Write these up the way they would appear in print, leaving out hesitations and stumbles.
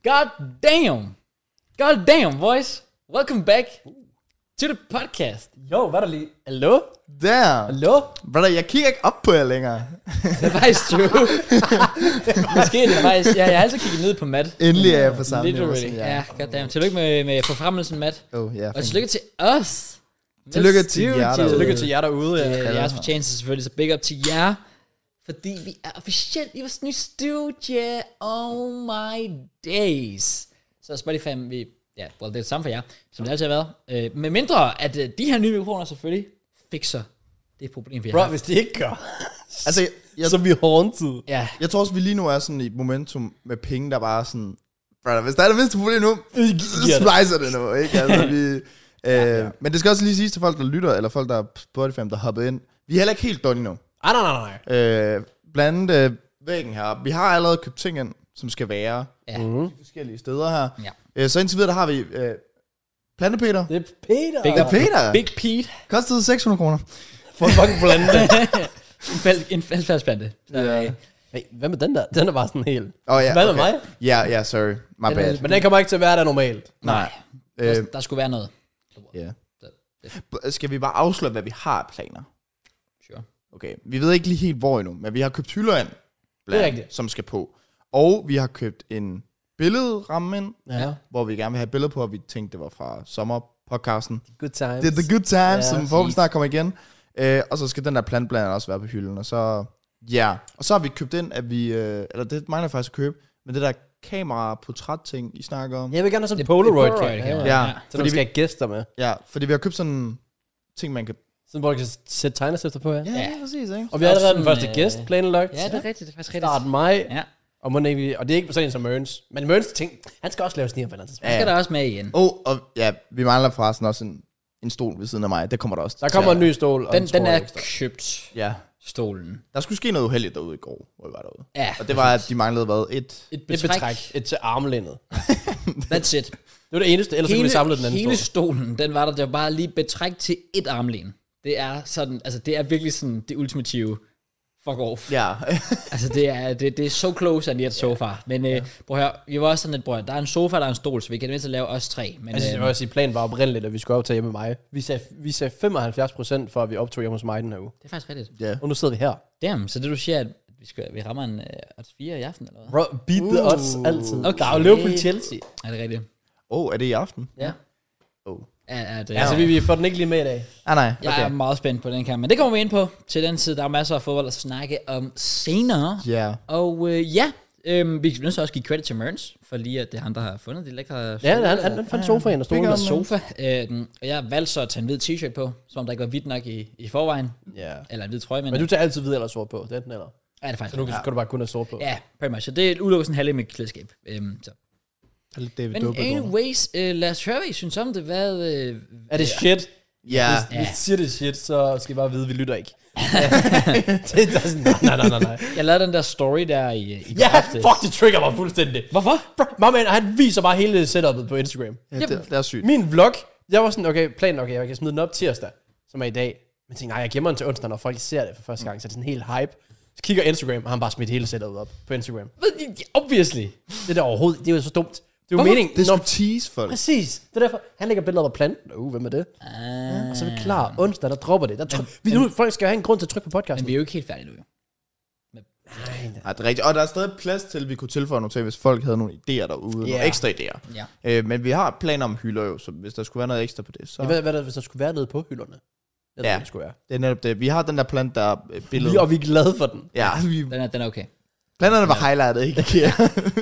God damn, boys. Welcome back to the podcast. Jo, hvad er der lige? Hallo? Der. Hallo? Brother, jeg kigger ikke op på jer længere. Det er faktisk true. Måske er det faktisk... Ja, jeg har altid kigget ned på Matt. Endelig er jeg på samme niveau. Literally. Ja, goddamn. Tillykke med forfremmelsen, Matt. Og tillykke til os. Tillykke til jer derude. Tillykke til jer derude. Ja. Jeres fortjeneste selvfølgelig, så big up til jer. Fordi vi er officielt i vores nye studie. Oh my days. Så Spotify, vi... Ja, well, det er det samme for jer, som det altid har været. Med mindre, at de her nye mikrofoner selvfølgelig fikser det problem, vi har. Bro, hvis de ikke gør, Altså, så er vi haunted. Ja. jeg tror også, vi lige nu er sådan i et momentum med penge, der bare er sådan... Brother, hvis der er det mindste problem nu, så splicer det nu, ikke? Altså, men det skal også lige siges til folk, der lytter, eller folk, der er Spotify, der hoppet ind. Vi er heller ikke helt done endnu. Nej. Blandt andet væggen her. Vi har allerede købt ting ind, som skal være de forskellige steder her. Ja. Så indtil videre, der har vi Plantepeter. Det er Peter. Big up. Peter. Big Pete. Kostede 600 kroner. For en fucking plante. En faldfærdsplante. Ja. Hey, hvad med den der? Den er bare sådan helt... Ja, Hvad med mig? Ja, sorry. My bad. Men den kommer ikke til at være der normalt. Nej. Der skulle være noget. Ja. Skal vi bare afsløre, hvad vi har af planer? Sure. Okay, vi ved ikke lige helt hvor endnu, men vi har købt hylder ind, Det er rigtigt. som skal på. Og vi har købt en billedramme ind, Ja. hvor vi gerne vil have billeder på, og vi tænkte, det var fra sommerpodcasten. Good times. Det er The Good Times, Ja, som forhåbentlig snart kommer igen. Og så skal den der plantblander også være på hylden, og så... Ja, og så har vi købt ind, at vi... eller det mangler faktisk at købe, men det der kamera-portræt-ting, I snakker om. Jeg vil gerne have sådan en Polaroid. Polaroid-kamera. Ja, Så du skal have gæster med. Ja, fordi vi har købt sådan ting, man kan... Sådan, hvor du kan sætte tegnestifter på, ja. Ja, præcis, ikke? Og vi har allerede den Sådan, første gæst planlagt. Ja, det er rigtigt. Det er faktisk rigtigt. Start maj. Ja. Og det er ikke sådan en som Mørns. Men Mørns ting, han skal også lave sniger på en anden Han skal der også med igen. Og ja, vi mangler forresten også en stol ved siden af mig. Det kommer der også. Der kommer en ny stol. Og Den er ekstra. købt. Ja. Stolen. Der skulle ske noget uheldigt derude i går, hvor vi var derude. Ja. Og det var, at de manglede hvad? Et Et betræk. Et til armlænet. That's it. Det var det eneste, ellers kunne vi samle den anden hele stol. stolen, den var der. Det var bare lige betræk til et armlæn. Det er sådan, altså det er virkelig sådan det ultimative fuck off. Ja. Altså det er so close and yet so far. Men prøv at høre, vi var også sådan lidt, bror, der er en sofa, der er en stol, så vi kan det mindste lave os tre. Men Altså, jeg vil også sige, planen var oprindeligt, at vi skulle optage hjemme med mig. Vi sagde 75% for, at vi optog hjemme hos mig den her uge. det er faktisk rigtigt. Ja. Og nu sidder vi her. Damn, så det du siger, at vi rammer en odds 4 i aften, eller hvad? Bro, beat the odds altid. Okay. Der er jo Liverpool-Chelsea. Er det rigtigt? Er det i aften? Ja. Oh. Ja, det Altså, vi får den ikke lige med i dag. Nej. Jeg er meget spændt på den kamp, men det kommer vi ind på til den tid. Der er masser af fodbold at snakke om senere. Ja. Og vi kan også give credit til Mørns, for lige at det er han, der har fundet de lækre Ja, han fandt sofaen og stolen. og sofa. Og jeg valgte så at tage en hvid t-shirt på, som om der ikke var hvidt nok i forvejen. Ja. Eller en hvid trøje, Men du tager altid hvid eller sort på, det er den eller? Ja, det er faktisk. Så nu kan du bare kun have sort på. Ja, pretty much. Så det udelukker sådan en halv med klædeskab. Så. Men anyways, lad os høre, hvad I synes om det. Er det shit? Ja. Hvis du siger det shit, så skal I bare vide, at vi lytter ikke. Det er sådan, nej. Jeg lavede den der story der i Ja, aftes. fuck, det trigger mig fuldstændig. Hvorfor? Bro, man, han viser bare hele setupet på Instagram. Ja, det er sygt. Min vlog, jeg var sådan, okay, jeg kan smide den op tirsdag, som er i dag. Men tænkte, nej, jeg gemmer den til onsdag, når folk ser det for første gang, så det er sådan helt hype. Så kigger Instagram, og han bare smidt hele setupet op på Instagram. Obviously. Det der overhovedet, det er jo så dumt. Det er jo meningen. Det skulle tease folk. Præcis. Det er derfor, han lægger billeder af planten. Hvem er det? Og så er vi klar. Onsdag, der dropper det. Nu folk skal have en grund til at trykke på podcasten. Men vi er jo ikke helt færdige nu, jo. Nej, det er rigtigt. Og der er stadig plads til, at vi kunne tilføje noget til, hvis folk havde nogle idéer derude. Nogle ekstra idéer. Ja. Men vi har planer om hylder jo, så hvis der skulle være noget ekstra på det, så... Jeg ved, hvad der, hvis der skulle være noget på hylderne. Jeg ved, det skulle være. Det er netop det. Vi har den der plant, der er billede. Og vi er glade for den. Ja, Den er okay. planterne var highlightet, ikke? Ja.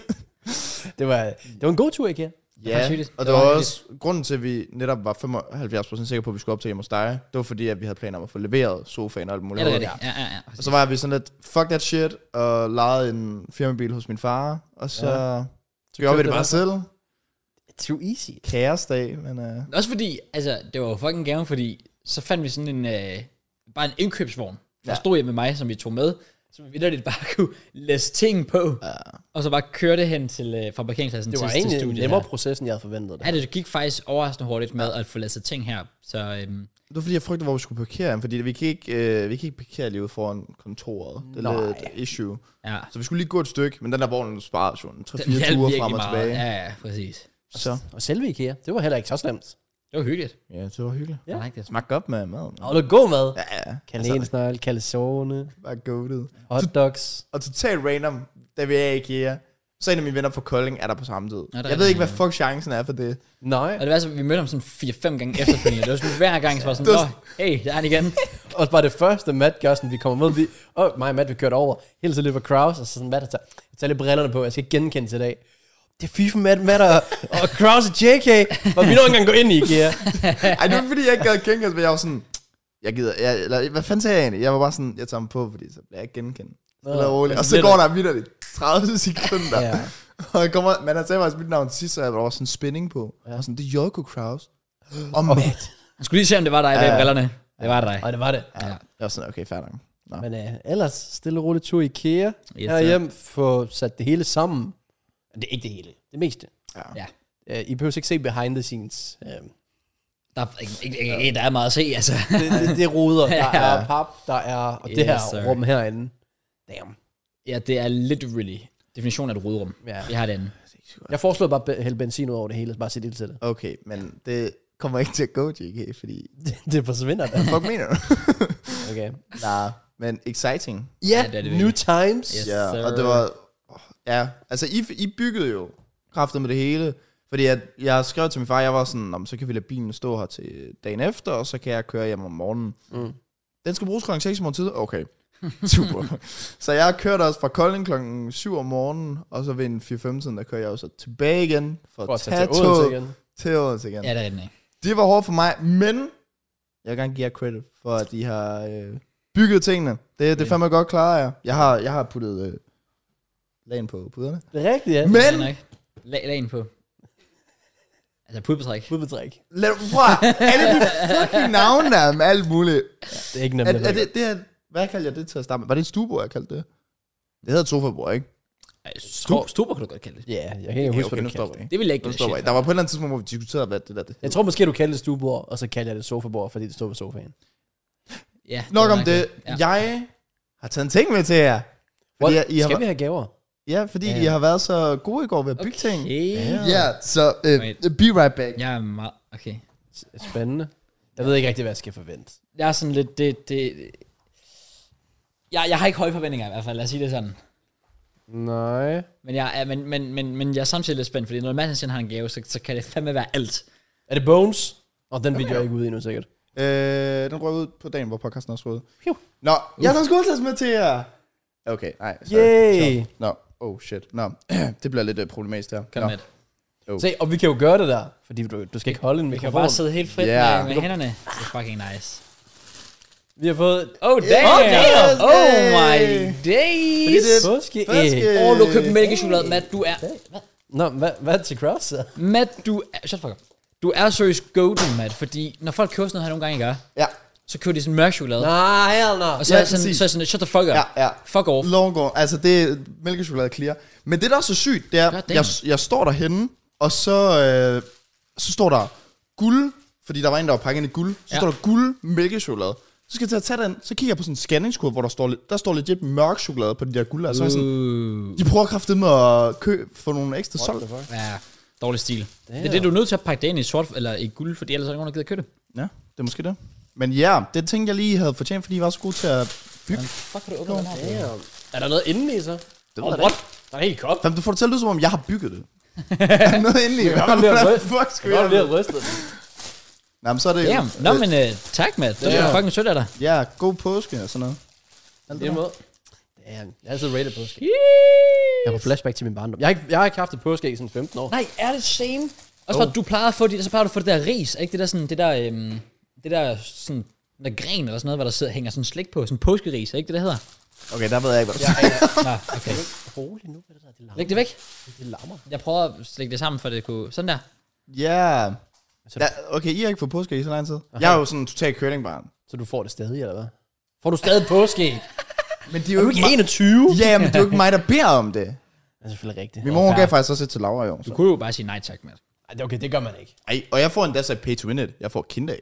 Det var en god tur, ikke? Ja, og det var også grunden til, at vi netop var 75% sikre på, at vi skulle optage hjemme hos dig. Det var fordi, at vi havde planer om at få leveret sofaen og alt muligt. Ja, det er det. Ja. Og så var vi sådan lidt, fuck that shit, og lejede en firmabil hos min far. Og så gjorde vi det bare selv. It's too easy. Kaosdag, men... Også fordi, altså, det var jo fucking gave, fordi så fandt vi sådan en, bare en indkøbsvogn, der stod hjemme med mig, som vi tog med. så vi vitterligt bare kunne læse ting på, og så bare køre det hen til fra parkeringspladsen Det var til egentlig en studiet nemmere her. proces, end jeg havde forventet det. Ja, det gik faktisk overraskende hurtigt med at få læst ting her, så Det var fordi, jeg frygtede, hvor vi skulle parkere, fordi vi kan ikke parkere lige ude foran kontoret. Det er lidt et issue. ja. Så vi skulle lige gå et stykke, men den der vogn sparede jo 3-4 Den hjalp ture virkelig frem og meget. tilbage. Ja, præcis. Så Og selve IKEA, det var heller ikke så slemt. Det var hyggeligt. ja, det var hyggeligt. Jeg like det. Smagte godt med mad. Og det var god mad. Ja, Kanelsnegl, calzone, bare goated. hotdogs. Og totalt random, da vi er i IKEA, så en af mine venner fra Kolding er der på samme tid. Nå, Jeg er ved ikke, hvad det. fuck chancen er for det. Nej. Og det var så, vi mødte ham sådan 4-5 gange efterfølgende. Det var sådan hver gang, så var sådan, hey, der er han igen. Og bare det første, Matt gør, sådan, vi kommer med, mig og Matt, vi kørte over, hele tiden lidt på Kraus, og så sådan, Matt, jeg tager lidt brillerne på, jeg skal genkende til i dag. Det er FIFA Matt og Kraus og JK, og vi når ikke engang gå ind i IKEA. Ej, det var fordi, jeg ikke gad genkende, men jeg var sådan, eller hvad fanden sagde jeg egentlig? Jeg var bare sådan, jeg tager ham på, fordi så bliver jeg ikke genkendt. Og så går der videre 30 sekunder. Ja. Og jeg kommer, man har taget mig mit navn til sidst, så jeg var sådan spænding på. Ja. Og sådan, det er Joko Kraus. Og Matt. Jeg skulle lige se, om det var dig bag brillerne. Det var dig. Og det var det. Ja. Jeg var sådan, okay, færdig. Men ellers stille og roligt tur i IKEA. Yes, Herhjem, få sat det hele sammen. Det er ikke det hele, det meste. Ja. I behøver ikke se behind the scenes. Der er meget at se, altså. Det er ruder, der er pap, der er, og det Yes, her sir. rum herinde. Damn. Ja, det er literally definitionen af et roderum. Ja. Vi har den. Jeg foreslår bare at hælde benzin ud over det hele, bare sætte ild til det. Okay, men det kommer ikke til at gå, JK, fordi... Det forsvinder da. Fuck mener du? Okay. Nej, men exciting. Ja, det er det new virkelig. times. Yes, Ja, sir. og det var... Ja, altså I byggede jo kraftet med det hele. Fordi jeg skrev til min far, jeg var sådan, så kan vi lade bilen stå her til dagen efter, og så kan jeg køre hjem om morgenen. Mm. Den skal bruges klokken 6 om morgenen tid. Okay, super. Så jeg kørte også fra Kolding klokken 7 om morgenen, og så ved en 4-5-tiden, der kører jeg også tilbage igen, for at tage til Odense toget igen. til Odense igen. Ja, det er den ikke. Det var hårdt for mig, men jeg vil gerne give jer credit for, at I har bygget tingene. Det er fandme godt klaret jer. Jeg har puttet lagen på puderne. Det er rigtigt, ja. Men Det er ikke. Lagen på. Altså pudbetræk. Udbetræk. alle de fucking navne der med alt muligt. Det er ikke nemt. Det er, hvad kaldte jeg det til at starte med? Var det et stuebord, jeg kaldte det? Det hedder et sofabord, ikke? Stuber kan du godt kalde det. Ja, jeg kan ikke huske, hvad nu du stopper kaldte det. jeg. Det vil jeg ikke Nu give stopper jeg. Der var på et eller andet tidspunkt, hvor vi diskuterede, hvad det der det Jeg tror måske, du kaldte det stuebord, og så kaldte jeg det sofabord, fordi det stod på sofaen. Ja, Nok er om det. Ja. Jeg har taget en ting med til jer. Fordi I Skal har, vi have gaver? ja, fordi Ja. I har været så gode i går ved at bygge ting. Okay. Ja, så Wait. be right back. Jeg er meget... Okay. Spændende. Jeg ved ikke rigtig, hvad jeg skal forvente. Jeg er sådan lidt... Jeg har ikke høje forventninger i hvert fald, lad os sige det sådan. Nej. Men jeg er, men jeg er samtidig lidt spændt, fordi når Madsen siger, han har en gave, så kan det fandme være alt. Er det Bones? Og den video er ikke ude endnu, sikkert. Den røg ud på dagen, hvor podcasten også rød ud. Phew. Nå, jeg har sgu med til jer. Okay, nej. Sorry. Yay! Nå, oh shit. Nå, det bliver lidt problematisk der. Kom Nå. med det. Se, og vi kan jo gøre det der, fordi du skal ikke holde en Vi kan mikrofon. bare sidde helt frit Ja. med hænderne. Det er fucking nice. Vi har fået Oh damn! damn! Oh my Fordi days! det er påskeæg. Åh, du har købt mælkechokolade. Matt, du er... Nå, hvad til Kraus så? Matt, du er... Shut the fuck up. Du er seriøst golden, Matt, fordi når folk køber sådan noget her nogle gange, ikke? Ja, Så køber de sådan mørk chokolade. Nej, hell no. Og så, Ja, er sådan, præcis. så er sådan, shut the fuck up. ja. Fuck off. Long gone. Altså, det er mælkechokolade clear. Men det, der er så sygt, det er, God damn. jeg står derhenne, og så står der guld, fordi der var en, der var pakket ind i guld. Så Ja. står der guld mælkechokolade. Så skal jeg til at tage den, så kigger jeg på sådan en scanningskode, hvor der står legit mørk chokolade på de der guld. Altså, sådan, de prøver kraftigt med at få nogle ekstra solgt. Ja, dårlig stil. Det er det, du er nødt til at pakke det ind i sort eller i guld, fordi ellers er der ikke nogen, der gider købe det. Ja, det er måske det. Men ja, det tænkte jeg lige havde fortjent, fordi I var så gode til at bygge. Fuck, har du åbnet den her? Damn. Er der noget inde i så? Det ved Oh, jeg da what? ikke. Der er en helt kop. Jamen, du får det til at lyde, som om jeg har bygget det. Er der noget endelig? Jeg kan godt lide Fuck, skal vi Jeg har have lige rystet. Nej, men så er det... Damn. Nå, men tak, Matt. Det er Ja. fucking sødt af dig. Ja, god påske og sådan noget. Alt Det er der. måde. Damn, jeg har altid rated påske. Jeg har flashback til min barndom. Jeg har ikke haft et påske i sådan 15 år. Nej, er det same? Også bare, du plejede at få det, så plejede du at få det der ris, ikke det der sådan, det der sådan, der gren eller sådan noget, hvor der sidder, hænger sådan slik på, sådan påskeris, ikke det der hedder? Okay, der ved jeg ikke, hvad der er. Nå, okay. Rolig nu, hvad det der? Det larmer. Læg det væk. Det larmer. Jeg prøver at slække det sammen, for det kunne, sådan der. Ja. Ja, okay, I har ikke fået påske i så lang tid. Jeg er jo sådan en total curlingbarn. Så du får det stadig, eller hvad? Får du stadig påske? Men det er Er jo du ikke 21? Ja, men det er jo ikke mig, der beder om det. Det er selvfølgelig rigtigt. Min mor gav faktisk også et til Laura i år. Du kunne jo bare sige nej tak, Matt. Ej, okay, det gør man ikke. Ej, og jeg får endda så pay to win it. Jeg får kinderæg.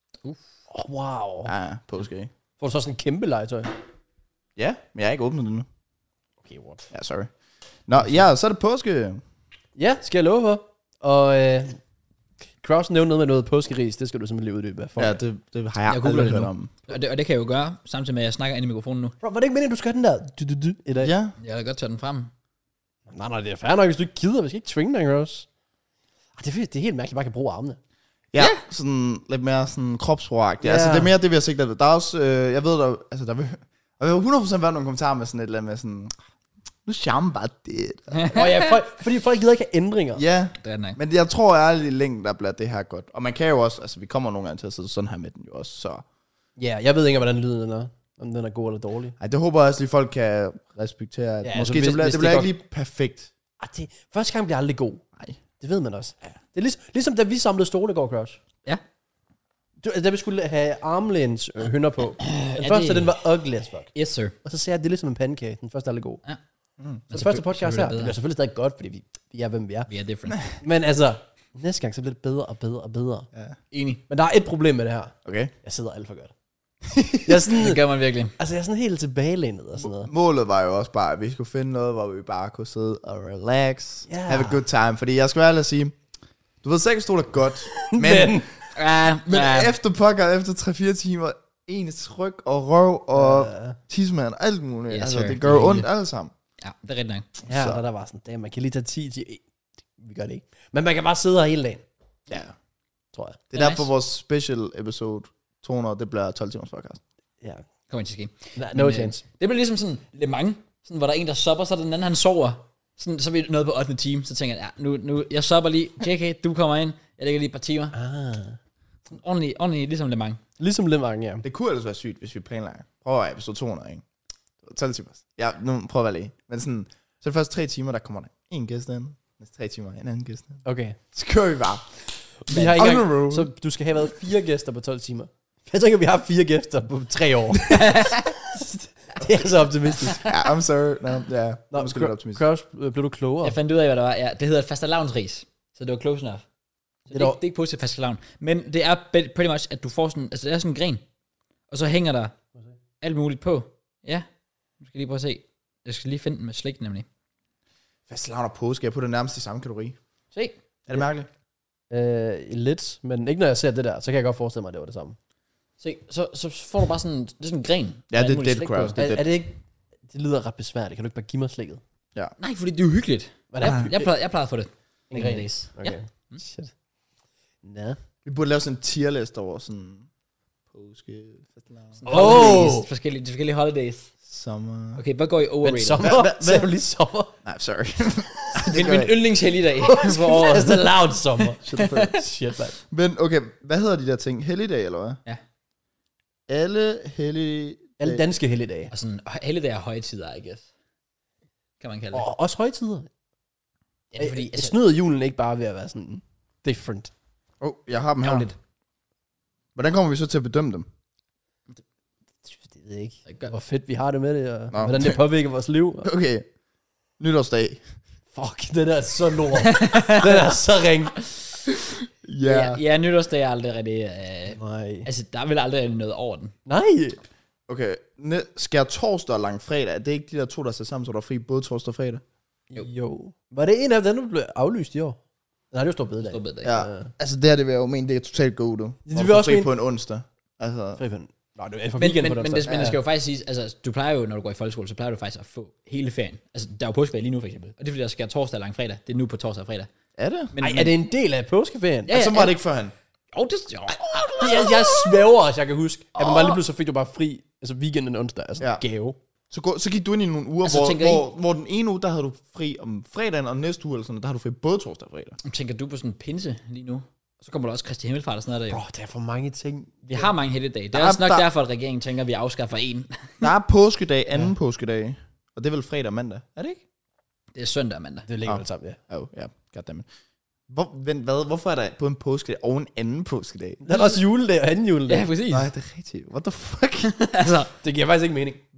Wow. Ja, påske. Får du så sådan en kæmpe legetøj? Ja, men jeg har ikke åbnet det nu. Okay, what? Ja, sorry. Nå, ja, så er det påske. Ja, skal jeg love for. Og Kraus nævnte noget med noget påskeris. Det skal du simpelthen lige uddybe. Ja, det har jeg googler aldrig det hørt nu. om. Og det kan jeg jo gøre, samtidig med at jeg snakker ind i mikrofonen nu. Bro, var det ikke meningen, du skal have den der i dag? Ja. Jeg kan godt tage den frem. Nej, det er fair nok, hvis du ikke gider. Vi skal ikke tvinge dig, Kraus. Det er helt mærkeligt, at man kan bruge armene. Ja, sådan lidt mere sådan kropsprogagtigt. Ja. Altså, det er mere det, vi har sigtet. Der er også, jeg ved, der vil 100% være nogle kommentarer med sådan et eller andet med sådan, nu charmer bare det. Og ja, fordi folk gider ikke have ændringer. Ja, Det er den ikke. men jeg tror ærligt i længden, der bliver det her godt. Og man kan jo også, altså vi kommer nogle gange til at sidde sådan her med den jo også, så... Ja, jeg ved ikke, hvordan lyden er. Om den er god eller dårlig. Ej, det håber jeg også lige, folk kan respektere. Ja, Måske altså, det bliver hvis det det bliver går- ikke lige perfekt. Første gang bliver aldrig god. Nej. Det ved man også. Ja. Det er ligesom da vi samlede stole i går, Kraus. Ja. Da vi skulle have armlæns hønder på. Den Ja, første, det- den var ugly as fuck. Yes, sir. Og så sagde jeg, at det er ligesom en pandekage. Den første er aldrig god. Ja. Så det første podcast her, bedre. det bliver selvfølgelig stadig godt, fordi vi er, hvem vi er. Vi er different. Men altså, næste gang, så bliver det bedre og bedre og bedre. Ja. Enig. Men der er et problem med det her. Okay. Jeg sidder alt for godt. Jeg er sådan, Det gør man virkelig. altså, jeg er sådan helt tilbagelænet og sådan noget. Målet var jo også bare, at vi skulle finde noget, hvor vi bare kunne sidde og relax. Ja. Have a good time. Fordi jeg skal være ærlig at sige, du ved sikkert, stoler godt. Men efter podcast, efter 3-4 timer, ens tryk og røv og tidsmand og alt muligt. Yes, Altså, sir. det gør jo ondt alle sammen. Ja, det er rigtigt nok. Ja, Så. og der var sådan, damn, man kan lige tage 10. Vi gør det ikke. Men man kan bare sidde her hele dagen, Ja. tror jeg. Det er Nice. derfor vores special episode 200, det bliver 12 timers podcast. Ja. Kommer ikke til at ske. No Men, chance. Det bliver ligesom sådan Le Mans, sådan, hvor der er en, der sopper, så er der den anden, han sover. Sådan, så er vi nået på 8. time, så tænker jeg, ja, nu jeg sopper lige. JK, du kommer ind. Jeg ligger lige et par timer. Sådan ordentligt ligesom Le Mans. Ligesom Le Mans, ja. Det kunne ellers være sygt, hvis vi planlagde. Prøv at episode 200, ikke? 12 timer. Ja, nu prøver jeg lige. Men sådan, så de første 3 timer, der kommer der en gæst ind. Næste 3 timer, en anden gæst ind. Okay. Så kører vi bare. Vi har ikke on the engang, road. så du skal have været 4 gæster på 12 timer. Jeg tænker, vi har 4 gæster på 3 år. Det er så optimistisk. Ja, I'm sorry. No, ja, Nå, måske lidt optimistisk. Kraus, blev du klogere? Jeg fandt ud af, hvad der var. Ja, det hedder et fastelavnsris. Så det var close enough. Så det, dog- det er ikke positivt fastelavn. Men det er pretty much, at du får sådan, altså det er sådan en gren. Og så hænger der alt muligt på. Ja, nu skal jeg lige prøve at se. Jeg skal lige finde den med slik, nemlig. Fastelavn og påske er på det nærmeste i samme kategori. Se. Er det mærkeligt? Lidt, men ikke når jeg ser det der, så kan jeg godt forestille mig, at det var det samme. Se, så får du bare sådan, det er sådan en gren. med Ja, alt det er muligt dead slik på. Kraus. Det er Er det. det ikke... Det lyder ret besværligt. Kan du ikke bare give mig slikket? Nej, fordi det er jo hyggeligt. Hvad er det? Jeg plejede at få det. En gren. days. Okay. Ja. Shit. Nå. Vi burde lave sådan en tierlist over sådan påske, fastelavn, Oh! De forskellige holidays. sommer. Okay, hvad går I Men overrated? sommer? Sagde du lige sommer? Nej, sorry. Min yndlingshelligdag for året. Det er loud sommer. Shit, man. Men okay, hvad hedder de der ting? Helligdag, eller hvad? Ja. Alle helligdage. Alle danske helligdage. Og sådan, helligdage er højtider, I guess. Kan man kalde det. Og også højtider. Ja, det er fordi, altså, Snyder julen ikke bare ved at være sådan different? Jeg har dem her. ærgerligt. Hvordan kommer vi så til at bedømme dem? Det ved jeg ikke. Det gør- Hvor fedt vi har det med det, og Nå. hvordan det påvirker vores liv. Okay. Nytårsdag. Fuck, den er så lort. Den er så ring. Ja, nytårsdag er aldrig rigtig... Nej. altså, der er vel aldrig noget over den. Nej. Okay. Skær torsdag og langfredag. Er det ikke de der to, der ser sammen, så der er fri både torsdag og fredag? Jo. Var det en af dem, der blev aflyst i år? Nej, det var stor bededag. Stor bededag. Ja. Altså det her, det vil jeg jo mene, det er totalt go, du. Det Og vil få også fri mene- på en onsdag. Altså, Fripind. Nej, det er for Men, weekend men, på men, den det, men det skal jo faktisk sige, altså, du plejer jo, når du går i folkeskole, så plejer du faktisk at få hele ferien. Altså, der er jo påskeferie lige nu, for eksempel. Og det er fordi, der skal torsdag og langfredag. Det er nu på torsdag og fredag. er det? Men, Nej, er det en del af påskeferien? Ja, Så var det ikke førhen. Jo. Jeg svæver også, jeg kan huske. At man bare lige pludselig fik du bare fri, altså weekenden onsdag, altså Ja. gave. Så gik du ind i nogle uger, Altså, tænker hvor den ene uge, der havde du fri om fredagen, og næste uge, eller sådan, der har du fri både torsdag og fredag. Tænker du på sådan en pinse lige nu? Så kommer der også Kristi Himmelfart og sådan noget der jo. Bro, der er for mange ting. Vi har mange helligdage. Det er Der- også nok der- derfor, at regeringen tænker, at vi afskaffer en. Der er påskedag, anden påskedag, og det er vel fredag og mandag. Er det ikke? Det er søndag og mandag. Det ligger vel sammen, ja. Ja, goddammit. Hvorfor er der både en påskedag og en anden påskedag? Der er også juledag og anden juledag. Ja, præcis. Nej, det er rigtigt. What the fuck? altså, Det giver faktisk ikke mening.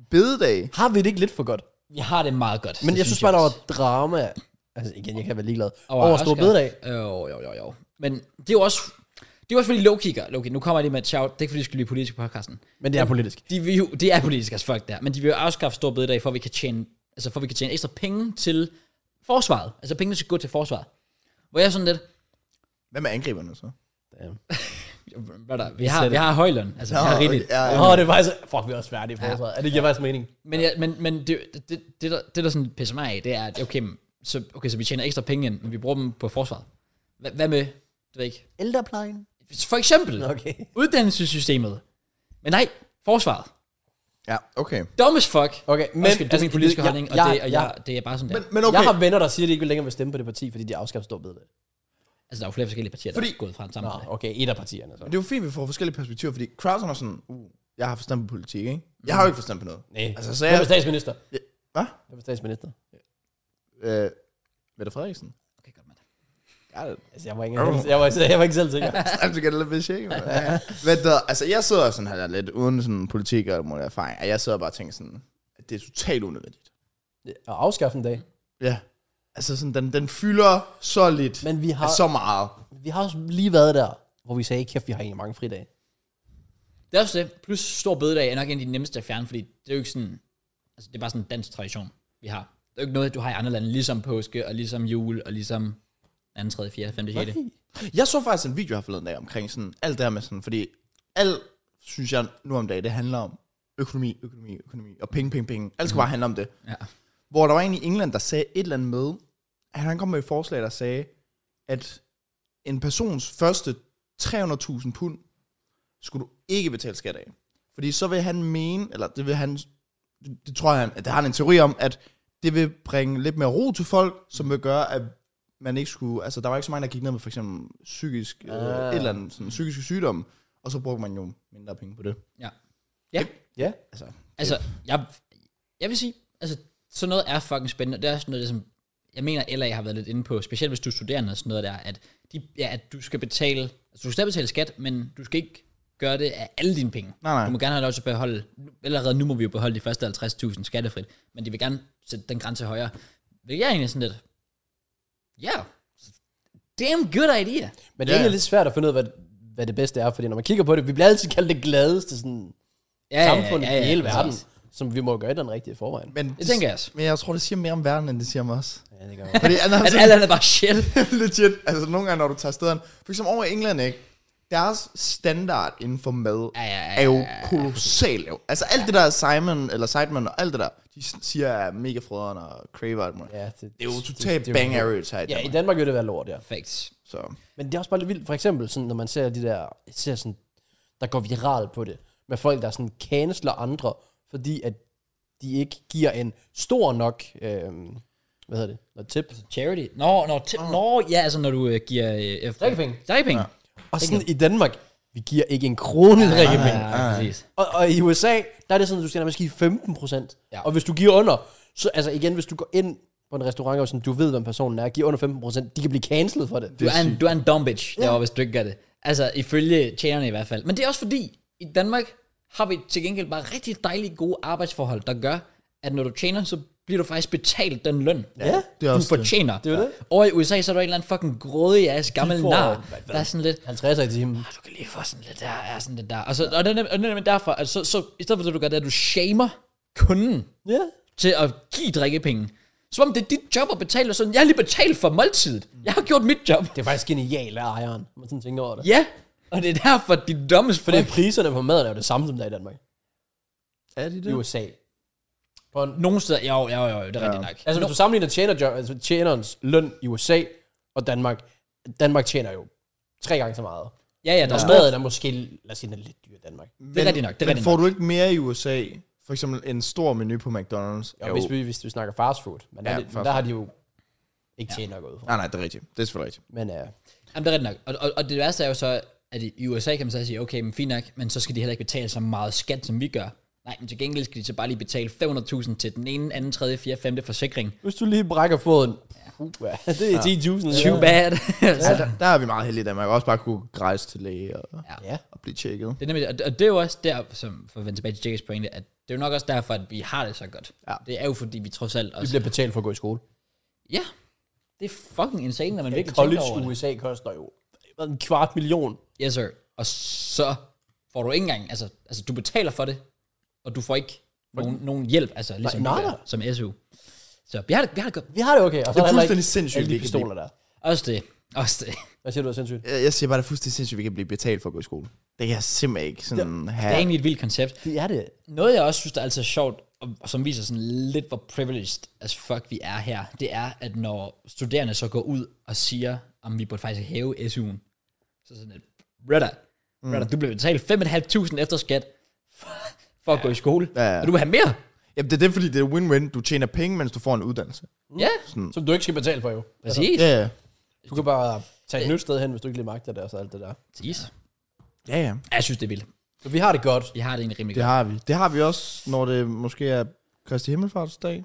bededag. Har vi det ikke lidt for godt? Vi har det meget godt. Men det jeg synes bare, der var også. drama. Altså igen, jeg kan være ligeglad. Og Over Store Bededag. Jo. Men det er jo også... Det er også fordi low-kigger. Nu kommer jeg lige med et shout. Det er ikke fordi, vi skal blive politisk på podcasten. Men det er politisk. Det er politisk as fuck der. Men de vil jo afskaffe Store Bededag, for at vi kan tjene ekstra penge til forsvaret. Altså pengene skal gå til forsvaret. Hvor jeg er sådan lidt... Hvad med angriberne så? Hvad der? Vi har højløn. Altså, vi har rigeligt. Det er faktisk... Fuck, vi er også færdige i forsvaret. Ja. Det giver faktisk mening. Men det der sådan pisser mig af, det er, at så vi tjener ekstra penge ind, men vi bruger dem på forsvaret. Hvad med, det ved ikke... Ældreplejen? For eksempel, okay. Uddannelsessystemet. Men nej, forsvaret. Ja, okay. Dumb as fuck. Okay, men... Det er min politiske holdning, og det er bare sådan der. Men okay. Jeg har venner, der siger, at de ikke vil længere vil stemme på det parti, fordi de afskaffer Store Bededag. Altså, der er jo flere forskellige partier, der er gået fra en sammen. Okay, et af partierne så. Men det er jo fint, vi får forskellige perspektiver, fordi Kraus er sådan, jeg har forstand på politik, ikke? Jeg har jo ikke forstand på noget. Nej. Altså, så Hvem er statsminister? Hvad? Hvem er statsminister? Mette Frederiksen. Okay, godt, mand. Altså, jeg var ikke selv sikker. I'm to get a little bit shaky, man. Altså, jeg sidder sådan her lidt uden sådan politik og mulig erfaring, og jeg sidder bare og tænker sådan, at det er totalt unødvendigt. Og afskaffe en dag. Ja. Altså sådan, den fylder så lidt. Men vi har så meget. Vi har også lige været der, hvor vi sagde, kæft, vi har egentlig mange fridage. Det er også det. Plus Stor Bededag er nok en af de nemmeste at fjerne, fordi det er jo ikke sådan... Altså, det er bare sådan en dansk tradition, vi har. Det er jo ikke noget, du har i andre lande, ligesom påske, og ligesom jul, og ligesom 2., 3., 4., 5., 6. Jeg så faktisk en video her forleden dag omkring sådan alt det her med sådan, fordi alt, synes jeg nu om dagen, det handler om økonomi, og penge. Alt skal bare handle om det. Ja. Hvor der var en i England, der sagde et eller andet med, at han kom med et forslag, der sagde, at en persons første 300.000 pund skulle du ikke betale skat af. Fordi så vil han mene, eller det vil han, det tror jeg, at det har han en teori om, at det vil bringe lidt mere ro til folk, som vil gøre, at man ikke skulle, altså der var ikke så mange, der gik ned med for eksempel psykisk, et eller andet, sådan psykiske sygdomme, og så brugte man jo mindre penge på det. Ja. Altså, jeg vil sige, altså, sådan noget er fucking spændende. Det er sådan noget, som jeg mener, LA har været lidt inde på, specielt hvis du er studerende og sådan noget der, at du skal betale, altså du skal betale skat, men du skal ikke gøre det af alle dine penge. Nej. Du må gerne have lov til at beholde, allerede nu må vi jo beholde de første 50.000 skattefrit, men de vil gerne sætte den grænse højere. Det er egentlig sådan lidt, damn good idea. Men det er egentlig lidt svært at finde ud af, hvad det bedste er, fordi når man kigger på det, vi bliver altid kaldt det gladeste sådan, samfund i hele verden, som vi må gøre den rigtige forvejen. Men det tænker jeg også. Men jeg tror, det siger mere om verden, end det siger om os. Ja, det gør jeg. Fordi at alle andet bare shit. Legit. Altså nogle gange, når du tager stederne, for eksempel over i England, ikke? Deres standard inden for mad er jo kolossalt lav. Altså alt det der Sidemen og alt det der, de siger er mega froderen og craver alt muligt. Ja, det er jo totalt bang average her i Danmark. Ja, i Danmark vil det være lort, ja. Facts. Så. Men det er også bare lidt vildt, for eksempel sådan, når man ser de der, sådan, der går viralt på det, med folk, der sådan canceler andre, fordi at de ikke giver en stor nok, hvad hedder det, noget tip? Altså charity? Ja, altså når du giver... Drikkepenge. Ja. Og sådan i Danmark, vi giver ikke en krone i drikkepenge. Præcis. Og i USA, der er det sådan, at du skal måske give 15%. Ja. Og hvis du giver under, så altså igen, hvis du går ind på en restaurant, og sådan, du ved, hvem personen er, giver under 15%, de kan blive cancelled for det. Du er en dumb bitch, derovre, hvis du ikke gør det. Altså, ifølge tjenerne i hvert fald. Men det er også fordi, i Danmark har vi til gengæld bare rigtig dejlige gode arbejdsforhold, der gør, at når du tjener, så bliver du faktisk betalt den løn, det er du fortjener. Det er det. Over i USA, så er der en eller anden fucking grådig ass gammel nar, der er sådan lidt... 50 i timen. Du kan lige få sådan lidt der, sådan lidt der. Og det er nemlig derfor, at så i stedet for det, du gør, det er, at du shamer kunden til at give drikkepenge. Som om det er dit job at betale, sådan, jeg har lige betalt for måltidet. Jeg har gjort mit job. Det er faktisk genialt af ejeren, man sådan tænker over det. Ja, og det er derfor, de dumme... Fordi priserne på maden er jo det samme, som der i Danmark. Er de det? I USA. På nogle steder, jo, det er rigtigt nok. Altså, hvis du sammenligner tjenerens løn i USA og Danmark tjener jo 3 gange så meget. Ja, der er stadig, der måske, lad os sige, den er lidt dyr i Danmark. Det er rigtigt nok. Men får du ikke mere i USA, for eksempel en stor menu på McDonald's? Jo, hvis vi snakker fast food. Men der har de jo ikke tjent nok ud fra. Nej, det er rigtigt. Det er selvfølgelig rigtigt. Men jamen, det er rigtigt nok. Og det værste er jo så, at i USA kan man så sige, okay, men fint nok, men så skal de heller ikke betale så meget skat, som vi gør. Nej, men til gengæld skal de så bare lige betale 500.000 til den ene, anden, tredje, fjerde, femte forsikring. Hvis du lige brækker foden, det er 10.000. Too bad. Der er vi meget heldige, at man også bare kunne grejse til læge og blive tjekket. Det er nemlig, og det er jo også der, som for at vende tilbage til Jake's pointe, at det er jo nok også derfor, at vi har det så godt. Ja. Det er jo fordi, vi trods alt Vi også... bliver betalt for at gå i skole. Ja, det er fucking insane, når man virkelig tænker College over det. USA koster jo 250.000. Yes, sir. Og så får du ikke engang... Altså, du betaler for det, og du får ikke nogen hjælp, altså ligesom Nej, du gør, som SU. Så vi har det godt. Vi har det okay. Og så Det er heller fuldstændig ikke sindssygt, alle vi de kan pistoler der. Også det. Hvad siger du er sindssygt? Jeg siger bare, det er fuldstændig sindssygt, at vi kan blive betalt for at gå i skole. Det kan jeg simpelthen ikke sådan Det have. er egentlig et vildt koncept. Det er det. Noget, jeg også synes, der er altid er sjovt, og som viser sådan lidt, hvor privileged as fuck vi er her, det er, at når studerende så går ud og siger, om vi burde faktisk hæve SU'en, så sådan et, brother, du bliver betalt 5.500 efter skat for at gå i skole, Ja. og du vil have mere. Jamen, det er det, fordi det er win-win. Du tjener penge, mens du får en uddannelse. Ja, Sådan. Som du ikke skal betale for jo. præcis. Ja, ja. Du kan bare tage et nyt sted hen, hvis du ikke lige magter det og så alt det der. Præcis. Ja, ja. Jeg synes, det er vildt. Så vi har det godt. Vi har det egentlig rimelig Det godt. har vi. Det har vi også, når det måske er Kristi Himmelfartsdag.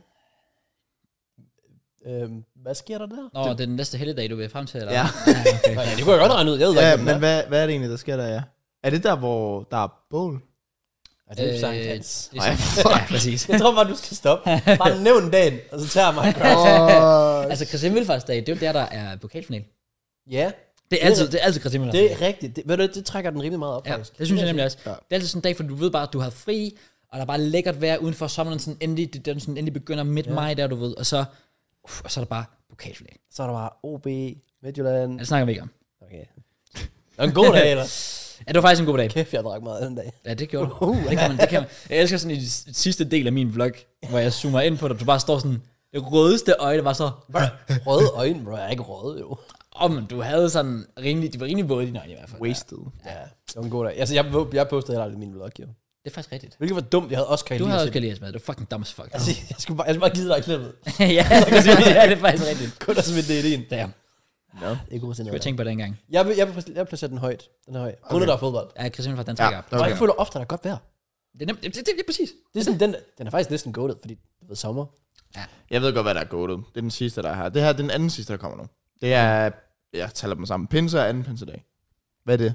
Hvad sker der der? Nå, det er den næste helligdag, du vil frem til, eller? Ja. Okay. Nej, det kunne jeg godt regne ud. Jeg ved Ja, ikke, men hvad er det egentlig, der sker der, ja? Er det der, hvor der er bål? Ja, det er Sankt Hans. Det er sådan, ja, præcis. Jeg tror bare, du skal stoppe. Bare nævn dagen, og så tager mig. Altså, Kristi Himmelfartsdag, det er jo der er pokalfinal. Ja, Det er altid Kristi Himmelfartsdag. det er rigtigt. Ved du, det trækker den rimelig meget op, Ja, faktisk. det synes jeg nemlig også. Ja. Det er altid sådan en dag, for du ved bare, at du har fri, og der er bare lækkert vejr udenfor sommeren, sådan endelig begynder midt maj der, du ved, og så er der bare pokalfinal. Så er der bare OB, Midtjylland. Ja, det snakker vi ikke om. Okay. Det var en god dag, eller? Ja, det var faktisk en god dag. Kæft, jeg drak meget den dag. Ja, det gjorde du. Det kan man. Jeg elsker sådan i sidste del af min vlog, hvor jeg zoomer ind på det, du bare står sådan, det rødeste øje, det var så, Røde øjne, bro. Jeg er ikke rød, jo. men du havde sådan rimelig, de var rimelig våde i dine øjne i hvert fald. Wasted. Ja, det var en god dag. Altså, jeg postede heller aldrig min vlog, jo. Det er faktisk rigtigt. Hvilket var dumt, jeg havde Oscar Du Elias havde i også Elias med, det var fucking dumb as fuck. Altså, jeg skulle bare give dig klippet. ja, det er faktisk rigtigt. Kun at smide det ind. Damn. Ja. Ikke kunne Jeg tænke på det engang. Jeg vil placere den højt. Den er høj. Kun okay. Der er fodbold. Ja, Christian fra den Ja, trækker op. okay. Og jeg føler ofte, der er godt vejr. Det er nemt. Det er præcis. Det er sådan, den er faktisk næsten gået, fordi det er sommer. Jeg ved godt, hvad der er gået. Det er den sidste, der er her. Det her er den anden sidste, der kommer nu. Det er, jeg taler dem sammen. Pinse og anden pinsedag. Hvad er det?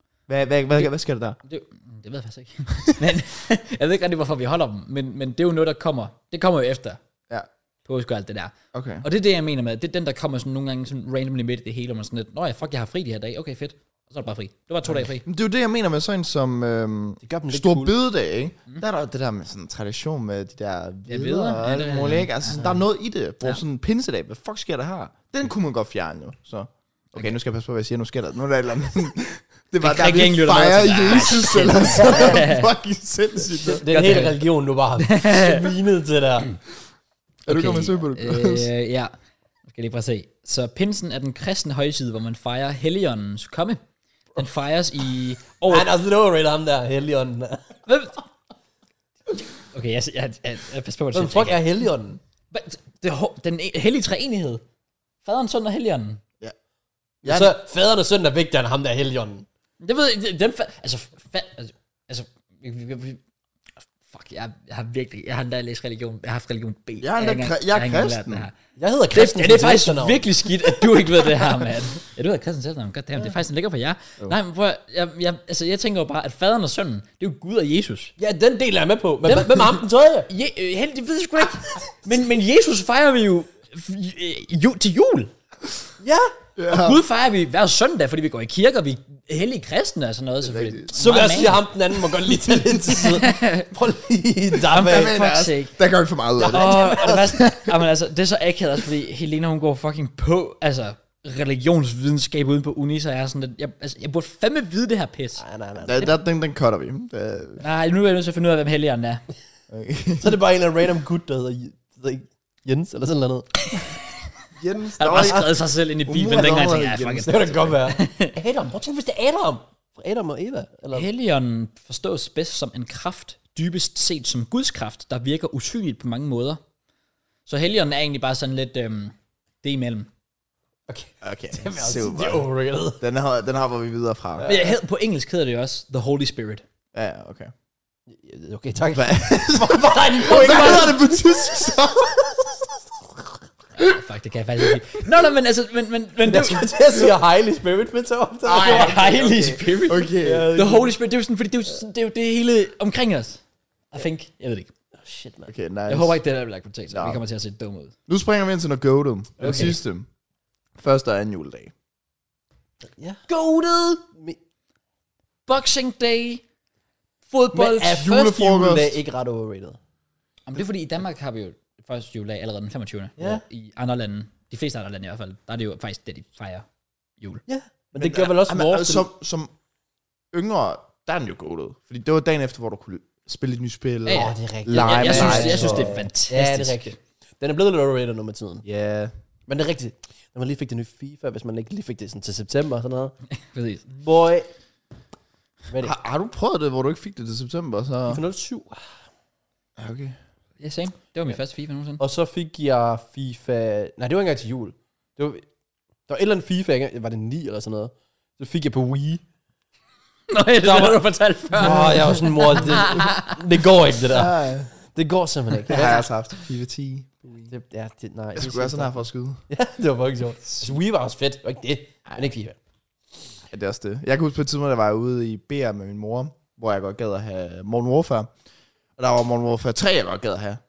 Hvad sker der der? Det ved jeg faktisk ikke. Men jeg ved ikke rigtig, hvorfor vi holder dem. Men det er jo noget, der kommer. Det kommer jo efter. Ja. Påske og alt det der. Okay. Og det er det, jeg mener med, det er den, der kommer sådan nogle gange sådan randomly midt i det hele, og man sådan lidt, nå ja, fuck, jeg har fri de her dage. Okay, fedt. Og så er det bare fri. Det var 2 dage fri. Men det er jo det, jeg mener med sådan en som Det gør dem lidt Stor cool. Bededag, ikke? Der er der jo det der med sådan en tradition med de der vidder. vidder og Ja, alt det er- muligt, ikke? Altså, sådan, der er noget i det, hvor Ja. sådan en pinsedag, hvad fuck sker der her? Den kunne man godt fjerne jo, så. Okay, nu skal jeg passe på, hvad jeg siger, nu sker der. Nu er der et eller andet. Det var Det der, kan vi ikke lytte med fejrer til. Jesus, eller sådan fucking sindssygt. Det er en hel religion, du bare har svinet til der. Er du kommet og søge på det? Ja. Nu skal jeg lige prøve at se. Så pinsen er den kristne højtid, hvor man fejrer Helligåndens komme. Den fejres i år... Han er sådan overrated ham der, Helligånden. Okay, jeg passer på, hvad du Hvem siger. fuck er Helligånden? Den hellige treenighed. Faderen, søn og Helligånden. Ja. Så faderen og sønnen er vigtigere end ham der Helligånden. Jeg ved, fuck, jeg har virkelig, jeg har endda læst religion, jeg har haft religion B. Jeg er kristen. Jeg hedder Christen. Det er faktisk virkelig skidt, at du ikke ved det her, mand. Ja, du hedder Christian Selvnavn. Goddammit, det er faktisk en lækker for jer. Nej, men prøv, jeg tænker jo bare, at faderen og sønnen, det er jo Gud og Jesus. Ja, den del er jeg med på. Men hvem er ham den tredje? Det ved jeg sgu ikke. men Jesus fejrer vi jo til jul. Ja. Og Gud fejrer vi hver søndag, fordi vi går i kirke, og vi er hellige kristne og sådan noget, selvfølgelig. Så vil jeg sige, at ham den anden må godt lige tage lidt til side. Prøv lige der Jamen, bag. for fuck's sake. Der gør ikke for meget ud af det. Det er så akavet også, fordi Helena, hun går fucking på, altså, religionsvidenskab uden på uni, så jeg er sådan lidt, jeg burde fandme vide det her pis. Nej. Den cutter vi. Nej, nu er jeg nødt til at finde ud af, hvem Helligånden er. Okay. Så er det bare en eller anden random gut, der hedder Jens, eller sådan noget. Jens, Han har bare skrevet sig selv ind i Bibelen, dengang jeg tænkte, ja, fuck Det kan da godt være. Adam, prøv at tænke, hvis det er Adam. Fra Adam og Eva. Eller? Helligånden forstås bedst som en kraft, dybest set som Guds kraft, der virker usynligt på mange måder. Så Helligånden er egentlig bare sådan lidt det imellem. Okay, Det er super. overrated. Den hopper vi videre fra. Men på engelsk hedder det jo også The Holy Spirit. Ja, okay. Okay, tak. Hvad? Hvorfor er den på Hvad hedder det på tysk så? Fuck, det kan jeg faktisk ikke sige. Nå, men altså, men det Jeg skal til at sige highly spirit, men så ofte. er Holy Spirit. Okay. The Holy Spirit, det er jo sådan, fordi det er jo det hele omkring os. I think. Jeg ved det ikke. Shit, man. Okay, nice. Jeg håber ikke, det der bliver lagt på tape, så Nå. vi kommer til at se dumme ud. Nu springer vi ind til noget goated. Den Okay. sidste. Første og anden juledag. Ja. Goated! Boxing Day! Fodbold! Men er første julefrokost. juledag ikke ret overrated? Jamen, det er fordi, i Danmark har vi jo første juledag allerede den 25. Ja. Hvor i andre lande, de fleste andre lande i hvert fald, der er det jo faktisk det, de fejrer jul. Ja. Men det gør vel også vores... Som yngre, der er den jo goated. Fordi det var dagen efter, hvor du kunne spille et nyt spil. Ja, ja. og det er rigtigt. lege Jeg med synes, dig, det er og- fantastisk. Ja, det er rigtigt. Den er blevet lidt overrated nu med tiden. Ja. Men det er rigtigt. Når man lige fik det nye FIFA, hvis man ikke lige fik det sådan til september og sådan noget. Præcis. Boy. Hvad er det? Har du prøvet det, hvor du ikke fik det til september? Så... FIFA 07. Ja, okay. Ja, same. Det var min første FIFA nogensinde. Og så fik jeg FIFA... Nej, det var ikke engang til jul. Der var et eller andet FIFA, ikke? Var det 9 eller sådan noget? Så fik jeg på Wii. Nå, ja, det var du fortalt før. Jeg var sådan, mor, det går ikke, det der. Ja, Det går simpelthen ikke. det har jeg også haft. FIFA 10. Nej. Jeg skulle være sådan her for at skyde. Ja, det var faktisk sjovt. Altså, Wii var også fedt. Det var ikke det. Men ikke FIFA. Ja, det er også det. Jeg kan huske på et tidspunkt, der var jeg ude i BR med min mor, hvor jeg godt gad at have Modern Warfare. Og der var Modern Warfare 3, jeg godt gad at have.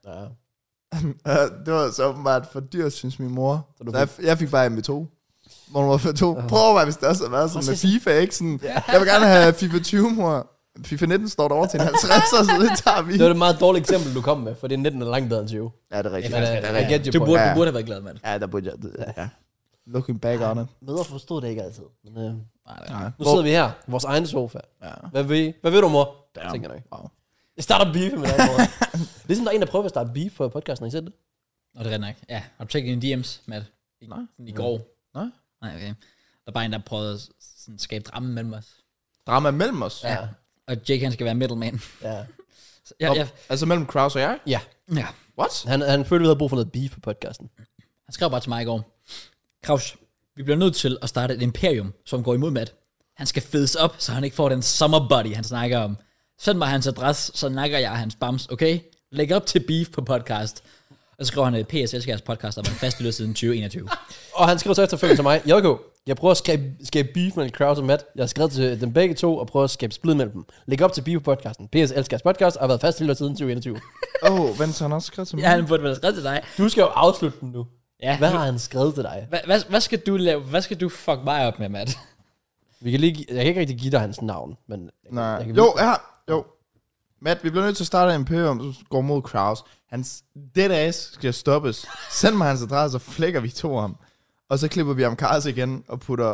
Ja. Det var så åbenbart for dyrt, synes min mor. Så du Så jeg fik bare MB2. Modern Warfare 2. Prøv at overveje, hvis det også havde været sådan med FIFA, ikke? Sådan, jeg vil gerne have FIFA 20, mor. FIFA 19 står der over til en 50, så det tager vi. Det var et meget dårligt eksempel, du kom med, for det er 19 er langt bedre end 20. Ja, det er rigtigt. Ja, Det er rigtigt. get Du your burde, point. du burde have været glad, mand. Ja, der burde jeg. Ja. Looking back on it. Mødre forstod det ikke altid. Men, Nej. nu sidder vi her, i vores egen sofa. Ja. Hvad ved du, mor? Damn. Tænker jeg. Wow. Jeg starter beef med dig, mor. Ligesom der er en, der prøver at starte beef på podcasten. Har I set det? Nå, det er ret nok. Ja, har du tjekket dine DM's, Matt? Nej. I går? Nej. Nej, okay. Der er bare en, der prøvede at sådan skabe drama mellem os. Drama mellem os. Ja. Og Jake, han skal være middleman. Ja. Så jeg, Altså mellem Kraus og jeg? Ja. ja. What? Han følte, vi havde brug for noget beef på podcasten. Han skrev bare til mig i går. Kraus, vi bliver nødt til at starte et imperium, som går imod Matt. Han skal fedes op, så han ikke får den summer body, han snakker om. Send mig hans adresse, så nakker jeg hans bams, okay? Læg op til beef på podcast. Og så skriver han, PS elsker jeres podcast, og var fast lytter siden 2021. Og han skrev så efterfølgende til mig, JK, jeg prøver at skabe beef mellem Kraus og Matt. Jeg har skrevet til dem begge to, og prøver at skabe splid mellem dem. Læg op til beef på podcasten. PS elsker jeres podcast, og har været fast lytter siden 2021. Vent, så han også skrevet til mig. Ja, han burde være skrevet til dig. Du skal jo afslutte den nu. Ja, Hvad har han skrevet til dig? Hvad skal du lave? Hvad skal du fuck mig op med, Matt? Jeg kan ikke rigtig give dig hans navn, men... Nej. kan Jo. Matt, vi bliver nødt til at starte en imperium, som går mod Kraus. Hans dead ass skal stoppes. Send mig hans adresse, så flækker vi to ham. Og så klipper vi ham Kars igen og putter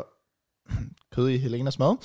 kød i Helenas mad.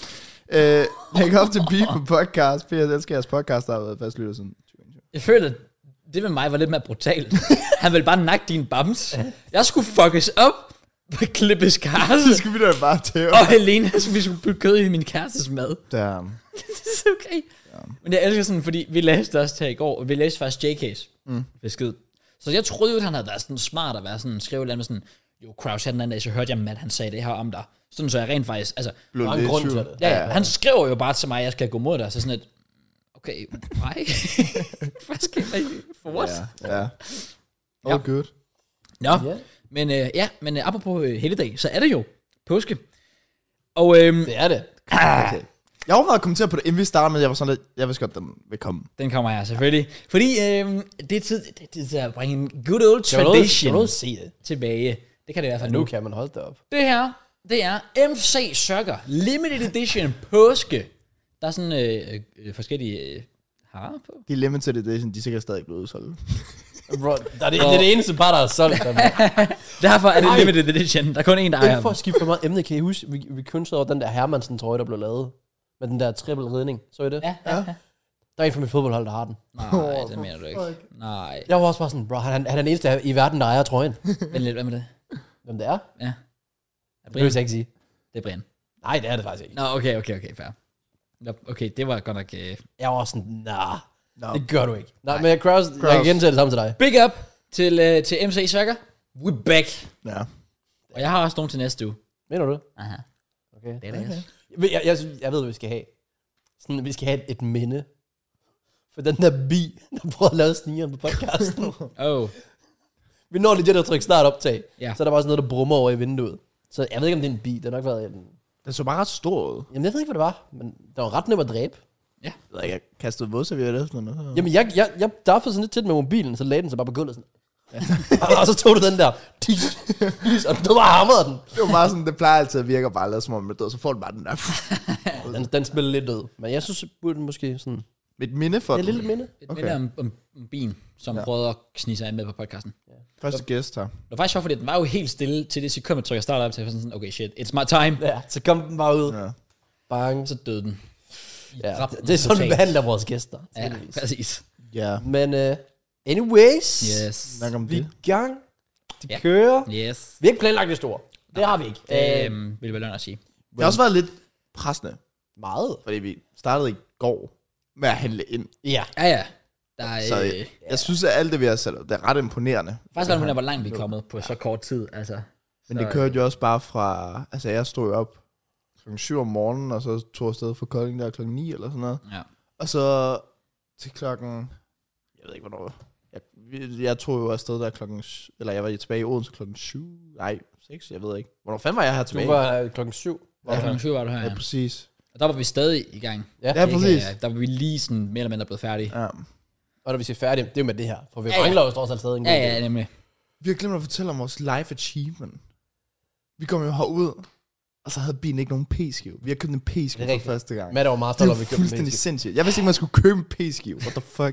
Læg op til beef på podcast. PS elsker jeres podcast, der har været fastlytter siden 2021. Jeg føler, det med mig var lidt mere brutalt. Han ville bare nakke din bams. Jeg skulle fuckes op på klippes Så kæreste. skal vi da bare tæve. Og Helena, vi skulle putte kød i min kærestes mad. Damn. Det er okay. Ja. Men jeg elsker sådan, fordi vi læste også her i går, og vi læste faktisk JK's besked. Så jeg troede jo, at han havde været sådan smart at være sådan, skrive lidt med sådan, jo, Kraus her den anden dag, så hørte jeg, at han sagde det her om dig. Sådan så jeg rent faktisk, altså, Blev Der er en lidt grund syg. til det. ja, han skriver jo bare til mig, at jeg skal gå mod dig, så sådan et, okay, why? Hvad skal jeg for what? Ja. Ja. All good. Nå, Ja. men apropos helligdag, så er det jo påske. Og Det er det. Okay. Jeg overvejede at kommentere på det, inden vi starter med, jeg var sådan lidt, jeg vidste godt, den vil komme. den kommer her selvfølgelig. Fordi det er tid til at bringe en good old Skal du tradition noget se det? tilbage. Det kan det i hvert fald Nu nu. kan man holde det op. Det her, det er MC Sucker Limited Edition påske. Der er sådan forskellige harer på. De limited edition, de er sikkert stadig blevet udsolgt. Bro, det er det eneste par, der er solgt. Derfor er det Ej. limited edition. Der er kun en, der ejer Ikke for dem. at skifte for meget emne, kan I huske, vi kunstede over den der Hermansen trøje, der blev lavet. Med den der triple redning. Så I det? Ja. Der er en fra mit fodboldhold, der har den. Nej, det mener du ikke. Nej. Jeg var også bare sådan, bro, han er den eneste i verden, der ejer trøjen. Vent lidt, hvad med det? Hvem det er? Ja. Er Det Brian? vil jeg ikke sige. Det er Brian. Nej, det er det faktisk ikke. Nå, okay, fair. Nå, okay, det var godt nok... Jeg var også sådan, No. det gør du ikke. Nej, men Kraus, jeg kan gentage det samme til dig. Big up til MC Sucker. We back. Ja. Og jeg har også nogen til næste uge. Mener du det? Aha, Okay. det er det. Jeg ved, hvad vi skal have. Sådan, vi skal have et minde. For den der bi, der prøver at lave snigeren på podcasten. Oh. Vi når legit at trykke start optag. Ja. Så er der bare sådan noget, der brummer over i vinduet. Så jeg ved ikke, om det er en bi. Det har nok været en... Den så bare ret stor ud. Jamen, jeg ved ikke, hvad det var. Men det var ret nemt at dræbe. Ja. Jeg kastede vådserviet efter noget. Jamen, jeg daffede sådan lidt til den med mobilen, så lagde den så bare på gulvet sådan. Ja. Og så tog du den der, og du bare hamrede den. Det var bare sådan, det plejer altid at virke bare lidt som om det død, så får du bare den der. Den spiller lidt død. Men jeg synes, burde måske sådan... Et minde for Et lille minde. Et minde om Bin, som prøvede at snige sig med på podcasten. Første gæst her. Det var faktisk sjovt, fordi den var jo helt stille til det sekund, jeg startede op til. Sådan, okay, shit, it's my time. Ja, så kom den bare ud. Ja. Bang. Så døde den. Ja, det er sådan, vi behandler vores gæster. Ja, præcis. Ja. Men anyways, Yes. Snak om vi er det. i gang. Det Ja. kører. Yes. Vi har ikke planlagt det store. Det har vi ikke. Vil det være løgn at sige. Det har også været lidt pressende, Meget. fordi vi startede i går med at handle ind. Ja. Ja. Der er, Så jeg synes, at alt det, vi har sat, det er ret imponerende. faktisk var det, hvor langt vi er kommet på så kort tid. Altså. Men det kørte jo også bare fra... Altså, jeg stod jo op klokken 7 om morgenen, og så tog jeg afsted fra Kolding der klokken 9 eller sådan noget. Ja. Og så til klokken... Jeg ved ikke, hvornår... Jeg tog jo afsted der klokken... Eller jeg var tilbage i Odense klokken 7... Nej, 6, jeg ved ikke. Hvornår fanden var jeg her Du tilbage? var klokken 7. Ja, klokken 7 var du her. Ja, præcis. Og der var vi stadig i gang. Ja, præcis. Der var vi lige sådan mere eller mindre blevet færdige. Ja. Og når vi siger færdige, det er jo med det her. For vi Ja, ja. mangler jo stort set stadig en god Ja, del. nemlig. Vi har glemt at fortælle om vores life achievement. Vi kom jo herud, og så havde bilen ikke nogen p-skive. Vi har købt en p-skive for rigtigt. første gang. Med der var meget Det er stolt, jo at vi købte fuldstændig den. sindssygt. Jeg vidste ikke, man skulle købe en p-skive. What the fuck?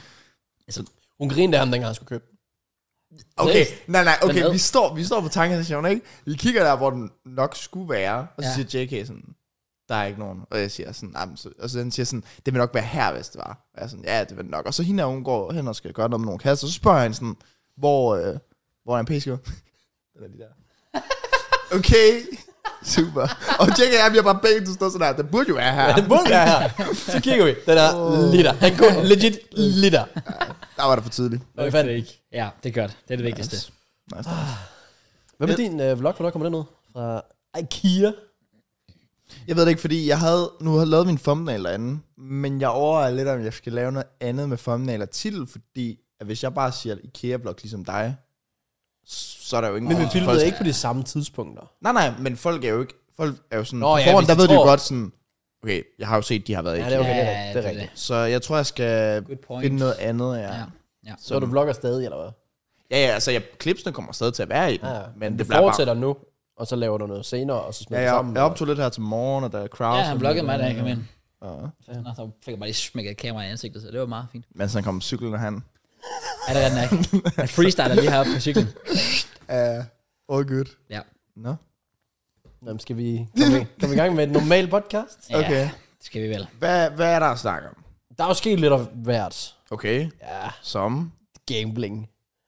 Hun grinede af ham, dengang han skulle købe. Okay, nej, okay, hvad? vi står på tankestationen, ikke? Vi kigger der, hvor den nok skulle være, og så Ja. siger JK sådan, der er ikke nogen. Og jeg siger sådan, og så den siger sådan, det vil nok være her, hvis det var. Og jeg er sådan, ja, det vil nok. Og så hende, hun går hen og skal gøre noget med nogle kasser, og så spørger han sådan, hvor er en p-skive? Den er lige der. Okay, super. Og JK og jeg, vi har bare begge, du står sådan her, det burde jo være her. Ja, den burde være her. Så kigger vi. Den er lige der. Den kunne legit lige der. Der var det for tidligt. Og vi fandt. Ja, det er godt. Det er det vigtigste. Nice. Hvad med din vlog? Hvornår kommer den ud? Fra IKEA? Jeg ved det ikke, fordi jeg havde lavet min thumbnail derinde, men jeg overvejer lidt, om jeg skal lave noget andet med thumbnail og titel, fordi at hvis jeg bare siger IKEA-blog ligesom dig, så er der jo ingen... Men vi grund til, filmede folk- ikke på de samme tidspunkter. Nej, men folk er jo ikke... Folk er jo sådan... Nå, På ja, forhånd, hvis der de ved de jo tror- godt sådan... Okay, jeg har jo set, de har været i Ja, det er IKEA. okay, Ja, det er det er rigtigt. Så jeg tror, jeg skal Good point. finde noget andet, ja. Ja. Så er du vlogger stadig, eller hvad? Ja, altså, klipsene kommer stadig til at være i den, Ja, men du det bliver bare... fortsætter nu, og så laver du noget senere, og så Ja, smider du sammen. jeg optog lidt her til morgen, og der er crowd. Ja, han vloggede mig, da jeg kom ind. Ja. Så fik jeg bare lige smækket et kamera i ansigtet, så det var meget fint. Men så kom cyklen, og han... Ja, det er den ikke. Han freestyler lige heroppe på cyklen. All good. Ja. Nå. Jamen, skal vi komme i gang med et normalt podcast? Ja, Okay. det skal vi vel. Hvad er der at snakke om? Der er jo sket lidt af hvert. Okay. Ja, Som? gambling.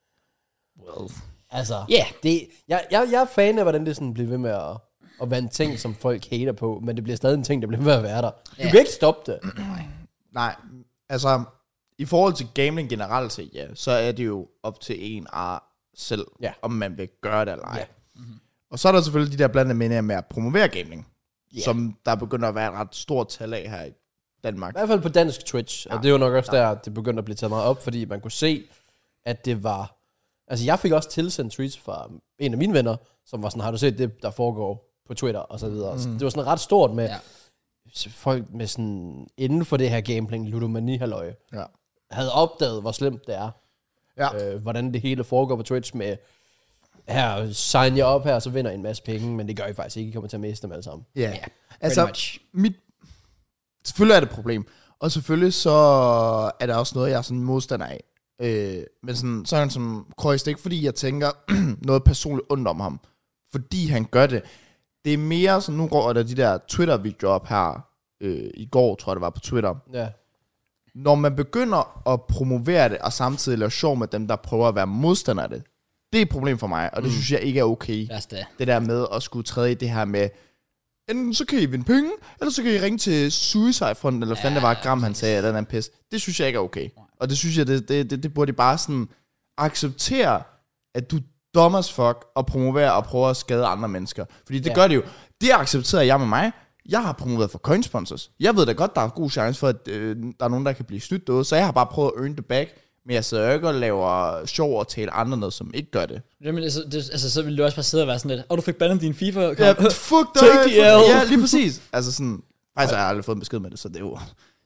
Well. Altså, Ja. det, jeg er fan af, hvordan det sådan bliver ved med at være en ting, som folk hater på, men det bliver stadig en ting, der bliver ved at være der. Du Ja. kan ikke stoppe det. Nej, altså, i forhold til gambling generelt set, ja, så er det jo op til en selv, Ja. om man vil gøre det eller ej. Ja. Og så er der selvfølgelig de der blandede meninger med at promovere gambling, Ja. som der begynder at være et ret stort tal af her i Danmark. I hvert fald på dansk Twitch, og det er jo nok også der, det begyndte at blive taget meget op, fordi man kunne se, at det var... Altså, jeg fik også tilsendt tweets fra en af mine venner, som var sådan, har du set det, der foregår på Twitter, og så videre. Så det var sådan ret stort med folk med sådan, inden for det her gambling, ludomani-halløje, Ja. havde opdaget, hvor slemt det er. Ja. Hvordan det hele foregår på Twitch med, her, sign jer op her, så vinder I en masse penge, men det gør I faktisk ikke, I kommer til at miste dem alle sammen. Ja. Ja, Altså, much. selvfølgelig er det et problem, og selvfølgelig så er der også noget, jeg er sådan modstander af. Men sådan som Krois, det er ikke fordi, jeg tænker noget personligt ondt om ham, fordi han gør det. Det er mere sådan, nu går der de der Twitter-videoer op her, i går tror jeg det var på Twitter. Ja. Når man begynder at promovere det, og samtidig lave sjov med dem, der prøver at være modstandere af det, det er et problem for mig, og det synes jeg ikke er okay. Lad os det. Det der med at skulle træde i det her med, enten så kan I vinde penge, eller så kan I ringe til Suicide Fund, eller fanden det var Gram, han sagde, eller den anden pis. Det synes jeg ikke er okay. Og det synes jeg, det burde de bare sådan acceptere, at du dumb as fuck, og promovere og prøve at skade andre mennesker. Fordi det gør det jo. Det accepterer jeg med mig. Jeg har promoveret for coinsponsors. Jeg ved da godt, der er god chance for, at der er nogen, der kan blive snydt derude, så jeg har bare prøvet at earn the back, men jeg sidder jo ikke og laver sjov og tale andre noget, som ikke gør det. Jamen, altså, så ville du også bare sidde og være sådan lidt, du fik bandet din FIFA. Ja, fuck dig. Take the L. Ja, lige præcis. Altså sådan, faktisk har jeg aldrig fået en besked med det, så det er jo...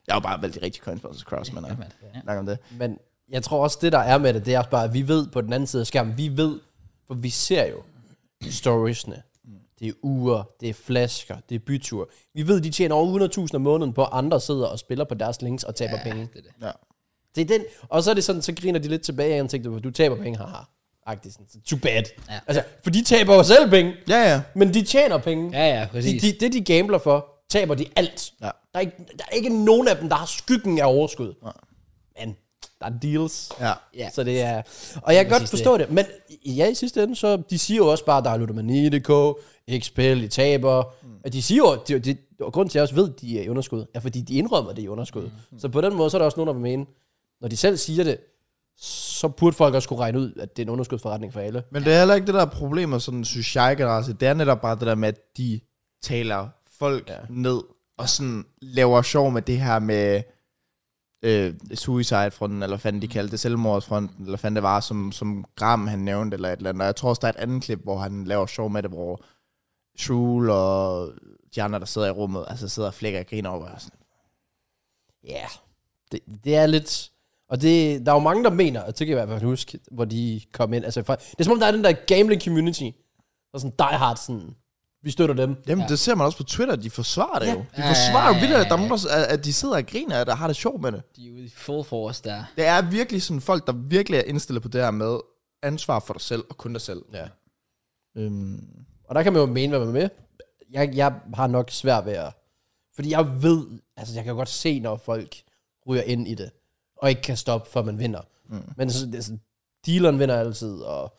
Jeg har jo bare valgt de rigtige coins på Kraus, men nok om det. Men jeg tror også, det der er med det, det er også bare, at vi ved på den anden side af skærmen, vi ved, for vi ser jo storiesne. Det er uger, det er flasker, det er byture. Vi ved, de tjener over 100.000 om måneden på, andre sidder og spiller på deres links og taber penge. Det er det. Ja. Det er den, og så er det sådan, så griner de lidt tilbage, og tænker, du taber penge, haha. Agtigt sådan, too bad. Ja. Altså, for de taber jo selv penge, Ja. men de tjener penge. Ja, præcis. Det de gambler for, taber de alt. Ja. Der er ikke nogen af dem, der har skyggen af overskud. Ja. Men der er deals. Ja. Så det er... Og jeg kan godt forstå det. Men ja, i sidste ende, så de siger jo også bare, der er ludomani.dk, XPL, I taber. At de siger jo, og grunden til, at jeg også ved, at de er i underskud, er fordi de indrømmer, at de er i underskud. Så på den måde, så er der også nogen, der vil mene, når de selv siger det, så burde folk også kunne regne ud, at det er en underskudsforretning for alle. Men det er heller ikke det der problemer, sådan synes jeg generelt. Det er netop bare det der med, at de taler folk ned, og sådan laver sjov med det her med suicide-fronten, eller fanden de kaldte det, selvmordsfronten, eller fanden det var, som Gram han nævnte, eller et eller andet. Og jeg tror også, der er et andet klip, hvor han laver sjov med det, hvor Shul og de andre, der sidder i rummet, altså sidder og flækker og griner over. Ja, det er lidt... Og der er jo mange, der mener, og det kan jeg i hvert fald huske, hvor de kom ind. Altså, det er som om, der er den der gambling community, der er sådan die hard, sådan, vi støtter dem. Jamen, det ser man også på Twitter, de forsvarer det jo. De forsvarer jo vildt, at der er nogen, at de sidder og griner, der har det sjovt med det. De er ude i full force der. Det er virkelig sådan folk, der virkelig er indstillet på det her med ansvar for dig selv og kun dig selv. Ja. Og der kan man jo mene, hvad man vil. Jeg har nok svært ved at... Fordi jeg ved, altså jeg kan godt se, når folk ryger ind i det, og ikke kan stoppe, før man vinder. Men så, dealeren vinder altid, og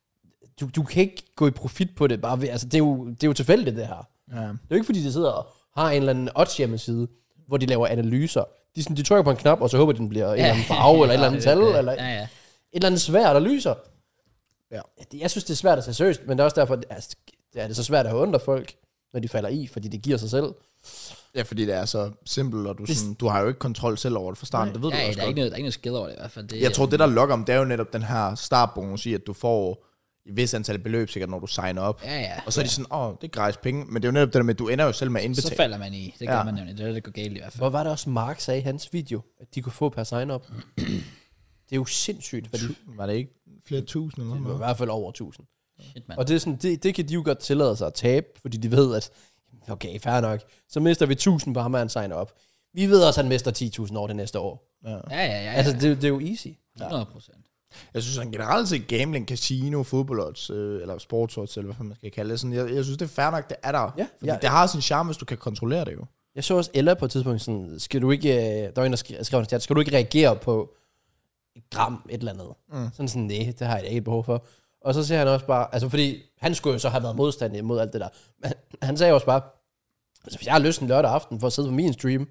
du kan ikke gå i profit på det, bare ved, altså det er jo tilfældigt det her. Ja. Det er jo ikke fordi, de sidder og har en eller anden odds hjemmeside, hvor de laver analyser. De trykker på en knap, og så håber, den bliver en eller anden farve, eller et eller andet tal, eller et eller andet svært, der lyser. Ja. Jeg synes, det er svært at tage seriøst, men det er også derfor, altså, det er så svært at have ondt af folk, når de falder i, fordi det giver sig selv. Ja, fordi det er så simpelt, og du har jo ikke kontrol selv over det fra starten, det ved du også der er ikke noget skill over det i hvert fald. Jeg tror, det der lokker om, det er jo netop den her startbonus i, at du får et vis antal beløb, sikkert når du signer op. Og så er de sådan, det er gratis penge, men det er jo netop det der med, at du ender jo selv med at indbetale. Så falder man i, det gør man nemlig, det går galt i hvert fald. Hvor var det også Mark sagde i hans video, at de kunne få per sign-up? Det er jo sindssygt. Var det ikke flere tusind eller noget? Det var i hvert fald over 1000. Shit, og det er sådan, det kan de jo godt tillade sig at tabe, fordi de ved, at okay, fair nok, så mister vi 1000 på ham, han signer op. Vi ved også, at han mister 10.000 over det næste år. Ja. Altså, det er jo easy. 100%. Jeg synes sådan generelt set gambling, casino, fodboldodds, eller sportsodds, eller hvad man skal kalde det. Sådan, jeg synes, det er fair nok, det er der. Ja, fordi det har sin charme, hvis du kan kontrollere det jo. Jeg så også Ella på et tidspunkt sådan, skal du ikke, der var en, der skrev en chat, skal du ikke reagere på et gram et eller andet? Sådan, nej, det har jeg ikke behov for. Og så siger han også bare, altså fordi han skulle jo så have været modstandig mod alt det der. Men han sagde også bare, altså hvis jeg har lyst en lørdag aften for at sidde på min stream,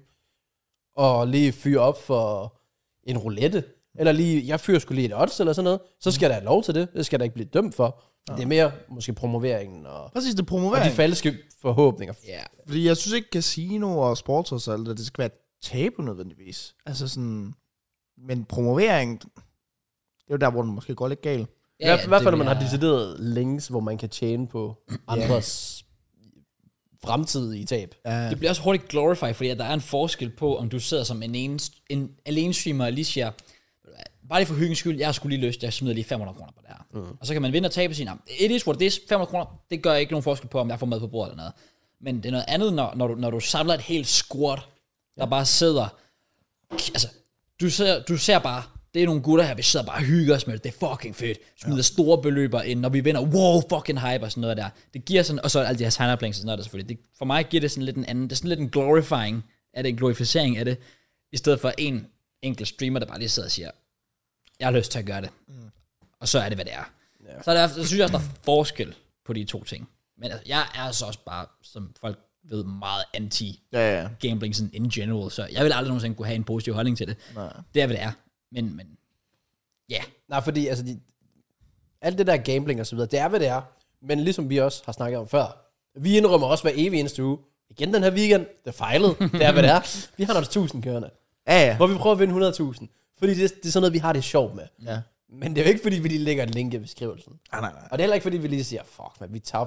og lige fyre op for en roulette, eller lige, jeg fyrer skulle lige et odds eller sådan noget, så skal der have lov til det. Det skal der ikke blive dømt for. Det er mere måske promoveringen og, præcis, det er promovering. Og de falske forhåbninger. Ja, fordi jeg synes ikke, casino og sports og alt det skal være tabu nødvendigvis. Altså sådan, men promovering, det er jo der, hvor den måske går lidt galt. I hvert fald, når man har decideret links, hvor man kan tjene på andres fremtidige tab. Det bliver også hurtigt glorified, fordi der er en forskel på, om du sidder som en alene streamer og lige siger, bare lige for hyggens skyld, jeg har sgu lige lyst, jeg smider lige 500 kroner på det her. Og så kan man vinde og tabe og sige, it is what it is, 500 kroner, det gør ikke nogen forskel på, om jeg får mad på bordet eller noget. Men det er noget andet, når du samler et helt squad, der bare sidder, altså, du ser bare, det er nogle gutter her, vi sidder bare og hygger os med det, det er fucking fedt, smider store beløber ind, når vi vinder, wow, fucking hype og sådan noget der. Det giver sådan, og så alle de her sign-up links og sådan noget der selvfølgelig. For mig giver det sådan lidt en anden, det er sådan lidt en glorifying af det, en glorificering af det, i stedet for en enkelt streamer, der bare lige sidder og siger, jeg har lyst til at gøre det. Og så er det, hvad det er. Ja. Så synes jeg også, der er forskel på de to ting. Men altså, jeg er så også bare, som folk ved, meget anti-gambling sådan in general, så jeg vil aldrig nogensinde kunne have en positiv holdning til det. Nej. Det er, hvad det er. Men ja. Nej, fordi altså, alt det der gambling og så videre, det er, hvad det er. Men ligesom vi også har snakket om før, vi indrømmer også hver evig eneste uge. Igen den her weekend, det fejlede. Det er, hvad det er. Vi har noget 1000 kørende. Hvor vi prøver at vinde 100.000. Fordi det er sådan noget, vi har det sjovt med. Ja. Men det er jo ikke, fordi vi lige lægger et link i beskrivelsen. Nej. Og det er heller ikke, fordi vi lige siger, fuck, man, vi tabte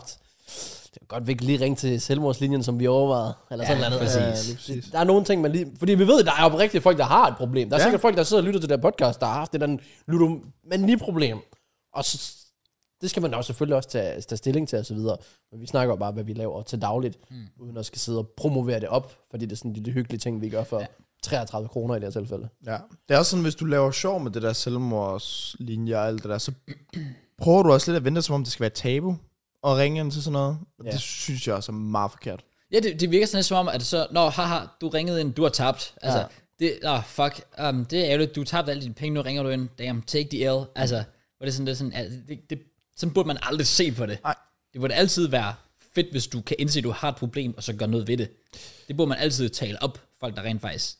Det er godt, vi ikke lige ringe til selvmordslinjen, som vi overvejede. Eller sådan noget. præcis. Der er nogle ting, man lige... Fordi vi ved, der er jo rigtigt folk, der har et problem. Der er sikkert folk, der sidder og lytter til det her podcast, der har haft det der ludomani-problem. Og så, det skal man også selvfølgelig også tage stilling til og så videre. Men vi snakker jo bare, hvad vi laver til dagligt, uden at skal sidde og promovere det op, fordi det er sådan de hyggelige ting, vi gør for 33 kroner i det her tilfælde. Ja. Det er også sådan, hvis du laver sjov med det der selvmordslinje og alt det der, så prøver du også lidt at vente, som om det skal være tabu, og ringe ind til sådan noget. Ja. Det synes jeg også er meget forkert. Ja, det virker sådan lidt som om, at så, haha, du ringede ind, du har tabt. Altså, det er ærgerligt, du tabte alle dine penge, nu ringer du ind, damn, take the L. Altså, hvor det er sådan, sådan burde man aldrig se på det. Nej. Det burde altid være fedt, hvis du kan indse, at du har et problem, og så gøre noget ved det. Det burde man altid tale op, folk der rent faktisk,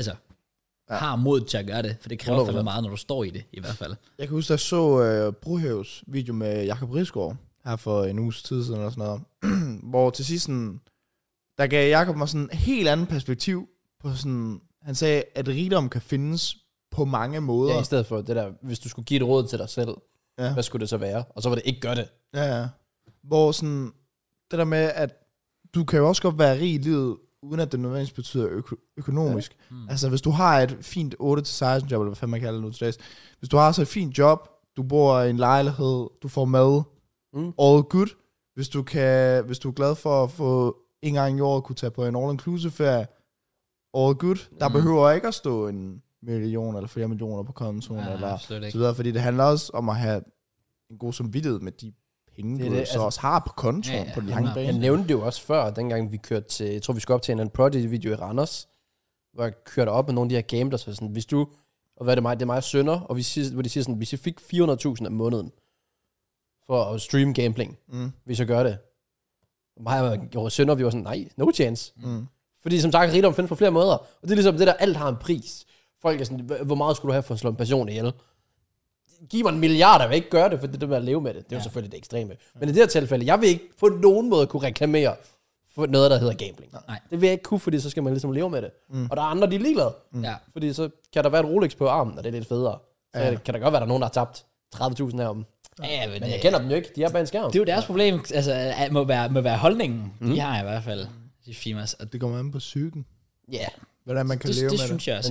har mod til at gøre det, for det kræver for meget, når du står i det, i hvert fald. Jeg kan huske, at jeg så Brohævs video med Jakob Risgaard, her for en uges tid siden, eller sådan noget, hvor til sidst sådan, der gav Jakob mig sådan en helt anden perspektiv på sådan, han sagde, at rigdom kan findes på mange måder. Ja, i stedet for det der, hvis du skulle give et råd til dig selv, hvad skulle det så være? Og så var det ikke gøre det. Ja. Hvor sådan, det der med, at du kan jo også godt være rig i livet, uden at det nødvendigvis betyder økonomisk. Ja. Altså, hvis du har et fint 8-16 job, eller hvad fanden man kalder det nu til dags, hvis du har så et fint job, du bor i en lejlighed, du får mad, all good. Hvis du er glad for at få en gang i år kunne tage på en all-inclusive ferie, all good. Der behøver ikke at stå 1 million eller flere millioner på kontoen, eller så videre, fordi det handler også om at have en god samvittighed med de penge, du så også har på kontoen på de lange bane. Jeg nævnte det jo også før, dengang vi kørte til, jeg tror vi skulle op til en Prodigy-video i Randers, hvor jeg kørte op med nogle af de her gamblers, sådan, hvis du, og hvad er det mig og sønner, og hvor de siger sådan, hvis jeg fik 400.000 om måneden, for at streame gambling, hvis jeg gør det. Mig og sønner, vi var sådan, nej, no chance. Fordi som sagt, rigdom findes på flere måder, og det er ligesom det der, alt har en pris. Folk er sådan, hvor meget skulle du have for at slå en person ihjel? Giv mig 1 milliard, jeg vil ikke gøre det, for det er det med at leve med det. Det er jo selvfølgelig det ekstreme. Men i det her tilfælde, jeg vil ikke på nogen måde kunne reklamere for noget, der hedder gambling. Nej. Det vil jeg ikke kunne, fordi så skal man ligesom leve med det. Og der er andre, de er ligeglade. Fordi så kan der være et Rolex på armen, og det er lidt federe. Så kan der godt være, der er nogen, der har tabt 30.000 her om. Ja, men jeg kender dem jo ikke. De er bag en skærm. Det er jo deres problem. Altså, må være holdningen. De har i hvert fald. De firmas. Og det kommer an på psyken. Ja. Hvordan man kan leve med det. Det synes jeg også.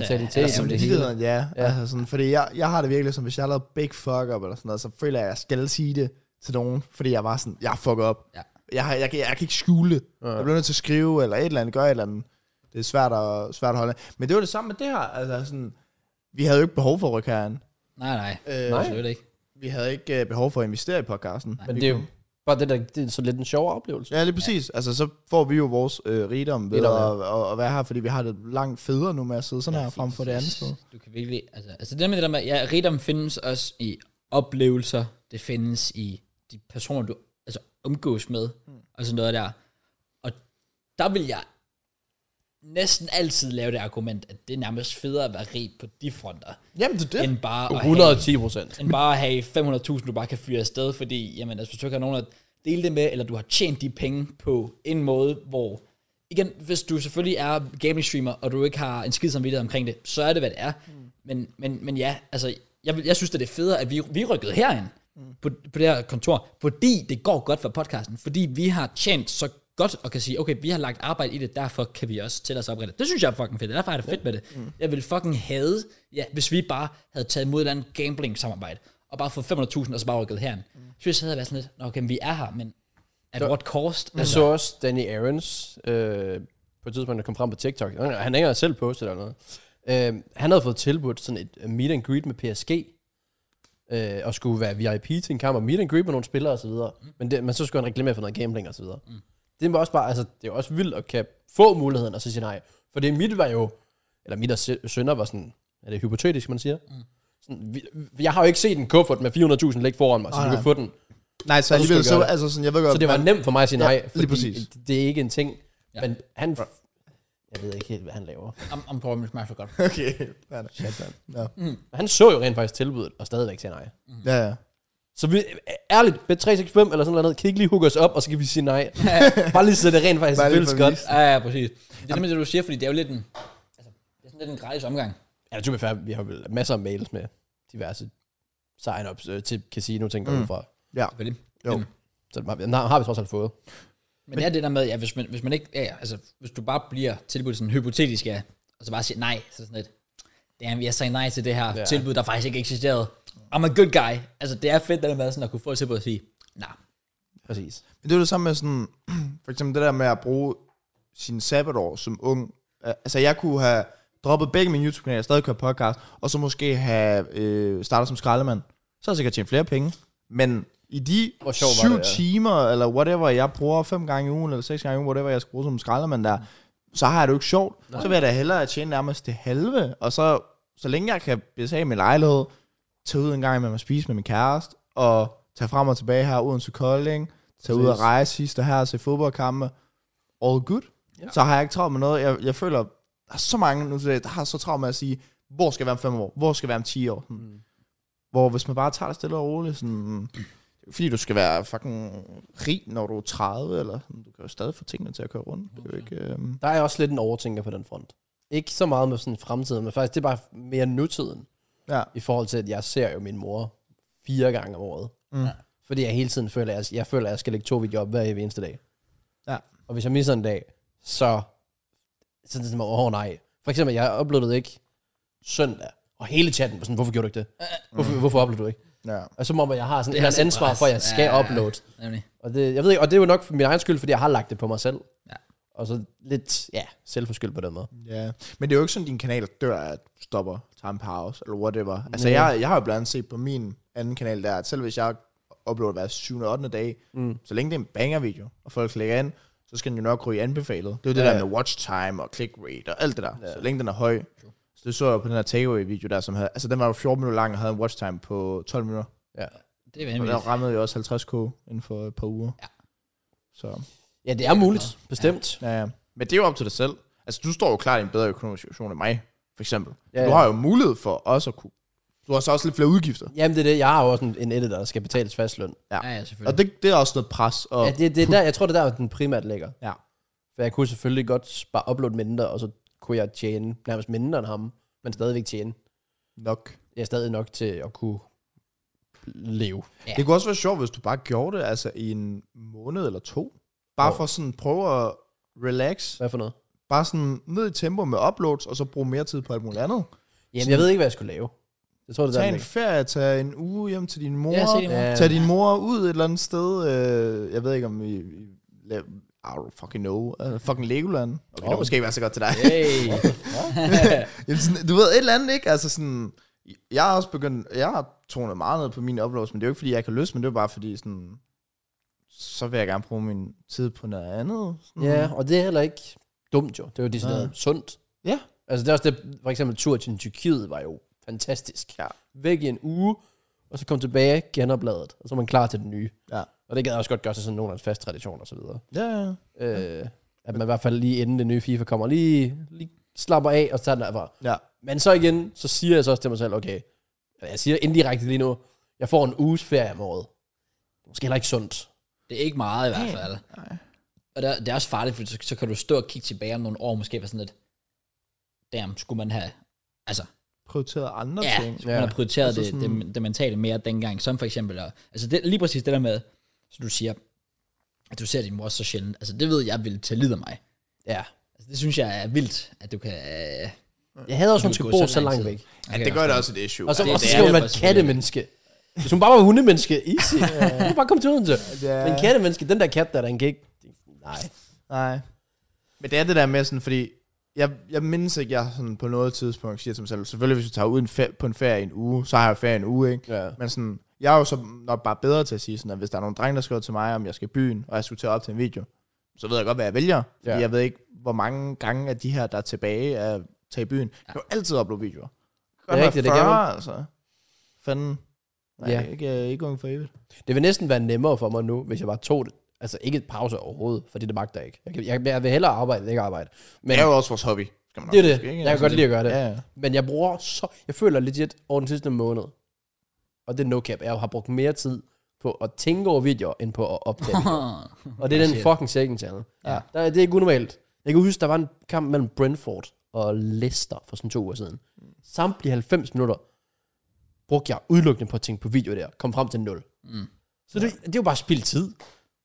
Altså sådan, fordi jeg har det virkelig som, hvis jeg har lavet big fuck up eller sådan noget, så føler jeg skal sige det til nogen, fordi jeg var sådan, jeg fuck op. Ja. Jeg kan ikke skjule det. Jeg bliver nødt til at skrive, eller et eller andet, gøre et eller andet. Det er svært at holde. Men det var det samme med det her. Altså sådan, vi havde jo ikke behov for at rykke herind. Nej. Absolut ikke. Vi havde ikke behov for at investere i podcasten. Men det er jo bare det er så lidt en sjovere oplevelse. Ja, lige præcis. Altså, så får vi jo vores rigdom ved at være her, fordi vi har det langt federe nu med at sidde sådan her frem for det andet sted. Du kan virkelig, altså det der med, rigdom findes også i oplevelser, det findes i de personer, du omgås med, og sådan noget der. Og der vil jeg næsten altid lave det argument, at det er nærmest federe at være rig på de fronter. Jamen, det er det. End bare 110%. End bare at have 500.000, du bare kan fyre afsted, fordi, jamen, hvis du ikke har nogen at dele det med, eller du har tjent de penge på en måde, hvor, igen, hvis du selvfølgelig er gaming streamer, og du ikke har en skid samvittighed omkring det, så er det, hvad det er. Men ja, altså, jeg synes, det er federe, at vi rykkede herind på det her kontor, fordi det går godt for podcasten, fordi vi har tjent så godt og kan sige, okay, vi har lagt arbejde i det, derfor kan vi også til os oprette. Det synes jeg er fucking fedt. Derfor er det fedt med det. Jeg vil fucking hade, hvis vi bare havde taget imod et eller andet gambling-samarbejde, og bare fået 500.000, og så bare rykket herind. Så jeg havde været sådan lidt, okay, vi er her, men at what cost? Jeg så også Danny Aarons, på et tidspunkt, der kom frem på TikTok. Han ikke selv postet eller noget. Han havde fået tilbudt sådan et meet and greet med PSG, og skulle være VIP til en kamp, og meet and greet med nogle spillere og så videre. Men så skulle han reklamere for noget gambling og så videre. Det er også bare, altså, det er også vildt at kan få muligheden, og så sige nej. For det mit var jo, eller mit og sønner var sådan, er det hypotetisk, man siger? Sådan, jeg har jo ikke set en kuffert med 400.000 ligge foran mig, så du kan få den. Nej, så alligevel, så, altså sådan, jeg ved godt. Så det var nemt for mig at sige nej, fordi præcis. Det er ikke en ting. Ja. Men han, jeg ved ikke helt, hvad han laver. I'm probably smager så godt. Okay. Shit, man. Han så jo rent faktisk tilbuddet, og stadigvæk sige nej. Ja. Så vi, ærligt, Bet365 eller sådan noget, kan ikke lige hooke os op, og så kan vi sige nej. Bare lige så det rent faktisk føles godt. Ja, præcis. Det er simpelthen det, du siger, fordi det er jo lidt en, altså, det er sådan lidt en gratis omgang. Ja, det er vi har vel masser af mails med diverse sign-ups til casino-ting derudfra. Ja. Selvfølgelig. Jo. Så den har vi trods alt fået. Men det er det der med, ja, hvis man ikke, ja, altså, hvis du bare bliver tilbudt sådan hypotetisk, ja, og så bare siger nej, så sådan lidt, damn, jeg sagde nej til det her tilbud, der faktisk ikke eksisterede. I'm a good guy. Altså, det er fedt, det der med sådan at kunne få et tilbud at sige, nej. Præcis. Men det er jo det samme med sådan, for eksempel det der med at bruge sin sabbatår som ung. Altså, jeg kunne have droppet begge mine YouTube-kanaler, stadig køre podcast, og så måske have startet som skraldemand. Så har jeg sikkert tjent flere penge. Men i de 7 timer, eller whatever, jeg bruger 5 gange i ugen, eller 6 gange i ugen, whatever jeg skal bruge som skraldemand der, så har jeg det jo ikke sjovt. Nej. Så vil jeg da hellere tjene nærmest det halve, og så længe jeg kan besage min lejlighed, tage ud en gang med at spise med min kæreste, og tage frem og tilbage her uden til Kolding, tage ud og rejse sidste her og se fodboldkampe, all good. Ja. Så har jeg ikke travlt med noget. Jeg føler, der er så mange nu, der har så travlt med at sige, hvor skal jeg være om 5 år? Hvor skal jeg være om 10 år? Hvor hvis man bare tager det stille og roligt, sådan, fordi du skal være fucking rig, når du er 30, eller sådan, du kan jo stadig få tingene til at køre rundt. Det er jo ikke, Der er også lidt en overtænker på den front. Ikke så meget med sådan fremtiden, men faktisk det er bare mere nutiden. Ja. I forhold til, at jeg ser jo min mor 4 gange om året. Ja. Fordi jeg hele tiden føler, at jeg skal lægge 2 videoer op hver eneste dag. Ja. Og hvis jeg misser en dag, så er det sådan, nej. For eksempel, jeg uploadede ikke søndag, og hele chatten var sådan, hvorfor gjorde du ikke det? Hvorfor uploader du ikke? Ja. Og så må jeg have sådan et ansvar for, at jeg skal uploade. Og det, jeg ved ikke, og det er jo nok for min egen skyld, fordi jeg har lagt det på mig selv. Ja. Og så lidt, selvforskyld på den måde. Ja, men det er jo ikke sådan, din kanal dør, at du stopper, tager en pause, eller whatever. Altså, jeg har jo blandt andet set på min anden kanal der, at selv hvis jeg uploader hver 7. og 8. dag, så længe det er en banger-video, og folk klikker ind, så skal den jo nok ryge anbefalet. Det er jo det der med watch time og click rate og alt det der. Ja. Så længe den er høj. Så det så jeg på den her takeaway-video der, som havde, altså den var jo 14 minutter lang og havde en watch time på 12 minutter. Ja, det er vanvittigt. Og der rammede jo også 50k inden for et par uger. Ja. Så. Ja, det er muligt. Bestemt. Ja. Men det er jo op til dig selv. Altså, du står jo klar i en bedre økonomisk situation end mig, for eksempel. Ja. Du har jo mulighed for også at kunne. Du har så også lidt flere udgifter. Jamen, det er det. Jeg har jo også en editor, der skal betales fastløn. Ja, selvfølgelig. Og det er også noget pres. Og ja, det er der, jeg tror, det er der, den primært ligger. Ja. For jeg kunne selvfølgelig godt bare uploade mindre, og så kunne jeg tjene nærmest mindre end ham, men stadigvæk tjene. Nok. Jeg er stadig nok til at kunne leve. Ja. Det kunne også være sjovt, hvis du bare gjorde det altså i en måned eller 2. Bare for sådan prøve at relax. Hvad for noget? Bare sådan ned i tempo med uploads, og så bruge mere tid på alt muligt andet. Jamen, sådan, jeg ved ikke, hvad jeg skulle lave. Jeg tror, det tag en ferie, tag en uge hjem til din mor. Ja, tag din mor ud et eller andet sted. Jeg ved ikke, om I I don't fucking know. Fucking Legoland. Okay, det måske ikke være så godt til dig. Hey. Du ved, et eller andet, ikke? Altså sådan, jeg har også begyndt, jeg har tonet meget ned på mine uploads, men det er jo ikke, fordi jeg ikke har lyst, men det er bare fordi sådan, så vil jeg gerne bruge min tid på noget andet. Sådan. Ja, og det er heller ikke dumt jo. Det er jo decideret sundt. Ja. Altså det er også det, for eksempel tur til Tyrkiet var jo fantastisk. Ja. Væk i en uge, og så kom tilbage, genopladet, og så er man klar til den nye. Ja. Og det kan også godt gøre sig sådan nogle af fast tradition og så videre. Ja. At man i hvert fald lige inden det nye FIFA kommer, lige slapper af, og så tager den derfra. Ja. Men så igen, så siger jeg så også til mig selv, okay, jeg siger indirekte lige nu, jeg får en uges ferie om året. Måske heller ikke sundt. Det er ikke meget i hvert fald. Nej. Og det er også farligt, for så kan du stå og kigge tilbage om nogle år, måske være sådan lidt, damn, skulle man have, altså, prioriteret andre ting. Ja, man har prioriteret altså det mentale mere dengang, som for eksempel, altså det, lige præcis det der med, så du siger, at du ser din mor så sjældent, altså det ved jeg vil tage lid af mig. Ja. Altså, det synes jeg er vildt, at du kan. Jeg havde også, hun skal bo så langt væk. Ja, det gør det også et issue. Og så skal hun være et kattemenneske. Hvis hun bare var hundemenneske, easy. Hun kan bare komme til Odense. Men kattemenneske, den der kat der, den kan ikke. Nej. Men det er det der med sådan, fordi jeg mindes ikke, jeg sådan på noget tidspunkt siger til mig selv, selvfølgelig hvis du tager ud på en ferie i en uge, så har jeg ferie en uge, ikke? Ja. Men sådan, jeg er jo så nok bare bedre til at sige sådan, at hvis der er nogle drenge, der skriver til mig, om jeg skal i byen, og jeg skal tage op til en video, så ved jeg godt, hvad jeg vælger. Fordi jeg ved ikke, hvor mange gange af de her, der er tilbage at tage i byen. Jeg kan jo altid uploade videoer. Det er rigtigt, det kan man. Altså. Fanden. Nej, ikke unge for evigt. Det vil næsten være nemmere for mig nu, hvis jeg bare tog det. Altså ikke et pause overhovedet, fordi det magter jeg ikke. Jeg vil hellere arbejde, end ikke arbejde. Men det er jo også vores hobby. Det er det. Jeg kan godt lide at gøre det. Ja. Men jeg føler legit over den sidste måned, og det er no cap, jeg har brugt mere tid på at tænke over videoer, end på at optage videoer. Og det er den fucking second channel. Ja. Det er ikke unormalt. Jeg kan huske, der var en kamp mellem Brentford og Leicester for sådan 2 uger siden. Samtlige 90 minutter brugte jeg udelukkende på at tænke på video der. Kom frem til 0. Så det er jo bare spildt tid.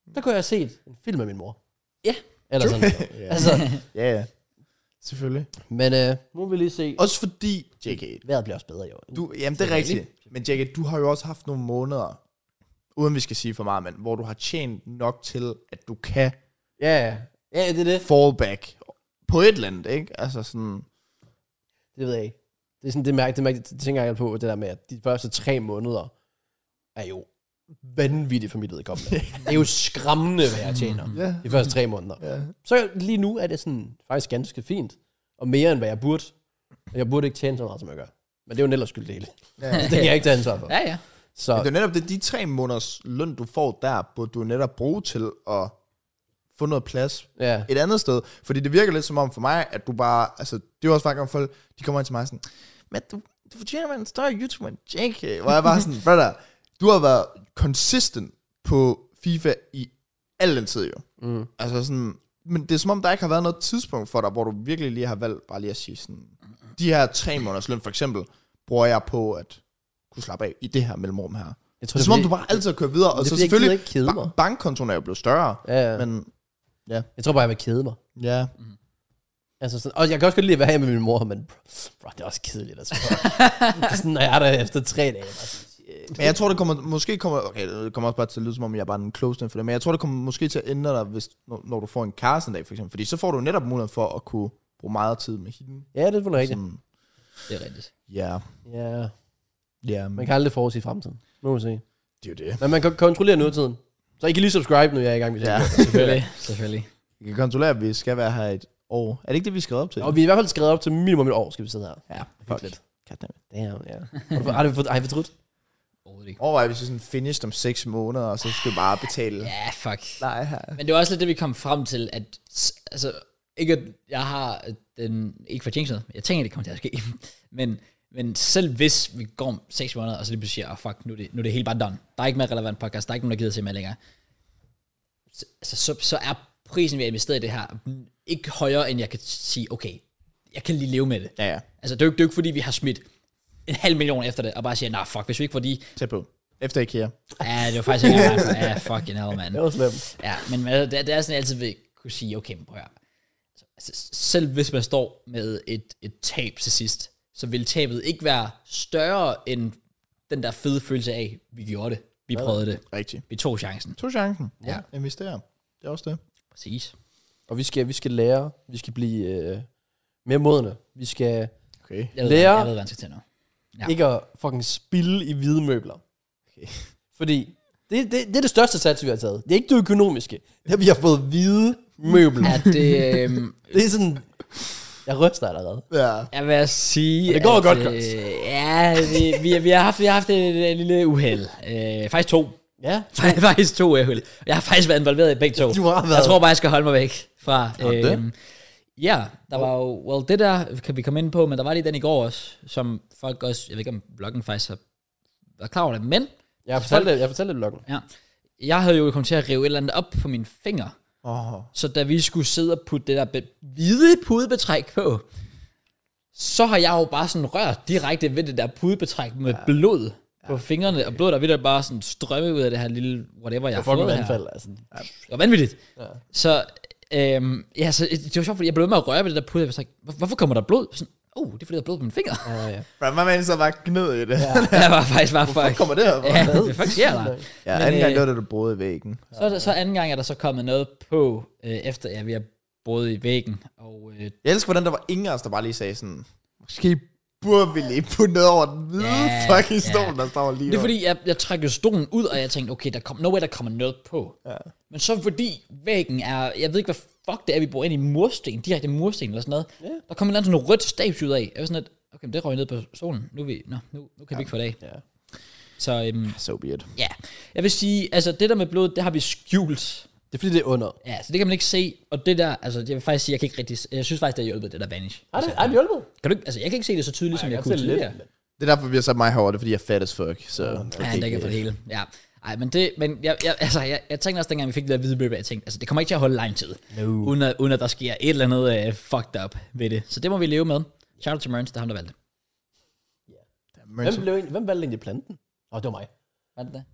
Der kunne jeg have set en film med min mor. Ja. Eller sådan. Altså, Ja. Selvfølgelig. men nu vil vi lige se. Også fordi, JK, Vejret bliver også bedre i år. jamen det er rigtigt. Men JK, du har jo også haft nogle måneder, uden vi skal sige for meget, men hvor du har tjent nok til, at du kan Ja, det er det. fallback på et eller andet, ikke? Altså sådan... Det ved jeg ikke. Det er sådan, det tænker jeg på, det der med, at de første 3 måneder er jo vanvittigt for mit vedkommende. Det er jo skræmmende, hvad jeg tjener Ja. de første 3 måneder. Ja. Så lige nu er det sådan faktisk ganske fint, og mere end hvad jeg burde. Jeg burde ikke tjene så meget, som jeg gør. Men det er jo Nellers skyld det Ja. kan jeg ikke tage ansvar for. Ja. Så Men det er netop det, de 3 måneders løn, du får der, burde du netop bruge til at få noget plads ja. et andet sted. Fordi det virker lidt som om for mig, at du bare, altså det er jo også faktisk, folk, de kommer ind til mig sådan, men du fortjener en større YouTuber end JK. Hvor jeg bare sådan, brother, du har været consistent på FIFA i al den tid jo. Mm. Altså sådan, men det er som om, der ikke har været noget tidspunkt for dig, hvor du virkelig lige har valgt bare lige at sige sådan, de her 3 måneders løn for eksempel, bruger jeg på at kunne slappe af i det her mellemrum her. Jeg tror, Det er som om, du bare altid kører videre, og så selvfølgelig, ikke kede mig. bankkontoen er jo blevet større, Ja. men Jeg tror bare, jeg vil kede mig. ja. Altså sådan, og jeg kan også godt lide at være her med min mor, men bro, det er også kedeligt. Altså. Det er sådan, når jeg er der efter 3 dage. Bare sådan, shit. Men jeg tror, det kommer, okay, det kommer også bare til at lyde, som om jeg er bare en close for det, men jeg tror, det kommer måske til at ændre dig, hvis, når du får en kæreste en dag, for eksempel, fordi så får du netop mulighed for at kunne bruge meget tid med hende. Ja, det er selvfølgelig rigtigt. Sådan, Det er rigtigt. ja, Ja, man kan aldrig forudsige fremtiden. Nu må vi se. det er jo det. Men man kan kontrollere nutiden. Så I kan lige subscribe, nu jeg er i gang med det. Ja. Selvfølgelig. Vi kan kontrollere, at vi skal være her et år. Er det ikke det, vi skal op til? Og vi er i hvert fald skrevet op til minimum et år, skal vi sidde her. Ja, Hyggeligt. goddammit. Damn, ja. Har I fortrudt? Overhovedet ikke. Overvej, hvis vi sådan finished om 6 måneder, og så skal vi bare betale. Ja, fuck. Nej, her. Men det var også lidt det, vi kom frem til, at altså, ikke at jeg har den, ikke fortjent noget, jeg tænker, det kommer til at ske, men selv hvis vi går om 6 måneder, og så lige pludselig siger, fuck, nu er det hele bare done. Der er ikke mere relevant podcast, der er ikke nogen, der gider til mig længere. Så er prisen, vi har investeret i det her, ikke højere, end jeg kan sige, okay, jeg kan lige leve med det. Ja. Altså, det er jo ikke fordi, vi har smidt 500.000 efter det, og bare siger, nej, fuck, hvis vi ikke får de... Tæt på. Efter IKEA. Ja, det var faktisk ikke engang for, ja, fucking hell, man. Det var slemt. Ja, men altså, det er sådan, jeg altid vil kunne sige, okay, men prøv at høre. Altså, selv hvis man står med et tab til sidst, så vil tabet ikke være større end den der fede følelse af, vi gjorde det, vi prøvede det, Rigtigt. vi tog chancen. Tog chancen. Ja. Investere. Det er også det. Præcis. Og vi skal lære, vi skal blive mere modne. Vi skal Okay. Jeg ved, Lære- jeg ved, hvad man skal til nu. Ja. ikke at fucking spilde i hvide møbler. Okay. Fordi det er det største sats, vi har taget. Det er ikke det økonomiske. Det er, vi har fået hvide møbler. Ja, det, Det er sådan... Jeg ryster allerede. Ja. jeg vil sige, Og det går at, godt, Kons. ja, vi har haft et lille uheld. Faktisk 2. Ja. Faktisk 2 uheld. Jeg har faktisk været involveret i begge 2. Du har været. Jeg tror bare, jeg skal holde mig væk fra... det? Ja, der var jo... Well, det der kan vi komme ind på, men der var lige den i går også, som folk også... Jeg ved ikke, om bloggen faktisk har været klar over det, men... Jeg fortalte det i bloggen. Ja, jeg havde jo kommet til at rive et eller andet op på mine fingre. Så da vi skulle sidde og putte det der hvide pudebetræk på, så har jeg jo bare sådan rørt direkte ved det der pudebetræk med blod på fingrene, og blodet der ved bare sådan strømme ud af det her lille whatever, jeg har fået her. anfald, altså. Det var vanvittigt. Ja. Så, så det var sjovt, fordi jeg blev ved med at røre ved det der pudebetræk. Hvorfor kommer der blod? Sådan, det er fordi, der er blod på mine fingre. Ja. Hvad man så bare gnød i det? Ja. Jeg var faktisk bare Hvorfor kommer det her fra? Ja, det faktisk sker der. Ja, Men, anden gang, det var det, du brød i væggen. Så anden gang er der så kommet noget på, efter vi har boet i væggen. Og, Jeg elsker, hvordan der var ingen af os, der bare lige sagde sådan, måske burde vi lige putte noget over den hvide fucking stol, der står lige det er fordi, jeg trak jo stolen ud, og jeg tænkte, okay, der kommer noget på. Ja. Men så fordi væggen er, jeg ved ikke, hvad fuck det er, vi bor ind i mursten, direkte mursten eller sådan noget. Yeah. Der kom en eller anden sådan rødt stabs ud af. Jeg var sådan lidt, okay, men det røg ned på stolen. Nu kan vi ikke få det af. Ja. Så So be it. ja, jeg vil sige, altså det der med blod, det har vi skjult. Det er fordi, det er under. Ja, så det kan man ikke se. Og det der, altså jeg vil faktisk sige, jeg synes faktisk, det har hjulpet, det der vanish. Har det hjulpet? Kan du ikke, altså jeg kan ikke se det så tydeligt, som jeg kunne tidligere. Det er derfor, vi har sat mig herovre, det er fordi, jeg er fat as fuck. Så Ja, han dækker for det hele. Ja. Ej, men jeg tænkte også, dengang vi fik det der hvide møbler, jeg tænkte, altså det kommer ikke til at holde lang tid, uden at der sker et eller andet fucked up ved det. Så det må vi leve med. Shout out til Mørns, det er ham, der valgte det. Hvem valgte egentlig planten? Det var mig. Var det det? Ja.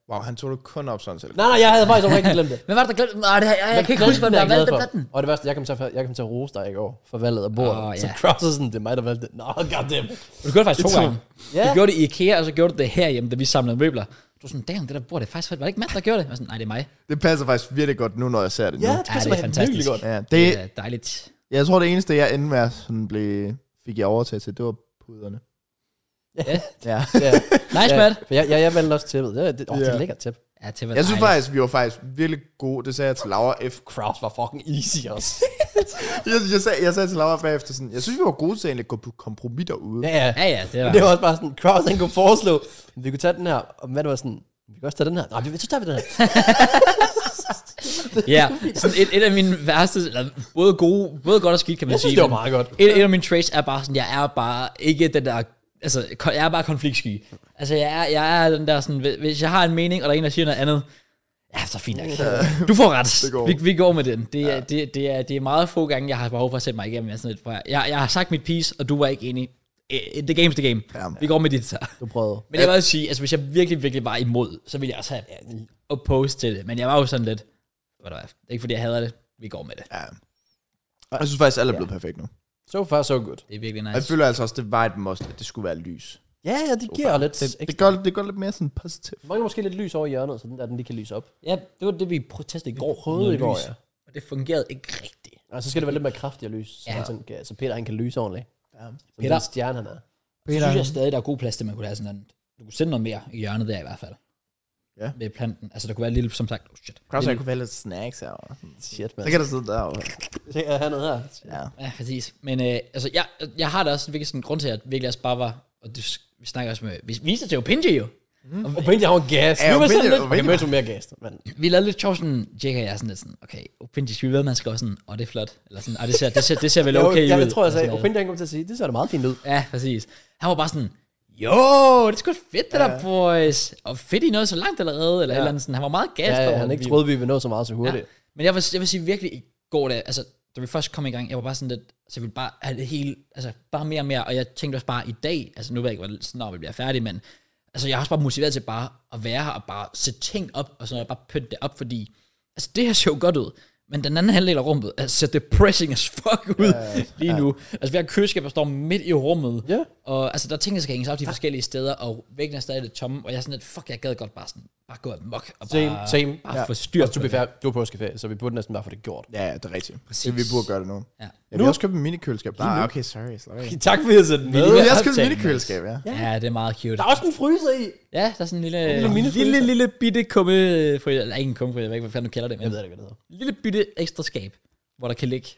Wow, han tog det kun op sådan selv. Nej, jeg havde faktisk rigtig glemt det. Men var der glemt? Nej, jeg kan ikke huske, hvad der valgte platten. Og det værste, jeg kom til at rose dig i går for valget af bordet. Så Kraus er sådan, det er mig, der valgte det. Nå, goddamn. Du gjorde det faktisk 2 gange. Ja. Du gjorde det i IKEA, og så gjorde du det herhjemme, da vi samlede møbler. Du var sådan, damn, det der bord, det er faktisk fedt. Var det ikke Matt, der gjorde det? Jeg var sådan, nej, det er mig. Det passer faktisk virkelig godt nu, når jeg ser det nu. Ja, det passer fantastisk godt. Ja, Det er dejligt. Jeg tror, det eneste, jeg endte med at sådan fik jeg overtaget til, det var puderne. Ja. Ja. Nice, Matt. For jeg valgte også tæppet. Det er et lækkert tæppe. Ja, det var Jeg synes dejligt. faktisk, vi var faktisk virkelig gode. Det sagde jeg til Laura F. Kraus var fucking easy også. Jeg sagde til Laura bagefter sådan, jeg synes, vi var gode til egentlig at gå på kompromis derude. Ja, det var. Det var også bare sådan, Kraus han kunne foreslå, vi kunne tage den her, og Matt var sådan, vi kan også tage den her. Nej, så tager vi den her. Ja, sådan et af mine værste, eller både godt og skidt, kan man Jeg sige. synes, det var meget godt. Et af mine traits er bare sådan, jeg er bare ikke den der, altså, jeg er bare konfliktsky. Altså, jeg er den der sådan, hvis jeg har en mening, og der er en, der siger noget andet, ja, så fint nok. Du får ret. Vi går med den. Det er meget få gange, jeg har behov for at sætte mig igennem. Jeg har sagt mit piece, og du var ikke enig. The game's the game. Vi går med dit så. Du prøvede. Men jeg vil også sige, altså hvis jeg virkelig var imod, så ville jeg også have opposed til det. Men jeg var jo sådan lidt, det er ikke fordi jeg hader det, vi går med det. Ja. Jeg synes faktisk, alle er blevet perfekt nu. So far, so good. Det er virkelig nice. Jeg føler altså også, det var et must, at det skulle være lys. Ja, det giver lidt Det gør lidt mere sådan positivt. Der mangler måske lidt lys over i hjørnet, så den der, den lige kan lyse op. Ja, det var det, vi testede i går. Prøvede i går, ja. Og det fungerede ikke rigtigt. Og så skal det være lidt mere kraftigere lys, så Peter han kan lyse ordentligt. Ja. Peter, den stjerne han er. Så synes jeg stadig, der er god plads til, at man kunne have sådan en, du kunne sætte noget mere i hjørnet der i hvert fald. Ja. Med planten. Altså der kunne være lidt, som sagt, Kraus, jeg kunne vælge lidt snacks herovre. Shit, man. Så kan der sidde derovre. Så jeg have noget her. Ja. præcis. Men altså, jeg har da også virkelig sådan en grund til, at virkelig også bare var, og vi snakker også med, vi viste til Opinji jo. Og Opinji har en gas. Ja, Nu var sådan Opinji- lidt, Opinji- jeg mødte mere gas. Men Vi lavede lidt sjov sådan, Jake og jeg er sådan lidt sådan, okay, Opinji, vi ved, man skal også sådan, det er flot. Eller sådan, det ser vel okay ud. jeg tror, jeg sagde, Sådan Opinji han kom til at sige, det ser da meget fint ud. Ja, præcis. Han var bare sådan, jo, det er sgu fedt det der, boys. Og fedt I noget så langt allerede, eller et eller andet sådan. Han var meget gas. Ja, han ikke troede, vi ville nå så meget så hurtigt. Ja. Men jeg vil sige virkelig i går, altså, da vi først kom i gang, jeg var bare sådan lidt, altså jeg ville bare have det hele, altså bare mere og mere, og jeg tænkte også bare i dag, altså nu ved jeg ikke, når vi bliver færdige, men altså jeg er også bare motiveret til bare at være her, og bare sætte ting op, og så bare pynte det op, fordi, altså det her ser jo godt ud, men den anden halvdel af rummet, altså ser depressing as fuck ud lige nu. Altså vi har køleskab, der står midt i rummet, og altså der er ting, der skal hænges op de forskellige steder, og væggen er stadig lidt tomme, og jeg er sådan lidt, fuck, jeg gad godt bare sådan, bare gå amok, og bare få styr på det. Du er påskeferie, så vi burde næsten bare få det gjort. Ja, det er rigtigt. Det, vi burde gøre det nu. Ja. Vi har også købt en minikøleskab. Nej, okay, sorry. Tak for at sætte den med. Vi har også købt en minikøleskab, ja. Ja, det er meget cute. Der er også en fryser i. Ja, der er sådan en lille bitte kummefryser, eller ikke en kummefryser, jeg ved ikke, hvad du kalder det, men Jeg ved ikke, hvad det hedder. lille bitte ekstra skab, hvor der kan ligge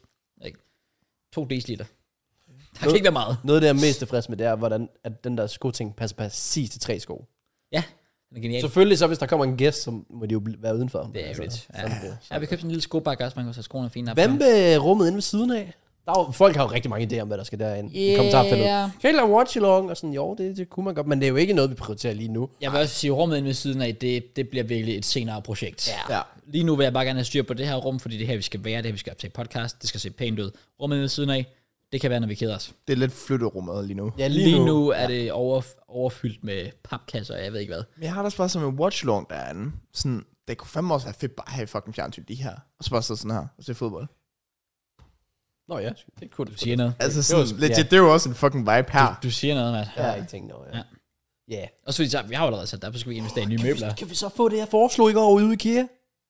2 deciliter. Der kan ikke være meget. Noget, det er mest tilfreds med, det er, hvordan at den der skoting passer præcis til 3 sko. Ja, den er genial. Selvfølgelig så, hvis der kommer en gæst, så må de jo være udenfor. Det er jo lidt. sådan det. Ja, vi købte sådan en lille skobakke også, man kan så skoene fint op. Hvad med rummet inde ved siden af? Folk har jo rigtig mange idéer om, hvad der skal derind. I kommentarfeltet. Kan I lave watch along? Og sådan, jo, det kunne man godt, men det er jo ikke noget, vi prioriterer lige nu. Jeg vil også sige, rummet inde ved siden af, det bliver virkelig et senere projekt. Ja. Lige nu vil jeg bare gerne have styr på det her rum, fordi det her, vi skal være, det her, vi skal optage podcast, det skal se pænt ud. Rummet inde ved siden af, det kan være, når vi keder os. Det er lidt flytterummet lige nu. Ja, Lige nu er det overfyldt med papkasser, og jeg ved ikke hvad. Men jeg har da også bare som en watch-long derinde. Sådan, det kunne fandme også være fedt bare at have fucking fjernsyn de her. Og så bare sidde sådan her og se fodbold. Nå ja, det kunne Du siger noget. Altså sådan, legit, det er jo også en fucking vibe her. Du siger noget, Matt. Jeg har ikke tænkt over, Ja. Ja. Også fordi vi har jo allerede sat der, så skal vi investere i nye møbler. Kan vi så få det, jeg foreslog i går ude i IKEA?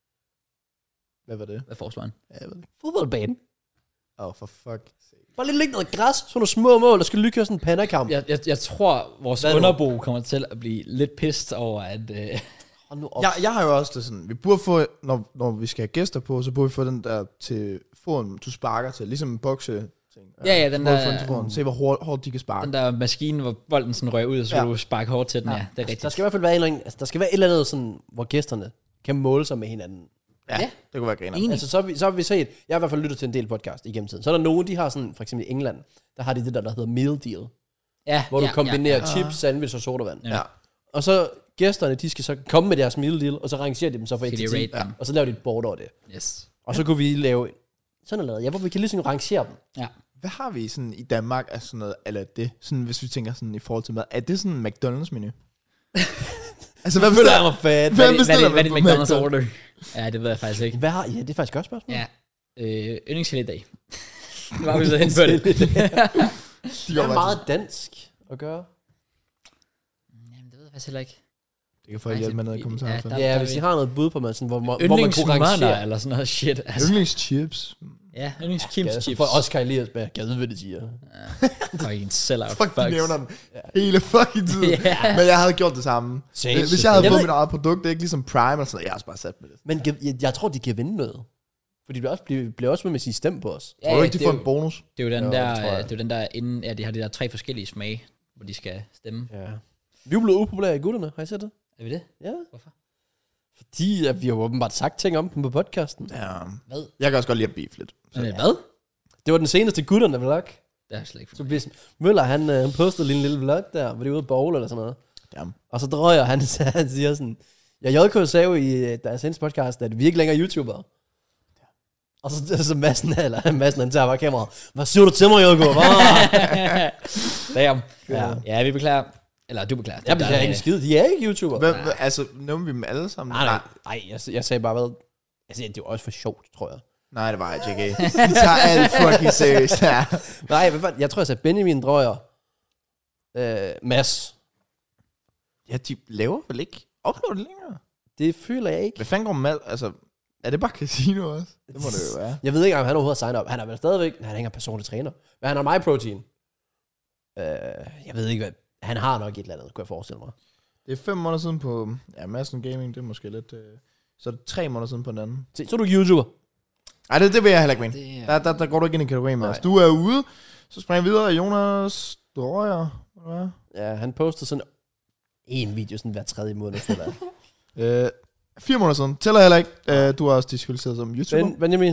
Hvad var det? Hvad foreslår han? Ja, jeg ved det. Fodboldbane. For fuck. Bare lidt lægge noget græs, sådan nogle små mål, der skal lykke sådan en pandakamp. Jeg tror, vores underbo kommer til at blive lidt pissed over, at... Jeg har jo også det sådan, vi burde få, når vi skal have gæster på, så burde vi få den der til foden, du sparker til, ligesom en bokse ting. Ja, den der... Se, hvor hårdt de kan sparke. Den der maskine, hvor bolden sådan rører ud, og så vil du sparke hårdt til den, ja. Det er rigtigt. Der skal i hvert fald være en eller anden, altså, der skal være et eller andet sådan, hvor gæsterne kan måle sig med hinanden. Ja, det kunne være griner. Enig. Altså, så har vi set, jeg har i hvert fald lyttet til en del podcast igennem tiden. Så er der nogen, de har sådan, for eksempel i England, der har de det der hedder meal deal. Ja, hvor du kombinerer chips, sandwich og sodavand. Ja. Og så gæsterne, de skal så komme med deres meal deal, og så rangerer de dem så for 1 til 10. Og så laver de et board over det. Yes. Og så kunne vi lave sådan noget, ja, hvor vi kan ligesom rangere dem. Ja. Hvad har vi sådan i Danmark af sådan noget, eller det, sådan, hvis vi tænker sådan i forhold til mad, er det sådan en McDonald's-menu? Altså, hvad føler jeg bestiller mig fat. Hvem Hvad bestiller er det man på McDonald's McDonald's? order? Ja, det ved jeg faktisk ikke. Hvad har... Ja, det er faktisk et godt spørgsmål. Ja. Yndlingshelligdag. Det var vi så hen på det. Det er meget dansk at gøre. Jamen, det ved jeg faktisk heller ikke. Det kan folk hjælpe med noget i kommentarfeltet. der- Ja, hvis I har noget bud på, man, sådan, hvor man kunne Yndlingsmander rangere. eller sådan noget shit. Altså. Yndlingschips. Ja, yndlingskimschips. For Oscar Elias, hvad jeg ved, hvad det siger. Og en sellout. Fuck, de nævner den hele fucking tiden. Ja. Men jeg havde gjort det samme. Same. Hvis jeg havde Jeg fået ved- mit eget produkt, det er ikke ligesom Prime eller sådan noget. Jeg har også bare sat med det. Men jeg tror, de kan vinde noget. Fordi de bliver også ved med at sige stem på os. Tror du ikke, de det får er en bonus? Det er jo den Jo, der, det tror jeg. det er jo den der inden, ja, de har de der 3 forskellige smage, hvor de skal stemme. Ja. Vi er blevet upopulære i gutterne, har I set det? Er vi det? Ja. Hvorfor? Fordi at vi har åbenbart sagt ting om dem på podcasten. Ja. Hvad? Jeg kan også godt lide at beef lidt. Hvad? Det var den seneste gutterne vlog. Det har jeg slet ikke Så hvis Møller, han postede en lille vlog der, hvor de er ude at bowl eller sådan noget. Damn. Og så drøjer han, han siger sådan, ja, JK sagde jo i deres seneste podcast, at vi ikke længere er YouTubere. Og så Madsen han tager bare kameraet. Hvad siger du til mig, JK? Damn. Ja. Ja, vi beklager. Eller du beklager. Jeg beklager ikke en skid. De er ikke YouTubere. Altså, nævner vi dem alle sammen? Nej, jeg sagde bare, hvad... Altså, det er jo også for sjovt, tror jeg. Nej, det var jeg, JK. Vi tager alt fucking seriøst her. Nej, jeg tror, jeg sagde Benjamin Drøjer. Mads. Ja, de laver vel ikke upload længere? Det føler jeg ikke. Hvad fanden går med? Altså, er det bare casino også? Det må det jo være. Jeg ved ikke, om han overhovedet har signet op. Han er vel stadigvæk... Han er ikke engang personlig træner. Men han har MyProtein. Jeg ved ikke, hvad... Han har nok et eller andet, kunne jeg forestille mig. Det er 5 måneder siden på... Ja, Madsen Gaming, det er måske lidt... Så er det 3 måneder siden på den anden. Se, så er du ikke YouTuber. Nej, det vil jeg heller ikke mene. Det Der går du ikke ind i kategorien, Mads. Nej. Du er ude, så springer vi videre. Jonas Drøjer. Hvad? Ja, han postede sådan en video sådan hver 3. måned. Føler jeg. 4 måneder siden. Tæller heller ikke. Du er også diskvalificeret som YouTuber. Benjamin.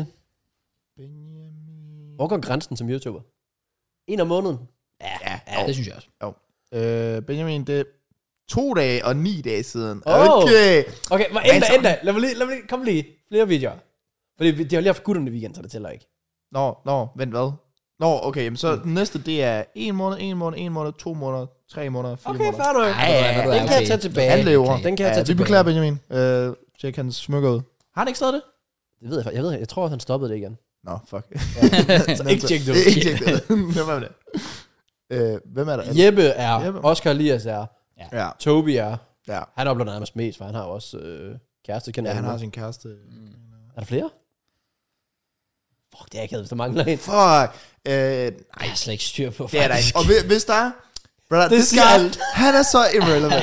Benjamin. Hvor går grænsen som YouTuber? 1 om måneden? Ja, det synes jeg også. Benjamin, det er 2 dage og 9 dage siden. Oh. Okay. Okay, endda. Lad mig lige, kom lige. Flere videoer. Fordi de har lige haft gutterne weekend, så det tæller ikke. Vent, hvad? Okay, jamen så den næste, det er 1 måned, 2 måneder, 3 måneder, 4 måneder. Okay, fair nok. Ja, Den kan jeg tage tilbage. Han lever. Den kan jeg tage Vi tilbage. beklager, Benjamin. Tjek hans smykker ud. Har han ikke stadig det? Det ved jeg faktisk. Jeg tror, han stoppede det igen. Nå, fuck. Så ikke tjek det ud. Ikke tjek det ud. Hvem er det? Hvem er der? Jeppe er. Jeppe. Oscar Elias er. Ja. Toby er. Ja. Han oplever nærmest mest, for han har jo også kæreste. Ja, han har sin kæreste. Er der flere? Fuck, det er ikke, hvis der mangler en. Fuck. Jeg har slet ikke styr på, Det er der faktisk. ikke. Og hvis der er... Brother, Det det skal skal... alt. Han er så irrelevant.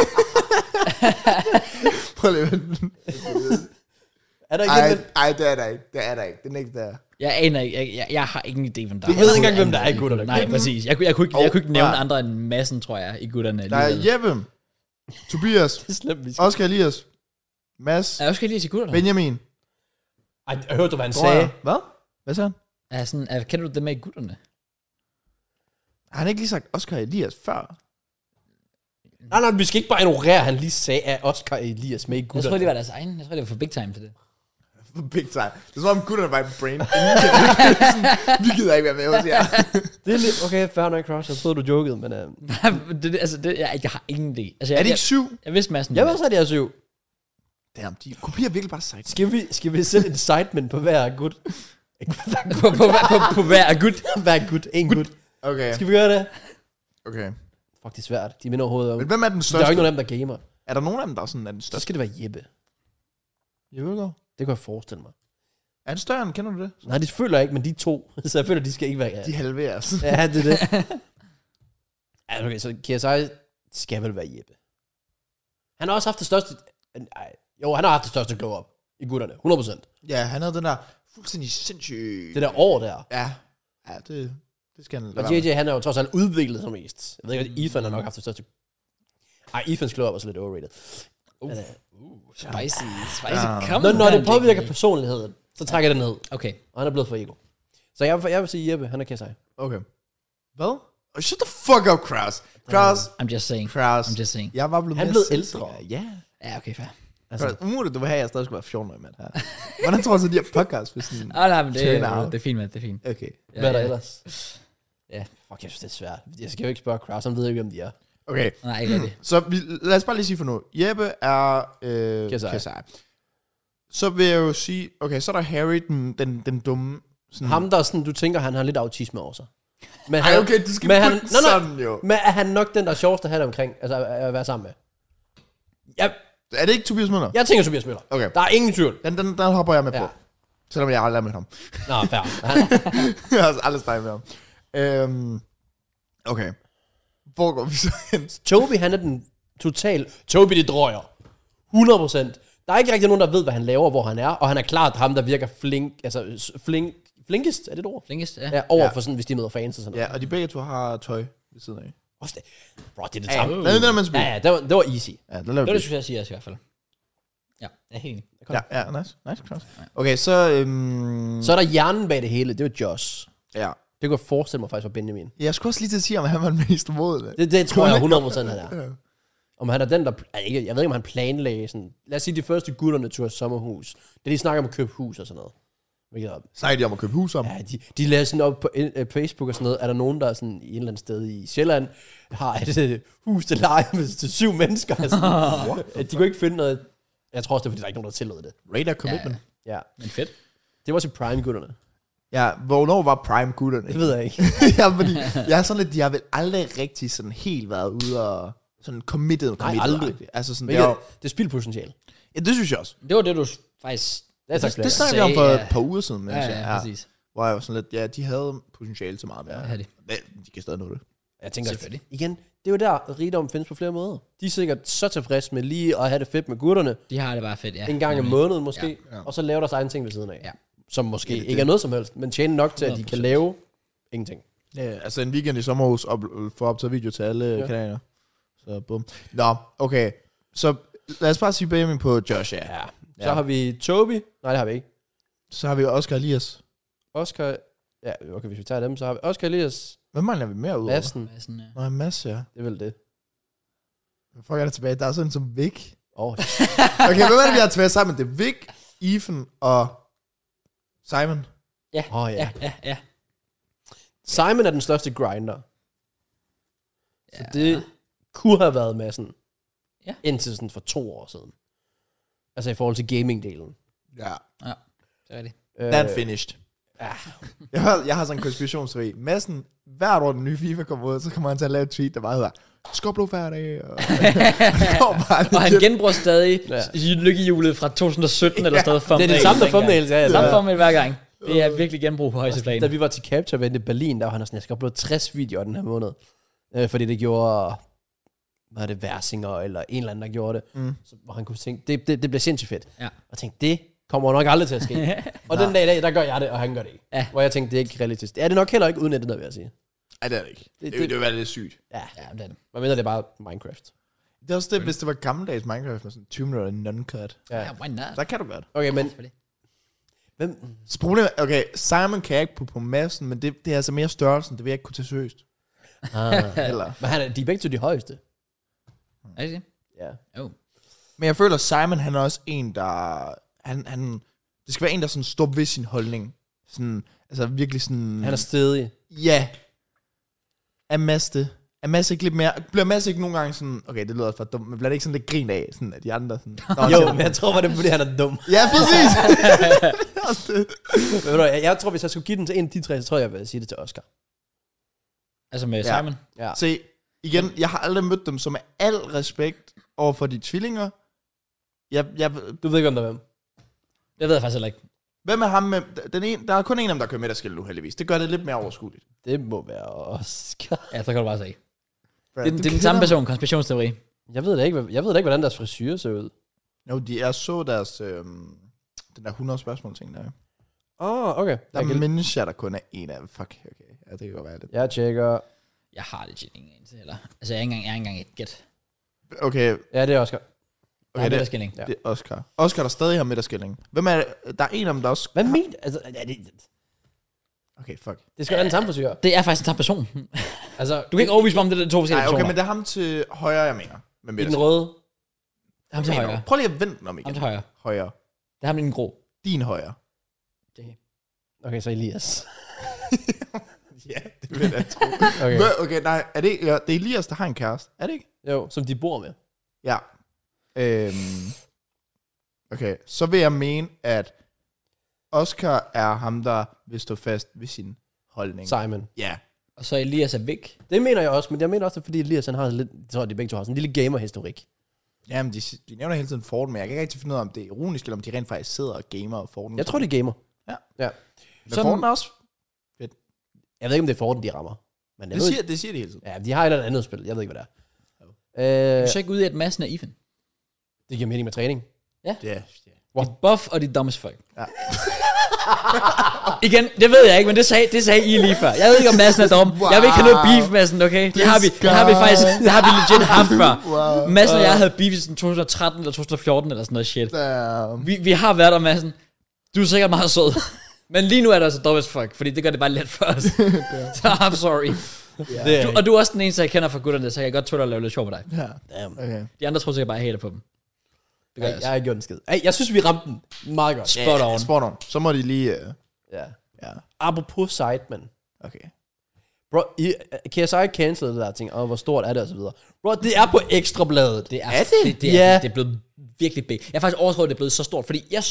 Prøv lige at vente. Er der ikke Ej, det er der ikke. Det er der ikke. Det er ikke der. Jeg aner ikke. Jeg har ingen idé, hvem der Du ved ikke engang, hvem der er i gutterne. Nej, præcis. Jeg kunne ikke nævne nej. andre end massen, tror jeg, i gutterne. Der er Jeppe, Tobias, Det er slemt, vi skal. Oscar Elias, Mads, Jeg også lige sige gutterne. Benjamin. Ej, jeg hørte du, hvad han Drøjer. sagde. Hvad? Hvad sagde han? Kender du det med i gutterne? Har han ikke lige sagt Oscar Elias før? Nej, vi skal ikke bare ignorere, han lige sagde, at Oscar Elias med i Jeg tror, gutterne. det var deres egen. Jeg tror, det var for big time til det. Big time. Det er som om gutterne var i brain. Vi gider ikke være med hos jer. Det er lidt, okay, fair nok, Cross. Jeg troede, du jokede, men... Jeg har ingen idé. Altså, Er det ikke 7? Jeg vidste massen. Jeg ved også, at jeg er 7. Damn, de kopierer virkelig bare sejt. Skal vi sætte en incitement på hver gut? på hver gut. Hver gut. En gut. Okay. Skal vi gøre det? Okay. Fuck, det er svært. De minder overhovedet om. Men hvem er den Der er største? jo ikke nogen af dem, der gamer. Er der nogen af dem, der er sådan er den Så største? skal det være Jeppe. Jeg ved godt. Det kan jeg forestille mig. Er den større end, kender du det? Nej, det føler jeg ikke, men de to. Så jeg føler, de skal ikke være... Ja, De halveres. ja det er det. Ja, okay, så KSI skal vel være Jeppe. Han har også haft det største... Nej, jo, han har haft det største glow-up i gutterne. 100%. Ja, han havde den der fuldstændig sindssyge... Det der år der. Ja, det skal han lade Og være JJ, han er jo trods alt udviklet sig mest. Jeg ved ikke, at Ethan har nok haft det største... Ej, Ethans glow-up er så lidt overrated. Spicy. Ja. Come Når det on, påvirker JK. personligheden, så trækker jeg det ned. Okay. Og han er blevet for ego. Så jeg vil sige Jeppe, han er KSI. Okay. Hvad? Oh, shut the fuck up, Kraus. Kraus. I'm just saying. Kraus. I'm just saying. Jeg var blevet Han mere blev selvsikker. ældre. Ja. Ja, okay, fair. Altså, Umuligt, du vil have, at jeg stadig skulle være 14 år med det her. Hvordan tror du så, de her podcasts vil sådan... Nej, men Turn out. det er fint, man. Det er fint. Okay. hvad er der ellers? Ja. Fuck, jeg synes, det er svært. Jeg skal jo ikke spørge Kraus, han ved jo ikke, om de er. Okay. Nej, ikke rigtigt. Så lad os bare lige sige for nu. Jeppe er Kesai. Så vil jeg jo sige, okay, så er der Harry, den dumme. Sådan, Ham der sådan, du tænker, han har lidt autisme over sig. Men ej, okay, du skal putte sådan jo. Men er han nok den, der er sjovest at have det omkring? Altså at være sammen med? Er det ikke Tobias Møller? Jeg tænker Tobias Møller. Okay. Der er ingen tvivl. Den hopper jeg med på. Selvom jeg aldrig har mødt ham. Nå, fair. Jeg har altså aldrig snakket med ham. Okay. Hvor går vi så hen? Toby, han er den total... Toby, det drøjer. 100%. Der er ikke rigtig nogen, der ved, hvad han laver, hvor han er. Og han er klart ham, der virker flinkest, er det et ord? Flinkest, ja. Ja, over for sådan, hvis de møder fans og sådan noget. Ja, og de begge to har tøj ved siden af. Også det. Bro, det er det samme. Ja, det var easy. Ja, Det var det, synes jeg siger også i hvert fald. Ja, jeg er helt enig. Ja, nice. Okay, så... Så er der hjernen bag det hele, det er jo Josh. Ja. Det kunne jeg forestille mig faktisk var Benjamin. Jeg skulle også lige til at sige, om han var den mest mod Det tror jeg 100% han er. Om han er den, der... Jeg ved ikke, om han planlagde sådan... Lad os sige, de første gutterne tog et sommerhus. Det de snakker om at købe hus og sådan noget. Snakker de om at købe hus om? Ja, de lader sådan op på Facebook og sådan noget. Er der nogen, der sådan i et eller andet sted i Sjælland har et hus til leje til 7 mennesker? Altså, de kunne ikke finde noget... Jeg tror også, det er, fordi der er ikke nogen, der tillod det. Radar commitment. Ja. Men fedt. Det var til Prime-gutterne. Ja, hvornår var Prime-gutterne? Det ved jeg ikke. Ja, fordi jeg er sådan lidt, de har vel aldrig rigtig sådan helt været ude og sådan committed. Nej, aldrig. Altså sådan, det er spildpotentiale. Ja, det synes jeg også. Det var det, du faktisk... Det snakkede vi om for et par uger siden. Ja, præcis. Hvor jeg var sådan lidt, ja, de havde potentiale til meget mere. Ja, men de kan stadig nå det. Jeg tænker, igen, det er jo der, rigdom findes på flere måder. De er sikkert så tilfredse med lige at have det fedt med gutterne. De har det bare fedt, ja. En gang om måneden måske. Ja. Og så laver deres egen ting ved siden af. Ja. Som måske ikke er noget som helst, men tjener nok til, at de kan lave ingenting. Ja, altså en weekend i sommerhus for at optage video til alle kanaler. Så bum. Nå, okay. Så lad os bare sige Benjamin på Josh, ja. Så har vi Toby. Nej, det har vi ikke. Så har vi Oscar Elias. Oscar... Ja, okay, hvis vi tager dem, så har vi Oscar Elias. Hvad mangler vi mere ud over? Madsen. Ja. Nå, Mads, ja. Det er vel det. Hvad fuck er der tilbage? Der er sådan som Vic. Okay, hvem er det, vi har tilbage sammen? Det er Vic, Ethan og Simon. Ja. Ja. Simon er den største grinder. Så det kunne have været Madsen. Ja. Indtil sådan for 2 år siden. Altså i forhold til gaming-delen. Ja. Ja, det er det. That finished. Jeg har sådan en konspirationsteori. Madsen, hvert år den nye FIFA kommer ud, så kommer han til at lave et tweet, der bare hedder, skub blå færdig. Og han genbruger stadig lykkehjulet fra 2017 eller sådan noget. Det er det samme thumbnails, ja. Samme thumbnail hver gang. Det er virkelig genbrug på højeste plan. Da vi var til Capture Event i Berlin, der var han sådan, jeg skal uploade 60 videoer den her måned. Fordi det gjorde, hvad er det, Versinger, eller en eller anden, der gjorde det. Så, hvor han kunne tænke, det blev sindssygt fedt. Ja. Og tænkte, det kommer nok aldrig til at ske. Og den dag i dag, der gør jeg det, og han gør det ikke. Ja. Hvor jeg tænkte, det er ikke realistisk. Det er det nok heller ikke uden det, der vil jeg sige. Nej, det er det ikke. Det vil være lidt sygt. Ja, det er det. Man mener, det er bare Minecraft. Det er også det, hvis det var gammeldags Minecraft med sådan 20 minutter non-cut. Ja, why not? Så kan du godt. Okay, men... Hvem? Så problemet er, okay, Simon kan jeg ikke på massen, men det er altså mere størrelsen, det vil jeg ikke kunne tage seriøst. Eller. Men de er begge to de højeste. Er det det? Ja. Oh. Men jeg føler, Simon, han er også en, der... det skal være en, der sådan står ved sin holdning. Sådan, altså virkelig sådan... Han er stedig. Ja. Er Mads ikke lidt mere... Bliver Mads ikke nogle gange sådan... Okay, det lyder for dumt, men bliver det ikke sådan lidt grin af, sådan at de andre sådan... Jo, men jeg tror bare, det er, fordi han er dum. Ja, præcis! Men ved du, jeg tror, hvis jeg skulle give den til en af de 3, så tror jeg vil sige det til Oscar. Altså med Simon? Ja. Se, igen, jeg har aldrig mødt dem, så med al respekt over for de tvillinger. Du ved ikke, om der er hvem? Det ved jeg faktisk heller ikke. Hvem er ham med... Der er kun en af dem, der kører midterskil nu, heldigvis. Det gør det lidt mere overskueligt. Det må være Oscar. Ja, så kan du bare sige. Det er den samme person, konspirationsteori. Jeg ved da ikke, hvordan deres frisyrer ser ud. Jo, jeg så deres... den der 100 spørgsmål ting der. Okay. Der mindes jeg, der kun er en af dem. Fuck, okay. Ja, det kan godt være lidt. Jeg tjekker... Jeg har det ingen til heller. Altså, jeg er ikke engang et gæt. Okay. Ja, det er Oscar. Okay, det er Oscar. Oscar, der stadig har midterskilling. Hvem er det? Der er en af dem, der også... Hvad mener... Altså, Okay, fuck. Det skal være den samme frisyr. Det er faktisk den samme person. Altså, du kan ikke overbevise mig om, det er 2 forskellige personer. Okay, men det er ham til højre, jeg mener. Med den røde. Ham til højre. Prøv lige at vente den om igen. Ham til højre. Højre. Det er ham i den grå. Din højre. Okay, så Elias. Ja, det Okay, nej, er det, ja, det er Elias, der har en kæreste, er det ikke? Jo, som de bor med. Ja. Okay, så vil jeg mene, at Oscar er ham, der vil stå fast ved sin holdning. Simon. Ja. Og så Elias er væk. Det mener jeg også, men jeg mener også, at fordi Elias han har lidt, jeg tror, de begge to har sådan en lille gamer-historik. Jamen, de nævner hele tiden Ford, men jeg kan ikke rigtig finde ud af, om det er ironisk, eller om de rent faktisk sidder og gamer og Ford. Jeg tror, det er gamer. Ja. Men Ford er også... Jeg ved ikke, om det er Forden, de rammer. Men Det siger de hele tiden. Ja, de har et eller andet spil. Jeg ved ikke, hvad det er. Du er så ikke ude i, at massen er even. Det giver mening med træning. Ja. De buff og de dummeste folk. Ja. Igen, det ved jeg ikke, men det sagde I lige før. Jeg ved ikke, om massen er dum. Wow. Jeg vil ikke have noget beef med sådan, okay? Det har vi faktisk, det har vi legit haft før. Wow. Massen og jeg havde beef i sådan 2013 eller 2014 eller sådan noget shit. Vi har været der, Massen. Du er sikkert meget sød. Men lige nu er det altså dummest fuck, fordi det gør det bare let for os. Så I'm sorry. Yeah. Og du er også den eneste, jeg kender fra gutterne, så jeg kan godt tåle at lave lidt sjov med dig. Ja. Okay. De andre tror sikkert bare, jeg hater på dem. Det gør jeg har ikke gjort en skid. Ej, jeg synes, vi ramte den meget godt. Spot on. Så må de lige... Ja. Apropos Sidemen. Okay. Bro, KSI cancellede det der ting, og hvor stort er det og så videre. Bro, det er på Ekstrabladet. Det er blevet virkelig big. Jeg er faktisk overtrådt, at det er blevet så stort, fordi jeg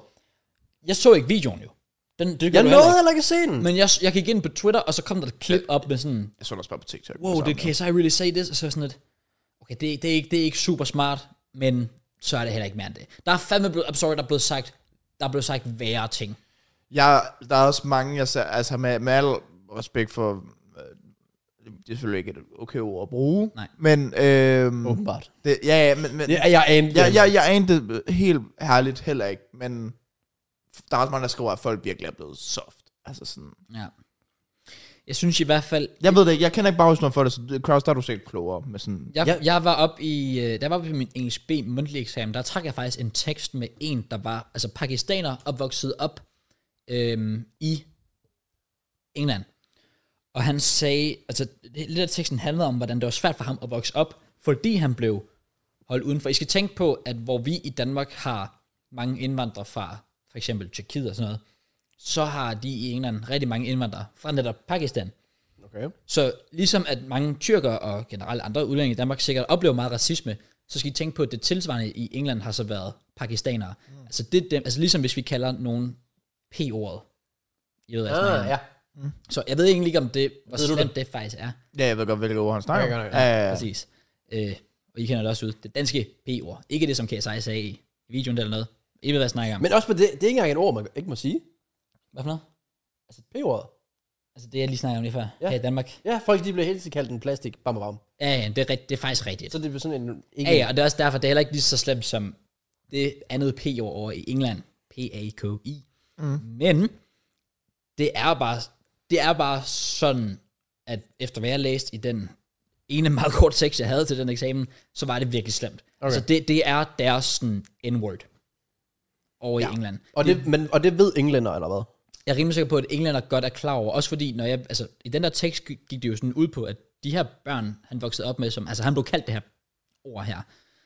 så ikke videoen jo. Jeg nåede heller ikke at se den. Men jeg gik ind på Twitter, og så kom der et klip op med sådan... Jeg så det også bare på TikTok. Wow, did KSI really say this? Og så sådan lidt... Okay, det er ikke super smart, men så er det heller ikke mere end det. Der er fandme blevet... I'm sorry, der er blevet sagt værre ting. Ja, der er også mange, jeg ser... Altså med al respekt for... det er selvfølgelig ikke et okay ord at bruge. Nej. Men... åbenbart. Men jeg anede det helt herligt heller ikke, men... Der er også mange, der skriver, at folk virkelig er blevet soft. Altså sådan... Ja. Jeg synes i hvert fald... Jeg ved det ikke. Jeg kender ikke baggrundsnummer for det, så Kraus, der er du sikkert klogere med sådan... Jeg var oppe i... Der var på min engelsk B mundtlig eksamen, der trak jeg faktisk en tekst med en, der var... Altså pakistaner opvokset op i England. Og han sagde... Altså lidt af teksten handlede om, hvordan det var svært for ham at vokse op, fordi han blev holdt udenfor. I skal tænke på, at hvor vi i Danmark har mange indvandrere fra... For eksempel Tjekkiet og sådan noget, så har de i England rigtig mange indvandrere fra netop Pakistan. Okay. Så ligesom at mange tyrkere og generelt andre udlændinge i Danmark sikkert oplever meget racisme, så skal I tænke på, at det tilsvarende i England har så været pakistanere. Altså det er dem, altså ligesom hvis vi kalder nogen P-ordet. Jeg ved, ja. Så jeg ved egentlig ikke, om det, hvor slemt det faktisk er. Ja, jeg ved godt, hvilket ord han snakker om. Ja. Præcis. Og I kender det også ud. Det danske P-ord. Ikke det, som KSI sagde i videoen eller noget. I ved, hvad jeg snakker om. Men også på det er ikke engang et ord, man ikke må sige. Hvad for noget? Altså P-ordet. Altså det, jeg lige snakker om lige før. Ja. Her i Danmark. Ja, folk de bliver hele tiden kaldt en plastik. Bam. Ja, det er faktisk rigtigt. Så det bliver sådan en... Ja, og det er også derfor, det er heller ikke lige så slemt som det andet P-ord over i England. P-A-K-I. Men det er bare sådan, at efter hvad jeg læste i den ene meget kort tekst, jeg havde til den eksamen, så var det virkelig slemt. Okay. Altså det er deres sådan N-word over i England. Og det ved englænder, eller hvad? Jeg er rimelig sikker på, at englænder godt er klar over, også fordi, i den der tekst gik det jo sådan ud på, at de her børn, han voksede op med, som, altså han blev kaldt det her ord her,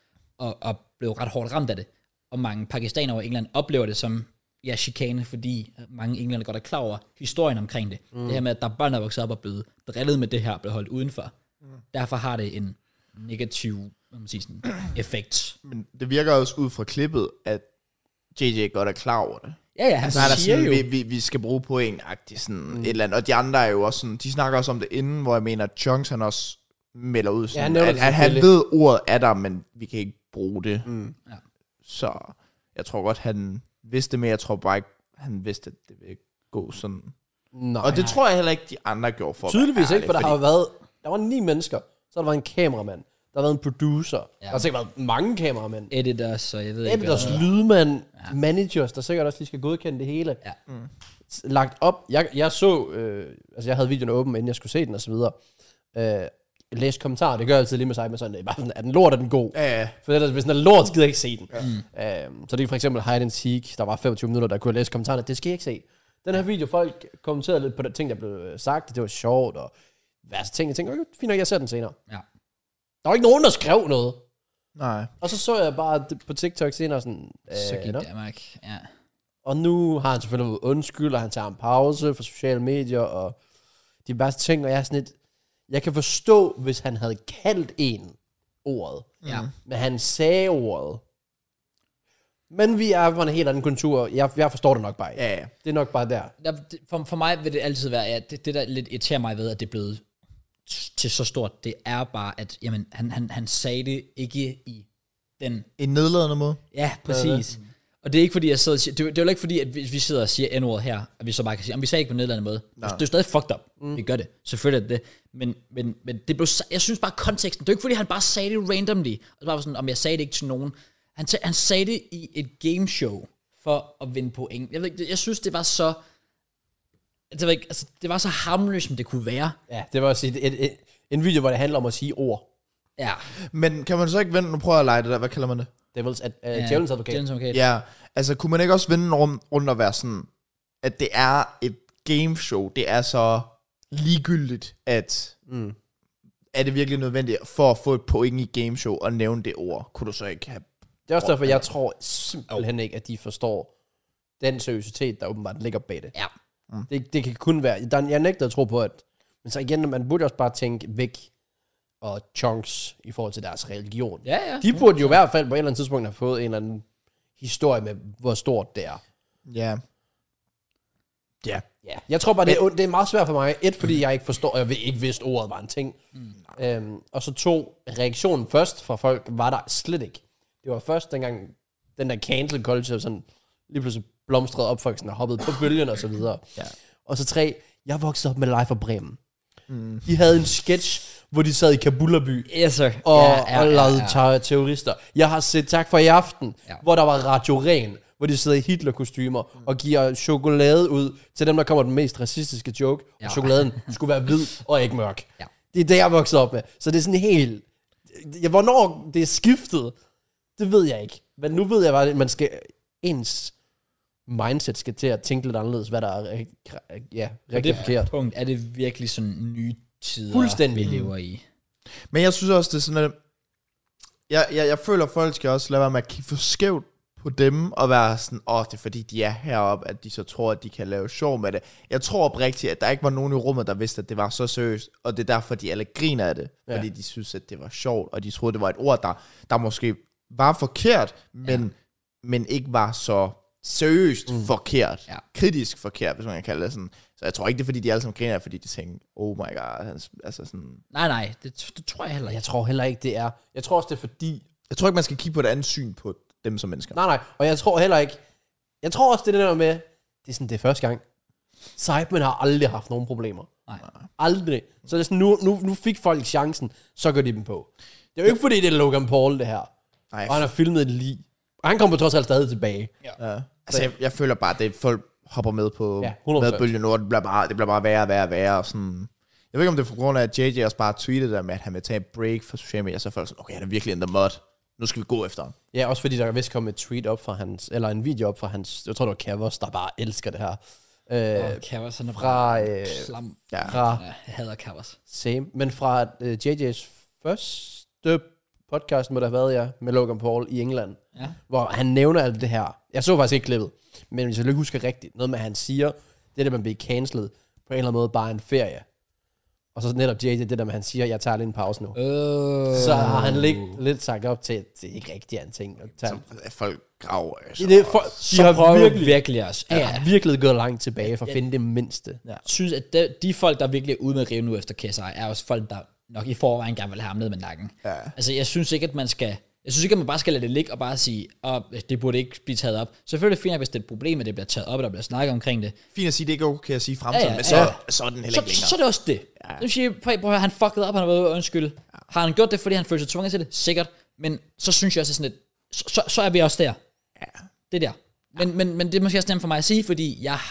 og blev ret hårdt ramt af det. Og mange pakistanere over England oplever det som, chikane, fordi mange englænder godt er klar over historien omkring det. Det her med, at der er børn, der er vokset op og blevet drillet med det her, og blevet holdt udenfor. Derfor har det en negativ, sådan, effekt. Men det virker også ud fra klippet, at JJ godt er klar over det. Ja, han siger jo. Vi skal bruge pointagtigt sådan et eller andet. Og de andre er jo også sådan, de snakker også om det inden, hvor jeg mener, at Chunks han også melder ud sådan, at han ved ordet er der, men vi kan ikke bruge det. Ja. Så jeg tror godt, han vidste det, men jeg tror bare ikke, han vidste, at det ville gå sådan. Nej, og det tror jeg heller ikke, de andre gjorde for. Tydeligvis ikke, for der har været, der var 9 mennesker, så har der været en kameramand, der har været en producer, der har sikkert været mange kameramænd. Editors, og jeg ved ikke. Editors, lydmand, managers, der sikkert også lige skal godkende det hele. Ja. Lagt op, jeg så, jeg havde videoen åben, inden jeg skulle se den og så videre. Læs kommentarer, det gør jeg altid lige med sig med sådan, det er bare sådan, er den lort, er den god? Ja. For ellers, hvis den er lort, så gider jeg ikke se den. Så det er for eksempel Hide and Seek, der var 25 minutter, der kunne læse kommentarerne, det skal jeg ikke se. Den her video, folk kommenterede lidt på de ting, der blev sagt, det var sjovt, og værste ting, jeg tænkte, okay, fint nok, jeg ser den senere. Ja. Der var ikke nogen, der skrev noget. Nej. Og så jeg bare på TikTok senere sådan... Så gik Danmark, ja. Og nu har han selvfølgelig været undskyld, og han tager en pause for sociale medier, og de bedste ting, og jeg er sådan lidt, jeg kan forstå, hvis han havde kaldt en ordet, men han sagde ordet. Men vi er på en helt anden kultur. Jeg forstår det nok bare ikke. Ja. Det er nok bare der. For mig vil det altid være, at det der lidt irriterer mig ved, at det er blevet til så stort, det er bare, at jamen, han sagde det ikke i den... En nedladende måde. Ja, præcis. Og det er ikke fordi, jeg sidder og siger, det er jo ikke fordi, at hvis vi sidder og siger n-ordet her, at vi så bare kan sige, om vi sagde ikke på en nedladende måde. Altså, det er stadig fucked up. Vi gør det. Selvfølgelig er det det. Men det blev, jeg synes bare konteksten, det er ikke fordi, han bare sagde det randomly. Og det var sådan, om jeg sagde det ikke til nogen. Han sagde det i et gameshow for at vinde point. Jeg synes, det var så... Det var så harmløst, som det kunne være. Ja, det var også en video, hvor det handler om at sige ord. Ja. Men kan man så ikke vende... Nu prøver jeg at lege det der. Hvad kalder man det? Devil's advocate. Ja, altså kunne man ikke også vende rundt og være sådan, at det er et gameshow, det er så ligegyldigt, at er det virkelig nødvendigt for at få et point i gameshow og nævne det ord? Kunne du så ikke have... Det er også derfor, jeg tror simpelthen ikke, at de forstår den seriøsitet, der åbenbart ligger bag det. Ja. Det kan kun være... Jeg nægter at tro på, at... Men så igen, man burde også bare tænke væk og chunks i forhold til deres religion. Ja. De burde jo i hvert fald på et eller andet tidspunkt have fået en eller anden historie med, hvor stort det er. Ja. Jeg tror bare, det er meget svært for mig. Fordi jeg ikke forstår, jeg ikke vidste, ordet var en ting. Og så 2, reaktionen først fra folk var der slet ikke. Det var først dengang, den der cancel culture sådan lige pludselig blomstrede op, folk sådan hoppede på bølgen og så videre. Ja. Og så 3, jeg voksede op med Life of Bremen. De havde en sketch, hvor de sad i Kabulaby og lavede terrorister. Jeg har set Tak for i aften, hvor der var Radio Ren, hvor de sidder i Hitler-kostymer og giver chokolade ud til dem, der kommer den mest racistiske joke. Og chokoladen skulle være hvid og ikke mørk. Ja. Det er det, jeg voksede op med. Så det er sådan helt... Hvornår det er skiftet, det ved jeg ikke. Men nu ved jeg bare, at man skal... Ens mindset skal til at tænke lidt anderledes, hvad der er rigtig forkert. Punkt er det virkelig sådan nye tider, vi lever i. Men jeg synes også, det er sådan, at jeg føler, at folk skal også lade være med at kigge for skævt på dem, og være sådan, det er fordi, de er heroppe, at de så tror, at de kan lave sjov med det. Jeg tror oprigtigt, at der ikke var nogen i rummet, der vidste, at det var så seriøst, og det er derfor, de alle griner af det, fordi de synes, at det var sjovt, og de troede, det var et ord, der måske var forkert, men ikke var så seriøst forkert. Ja. Kritisk forkert, hvis man kan kalde det sådan. Så jeg tror ikke, det er, fordi de alle sammen griner, fordi de tænker, oh my god, altså sådan... Nej, det tror jeg heller ikke. Jeg tror heller ikke, det er... Jeg tror også, det er fordi... Jeg tror ikke, man skal kigge på et andet syn på dem som mennesker. Nej, og jeg tror heller ikke... Jeg tror også, det er det der med... Det er sådan, det er første gang. Sidemen har aldrig haft nogen problemer. Nej. Aldrig. Så det er sådan, nu fik folk chancen, så går de dem på. Det er jo ikke, fordi det er Logan Paul, det her. Nej. Og han har filmet et lig. Og han kommer på trods alt stadig tilbage. Ja. Altså, jeg føler bare, at det folk hopper med på medbølgen nu, og det bliver bare værre og sådan... Jeg ved ikke, om det er på grund af, at JJ også bare tweetede der med, at han vil tage et break fra sociale medier, så folk sådan, okay, han er virkelig in the mud. Nu skal vi gå efter ham. Ja, også fordi der vist kom et tweet op fra hans, eller en video op fra hans, jeg tror det var Kavos, der bare elsker det her. Kavos, han er fra, slam. Jeg hader Kavos. Same, men fra JJ's første podcast, må der have været, med Logan Paul i England, hvor han nævner alt det her. Jeg så faktisk ikke klippet, men hvis jeg ikke husker rigtigt, noget med, at han siger, det der, man bliver cancelled, på en eller anden måde bare en ferie. Og så netop JJ, det der med, han siger, jeg tager lige en pause nu. Så har han lidt sagt op til, at det er ikke rigtig en ting. Folk graver. De har virkelig også. Ja, virkelig gået langt tilbage for at finde det mindste. Jeg synes, at de folk, der virkelig er ude med at rive nu efter KSI, er også folk, der nok i forvejen gerne vil have ham ned med nakken. Ja. Altså, jeg synes ikke, at man skal... Jeg synes ikke, at man bare skal lade det ligge og bare sige, det burde ikke blive taget op. Selvfølgelig er det fint, hvis det er et problem, at det bliver taget op, og der bliver snakket omkring det. Fint at sige, det er ikke okay at sige i fremtiden, men så er den heller ikke længere. Så er det også det. Ja. Nu siger jeg, prøv at han fuckede op, han har været ude og undskylde. Ja. Har han gjort det, fordi han følte sig tvunget til det? Sikkert. Men så synes jeg også sådan lidt, så er vi også der. Ja. Det er der. Men det er måske også nemt for mig at sige, fordi jeg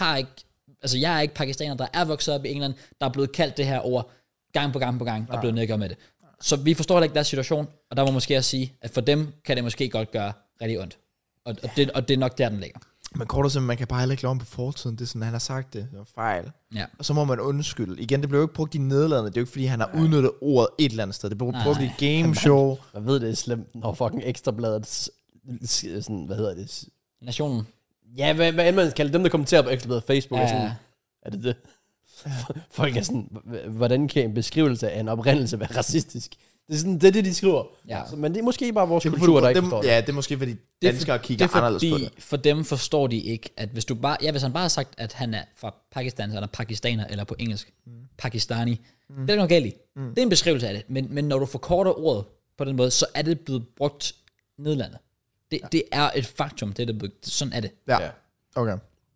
er ikke pakistaner, der er vokset op i England, der er blevet kaldt det her ord gang på gang, der er blevet nedgjort med det. Så vi forstår heller ikke deres situation, og der må måske også sige, at for dem kan det måske godt gøre rigtig ondt. Og det er nok der, den ligger. Men kort og simpelthen, man kan bare heller ikke lave om på fortiden. Det er sådan, han har sagt det. Det var fejl. Ja. Og så må man undskylde. Igen, det blev jo ikke brugt i Nederlandene. Det er jo ikke, fordi han har udnyttet ordet et eller andet sted. Det blev brugt i gameshow. Man ved, det er slemt, når fucking Ekstrabladet, sådan, hvad hedder det? Nationen. Ja, hvad end man kalder dem, der kommenterer på Ekstrabladet Facebook. Ja. Sådan, er det? Folk er sådan, hvordan kan en beskrivelse af en oprindelse være racistisk? Det er sådan, det er det, de skriver. Ja. Så, men det er måske bare vores kultur, der ikke forstår det. Ja, det er måske, fordi danskere kigger anderledes på det. For dem forstår de ikke, at hvis hvis han bare har sagt, at han er fra Pakistan, så han er pakistaner, eller på engelsk, pakistani, det er ikke noget galt i. Det er en beskrivelse af det. Men når du forkorter ordet på den måde, så er det blevet brugt nedlandet. Det er et faktum, sådan er det. Ja, okay.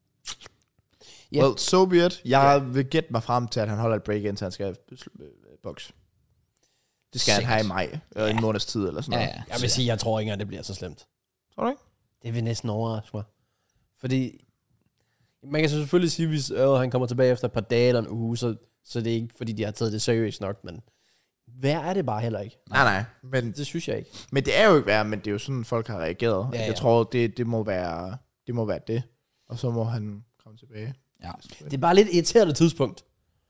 Well, so be it. Jeg vil gætte mig frem til, at han holder et break, indtil han skal bokse. Det skal han have i maj, en måneds tid eller sådan noget. Ja. Jeg vil sige, jeg tror ikke engang, det bliver så slemt. Tror du ikke? Det vil næsten overraske mig. Fordi, man kan så selvfølgelig sige, hvis han kommer tilbage efter et par dage eller en uge, så det er ikke, fordi de har taget det seriøst nok, men værd er det bare heller ikke. Nej. Men, det synes jeg ikke. Men det er jo ikke værd, men det er jo sådan, folk har reageret. Ja. Jeg tror, det må være det. Og så må han komme tilbage. Ja. Det er bare lidt irriterende tidspunkt.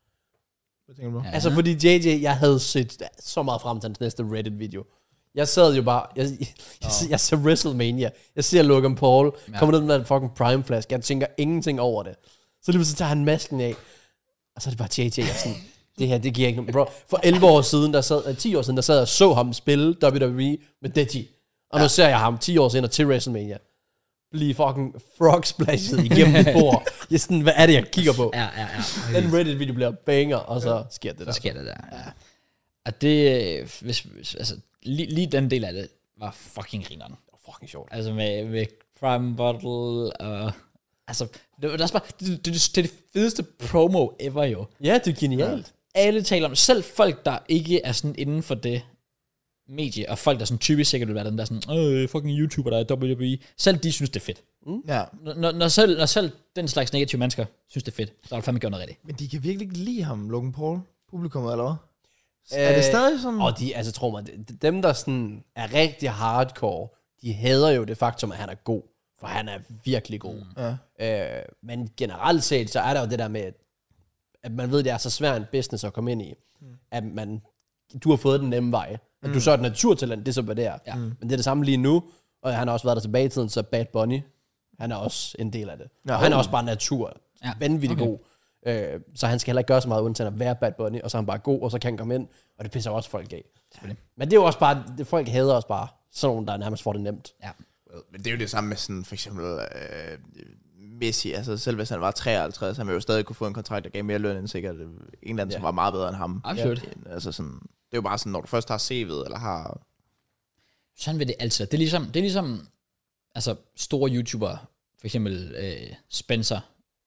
Hvad tænker du på? Ja. Altså fordi JJ, jeg havde set så meget frem til hans næste Reddit-video. Jeg sad jo bare, jeg ser WrestleMania. Jeg ser Logan Paul, kommer ned med den fucking Prime-flaske. Jeg tænker ingenting over det. Så lige så tager han masken af. Og så er det bare JJ, jeg sådan, det her, det giver ikke nogen. Bro, for 10 år siden, der sad jeg og så ham spille WWE med Deji. Og nu ser jeg ham 10 år senere til WrestleMania blive fucking frog-splashet igennem det bord. Jeg sådan, hvad er det, jeg kigger på? Ja. Den Reddit-video bliver banger, og så sker det der. Så sker det der, ja. Og det, altså, lige den del af det, var fucking grineren. Det var fucking sjovt. Altså med Prime Bottle, og altså, det var også bare, det er det fedeste promo ever jo. Ja, det er genialt. Ja. Alle taler om, selv folk, der ikke er sådan inden for det medie, og folk, der sådan typisk sikkert vil være den der sådan, fucking YouTuber, der er WWE, selv de synes, det er fedt. Ja. Når selv den slags negative mennesker synes, det er fedt, så er det fandme gjort noget rigtigt. Men de kan virkelig ikke lide ham, Logan Paul, publikummet, eller hvad? Er det stadig sådan? Og de, altså tro mig, dem der sådan er rigtig hardcore, de hader jo det faktum, at han er god, for han er virkelig god. Ja. Men generelt set, så er der jo det der med, at man ved, det er så svært en business at komme ind i, at du har fået den nemme vej. At du så er et naturtalent, det er så, hvad det er. Ja. Men det er det samme lige nu, og han har også været der tilbage i tiden, så Bad Bunny, han er også en del af det. Ja, og han er også bare natur. Vanvittig god. Så han skal heller ikke gøre så meget undtagen at være Bad Bunny, og så er han bare god, og så kan han komme ind, og det pisser også folk af. Men det er jo også bare, folk hader også bare sådan nogen, der nærmest får det nemt. Ja. Men det er jo det samme med sådan, for eksempel Messi, altså selv hvis han var 53, han ville jo stadig kunne få en kontrakt, der gav mere løn end sikkert en eller anden, som var meget bedre end ham. Absolut. Altså sådan, det er jo bare sådan, når du først har CV'et, eller har... Sådan vil det altid. Det er ligesom altså store YouTubere, for eksempel Spencer,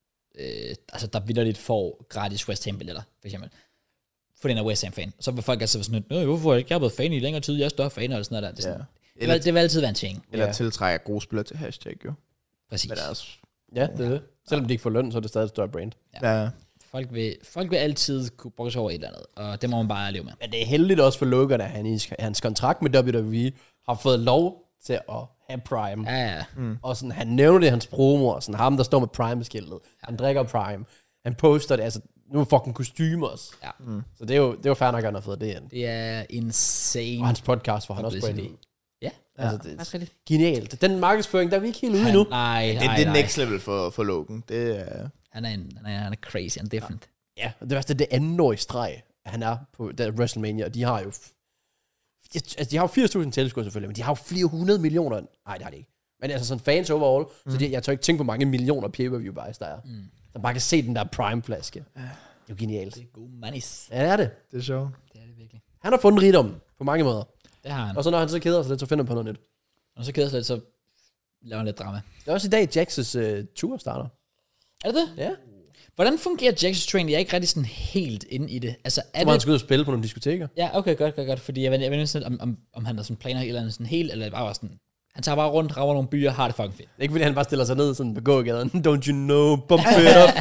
altså der vitterligt får gratis West Ham billetter, for eksempel. For den er West Ham fan. Så vil folk altså sådan lidt, hvorfor jeg har været fan i længere tid, jeg er større fan, eller sådan noget der. Det, sådan, det vil altid være en ting. Eller tiltrækker gode spillere til hashtag, jo. Præcis. Ja, det er det. Selvom de ikke får løn, så er det stadig et større brand. Ja. Folk vil altid kunne brokse over et eller andet, og det må man bare leve med. Men det er heldigt også for Logan, at han i hans kontrakt med WWE har fået lov til at have Prime. Ja. Og sådan, han nævner det i hans promo, og sådan ham, der står med Prime-skiltet. Han drikker Prime. Han poster det, altså nu er fucking kostymer også. Ja. Så det er jo fair nok, at han har fået det ind. Det er insane. Og hans podcast, hvor han også brandet i. Ja, altså, det er genialt. Den markedsføring, der er vi ikke helt ude endnu. Nej. Det er next level for Logan. Det er... Han er crazy and different. Ja, og det værste er det andet år i streg, at han er på WrestleMania, og de har jo... Altså, de har jo 80.000 tilskuere selvfølgelig, men de har jo flere 100 millioner... Nej, det har de ikke. Men altså sådan fans overall, så jeg tør ikke tænke på mange millioner pay-per-view buys, der er. Så bare kan se den der Prime-flaske. Det er jo genialt. Det er god manis. Ja, det er det. Det er sjovt. Det er det virkelig. Han har fundet rigdom på mange måder. Det har han. Og så når han så keder sig lidt, så finder han på noget nyt. Og så keder sig lidt, så laver han lidt drama. Det er også i dag, Jax's tour starter. Er det? Ja. Hvordan fungerer Jax's train? Jeg er ikke rigtig sådan helt inde i det. Altså, så må han skal ud og spille på nogle diskoteker. Ja, okay, godt. Fordi jeg ved sådan, om han har sådan planer et eller andet sådan helt, eller bare sådan... Han tager bare rundt, rager nogle byer, har det fucking fedt. Ikke fordi han bare stiller sig ned sådan på gågaden. Don't you know, bump it up.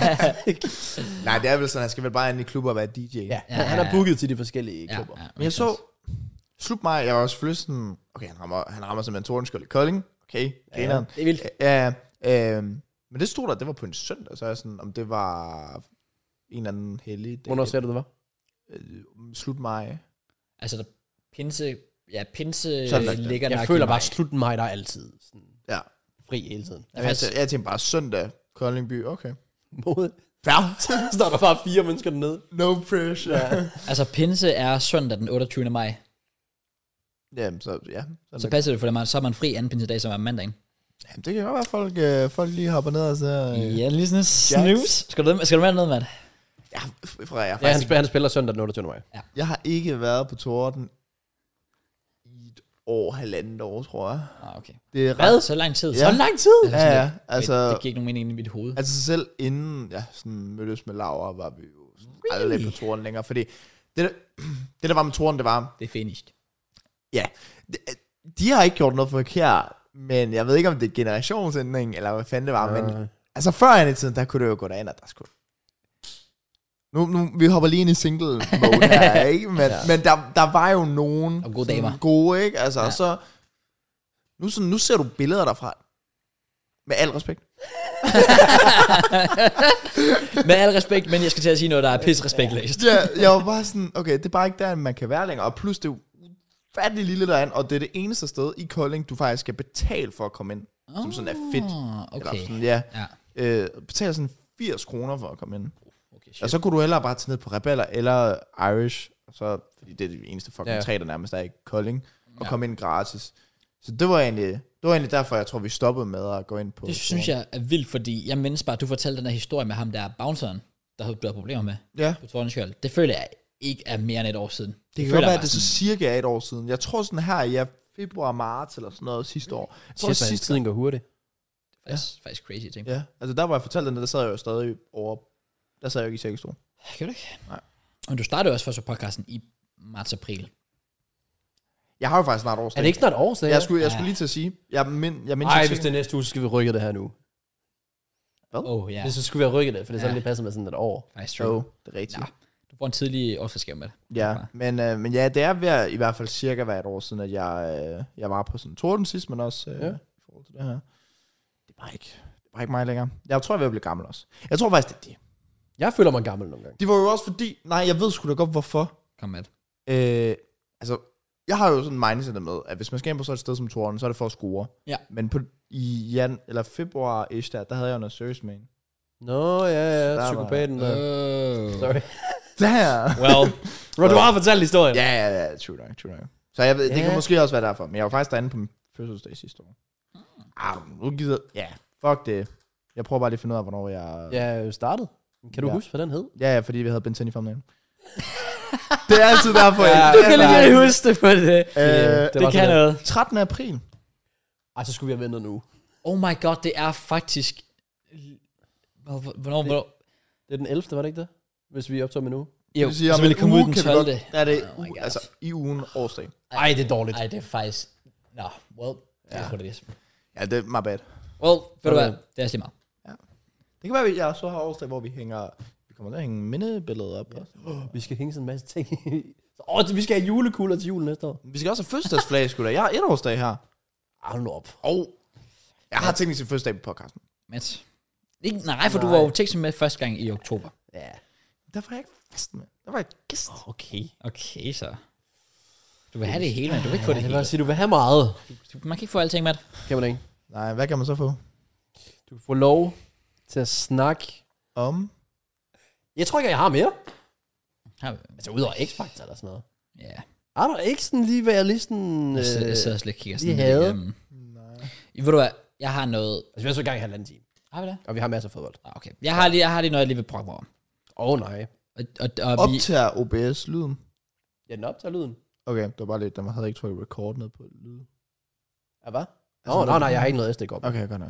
Nej, det er vel sådan, han skal vel bare ind i klubber og være DJ. Ja, han har booket til de forskellige klubber. Men jeg så... Slut mig, jeg var også selvfølgelig sådan... Okay, han rammer som en tordenskjold i Kolding. Okay, ja, det er vildt. Ja, men det stod der, det var på en søndag, så er jeg sådan, om det var en eller anden hellig dag. Hvornår sagde du, det var? Slut mig. Altså, der pinse ligger jeg føler bare, slut mig, der er altid sådan ja. Fri hele tiden. Jeg tænkte bare søndag, Koldingby, okay. Måde. Fair. Så står der bare 4 mennesker dernede. No pressure. Ja. Altså, pinse er søndag den 28. maj. Jamen, så ja. Så passer det for dem, så er man fri anden pinsedag, som er mandagen. Jamen, det kan jo være, at folk lige hopper ned og så... Ja, lige sådan en snus. Skal du med noget, Matt? Ja, Frederik, Ja, han spiller søndag den 28. maj. Ja. Jeg har ikke været på Torden i et år, halvandet år, tror jeg. Okay. Det er Hvad? Så lang tid? Ja. Så lang tid? Ja. Altså, det giver ikke nogen mening i mit hoved. Altså selv inden jeg sådan mødtes med Laura, var vi jo sådan aldrig på Torden længere. Fordi det der var med Torden, det var... Det er finished. Ja, de har ikke gjort noget forkert, men jeg ved ikke, om det er generationsændring, eller hvad fanden det var. Men altså før i tiden, der kunne det jo gå derind, at der skulle... Nu vi hopper lige ind i single mode her, ikke? Men der var jo nogen... Og gode damer. Gode, ikke? Altså, ja. Så... Nu ser du billeder derfra. Med al respekt. Med al respekt, men jeg skal til at sige noget, der er pis respektløst. Ja, jeg var bare sådan, okay, det er bare ikke der, man kan være længere. Og plus, det er jo fattig lille derinde, og det er det eneste sted i Kolding, du faktisk skal betale for at komme ind. Som sådan er fedt. Okay. Sådan, ja. Betale sådan 80 kroner for at komme ind. Okay, shit. Og så kunne du hellere bare tage ned på Rebella eller Irish, og så, fordi det er det eneste fucking træ, der nærmest er i Kolding, og komme ind gratis. Så det var egentlig derfor, jeg tror, vi stoppede med at gå ind på. Det synes jeg er vildt, fordi jeg mindes bare, at du fortalte den her historie med ham, der er bounceren, der havde blevet problemer med på Tordenskjold. Det føler jeg ikke er mere end et år siden. Det kan godt være, at det så cirka er et år siden. Jeg tror sådan her i februar, marts eller sådan noget sidste år. Jeg tror, sidste tiden går hurtigt. Det er faktisk crazy ting. Ja, altså der, hvor jeg fortalte den, der sad jeg jo stadig over. Der sad jeg jo ikke i sækkestol. Gjorde du ikke? Nej. Og du startede jo også først på podcasten i marts-april. Jeg har jo faktisk snart årsdag. Er det ikke snart årsdag? Jeg skulle lige til at sige. Nej, hvis det er næste uge, så skal vi rykke det her nu. Hvad? Ja. Det så skulle vi have rykket det, for det er sådan, det passer med sådan et år. Faktisk true. Det er rigtigt. Ja. Du får en tidlig årsdagsgave med det. Ja, men ja, det er ved i hvert fald cirka hver et år siden, at jeg var på sådan en Torden sidst, men også i forhold til det her. Det er bare ikke mig længere. Jeg tror, jeg vil blive gammel også. Jeg tror faktisk, det er det. Jeg føler mig gammel nogle gange. Det var jo også fordi, nej, jeg ved sgu da godt, hvorfor. Kom med. Altså, jeg har jo sådan en mindset med, at hvis man skal ind på sådan et sted som Torden, så er det for at score. Ja. Men i februar-ish der havde jeg jo noget serious med en. Nå, ja, psykopaten der. Sorry. Der. Well. Bro, du har fortalt historien. Ja, true nok. Så jeg ved, det kan måske også være derfor. Men jeg var faktisk derinde på min fødselsdag sidste år. Nu gider... Ja, fuck det. Jeg prøver bare lige at finde ud af, hvornår jeg... Ja, startede. Kan du huske, hvad den hed? Ja, fordi vi havde Ben 10 i thumbnail. Det er altid derfor. Du kan lige huske det på det. Det kan noget. 13. april. Ej, så skulle vi have ventet nu. Oh my god, det er faktisk... Hvornår? Det er den 11. var det ikke det? Hvis vi optager med nu. Jo, det siger, så vil det komme ud den 12. Der er det altså i ugen årsdag. Ej, det er dårligt. Ej, det er faktisk... Nå, well, det er det. Ja, det er my bad. Well, ved du hvad? Det er lige meget. Ja. Det kan være, at jeg så har årsdag, hvor vi kommer til at hænge mindebilleder op. Ja. Vi skal hænge sådan en masse ting. Vi skal have julekugler til jul næste år. Vi skal også have fødselsdagsflag, sgu da. Jeg har et årsdag her. Hold nu op. Jeg har tænkt til fødselsdag på podcasten. Mads. Nej, for du var jo teksten med første gang i oktober. Ja. Der var jeg ikke fast med. Der var jeg gæst. Okay, så. Du vil have det hele, men du vil ikke få det hele. Jeg vil sige, du vil have meget. Man kan ikke få alting med. Kan man ikke? Nej, hvad kan man så få? Du kan få lov til at snakke om... Jeg tror ikke, jeg har mere. Altså udover X-Factor eller sådan noget. Ja. Er der ikke sådan lige, hvad jeg lige sådan... Jeg sidder og slet kigger sådan havde. Nej. Ved du hvad, jeg har noget... Altså vi er så i gang i halvanden time. Har vi det? Og vi har masser af fodbold. Okay. Jeg har lige noget, jeg lige vil prøve over. Nej. Og optager OBS-lyden? Ja, den optager lyden. Okay, det var bare lidt, den havde ikke trykket record ned på lyden. Ja, hvad? Nej, jeg har ikke noget SD op. Okay, godt nok.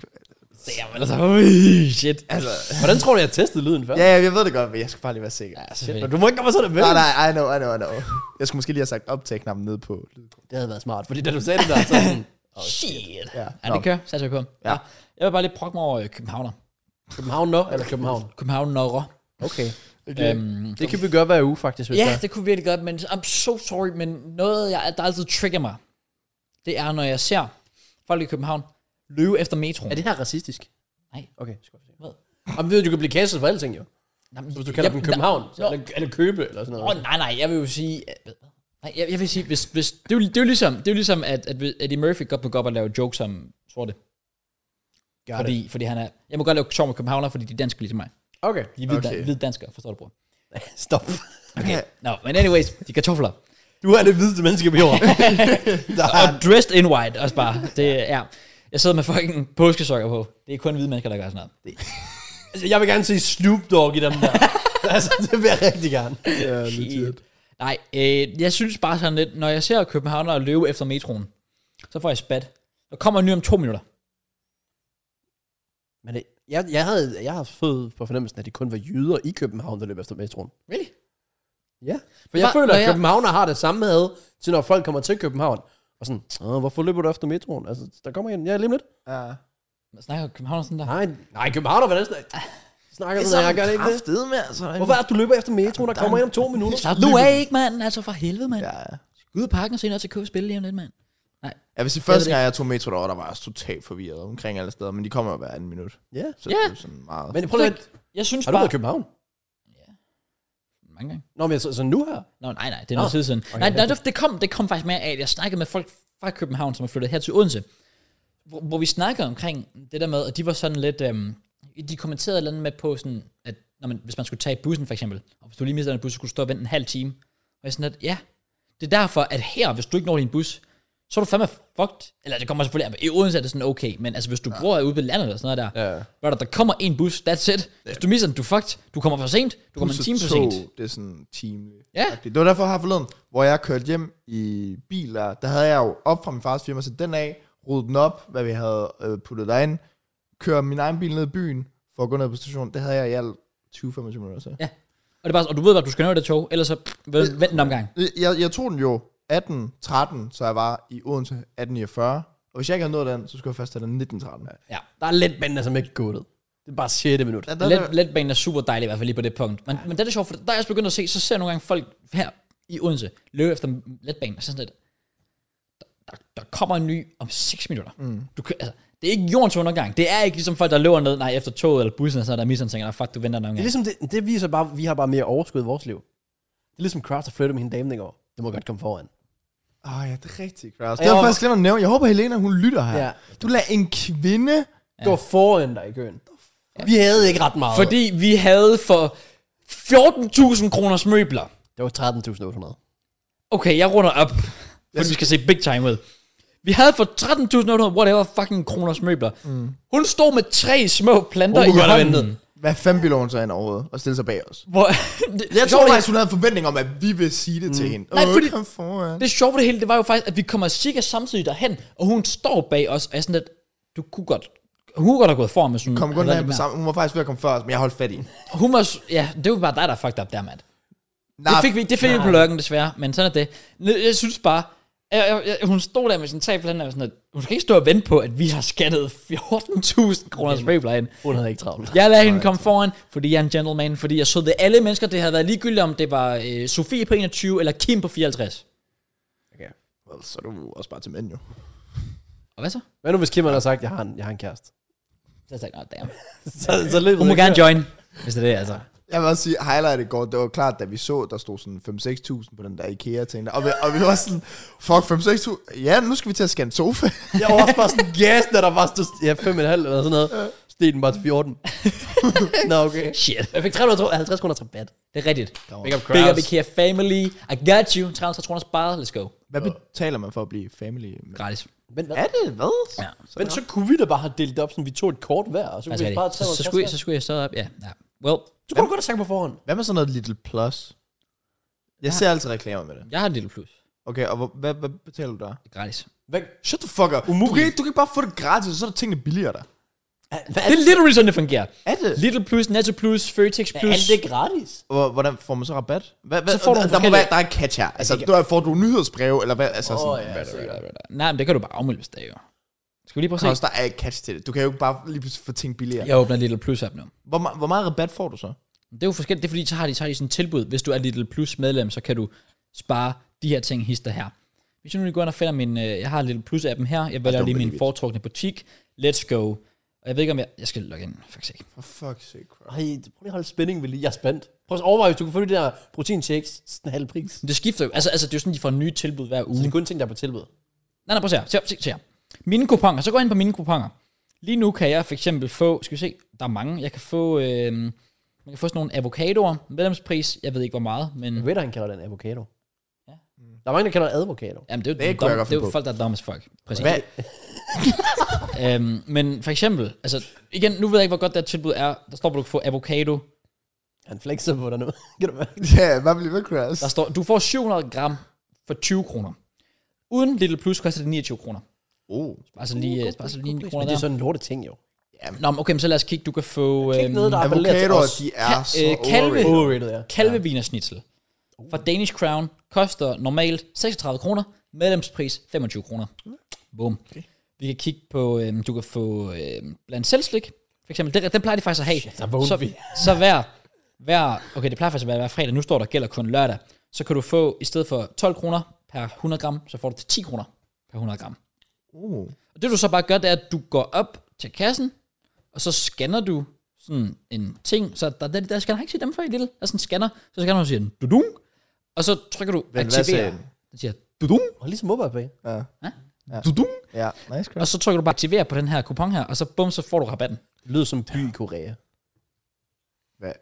Shit. Altså, hvordan tror du, jeg testede lyden før? Ja, jeg ved det godt, men jeg skal bare lige være sikker. Ja, shit, men du må ikke komme sådan med. Nej, I know. Jeg skulle måske lige have sagt optag-knappen ned på lydkort. Det havde været smart, fordi da du sagde det der, så sådan... Shit. Ja, det kører. Satser vi på. Ja. Jeg vil bare lige prokke mig over Københavner. Københavner eller København? Københavner. Okay. Det kan vi gøre hver uge, faktisk. Ja, det kunne vi virkelig godt, men I'm so sorry, men noget, der altid trigger mig, det er, når jeg ser folk i København løbe efter metroen. Er det her racistisk? Nej. Okay, skal jeg se. Jamen, ved du kan blive kastet for alting, jo. Hvis du kalder dem København, eller Købe, eller sådan noget. Nej, jeg vil jo sige... Nej, jeg vil sige, hvis det er jo ligesom, at Eddie Murphy godt på og lave jokes om sorte. Fordi han er... Jeg må godt lave sjov med københavner, fordi de er danske ligesom mig. Okay. De er hvide danskere, forstår du, bror? Stop. Okay. Nå, men anyways, de kartofler. Du er det hvideste menneske på jorden. Og dressed in white, også bare. Det er... Jeg sidder med fucking påskesokker på. Det er kun hvide mennesker, der gør sådan noget. Altså, jeg vil gerne se Snoop Dogg i dem der. Altså, det vil jeg rigtig gerne. Ja, lidt. Nej, jeg synes bare sådan lidt, når jeg ser københavnere løbe efter metroen, så får jeg spat. Der kommer en ny om 2 minutter. Men det, jeg har fået på fornemmelsen, at det kun var jyder i København, der løb efter metroen. Really? Ja. For jeg føler, at københavner har det samme had til, når folk kommer til København. Og sådan, hvorfor løber du efter metroen? Altså, der kommer en, lige lidt. Ja. Man snakker københavner sådan der. Nej, københavner, hvordan snakker sådan, jeg gør det ikke det. Med, altså. Hvorfor er du løber efter metroen, der kommer ind om 2 minutter? Slap nu af, ikke, mand? Altså, for helvede, mand. Ja. Gå ud af parken og se noget til købe spil lige om lidt, mand. Nej. Jeg vil sige, første gang jeg tog metro derovre, der var jeg også totalt forvirret omkring alle steder, men de kommer jo hver anden minut. Ja. Så det er sådan meget... Men prøv at jeg synes har du været i København? Ja. Mange gange. Nå, men så nu her? Nå, nej, det er noget tid siden. Okay. Nej, det kom faktisk med af, at jeg snakkede med folk fra København, som er flyttet her til Odense, hvor vi snakkede omkring det der med, at de var sådan lidt, de kommenterede et eller andet med på sådan, at hvis man skulle tage bussen for eksempel, og hvis du lige mistede en bus, så skulle du stå og vente en halv time. Og jeg sådan, at ja, det er derfor, at her, hvis du ikke når din bus, så er du fandme fucked. Eller det kommer selvfølgelig, i Odense er det sådan okay, men altså hvis du bor ude på landet eller sådan noget der, der kommer en bus, that's it. Hvis du misser den, du er fucked. Du kommer for sent, du kommer en time for sent. Det er sådan time. Ja. Det var derfor, her forleden, hvor jeg kørte hjem i bil, der havde jeg jo op fra min fars firma, så den af, ryddet den op, hvad vi havde puttet derind, køre min egen bil ned i byen, for at gå ned på stationen. Det havde jeg i alt 20-25 minutter så. Ja. Og du ved bare, du skal nå det tog, ellers så vent en omgang. Jeg tog den jo 18.13, så jeg var i Odense 18.49. Og hvis jeg ikke havde nået den, så skulle jeg først have den 19.13. Ja. Der er letbanen, som ikke gået. Det er bare 6. minut. Letbanen er super dejlig, i hvert fald lige på det punkt. Men det er sjovt, for der er jeg også begyndt at se, så ser jeg nogle gange folk her i Odense løbe efter letbanen, og sådan lidt, der kommer en ny om 6 minutter. Altså, det er ikke jordens undergang. Det er ikke ligesom folk, der løber ned efter toget eller bussen, og så der misser en ting, og fuck, du venter nogle gange. Det er ligesom, det viser bare, vi har bare mere overskud i vores liv. Det er ligesom Kraus, der flyttede med hende dame i går. Det må godt komme foran. Ja, det er rigtigt, Kraus. Det var faktisk glemt at nævne. Jeg håber, Helena, hun lytter her. Ja. Du lader en kvinde gå foran dig i køen. Ja. Vi havde ikke ret meget. Fordi vi havde for 14.000 kroners møbler. Det var 13.800. Okay, jeg runder op, fordi vi skal se big time ud. Vi havde for 13.800, whatever fucking kroners møbler. Hun stod med 3 små planter i hånden. Hvad fanden ville hun så ind overhovedet og stille sig bag os? Jeg tror faktisk, hun havde en forventning om, at vi vil sige det til hende. Nej, fordi det sjove for det hele, det var jo faktisk, at vi kommer cirka samtidig derhen, og hun står bag os, og jeg sådan lidt, hun kunne godt have gået foran med sådan... Hun var faktisk ved at komme før os, men jeg holdt fat i hende. Hun var, det var bare dig, der fucked up der, mand. Det fik vi på lørken, desværre, men sådan er det. Jeg synes bare, hun stod der med sin 3 planter, og sådan at hun skal ikke stå og vente på, at vi har skattet 14.000 kroners møbler ind. Hun havde ikke travlt. Jeg lader hende komme foran, fordi jeg er en gentleman, fordi jeg så ved alle mennesker, det havde været ligegyldigt, om det var Sofie på 21, eller Kim på 54. Okay. Well, så er du også bare til mænd, jo. Og hvad så? Hvad nu, hvis Kim har sagt, jeg har en kæreste? Så jeg sagde, damn. så hun må gerne join, hvis det er det, altså. Jeg vil også sige, highlight i går, det var klart, da vi så, der stod sådan 5-6.000 på den der IKEA-ting der, og vi var sådan, fuck 5-6.000, ja, nu skal vi til at scanne sofa. Jeg var også bare sådan gas, da der bare stod 5,5 eller sådan noget. Steg den bare til 14. Nå, okay. Shit. Jeg fik 350 kroner rabat. Det er rigtigt. Big up IKEA family. I got you. 350 kroner sparet. Let's go. Hvad betaler man for at blive family? Gratis. Men er det? Hvad? Ja. Men så kunne vi da bare have delt det op, sådan vi tog et kort hver, og så kunne vi bare så skulle jeg stå op, ja. Well. Så kunne du godt have sagt på forhånd. Hvad med sådan noget Little Plus? Jeg ser altid reklamer med det. Jeg har et Little Plus. Okay, og hvad betaler du der? Gratis. Shut the fuck up. Du kan ikke bare få det gratis, og så er der tingene billigere der. Det er literally sådan, det fungerer. Er det? Little Plus, Netto Plus, Føtex Plus. Er det gratis? Hvordan får man så rabat? Så får du der må være, der er en catch her. Altså, får du nyhedsbreve, eller hvad? Altså, Nej, men det kan du bare afmelde, hvis det er jo. Skal vi lige prøve at se? Der er et catch til det. Du kan jo ikke bare lige pludselig få ting billigere. Jeg åbner Little Plus app nu. Hvor meget rabat får du så? Det er jo forskelligt. Det er fordi, så har de sådan et tilbud. Hvis du er Little Plus medlem, så kan du spare de her ting hister her. Hvis jeg nu går ind og finder min... jeg har Little Plus appen her. Jeg vælger lige min foretrukne butik. Let's go. Og jeg ved ikke, om jeg skal logge ind. Faktisk. For fuck's sake, prøv lige at holde spænding ved lige. Jeg er spændt. Prøv at overveje, hvis du kan få de der proteinshakes. Sådan en halv pris. Det skifter jo. Altså, det er jo sådan, de får nye tilbud hver uge. Så det er kun ting, der er på tilbud. Nej, prøv at se her. Mine kuponer. Så går jeg ind på mine kuponer. Lige nu kan jeg for eksempel få... Skal vi se? Der er mange. Jeg kan få... Man kan få sådan nogle avocadoer, medlemspris, jeg ved ikke hvor meget, men... Jeg ved, at han kalder det en avocado. Ja. Der er mange, der kalder det advocado. Jamen, det er jo, Det kunne jeg godt det er finde jo på. folk, der er dumme as fuck. Præcis. Hvad? Men for eksempel, altså, igen, nu ved jeg ikke, hvor godt det her tilbud er. Der står, at du kan få avocado. Han flexer på dig nu. Kan du mærke? Ja, hvad bliver ved, Chris? Der står, du får 700 gram for 20 kroner. Uden Lidl Plus koster det 29 kroner. Altså lige 9 kroner Men det er der. sådan en lorte ting, jo. Nå, men okay, men så lad os kigge. Du kan få Kig ned, der appellerer til Avocadoer, os. de er så kalve- overrated. Overrated, ja. kalvevinersnitzel. Fra Danish Crown koster normalt 36 kroner. Medlemspris 25 kroner. Boom. Okay. Vi kan kigge på, du kan få blandt selvslik. For eksempel, den plejer de faktisk at have. Der vågnede vi. Så okay, det plejer faktisk at være hver fredag. Nu står der gælder kun lørdag. Så kan du få, i stedet for 12 kroner per 100 gram, så får du til 10 kroner per 100 gram. Og det du så bare gør, det er, at du går op til kassen, og så scanner du sådan en ting. Så der skal jeg ikke sige dem for i lille. Der er sådan en scanner. Så scanner du og siger den, dudung. Og så trykker du Men hvad sagde aktiver. den? Den siger, dudung. Og ligesom MobilePay. Ja. Ja. Dudung. Ja, nice, Chris. Og så trykker du bare aktiver på den her kupon her, og så bum, så får du rabatten. Det lyder som by i Korea. Hvad?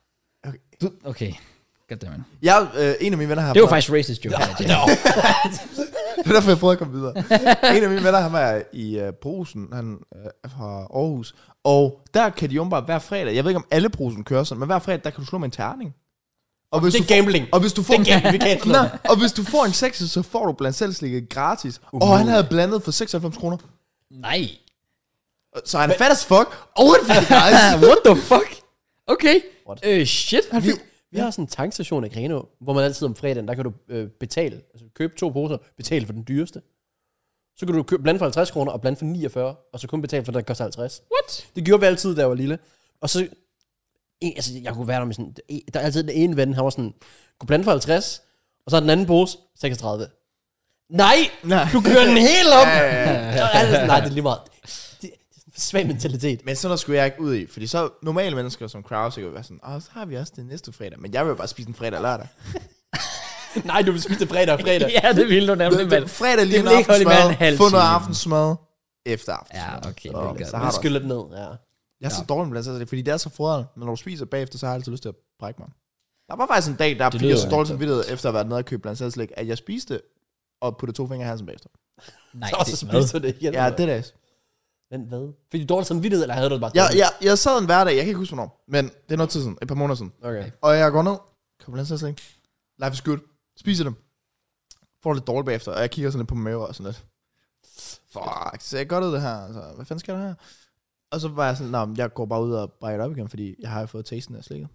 Okay. Goddammit. En af mine venner har... Det var faktisk racist joke. Det er derfor, jeg prøvede at komme videre. En af mine venner, han var i Brugsen, han er fra Aarhus, og der kan de bare hver fredag, jeg ved ikke om alle Brugsen kører sådan, men hver fredag, der kan du slå med en terning. Og hvis Det er gambling. Og hvis du får, Vi kan ikke slå nej, og hvis du får en 6, så får du blandt selv slikket gratis. Og han havde blandet for 96 kroner. Nej. Så han er fat as fuck, og han fik det gratis. What the fuck? Okay. What? Shit. Vi har sådan en tankstation i Grenaa, hvor man altid om fredagen, der kan du betale, altså købe 2 poser, betale for den dyreste. Så kan du blande for 50 kroner og blande for 49, og så kun betale for det, der koster 50. What? Det gjorde vi altid, da jeg var lille. Og så, altså jeg kunne være der med sådan, der er altid den ene ven, han var sådan, kunne blande for 50, og så den anden pose, 36. Nej, du kører den helt op. Nej, det er lige meget. Det er en svag mentalitet. Men sådan noget skulle jeg ikke ud i, fordi så normale mennesker som Kraus, kan jo være sådan, så har vi også det næste fredag, men jeg vil jo bare spise den fredag og lørdag. Nej, du vil spise det fredag og fredag. Ja, det vil du nemlig, mand. Fredag lige Det vil ikke holde i mere end en halv aftensmad, få noget time. aftensmad, efter aftensmad. Ja, okay. Så, Det så gør har Vi du skyller det ned, ja. Jeg er så dårlig med det, fordi det er så fodret, men når du spiser bagefter, så har jeg altid lyst til at brække mig. Der var faktisk en dag, der fik jeg så dårligt samvittighed, efter at have været nede og købe blandt selv slik, at jeg spiste og puttede 2 fingre i halsen bagefter. Nej, Og så spiser du det igen. Ja, det er det. Men hvad? Fik du dårligt samvittighed, eller havde du det bare? Jeg sad en hverdag, jeg kan ikke huske hvornår, men det er noget tid siden, et par måneder siden. Okay. Og jeg går ned, køber blandt selv slik, life is good, spiser dem, får lidt dårligt bagefter, og jeg kigger sådan lidt på mave og sådan lidt. Fuck, ser godt ud det her, altså, hvad fanden sker der her? Og så var jeg sådan, jeg går bare ud og brækker op igen, fordi jeg har jo fået tasten af slikket.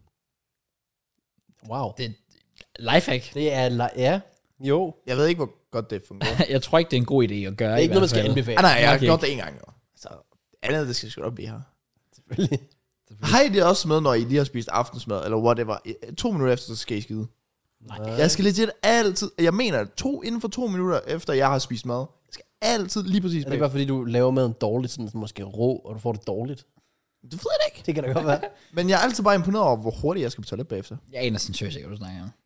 Wow. Det lifehack. Det er, ja, jo. Jeg ved ikke, hvor godt det fungerer. Jeg tror ikke, det er en god idé at gøre. Det er ikke noget, man skal anbefale. Nej, jeg har Okay. gjort det en gang jo. Så andet, det skal sgu op i her. Selvfølgelig. Har I det også med, når I lige har spist aftensmad, eller whatever? 2 minutter efter, så skal I skide. Nej. Jeg skal legit altid, jeg mener, inden for 2 minutter efter, jeg har spist mad, jeg skal altid lige præcis Er det bare fordi, du laver maden dårligt, sådan måske rå, og du får det dårligt? Det ved jeg ikke. Det kan da godt være. Men jeg er altid bare imponeret over, hvor hurtigt jeg skal på toilet bagefter. Jeg aner sådan seriøst ikke, hvad du snakker om.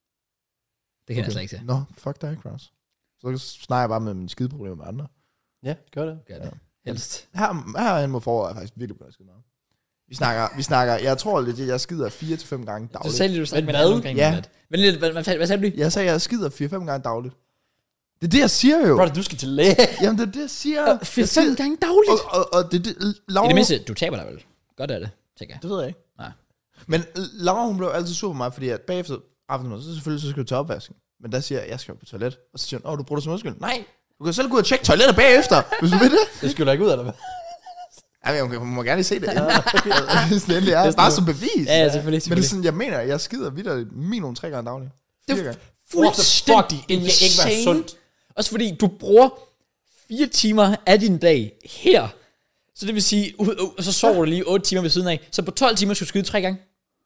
Det kan jeg slet ikke se. Nå, fuck dig, Kraus. Så snakker jeg bare med mine skideproblemer med andre. Ja, gør det. Gør det. Helst. Her må foråret er faktisk virkelig begyndt at skide meget. Vi snakker, jeg tror lidt, jeg skider 4 til 5 gange Du dagligt. sagde lige, du snakkede Men med hvad? anden omkring Ja. det. Men lidt, hvad sagde du? Jeg sagde, jeg skider 4-5 gange dagligt. Det er det, jeg siger jo. Bro, du skal til læge. Jamen, det er det, jeg siger. 4-5 gange dagligt? Og det Laura... I det mindste, du taber dig vel. Godt er det, tænker jeg. Det ved jeg ikke. Nej. Men Laura, hun blev altid sur på mig, fordi at bagefter aftenen, så selvfølgelig så skal du tage opvasken. Men der siger jeg skal jo på toilet. Og så siger hun, du bruger det som undskyld. Nej, du kan selv gå ud og tjekke toilettet bagefter, hvis du vil det. Det skal du ikke ud, eller hvad? Jamen, hun må gerne lige se det. Snældelig er. Bare som bevis. Ja, selvfølgelig. Men det er sådan, jeg mener, jeg skider videre minimum 3 gange dagligt. Det 4 er gange. fuldstændig Det kan ikke være sundt. Også fordi du bruger 4 timer af din dag her. Så det vil sige, så sover du lige 8 timer ved siden af. Så på 12 timer skal du skyde 3 gange.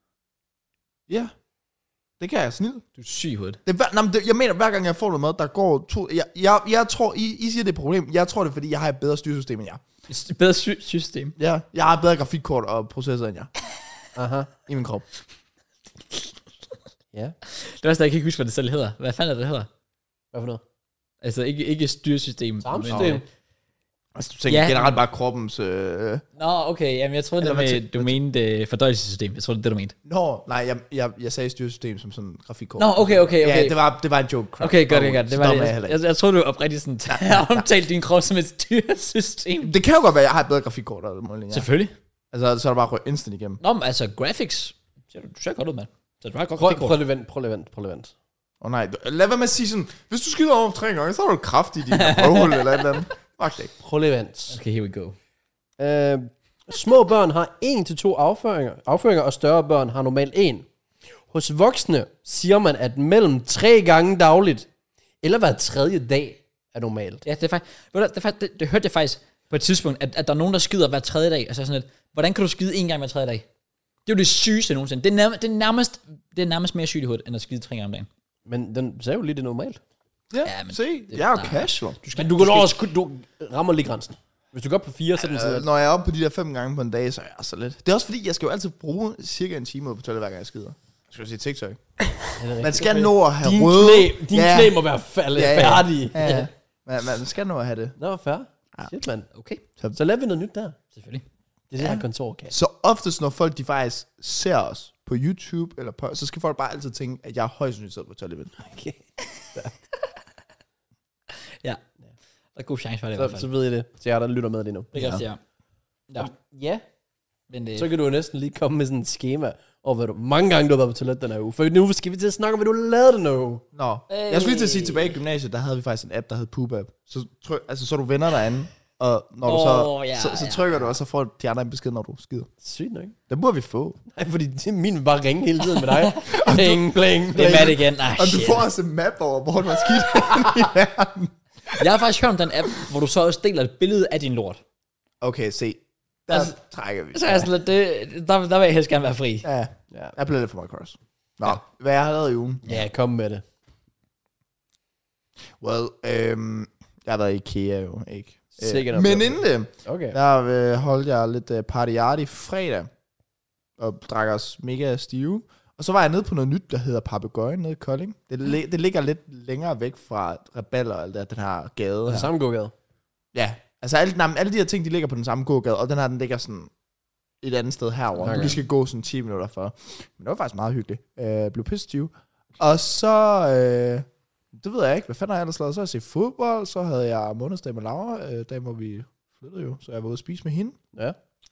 Ja. Det kan jeg snildt. Du er syg i hovedet. Jeg mener, hver gang jeg får noget mad, der går 2... Jeg tror, I siger, det er et problem. Jeg tror, det er, fordi jeg har et bedre styresystem end jer. Et bedre system. Ja, jeg har et bedre grafikkort og processor end jer. Aha. I min krop. Ja. Det er også, jeg kan ikke huske, hvad det selv hedder. Hvad fanden er det hedder? Hvad for noget? Altså, ikke styresystem. Tarmsystem. Altså, du tænker generelt bare kroppens... Nå, okay. Jamen, jeg troede, du mente fordøjelsessystem. Jeg troede, det du mente. Nå, nej, jeg sagde styresystem som sådan grafikkort. Nå, okay. Ja, det var en joke. Okay, godt. Det var det. Jeg troede, du oprigtigt sådan omtalte din krop som et styresystem. Det kan jo godt være, at jeg har et bedre grafikkort. Selvfølgelig. Altså, så er der bare rødt instant igennem. Nå, men altså, graphics. Du ser godt ud, mand. Så du har et godt grafikkort. Prøv lige vent. Nej, lad være med at sige sådan, hvis du skyder over 3 gange, så har du kraft i din røvhul eller et eller andet. Fuck det ikke. Prøv lige vent. Okay, here we go. Små børn har 1-2 afføringer, og større børn har normalt 1. Hos voksne siger man, at mellem 3 gange dagligt, eller hver tredje dag, er normalt. Ja, det hørte jeg faktisk på et tidspunkt, at der er nogen, der skider hver tredje dag. Altså sådan lidt, hvordan kan du skide 1 gang hver tredje dag? Det er jo det sygeste nogensinde. Det er nærmest mere sygt i hovedet, end at skide 3 gange om dagen. Men den sagde jo lige, det er normalt. Ja, men se, jeg er jo casual. Men du rammer lige grænsen. Hvis du går på 4, så er den sådan... Når jeg er oppe på de der 5 gange på en dag, så er jeg så lidt. Det er også fordi, jeg skal jo altid bruge cirka en time på toilet, hver gang jeg skider. Skal du sige TikTok? Man skal nå at have røde... Dine knæ må være færdige. Ja. Man skal nå at have det. Nå, fair. Shit, mand. Okay. Så laver vi noget nyt der. Selvfølgelig. Det er det her kontor, kan. Så oftest, når folk de faktisk ser os på YouTube, eller på, så skal folk bare altid tænke, at jeg er højst sandsynligt siddet på toilet. Okay. Ja. Der er god chance for det i hvert fald. Så ved jeg det. Så jeg der lytter med lige nu. Det kan jeg sige, ja. Ja. Men så kan du jo næsten lige komme med sådan et schema over, hvad du mange gange du har været på toilet den her uge. For nu skal vi til at snakke om, hvad du lavede den her uge. Nå. Jeg skulle lige til at sige, tilbage i gymnasiet, der havde vi faktisk en app, der hed Poop App. Så du vender derinde, og når du så trykker du, og så får de andre en besked, når du skider. Sygt nok. Det burde vi få. Nej, fordi min vil bare ringe hele tiden med dig. Bling. Det er Matt igen. Og du får også en map over, hvor du har skidt i verden. Jeg har faktisk hørt om den app, hvor du så også deler et billede af din lort. Okay, se. Der trækker vi. Så er jeg sådan lidt, der vil jeg helst gerne være fri. Ja. Jeg blev lidt for meget cross. Nå, hvad jeg har lavet i ugen? Ja, kom med det. Well, jeg har været i IKEA jo, ikke? Sikkert. Men inden det, okay. der holdt jeg lidt party fredag, og drak os mega stive. Og så var jeg nede på noget nyt, der hedder Papegøjen nede i Kolding. Det ligger lidt længere væk fra Rebeller, eller den her gade her. Det samme gågade? Ja, altså alle de her ting, de ligger på den samme gågade, og den her, den ligger sådan et andet sted herover. Okay. Vi skal gå sådan 10 minutter for. Men det var faktisk meget hyggeligt. Blev pissestive. Og så, det ved jeg ikke, hvad fanden har jeg ellers lavet? Så har jeg set fodbold, så havde jeg månedsdag med Laura, dagen hvor vi flyttede jo, så jeg var ude at spise med hende. Ja.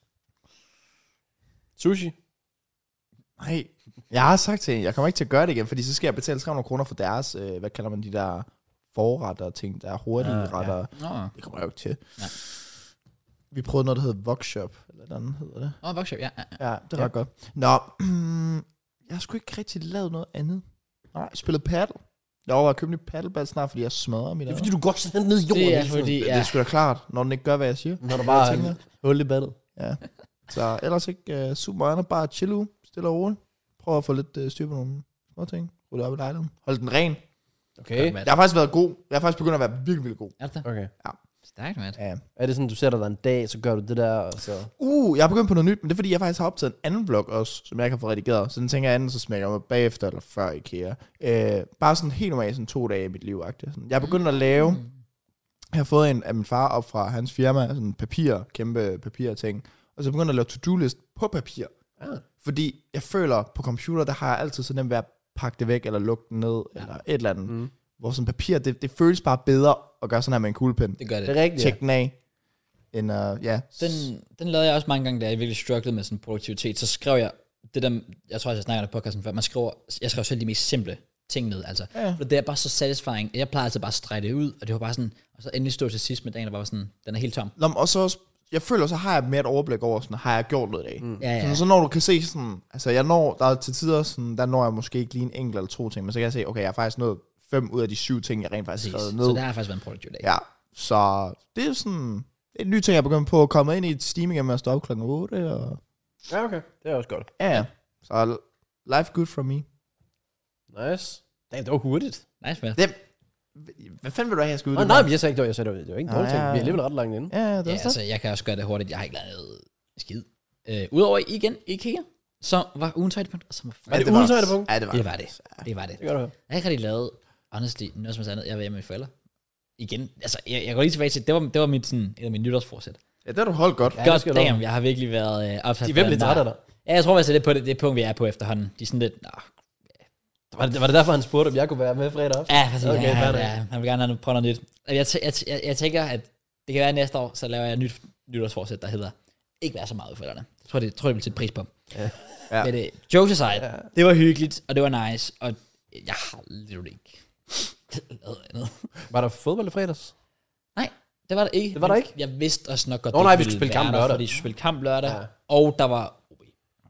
Sushi? Nej, jeg har sagt til hende, jeg kommer ikke til at gøre det igen, fordi så skal jeg betale 300 kroner for deres, hvad kalder man de der forretter ting, der er hurtige retter. Ja. Det kommer jeg jo ikke til. Ja. Vi prøvede noget, der hedder Vokshop, eller noget hedder det. Vokshop, ja. Ja, det er ret godt. Nå, jeg har sgu ikke rigtig lavet noget andet. Nej, jeg spillede paddle. Jeg overvejer at købe en paddleball snart, fordi jeg smadrer mit. Det er fordi, du går sådan ned i jorden. Det er fordi, det er sgu da klart, når den ikke gør, hvad jeg siger. Når du bare har hul i battet. Ja. Så ellers ikke super meget andet, bare chill ud, stille og roligt. Prøv at få lidt styr på nogle små ting. Rydde op i lejligheden. Hold den ren. Okay. Jeg har faktisk været god. Jeg har faktisk begyndt at være virkelig, virkelig god. Er det? Okay. Ja. Stærkt, Matt. Ja. Er det sådan, du sætter dig en dag, så gør du det der, og så... Jeg har begyndt på noget nyt, men det er fordi, jeg faktisk har optaget en anden vlog også, som jeg ikke har fået redigeret. Så den tænker jeg anden, så smækker jeg mig bagefter eller før IKEA. Bare sådan helt normalt, sådan 2 dage i mit liv. Jeg har begyndt at lave... Jeg har fået en af min far op fra hans firma, sådan kæmpe papirting. Og så begyndt at lave to-do-list på papir. Fordi jeg føler, på computer, der har jeg altid så nemt ved at pakke det væk, eller lukke den ned, eller et eller andet. Hvor sådan papir, det føles bare bedre at gøre sådan her med en kuglepen. Det gør det. Det er rigtigt, Tjek den af. Den lavede jeg også mange gange, da jeg virkelig strugglede med sådan produktivitet. Så skrev jeg det der, jeg tror, jeg snakker det på podcasten før, jeg skrev selv de mest simple ting ned, altså. Ja. For det er bare så satisfying. Jeg plejer altså bare at strege det ud, og det var bare sådan, og så endelig stå til sidst med dagen, der var sådan, den er helt tom. Og så også, jeg føler, så har jeg mere et overblik over, sådan, har jeg gjort noget i dag. Ja. Så når du kan se sådan, altså jeg når, der er til tider sådan, der når jeg måske ikke lige en enkelt eller 2 ting, men så kan jeg se, okay, jeg har faktisk nået 5 ud af de 7 ting, jeg rent faktisk har skrevet ned. Så det har faktisk været en produktiv dag. Ja, så det er sådan, en ny ting, jeg er begyndt på at komme ind i et Steam igen med at stå op klokken 8. Og... Ja, okay. Det er også godt. Ja. Så life good from me. Nice. Det var hurtigt. Nice, man. Hvad fanden vil du have, jeg skal ud? Nej, men jeg sagde ikke, det var ikke en dårlig ting. Vi er alligevel ret langt inde. Ja, det er altså, jeg kan også gøre det hurtigt. Jeg har ikke lavet skid. Udover igen IKEA, så var ugens højdepunkt. Er det ugens højdepunkt? Ja, det var det. Det var det. Det gør du. Jeg har ikke rigtig lavet, honestly, noget som andet. Jeg var hjemme med mine forældre. igen, altså, jeg går lige tilbage til, det var mit, sådan, et af mine nytårsforsæt. Ja, det har du holdt godt. Ja, God damn, jeg har virkelig været opsat. De er virkelig trætte af dig. Ja, jeg tror faktisk, det er på det punkt, vi er på efterhånden. De er sådan lidt, Var det derfor, han spurgte, om jeg kunne være med fredag op? ja, præcis. Okay, Ja, fair nok. han vil gerne prøve noget nyt. Jeg tænker, at det kan være næste år, så laver jeg et nytårsforsæt, der hedder, ikke være så meget ud for dig. Jeg tror, det vil sætte pris på. Ja. Ja. Men jokes aside, det var hyggeligt, og det var nice, og jeg har lidt ikke lavet andet. Var der fodbold i fredags? Nej, det var der ikke. Det var der ikke? Jeg vidste også nok godt, Nå, nej, vi ville skulle spille være kamp der, lørdag. fordi vi skulle spille kamp lørdag, Ja. og der var OB.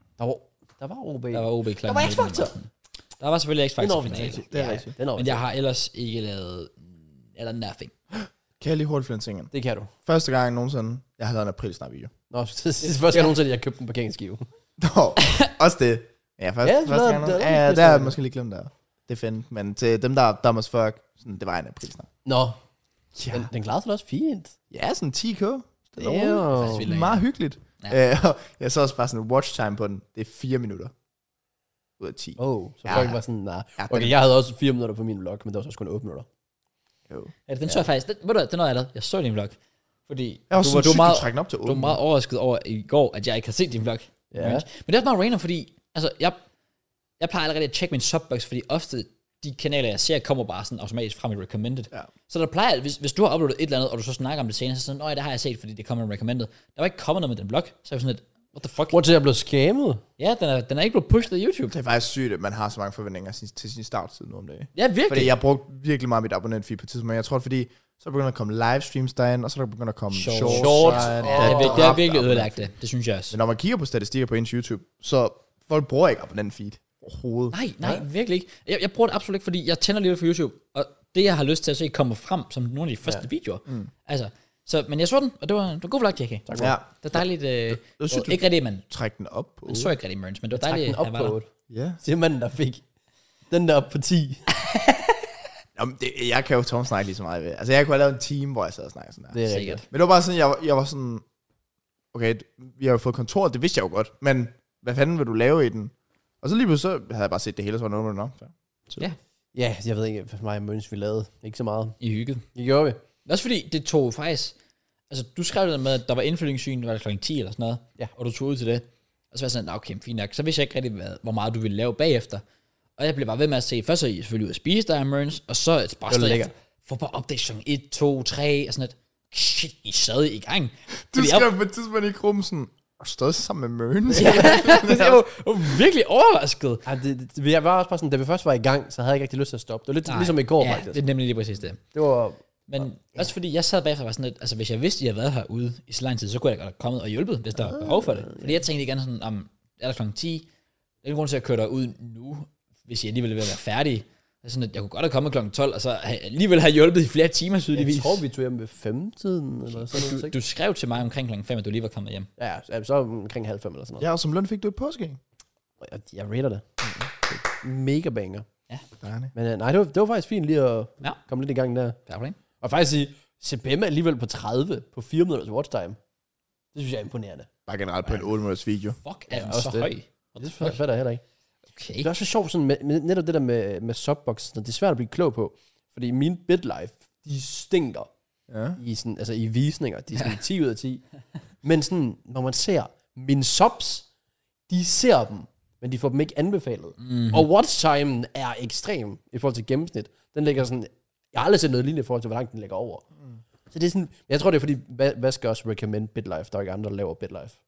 Der var OB. Der var OB klokken. Der var X-Factor. Der var selvfølgelig X-Factor Det er finale. Det er rigtigt. Den er Men jeg har ellers ikke lavet eller nothing. Kan jeg lige hurtigt finde tingene? Det kan du. Første gang nogensinde, jeg har lavet en april video. Nå, det er første gang nogensinde, jeg købte en parkeringsskive. Nå, også det. Ja, første gang det nogen. er Ja, lidt der har jeg fedt. måske lige glemt der. Det er fint. Men til dem, der er dumb as fuck, sådan, det var en april snart. Nå, Ja, den klarede sig da også fint. ja sådan 10k. Det er faktisk vildt. meget hyggeligt. Ja. Jeg så også bare sådan en watch time på den. Det er 4 minutter. Ud af 10. Så Ja. folk var sådan, nej. Ja, Okay, den- jeg havde også 4 minutter på min vlog, men det var så også kun 8 minutter. Jo. Ja, den så jeg faktisk. Ved du hvad, det er noget, jeg lavede. Jeg så din vlog. Fordi Jeg var du sådan var sygt, meget, du trækker den op til 8. du var meget overrasket over i går, at jeg ikke har set din vlog. Ja. Men det er også meget random, fordi altså, jeg plejer allerede at tjekke min subbox, fordi ofte de kanaler, jeg ser, kommer bare sådan automatisk frem i recommended. Ja. Så der plejer, hvis du har uploadet et eller andet, og du så snakker om det senere, så sådan, nej, det har jeg set, fordi det kommer i recommended. Der var ikke kommet noget med den vlog, så jeg var sådan lidt, what the fuck? Hvor til jeg blev scammet? Ja, den er ikke blevet pushet af YouTube. Det er faktisk sygt, at man har så mange forventninger til sin starttid nu om dagen. Ja, virkelig. Fordi jeg brugte virkelig meget mit abonnentfeed på et tidspunkt, men jeg tror, fordi så begynder der at komme livestreams derinde, og så er der begynder at komme shorts. Shorts. derinde. Ja, det har dræbt virkelig ødelagt abonnentfeed. det. Det synes jeg også. Men når man kigger på statistikker på ens YouTube, så folk bruger ikke abonnentfeed overhovedet. Nej, virkelig ikke. Jeg bruger det absolut ikke, fordi jeg tænder lidt for YouTube, og det, jeg har lyst til at se, kommer frem som nogle af de første videoer. Altså, så, men jeg så den, og det var en god vlog, JK. Ja, Det var dejligt. synes du- Ikke rigtig, man træk den op på. så ikke rigtig Mørns, men det var Træk dejligt, den op at han på var der. 8. Ja. Siger manden, der fik den der op på 10. Jamen, jeg kan jo tomsnakke lige så meget ved. Altså, jeg kunne have lavet en team, hvor jeg sad og snakkede sådan her. Det er Sikkert. rigtigt. Men det var bare sådan, jeg var sådan, okay, vi har jo fået kontor, det vidste jeg jo godt, men hvad fanden vil du lave i den? Og så lige pludselig, så havde jeg bare set det hele, så var noget nok. Så. Ja. Ja, jeg ved ikke, hvad mig og Møns, vi lavede. Ikke så meget. I hygget. Det gjorde vi. Også fordi, det tog faktisk... Altså, du skrev det med, at der var indfølgingssyn, var det klokken 10 eller sådan noget, Ja. og du tog ud til det. Og så var jeg sådan, okay, fint nok. Så vidste jeg ikke rigtig, hvor meget du ville lave bagefter. Og jeg blev bare ved med at se, først så er I selvfølgelig ud at spise der, Mørns, og så bare stod jeg lækkert. for bare update klokken 1, 2, 3, og sådan lidt. Shit, I sad i gang. Du Fordi skrev på et tidspunkt i gruppen sådan, og stod sammen med Mørens. jeg var virkelig overrasket. Ja, jeg var også bare sådan, da vi først var i gang, så havde jeg ikke rigtig lyst til at stoppe. Det var lidt ligesom i går, ja, faktisk. det er nemlig lige præcis det. Det var... Men også fordi jeg sad bagefter og var sådan lidt, altså hvis jeg vidste, at I havde været herude i så lang tid, så kunne jeg godt have kommet og hjulpet, hvis der var behov for det. Fordi jeg tænkte igen sådan, om er der klokken 10, der er ingen grund til at køre derud nu, hvis I alligevel vil være færdige. Så sådan, at jeg kunne godt have kommet klokken 12, og så alligevel have hjulpet i flere timer, tydeligvis. Jeg tror, vi tog hjem ved 5-tiden, eller sådan noget. Du skrev til mig omkring klokken 5, at du lige var kommet hjem. Ja, så omkring 5:30 eller sådan noget. Ja, og som løn fik du et påske. Jeg rater det. Mega banger. Dejligt. Men nej, det var faktisk fint lige at Ja. komme lidt i gang der. Fair play. Og faktisk sige, CPM er alligevel på 30 på 4 minutters watch time. Det synes jeg er imponerende. Bare generelt på en 8 minutters video. Fuck, er den også så det. høj? Det fatter jeg heller ikke. Okay. Det er også så sjovt, sådan med netop det der med subboxen, det er svært at blive klog på. Fordi min BitLife, de stinker Ja. i, sådan, altså i visninger. De er sådan 10 ud af 10. Men sådan, når man ser mine subs, de ser dem, men de får dem ikke anbefalet. Mm-hmm. Og watch time er ekstrem i forhold til gennemsnit. Den ligger sådan, jeg har aldrig set noget lignende i forhold til, hvor langt den ligger over. Så det er sådan, jeg tror det er fordi, hvad skal også recommend BitLife? Der er ikke andre, der laver BitLife.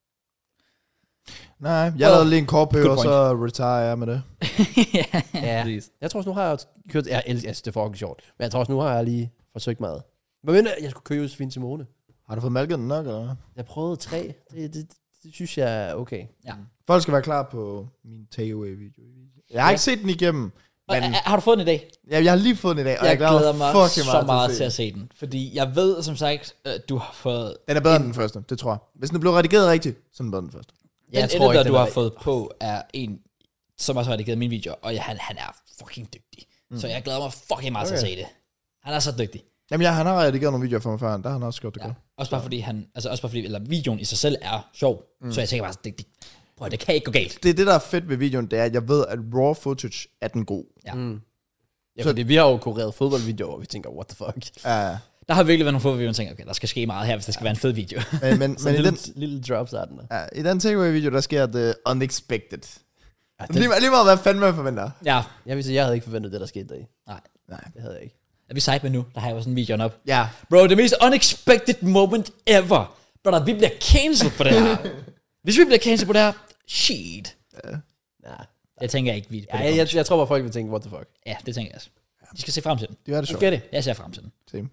Nej, jeg lavede lige en korpø, good og så retire jeg med det. Ja. Præcis. Jeg tror også, nu har jeg kørt, det er fucking sjovt, men jeg tror også, nu har jeg lige forsøgt meget. Men jeg skulle køre Josefine Simone. Har du fået malket den nok, eller hvad? Jeg prøvede 3. Det synes jeg er okay. Ja. Folk skal være klar på min takeaway-video. Jeg har ikke set den igennem, men Har du fået den i dag? ja, jeg har lige fået den i dag, og Jeg glæder mig fucking så meget til til at at se den. Fordi jeg ved, som sagt, du har fået... Den er bedre end den første, det tror jeg. Hvis den blev redigeret rigtigt, så er den bedre end den første. Den editor, du har fået på, er en, som også har redigeret min video, og han er fucking dygtig. Så jeg glæder mig fucking meget til at se det. Han er så dygtig. Jamen ja, han har redigeret nogle videoer for mig før, der har han også gjort det godt. Også bare fordi eller videoen i sig selv er sjov. Så jeg tænker bare, det kan ikke gå galt. Det er det, der er fedt ved videoen, det er, at jeg ved, at raw footage er den god. Ja. Ja, fordi vi har jo kureret fodboldvideoer, og vi tænker, what the fuck. Ja. Der har virkelig været nogle fodboldvideoer, og tænker, okay, der skal ske meget her, hvis det skal være en fed video. Men Så i lille, den, lille drops er den der. ja, i den takeaway-video, der sker det unexpected. Ja, Lige meget, hvad fanden man forventer. Ja, jeg vil sige, jeg havde ikke forventet det, der skete deri. nej. Det havde jeg ikke. Er vi sejt med nu? Der har jeg jo sådan en video op. Ja. Bro, the mest unexpected moment ever. Brother, vi bliver cancelled på det her. Hvis vi bliver cancelled på det her, shit. Ja. Jeg tænker ikke, vi på Ja, det jeg tror bare, folk vil tænke, what the fuck. Ja, det tænker jeg også. De skal se frem til den. Det var det sjovt. Skal det? Jeg ser frem til den. Same.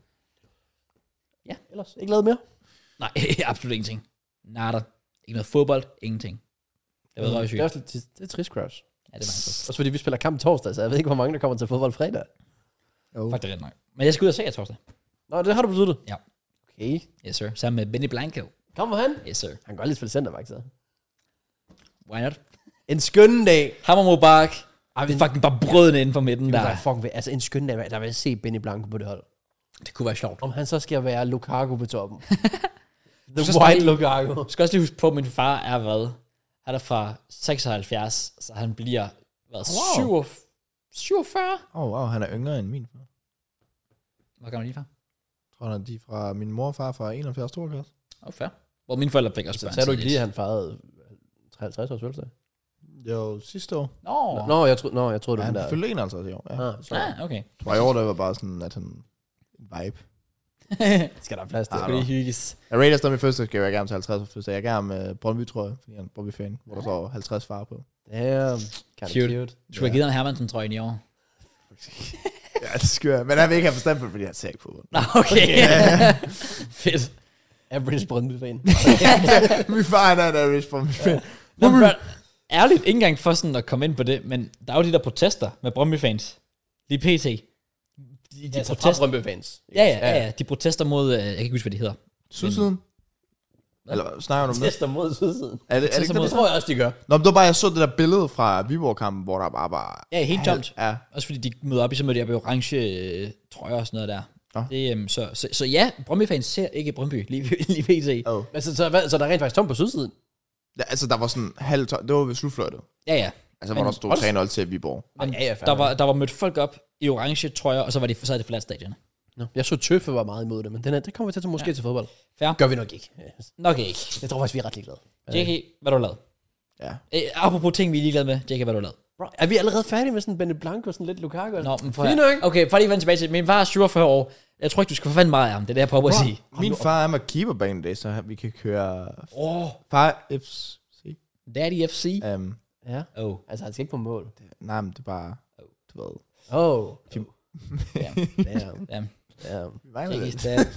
Ellers ikke lavet mere? Nej, absolut ingenting. Nada. Ikke noget fodbold, ingenting. Det var røvsygt. Det er også lidt, det er trist, Kraus. Ja, det var faktisk. Også fordi vi spiller kamp torsdag, så jeg ved ikke, hvor mange der kommer til fodbold fredag. Fuck, det er ret nok. Men jeg skal ud og se jer torsdag. Nå, det har du besluttet? Ja. Okay. Yes, sir. Sammen med Benny Blanco. Kommer han? Yes, sir. Han kan godt lige spille centerback, så. Why not? En skøn dag. Hammer Mubarak. Ej, Det er fucking bare brødene inden for midten det der. var fucking, altså en skøn dag, der vil jeg se Benny Blanco på det hold. Det kunne være sjovt. Om han så skal være Lukaku på toppen. Så The skal White I- Lukaku. Du skal også lige huske på, at min far er hvad? Han er fra 76, så han bliver hvad? 47? Wow, han er yngre end min far. Hvor gammel er din far? Jeg tror, han er de fra min mor og far fra 71. Fair. Hvor mine forældre fik også Så børn. sagde du ikke tidligt. lige, at han fejrede 53 års fødselsdag? Jo, sidste år. Nå. Jeg troede, Ja, du den han der. fyldte 51 i år. Ja. Okay. Jeg tror i år, der var bare sådan, at han en vibe. Det skal der have plads til. Ah, Skal lige hygges. Jeg Raiders, der er min første, skal jeg gerne til 50 års fødselsdag. Jeg gav ham Brøndby, tror jeg, fordi han er en Brøndby-fan, hvor der står 50 far på. Damn. Kind Cute. cute. Du skulle have givet ham Hermansen trøjen i år. Ja, det skør. Men han vil ikke have forstand på, fordi han ser ikke på. Nå, okay. Fedt. Average Brøndby-fan. Min far han er en average Brøndby-fan. Nå, men ærligt, ikke engang for sådan at komme ind på det, men der er jo de der protester med Brøndby-fans. Lige pt. De Ja, så fra protester. Brøndby-fans. Ja. De protester mod, jeg kan ikke huske, hvad de hedder. Sydsiden? Eller snakker du om det? Tester mod sydsiden. Er det ikke Tester det? mod- Det tror jeg også, de gør. Nå, men det var bare, jeg så det der billede fra Viborg-kampen, hvor der bare var... Ja, helt tomt. Ja. Også fordi de møder op i, så møder de op i orange trøjer og sådan noget der. Nå. Det, så ja, Brøndby-fans ser ikke Brøndby lige pt. Oh. Altså, så der er rent faktisk tomt på sydsiden. Ja, altså, der var sådan halv... Det var ved slutfløjtet. Ja. Altså, hvor Men der stod også- 3-0 til Viborg. Men ja, fair der var mødt folk op i orange trøjer, og så havde de forladt stadion. Nå, jeg så Tøffe var meget imod det, men det kommer vi til måske til fodbold. Fair. Gør vi nok ikke. Nok ikke. Jeg tror faktisk, vi er ret ligeglade. JK, hvad har du lavet? Ja. Apropos ting, vi er ligeglade med. JK, hvad har du lavet? Bro, er vi allerede færdige med sådan Benny Blanco, sådan lidt Lukaku? Nå, men Fint nok. okay, for lige at vende tilbage til, min far er 47 år. Jeg tror ikke, du skal forvente meget af ham. Det er det, jeg prøver at sige. Min far er med keeperbanen i dag, så vi kan køre... Åh, Far FC. Daddy FC. Ja, Oh. altså han skal ikke på mål. Nej, men det er bare... Du ved... Damn. Damn. Damn. JK's dad.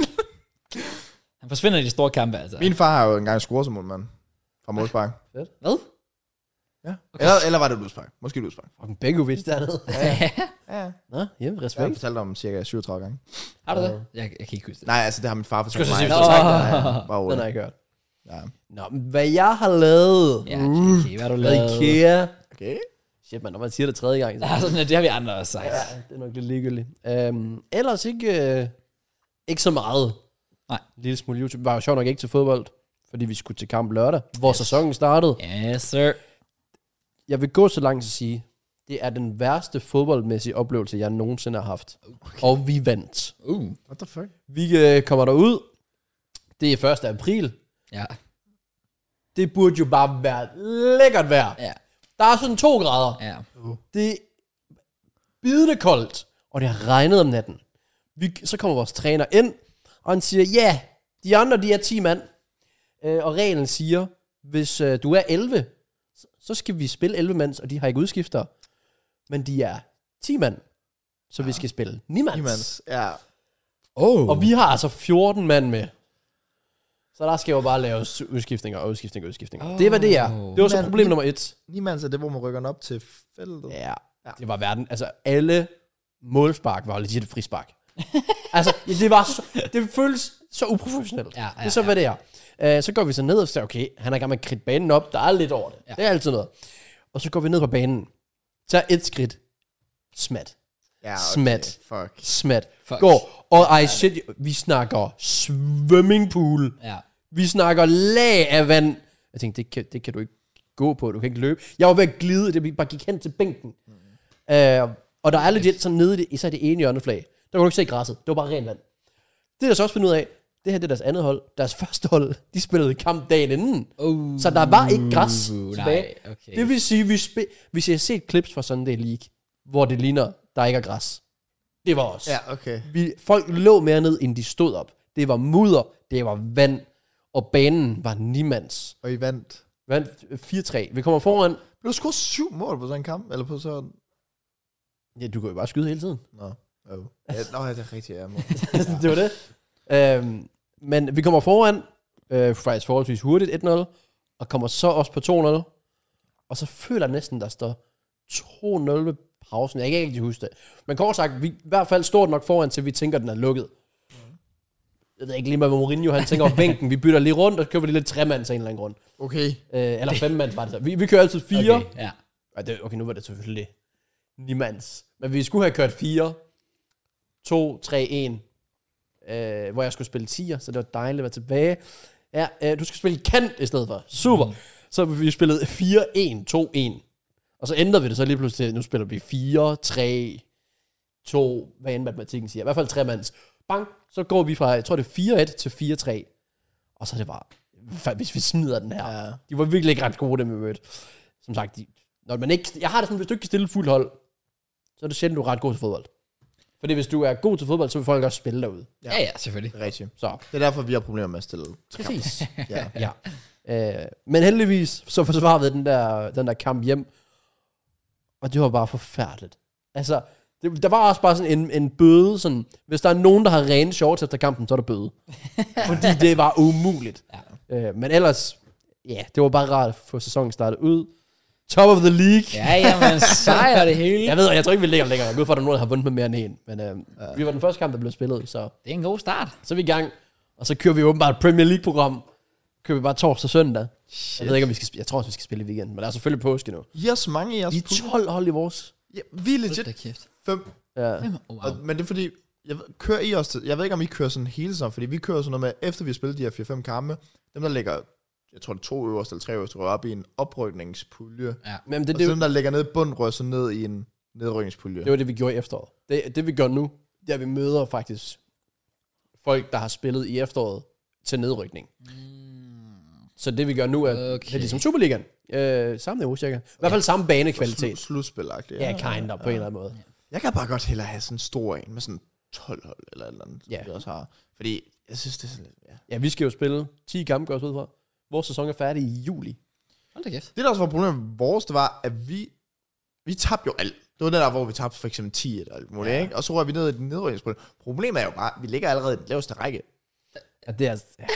Han forsvinder i de store kampe, altså. Min far har jo engang scoret som målmand. Fra målspark. Hvad? Ja. Okay. Eller var det et udspark? Måske et udspark. Fucking Begovic dernede. Ja. Nå, Jeg har respekt. fortalt om cirka 37 gange. Har du det? Jeg kan ikke huske det. Nej, altså det har min far fortalt Skal mig. jeg så sige, Åh. Bare Den rolig. har jeg ikke hørt. Ja. Nå, men hvad jeg har lavet. Ja, JK, hvad har du lavet? IKEA. Okay. Shit, man, når man siger det tredje gang. Så. Ja, sådan, det har vi andre også sagt. Ja, det er nok lidt ligegyldigt. Ellers ikke så meget. Nej. En lille smule YouTube. Var jo sjovt nok ikke til fodbold, fordi vi skulle til kamp lørdag, hvor sæsonen startede. Yes, sir. Jeg vil gå så langt til at sige, det er den værste fodboldmæssige oplevelse, jeg nogensinde har haft. Okay. Og vi vandt. What the fuck? Vi kommer derud. Det er 1. april. Ja. Det burde jo bare være lækkert vejr. Ja. Der er sådan 2 grader. Ja. Det er bidende koldt, og det har regnet om natten. Så kommer vores træner ind, og han siger, ja, de andre, de er 10 mand. Og reglen siger, hvis du er 11, så skal vi spille 11 mands, og de har ikke udskifter. Men de er 10 mand, så vi skal spille 9 mands. Imens. Ja. Og vi har altså 14 mand med. Så der skal jo bare laves udskiftninger. Det var det, ja. Det var så problem nummer 1. Niemals er det, hvor man rykker den op til feltet. Ja, det var verden. Altså, alle målspark var legit et frispark. Altså, det føles så uprofessionelt. Ja, Det er så, hvad det er. Så går vi så ned og siger, okay, han er i gang med at kridte banen op. Der er lidt over det. Ja. Det er altid noget. Og så går vi ned på banen. Tager et skridt. Smat. Ja, Smat. Fuck. Smat. Fuck. Går. Og shit, vi snakker swimmingpool. Ja. Vi snakker lag af vand. Jeg tænkte, det kan du ikke gå på. Du kan ikke løbe. Jeg var ved at glide. Det bare gik hen til bænken. Og der er legit sådan nede i det, især det ene hjørneflag. Der kunne du ikke se græsset. Det var bare rent vand. Det er der så også fundet ud af. Det her det er deres andet hold. Deres første hold, de spillede kamp dagen inden. Så der var ikke græs tilbage. Nej, okay. Det vil sige, hvis jeg har set clips fra Sunday League, hvor det ligner, der ikke er græs. Det var os. Ja, okay. Folk lå mere ned, end de stod op. Det var mudder, det var vand, og banen var nimands. Og I vandt. Vandt 4-3. Vi kommer foran. Blev du scoret 7 mål på sådan en kamp? Eller på sådan... Ja, du kan jo bare skyde hele tiden. Nå, ja, det er rigtigt, ja. Det var det. Men vi kommer foran, faktisk forholdsvis hurtigt 1-0, og kommer så også på 2-0. Og så føler jeg næsten, der står 2-0 ved pausen. Jeg kan ikke rigtig huske det. Men kort sagt, vi i hvert fald stort nok foran, til vi tænker, den er lukket. Jeg ved ikke lige med Mourinho, han tænker over bænken. Vi bytter lige rundt, og så kører vi lige lidt tremands af en eller anden grund. Okay. Eller femmands var det så. Vi kører altid 4. Okay, ja. Okay, nu var det selvfølgelig 9-mands. Men vi skulle have kørt 4, 2, 3, 1. Hvor jeg skulle spille 10'er, så det var dejligt at være tilbage. Ja, du skal spille kant i stedet for. Super. Så vi spillede 4, 1, 2, 1. Og så ændrede vi det så lige pludselig til, nu spiller vi 4, 3, 2, hvad end matematikken siger. I hvert fald 3 mands. Bang, så går vi fra, jeg tror det er 4-1 til 4-3. Og så er det bare, hvis vi smider den her. Ja. De var virkelig ikke ret gode, dem vi mødte. Som sagt, når man ikke, jeg har det sådan, hvis du ikke kan stille fuld hold, så er det sjældent, du er ret god til fodbold. Fordi hvis du er god til fodbold, så vil folk også spille derude. Ja, selvfølgelig. Rigtigt. Så. Det er derfor, vi har problemer med at stille. Præcis. ja. Men heldigvis, så forsvarede vi den der kamp hjem. Og det var bare forfærdeligt. Altså, der var også bare sådan en bøde, sådan, hvis der er nogen, der har rene shorts efter kampen, så er der bøde. Fordi det var umuligt. Ja. Men ellers, ja, det var bare rart at få sæsonen startet ud. Top of the league. Ja, man sejrer det hele. Jeg tror ikke, vi ligger længere. Jeg går ud fra, at der er nogen, der har vundet med mere end en. Men vi var den første kamp, der blev spillet, så... Det er en god start. Så er vi i gang. Og så kører vi åbenbart et Premier League-program. Kører vi bare torsdag og søndag. Shit. Jeg ved ikke, om vi skal... Jeg tror også, vi skal spille i weekenden. Men der er selvfølgelig påske nu. I har så mange i jeres Vi er 12 hold i vores. Ja, vi er legit 5. Ja. Wow. Men det er fordi... Kører I også til... Jeg ved ikke, om I kører sådan hele sammen. Fordi vi kører sådan noget med... Efter vi har spillet de her 4-5 kampe... Dem, der ligger... Jeg tror, det er 2 øverste eller 3 øverste, rører op i en oprykningspulje. Ja. Men og dem, der ligger nede i bunden, rører så ned i en nedrykningspulje. Det var det, vi gjorde i efteråret. Det vi gør nu, det er, at vi møder faktisk folk, der har spillet i efteråret til nedrykning. Så det vi gør nu, er det er ligesom Superligaen. Samme niveau, cirka. I hvert fald samme banekvalitet. Slutspilagtigt. Ja, kind of, på en eller anden måde. Jeg kan bare godt hellere have sådan en stor en, med sådan 12 hold eller et eller andet, ja. Vi også har. Fordi jeg synes, det er sådan lidt... Ja, vi skal jo spille 10 kampe, går os ud fra. Vores sæson er færdig i juli. Hold da kæft. Det der også var problemet med vores, det var, at vi tabte jo alt. Det var det der, hvor vi tabte for eksempel 10 eller alt muligt, ikke? Og så rører vi ned i den nedrykningsspil. Problemet er jo bare, at vi ligger allerede i den laveste række. Ja, det er...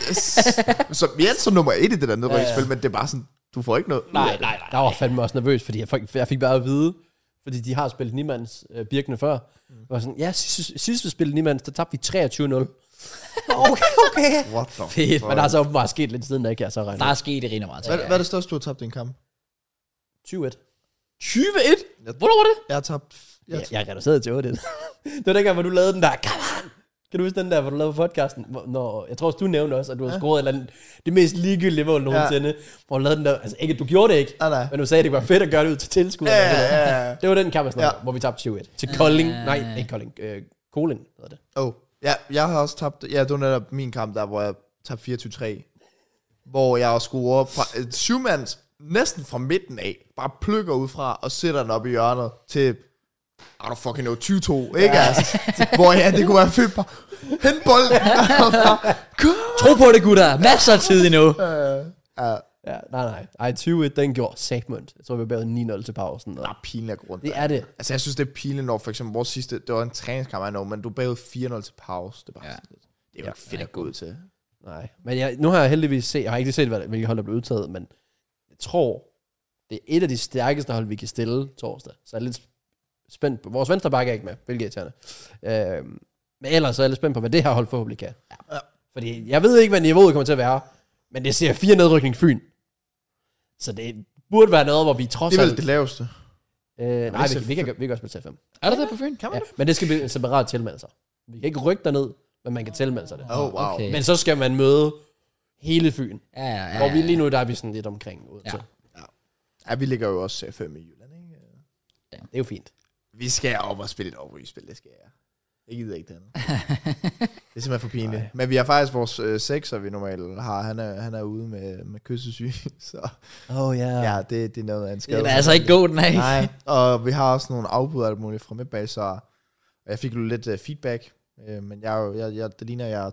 Så vi er så nummer 1 i det der nedrykningsspil, men det er bare sådan, du får ikke noget. Nej. Der var fandme også nervøs, fordi jeg fik bare at vide, fordi de har spillet Niemands Birkene før. Det var sådan, ja, sidst vi spillede Niemands, der tabte vi 23-0. Okay. What the fedt. Men der er så åbenbart sket lidt siden, der ikke er så regnet. Der er sket i rigtig meget. Hvad er det største, du har tabt i en kamp? 20-1. 20-1? Hvornår var det? Jeg har tabt... Jeg er reduceret til 8-1. Det var dengang, hvor du lavede den der... Kan du huske den der, hvor du lavede podcasten? Jeg tror også, du nævnte også, at du havde scoret et eller andet, det mest ligegyldige mål nogensinde. Hvor du lavede den der... Altså ikke, du gjorde det ikke. Men du sagde, at det var fedt at gøre det ud til tilskud. Ja. Det var den kamp, hvor vi tabte 20-1. Til Kolding. Nej, ikke Kolding. Kolding hedder det. Ja, jeg har også tabt... Ja, det var netop min kamp der, hvor jeg tabte 24-3. Hvor jeg scorer fra 7-mands, næsten fra midten af, bare plukker ud fra og sætter den op i hjørnet til... I don't fucking know, 20-2, ikke altså? Hvor ja, det kunne være fedt bare... Hent bolden! Tro på det, gutter! Masser af tid endnu! Ja, nej. Ej, 20-1, den gjorde Sagmund. Jeg tror, vi var bedre 9-0 til pausen. Der er pinligt rundt. Det er det. Altså, jeg synes, det er pinligt, når for eksempel vores sidste... Det var en træningskamp, men du er bagud 4-0 til pause. Det er bare sådan lidt... Det er jo ikke fedt at gå ud til. Nej, men nu har jeg heldigvis set... Jeg har ikke set, hvilket hold der blev udtaget, men jeg tror, det er et af de stærkeste hold, vi kan stille torsdag. Så jeg er lidt spændt på... Vores venstre bakke er ikke med, hvilket er irriterende. Men ellers så er jeg lidt spændt på, hvad det her hold forhåbentlig kan. Ja. Fordi jeg ved ikke, hvad niveauet kommer til at være, men det ser 4 nedrykning Fyn. Så det burde være noget, hvor vi trods alt... Det er vel det laveste. Nej, vi kan også spille 5. Er der det på Fyn? Kan man men det skal blive separat tilmelde sig. Vi kan ikke rykke derned, men man kan tilmelde sig det. Wow. Okay. Men så skal man møde hele Fyn. Ja. Hvor vi lige nu, der er vi sådan lidt omkring. Ja, vi ligger jo også 5 i Jylland, ikke? Ja. Det er jo fint. Vi skal op og spille et overbygningsspil, det skal jeg. Jeg gider ikke det andet. Det er simpelthen for pinligt. Men vi har faktisk vores sekser, vi normalt har. Han er ude med kyssesyge, så ja, det er noget af en skade. Det er altså ikke god, den af. Nej, og vi har også nogle afbud alt muligt fra midtbag, så jeg fik jo lidt feedback, men det ligner, jeg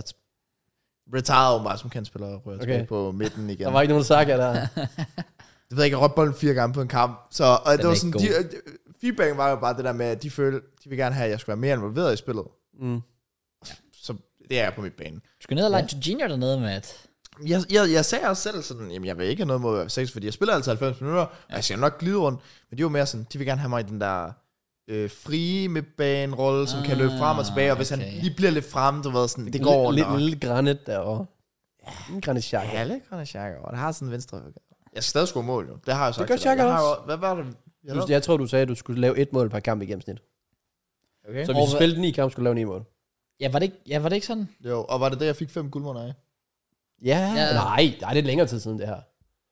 retired bare som kandspiller, rører tilbage på midten igen. Der var ikke nogen sager der. Det ved jeg ikke, jeg råbte bolden 4 gange på en kamp, så og det var sådan, feedbacken var jo bare det der med, at de vil gerne have, at jeg skulle være mere involveret i spillet. Så det er jeg på mit bane. Du skal ned og lege Jorginho dernede med at... Jeg sagde også selv sådan, jamen jeg vil ikke have noget mod 6, fordi jeg spiller altså 90 minutter, og jeg skal nok glide rundt, men det var mere sådan, de vil gerne have mig i den der frie midtbanerolle, som kan løbe frem og tilbage, og hvis han lige bliver lidt frem, du ved sådan, det går lidt granit derovre. Ja, en granit Xhaka. Ja, lidt granit Xhaka, og det har sådan en venstre. Jeg skal stadig score mål, jo. Det har jeg sagt. Det gør Xhaka også. Hvad var det? Jeg tror, du sagde, at du skulle lave 1 mål per kamp i gennemsnit. Okay. Så hvis du spillede 9 kampe, skulle du lave 9 mål. Ja, var det ikke sådan? Jo, og var det jeg fik 5 guldmål af? Ja. Nej, det er lidt længere tid siden det her.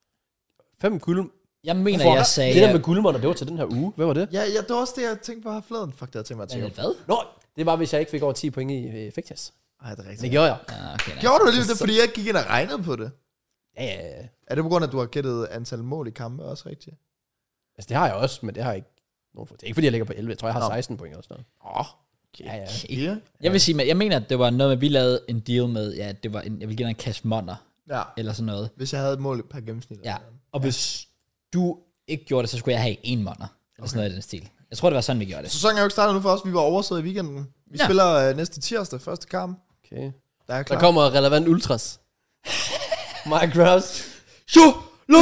5 guld. Jeg mener, jeg sagde... Det der med guldmåler, det var til den her uge. Hvad var det? Ja, det var også det, jeg tænkte på her forleden. Fuck, det jeg tænkt mig at Hvad? Nå, det var, hvis jeg ikke fik over 10 point i Fictas. Ej, det er rigtigt. Det gjorde jeg. Okay, gjorde du det, fordi jeg gik ind og regnede på det? Ja. Er det på grund af, at du har gættet antal mål i kampe også rigtigt? Altså, det har jeg også, men det har jeg ikke nogen for. Det er ikke, fordi jeg ligger på 11. Jeg tror, jeg har 16 point også. Okay. Ja. Jeg vil sige, jeg mener, at det var noget med, at vi lavede en deal med, ja, det var jeg vil give dig en cash money. Ja. Eller sådan noget. Hvis jeg havde et mål per gennemsnit. Ja. Og hvis du ikke gjorde det, så skulle jeg have 1 måned. Eller sådan noget i den stil. Jeg tror, det var sådan, vi gjorde det. Sæsonen er jo ikke startet nu for os. Vi var oversat i weekenden. Vi spiller næste tirsdag, første kamp. Okay. Der kommer relevant ultras. Mike Krause. Lo.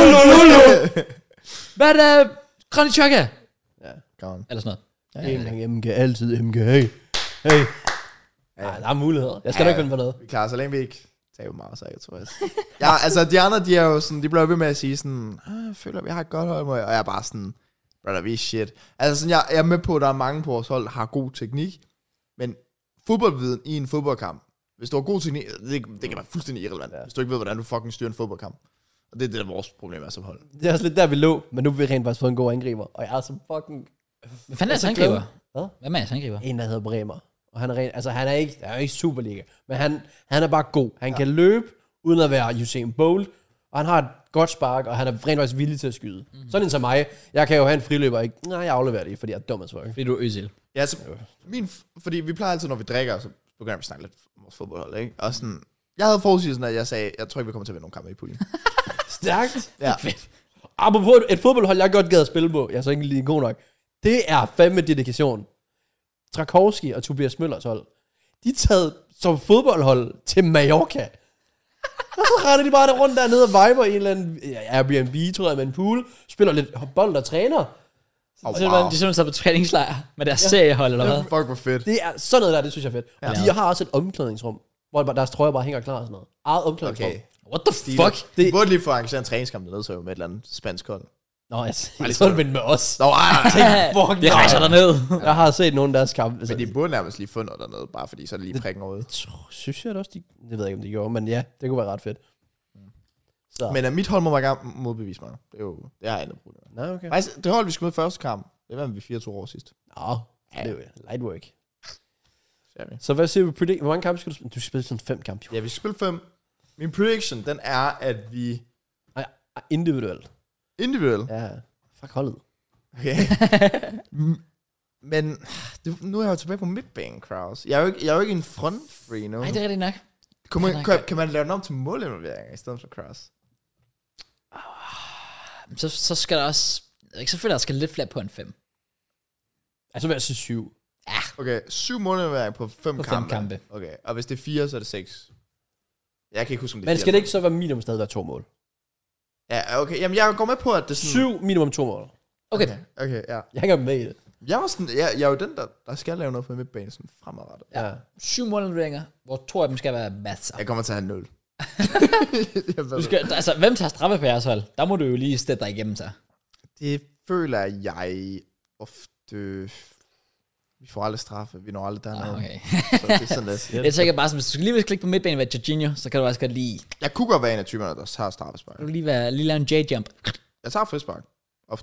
Hvad er det? Granit Xhaka? Ja, gavn. Eller sådan noget. Ja. MK, altid MK. Hey. Ja, der er muligheder. Jeg skal nok finde på noget. Vi klarer så længe vi ikke taber meget, så jeg tror jeg. Ja, altså de andre, de er jo sådan, de bliver ved med at sige sådan, jeg føler, vi har et godt hold, og jeg er bare sådan, brother, vi er shit. Altså sådan, jeg er med på, at der er mange på vores hold, der har god teknik, men fodboldviden i en fodboldkamp, hvis du har god teknik, det kan være fuldstændig irrelevant, hvis du ikke ved, hvordan du fucking styrer en fodboldkamp. Og det er det, der vores problem er som hold. Det er også lidt der, vi lå, men nu vil vi rent faktisk få en god angriber, og jeg er så fucking... Hvad fanden er hans angriber? Hvad med hans angriber? En, der hedder Bremer. Og han er rent, altså han er ikke Superliga, men han er bare god. Han kan løbe, uden at være Usain Bolt, og han har et godt spark, og han er rent faktisk villig til at skyde. Sådan en som mig, jeg kan jo have en friløber, ikke? Nej, jeg afleverer det, fordi jeg er dum as fuck. Fordi du er Özil. Ja, så fordi vi plejer altid, når vi drikker, så begynder vi at snakke lidt om vores fodboldhold, ikke? Og sådan, jeg havde forudsiget sådan, at jeg sagde, jeg tror ikke, vi kommer til at vinde nogle kampe i puljen. Stærkt. Ja. Fedt. Apropos et fodboldhold, jeg godt gad at spille på, jeg er så ikke lige god nok. Det er fandme dedikation. Trakowski og Tobias Møllers hold. De er taget som fodboldhold til Mallorca. Og så render de bare der rundt dernede og viber i en eller anden Airbnb, tror jeg, med en pool. Spiller lidt bold og træner. De er simpelthen taget på træningslejr med deres seriehold, eller hvad? Fuck, hvor fedt. Det er sådan noget der, det synes jeg er fedt. Og de har også et omklædningsrum, hvor deres trøjer bare hænger klar og sådan noget. Eget omklædningsrum. Okay. What the fuck? De burde lige få arrangeret en træningskamp dernede, så jo med et eller andet spansk hold. Nå, jeg så det med os. Nå, Det rejser derned. Jeg har set nogle af deres kampe. Men de burde nærmest lige få noget dernede, bare fordi så er det lige prikken over. Synes jeg også, det ved jeg ikke, om de gjorde, men ja, det kunne være ret fedt. Så. Men mit hold må være gerne modbevise mig. Det er jo, det har jeg andet problem. Nå, okay. Faktisk, det hold, vi skulle med første kamp, det var vi 4-2 år sidst. Nå, det er jo light work. Sorry. Så hvad siger vi? Hvor mange kampe skal du spille? Du skal spille sådan 5 kampe. Ja, vi skal spille 5. Min prediction, den er, at vi... Individuelt. Individuelt? Ja, fuck holdet. Okay. Men nu er jeg jo tilbage på midtbanen, Kraus. Jeg er jo ikke en front-free nu. Nej, det er rigtigt nok. Kan man lave den om til målinvolveringer i stedet for Kraus? Så skal der også... Så føler jeg, der skal lidt flere på en 5. Altså vil jeg sige 7. Ja. Okay, 7 målinvolveringer på 5 kampe. Okay, og hvis det er 4, så er det 6. Jeg kan ikke huske, om det er 4. Men skal det ikke så være minimum stadig være 2 mål? Ja, okay. Jamen, jeg går med på, at det er sådan... 7 minimum 2 mål. Okay, ja. Jeg hænger med i det. Jeg var sådan... Jeg er jo den, der skal lave noget på midtbanen sådan fremadrettet. Ja. 7 målindringer, hvor 2 af dem skal være masser. Jeg kommer til at have 0. Altså, hvem tager straffe på jeres hold? Der må du jo lige stætte dig igennem sig. Det føler jeg ofte... Vi får aldrig straffe, vi når aldrig dernede. Okay. Så det er sådan lidt. Jeg tænker bare, hvis du lige vil klikke på midtbanen ved Jorginho, så kan du også godt lige... Jeg kunne godt være en af typerne, der tager straffespark. Du lige lave en J-jump. Jeg tager frispark. Ofte. Ja.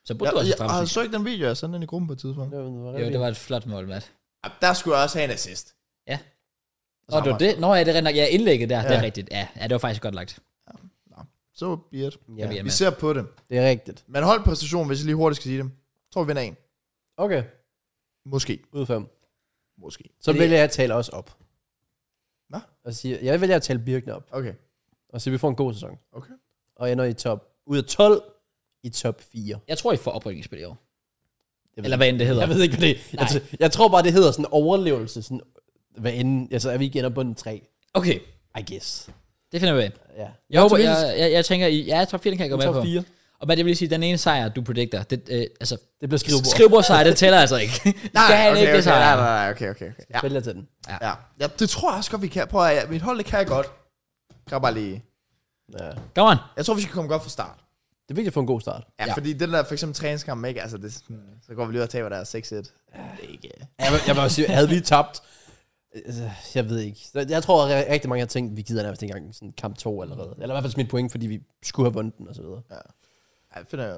Så burde du også Jeg har så ikke den video, jeg sendte den i gruppen på et tidspunkt. Jo, det var et flot mål, Matt. Ja, der skulle jeg også have en assist. Ja. Og det var det. Nå, ja, det er rent nok. Ja, indlægget der, det er rigtigt. Ja, det var faktisk godt lagt. Så bliver det. Ja. Vi ser på det. Det er rigtigt. Men hold præstation, hvis jeg lige hurtigt skal sige det. Tror vi vinder en. Okay. Måske. Ud af 5. Måske. Så vælger jeg at tale os op. Hvad? Og siger, jeg vælger at tale Birken op. Okay. Og så vi får en god sæson. Okay. Og ender i top. Ud af 12 i top 4. Jeg tror, I får oprykningsspil i år. Eller hvad end det hedder. Jeg ved ikke, hvad det er. Altså, jeg tror bare, det hedder sådan overlevelse. Sådan, hvad end, altså, er vi ikke ender på den 3. Okay. I guess. Det finder vi af. Ja. Jeg håber, jeg tænker, ja, top 4 kan jeg gå med top på. 4. Og hvad det vil sige, den ene sejr, du predikter, det bliver skrivebord. Skrivebordsejr, det tæller altså ikke. Nej, okay. Ja. Vælger til den. Ja, det tror jeg også godt, vi kan. Prøv at mit hold, det kan jeg godt. Kan bare lige. Ja. Come on. Jeg tror, vi skal komme godt fra start. Det er vigtigt at få en god start. Ja, fordi den der for eksempel træningskamp, ikke? Altså, det, så går vi lige og taber der 6-1. Det er ikke... Jeg vil også sige, havde vi tabt... Jeg ved ikke. Jeg tror, at rigtig mange har tænkt, vi gider nærmest ikke engang sådan kamp 2 allerede. Eller i hvert fald smidt point, fordi vi skulle have vundet den, og så videre. Ja, det finder jeg.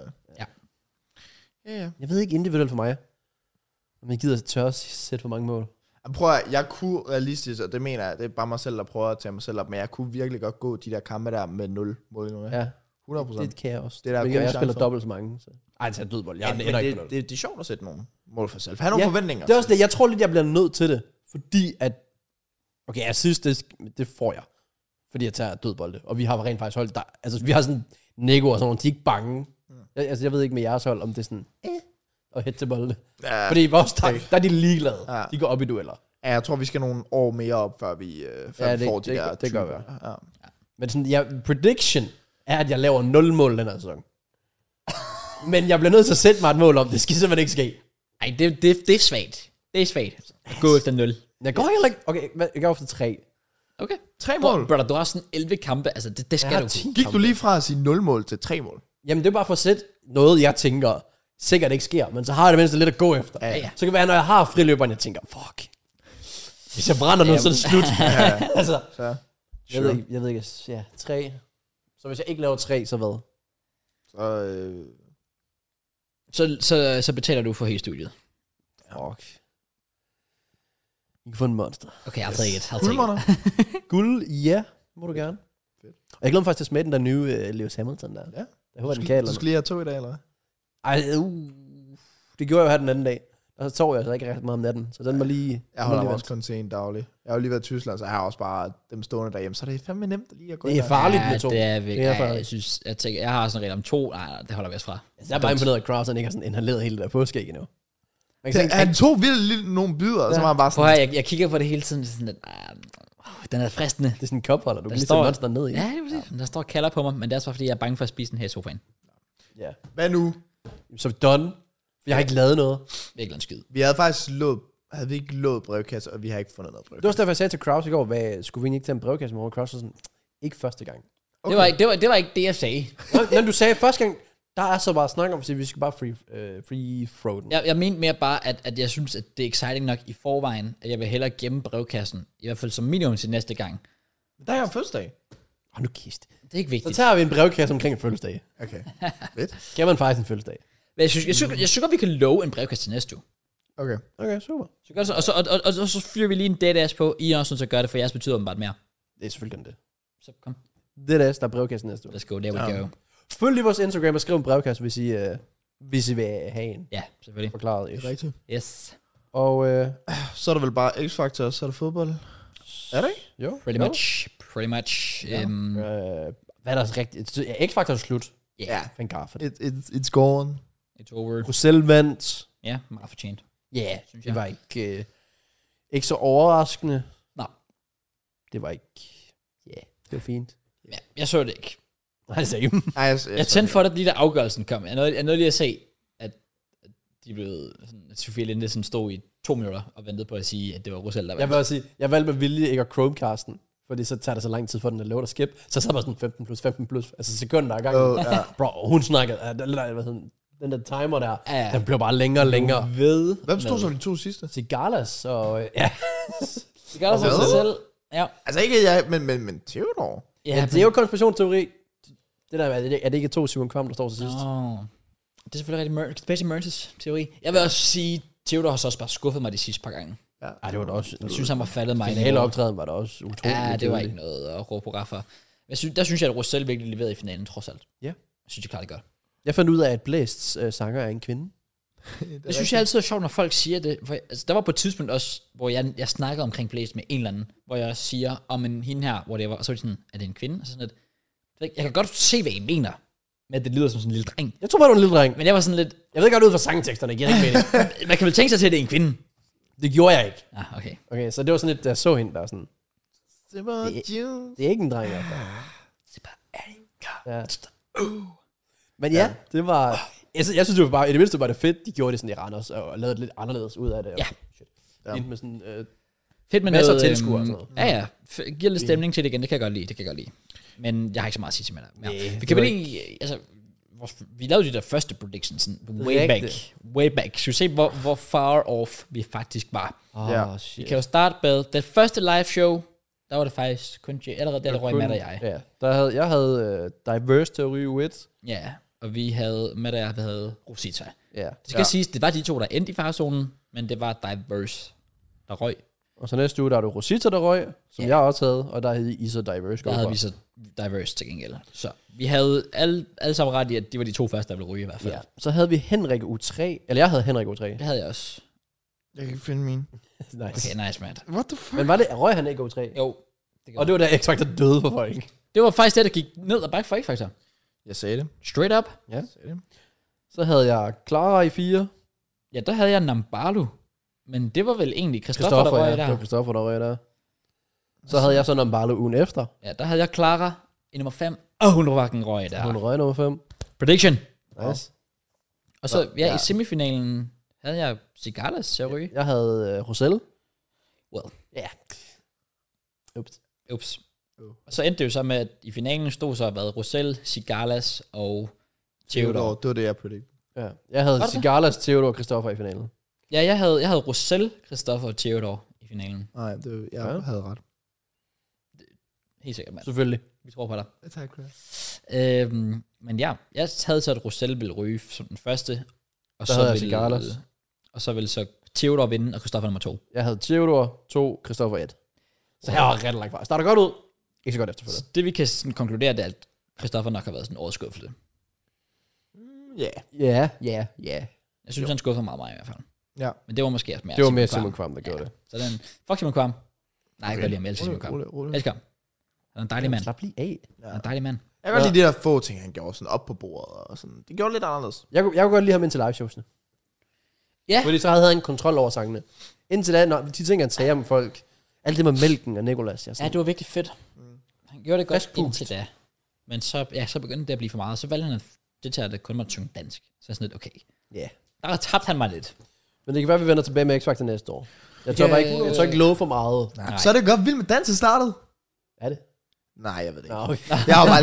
Ja. Jeg ved ikke individuelt for mig, om jeg gider tør at sætte for mange mål. Prøv at, jeg kunne realistisk, og det mener jeg, det er bare mig selv, der prøver at tage mig selv op, men jeg kunne virkelig godt gå de der kampe der med 0 mål nu. Ja. 100%. Det kan jeg også. Det er der jeg spiller dobbelt så mange. Så. Ej, det er dødbold. Det er sjovt at sætte nogle mål for selv. For have nogle forventninger. Det er også det. Jeg tror lidt, jeg bliver nødt til det. Fordi at... Okay, jeg synes, det får jeg. Fordi jeg tager dødbolde. Og vi har rent faktisk holdt der... Altså, vi har sådan... Nego og sådan nogle, de er ikke bange. Jeg ved ikke med jeres hold, om det er sådan... Og hætte til bolde. Ja, fordi vores der er de ligeglade. Ja. De går op i dueller. Ja, jeg tror, vi skal nogle år mere op, før vi får de der det gør vi. Ja. Men sådan, prediction er, at jeg laver 0 mål den her sæson. Men jeg bliver nødt til at sætte mig et mål om, det skal simpelthen ikke ske. Ej, det er svagt. Det er svagt. Gå efter 0. Jeg går heller ikke... Okay, jeg går efter 3. Okay. 3 mål? Brother, du har sådan 11 kampe. Altså, det skal du kunne. Gik du lige fra at sige 0 mål til 3 mål? Jamen, det er bare for at sætte noget, jeg tænker sikkert ikke sker, men så har jeg det mindste lidt at gå efter. Ja. Så kan det være, når jeg har friløberen, jeg tænker, fuck. Hvis jeg brænder noget, så er det slut. Altså, så. Jeg ved ikke, ja, 3. Så hvis jeg ikke laver 3, så hvad? Så betaler du for hele studiet. Fuck. I kan få en monster. Okay, I'll take it. Guld, ja, må du gerne. Fedt. Og jeg glæder mig faktisk til at smage den der nye Lewis Hamilton der. Ja. Jeg håber, den kan. Du skal lige have 2 i dag, eller hvad? Ej, det gjorde jeg jo her den anden dag. Og så sov jeg altså ikke rigtig meget om natten. Så den var lige... Jeg holder også kun til en daglig. Jeg har jo lige været i Tyskland, så jeg har også bare dem stående derhjemme. Så det er fandme nemt lige at gå ind. Det er farligt med 2. Det er virkelig. Jeg har sådan regel om 2. Nej, det holder vi os fra. Jeg er bare imponeret, at Kraus ikke har sådan inhaleret hele det der påskæg endnu. Han tog virkelig nogle bidder, og så var han bare sådan... Jeg kigger på det hele tiden, sådan lidt... Den er fristende. Det er sådan en kopholder, du kan lige sætte monster ned i. Ja, det er præcis. Der står kalder på mig, men det er også fordi, jeg er bange for at spise den her i sofaen. Ja. Hvad nu? Så er vi done. Jeg har ikke lavet noget. Ikke en skid. Vi havde faktisk havde vi ikke lovet brevkasse, og vi har ikke fundet noget brevkasse. Det var også derfor, jeg sagde til Kraus i går, skulle vi ikke tage en brevkasse med Kraus? Sådan, ikke første gang. Okay. Det var ikke det, jeg sagde. Når du sagde første gang, der er så bare snak om, at vi skal bare free throw den. Jeg mente mere bare, at jeg synes, at det er exciting nok i forvejen, at jeg vil hellere gemme brevkassen, i hvert fald som minimum til næste gang. Der er jo fødselsdag. Nu kist. Det er ikke vigtigt. Så tager vi en brevkasse omkring en fødselsdag. Okay, fedt. Giver man faktisk en fødselsdag. Jeg synes godt, vi kan love en brevkasse til næste uge. Okay, super. Så gør det så, og så fyrer vi lige en deadass på. I også så gør det, for jeres betyder åbenbart mere. Det er selvfølgelig det. Så kom. Deadass, der er brevkasse næste uge. Let's go, there we go. Følg lige vores Instagram og skriv en brevkasse, hvis I vil have en. Ja, selvfølgelig. Forklaret. Det er rigtigt. Yes. Og så er der vel bare X-Factor, så er der fodbold. Er det ikke? Jo. Pretty much. Ja. Hvad er der rigtigt? X-Factor er slut. Ja. Thank God for det. It's gone. It's over. Bruxelles vandt. Ja, meget fortjent. Ja, det var ikke så overraskende. Nej. Det var ikke... Ja, det var fint. Ja, jeg så det ikke. Nej, det sagde jeg tændte for det, lige da afgørelsen kom. Jeg nåede lige at se, at de blev sådan, at Sofie Linde sådan stod i 2 minutter og ventede på at sige, at det var Rosell, der vandt. Jeg vil også sige, jeg valgte med vilje ikke at Chromecasten, fordi så tager det så lang tid for den at load og skip. Så sad der sådan 15+, altså sekunder ad gangen. Bro, hun snakkede, den der timer der, den blev bare længere og længere. Hvem stod som de 2 sidste? Sigalas og... Ja. Sigalas og sig selv. Ja. Altså ikke jeg, men Theodor. Ja, det er jo konspirationsteori. Det der, er det ikke 2 Simon Kvam, der står til sidst? Det er selvfølgelig rigtig tilbage til Mertens teori. Jeg vil også sige, Theodor har så også bare skuffet mig de sidste par gange. Ja. Ej, det var da også... Jeg synes, han var faldet mig. Finale optræden var der også utroligt. Ja, det var ikke noget at råbe på raffer. Der synes jeg, at Rosell virkelig leverede i finalen, trods alt. Ja. Jeg synes, jeg klarer det godt. Jeg fandt ud af, at Blæsts sanger er en kvinde. Det synes jeg altid er sjovt, når folk siger det. For, altså, der var på et tidspunkt også, hvor jeg snakkede omkring Blæst med en eller anden, hvor jeg siger om en hende her, hvor det var, og så var det sådan, er det en kvinde? Og sådan lidt. Jeg kan godt se, hvad I mener, med at det lyder som sådan en lille dreng. Jeg tror bare, du var en lille dreng. Men jeg var sådan lidt, Jeg ved godt ud fra sangteksterne, jeg giver ikke mening. man kan vel tænke sig til, at det er en kvinde. Det gjorde jeg ikke. Ah, okay. Okay, så det var sådan lidt, da jeg så hende, der var sådan, Det var June. det er ikke en dreng i hvert fald. Det er bare Annika. Ja. Men ja, det var... Jeg synes, det var bare... I det mindste var det fedt, de gjorde det sådan i Randers, og lavede det lidt anderledes ud af det. Ja. Ja. Med sådan... Fedt med masser af noget, tilskuere og sådan noget. Ja, giver lidt stemning til det igen, det kan jeg godt lide. Men jeg har ikke så meget at sige til mig der. Nej, Vi det kan var vel ikke, altså, vi lavede de der første predictions, sådan way back. Så vi se, hvor far off vi faktisk var. Ja. Vi Shit. kan jo starte med det første live show, der var det faktisk kun allerede der røg Matt og jeg. Ja, jeg havde Diverse til at ryge with. Ja, og vi havde Matt og jeg havde Rosita. Ja. Det skal siges, det var de to, der endte i farzonen, men det var Diverse, der røg. Og så næste uge, der er det Rosita, der røg, som jeg også havde, og der hed I så Diverse. Der havde vi så Diverse til gengæld. Så vi havde alle sammen ret i, at de var de to første, der ville ryge i hvert fald. Ja. Så havde vi Henrik U3, eller jeg havde Henrik U3. Det havde jeg også. Jeg kan ikke finde min. Nice. Okay, nice, Matt. What the fuck? Men var det, røg han ikke U3? Jo. Og det var da X-Factor døde for folk. Det var faktisk det, der gik ned og back for X-Factor. Jeg sagde det. Straight up. Ja. Jeg sagde det. Så havde jeg Clara i 4. Ja, der havde jeg Nambalu. Men det var vel egentlig Christoffer, der røg ja. der. Det var Christoffer, der røg der. Så havde jeg så Nambalo ugen efter. Ja, der havde jeg Clara i nummer 5. Og hun var en røg der. Hun røg nummer 5. Prediction. Nice. Og så i semifinalen havde jeg Cigalas til at ryge. Jeg havde Roselle. Well. Ja. Ups. Og så endte det jo så med, at i finalen stod så været Roselle, Cigalas og Theodor. Det var det, jeg predicted. Ja. Jeg havde Cigalas, Theodor og Christoffer i finalen. Ja, jeg havde Roselle, Christoffer og Theodor i finalen. Nej, jeg havde ret. Helt sikkert, mand. Selvfølgelig. Vi tror på dig. Tak, Men ja, jeg havde så, at Roselle ville ryge som den første. Og så havde jeg Cigalas. Og så ville så Theodor vinde, og Christoffer nummer 2. Jeg havde Theodor 2, Christoffer 1. Så her var ret langt fra. Starter godt ud. Ikke så godt efterfølgende. Så det vi kan sådan konkludere, det er, at Christoffer nok har været sådan en årsskuffelse. Ja. Ja. Jeg synes, han skuffede meget i hvert fald. Ja. Men det var måske også mere Det var mere Simon Kvam, der gjorde det. Så den, fuck Simon Kvam. Nej, jeg kan godt lide ham. Jeg elsker Simon Kvam. Elsker ham. Han er en dejlig mand. Slap lige af. Han er en dejlig mand. Jeg kan godt lide de der få ting, han gjorde sådan op på bordet og sådan. Det gjorde lidt anderledes. Jeg kunne godt lide ham indtil liveshowsene. Ja. Fordi så havde han kontrol over sangene. Indtil da, når de ting, han sagde om folk. Alt det med mælken og Nicolas. Ja, det var virkelig fedt. Han gjorde det godt Frisk pust. indtil da. Men så begyndte det at blive for meget. Så valgte han at deltage, det kun måtte synge dansk. Så sådan lidt, okay. Ja. Der tabte han mig lidt. Men det kan være, vi vender tilbage med X-Factor næste år. Jeg tør bare ikke love for meget. Nej. Så er det godt, Vild med Dans er startet. Er det? Nej, jeg ved det ikke. Nå, okay. Jeg var bare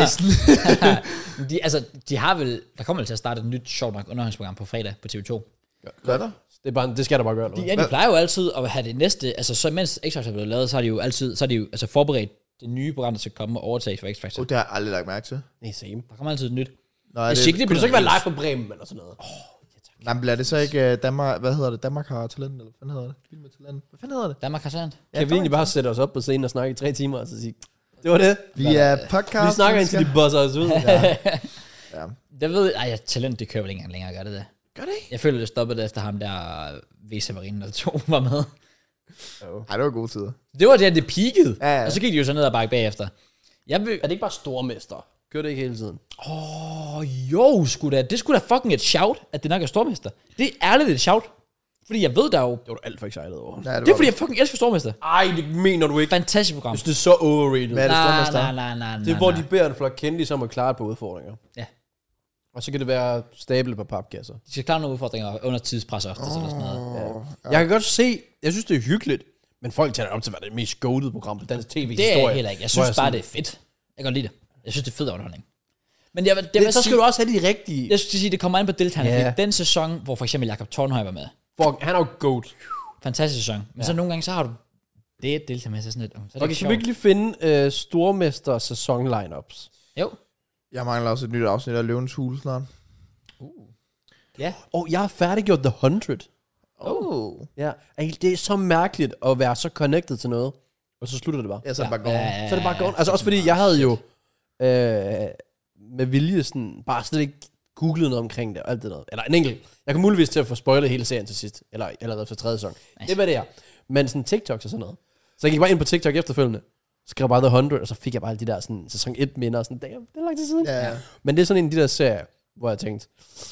lige sådan. de har vel, der kommer vel til at starte et nyt sjovt nok underholdningsprogram på fredag på TV2. Gør der? Det skal der bare gøre. De plejer jo altid at have det næste, altså så mens X-Factor er blevet lavet, så har de jo altid, altså forberedt det nye program, der skal komme og overtage for X-Factor. Det har jeg aldrig lagt mærke til. Nej, same. Der kommer altid et nyt. Nå, Hvis ikke det Kunne det så ikke bliver være live fra Bremen eller sådan noget? Nej, men bliver det så ikke Danmark, hvad hedder det? Danmark har talent, eller hvad fanden hedder det? Vild med talent. Hvad fanden hedder det? Danmark har sandt. Kan vi egentlig bare sætte os op på scenen og snakke i 3 timer og så sige, det var det. Vi er podcast. Vi snakker indtil de bosser os ud. Ja. Jeg ved, talent, det kører vel ikke engang længere, gør det det? Gør det ikke? Jeg føler, det stoppede efter ham der, V. Severin eller 2 var med. Ej, det var gode tider. Det var det peakede. Ja. Og så gik de jo så ned og bakke bagefter. Er det ikke bare stormester? Gør det ikke hele tiden? Jo, det skulle da fucking et shout, at det nok er stormester. Det er ærligt et shout. Fordi jeg ved der jo... Det var du alt for excited over. Ja, Det er fordi, jeg fucking elsker stormester. Ej, det mener du ikke. Fantastisk program. Jeg synes, det er så overrated. Hvad er det stormester? Nej. Det er, hvor de beder en flok kendte om at klare et par udfordringer. Ja. Og så kan det være stable på papkasser. De skal klare nogle udfordringer under tidspres ofte, eller sådan noget. Ja. Jeg kan godt se, jeg synes, det er hyggeligt, men folk tager det op til at være det mest goated program på dansk tv-historie. Det er jeg heller ikke. Jeg synes bare, det er fedt. Jeg kan godt lide det. Jeg synes, det er fed underholdning. Men så skal du også have de rigtige. Jeg skulle sige, det kommer an på deltagerne. Yeah. Den sæson, hvor for eksempel Jakob Tornhøj var med. Fuck, han er jo goat. Fantastisk sæson. Men så nogle gange, så har du det deltager med sig sådan lidt. Så er det Okay, skal vi ikke lige finde stormester sæson lineups? Jo. Jeg mangler også et nyt afsnit af Løvens Hule snart. Ja. Og jeg har færdiggjort The 100. Ja, det er så mærkeligt at være så connected til noget, og så slutter det bare. Ja, så er det bare gone. Så er det bare gone. Altså også fordi, jeg havde jo med vilje sådan, bare slet ikke googlet noget omkring det, og alt det noget. Eller en enkelt. Jeg kom muligvis til at få spoilet hele serien til sidst, eller allerede for 3. sæson. Nice. Det var det er. Men sådan TikToks og sådan noget. Så jeg gik bare ind på TikTok efterfølgende, skrev bare The 100, og så fik jeg bare alle de der sådan, sæson 1 minder, og sådan, damn, det er lang tid siden. Ja. Men det er sådan en af de der serier, hvor jeg tænkte,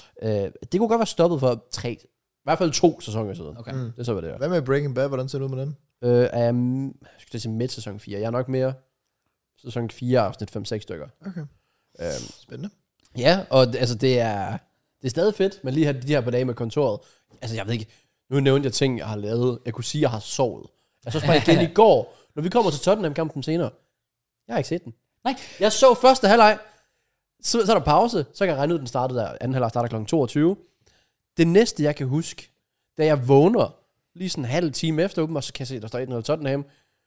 det kunne godt være stoppet for 3, i hvert fald 2 sæsoner siden. Okay. Det er så, hvad det er. Hvad med Breaking Bad? Hvordan ser det ud med den? Jeg skulle sige midt sæson 4. Jeg er nok mere sæson 4, afsnit 5-6 stykker. Okay. Spændende. Ja, og altså det er stadig fedt, men lige her, de her par dage med kontoret, altså jeg ved ikke, nu nævnte jeg ting, jeg har lavet, jeg kunne sige, jeg har sovet. Jeg så bare igen i går, når vi kommer til Tottenham-kampen senere, jeg har ikke set den. Nej. Jeg så første halvleg, så er der pause, så kan jeg regne ud, den startede der, anden halvleg starter kl. 22. Det næste, jeg kan huske, da jeg vågner, lige sådan en halv time efter åben, og så kan jeg se, der står 1-0 Tottenham.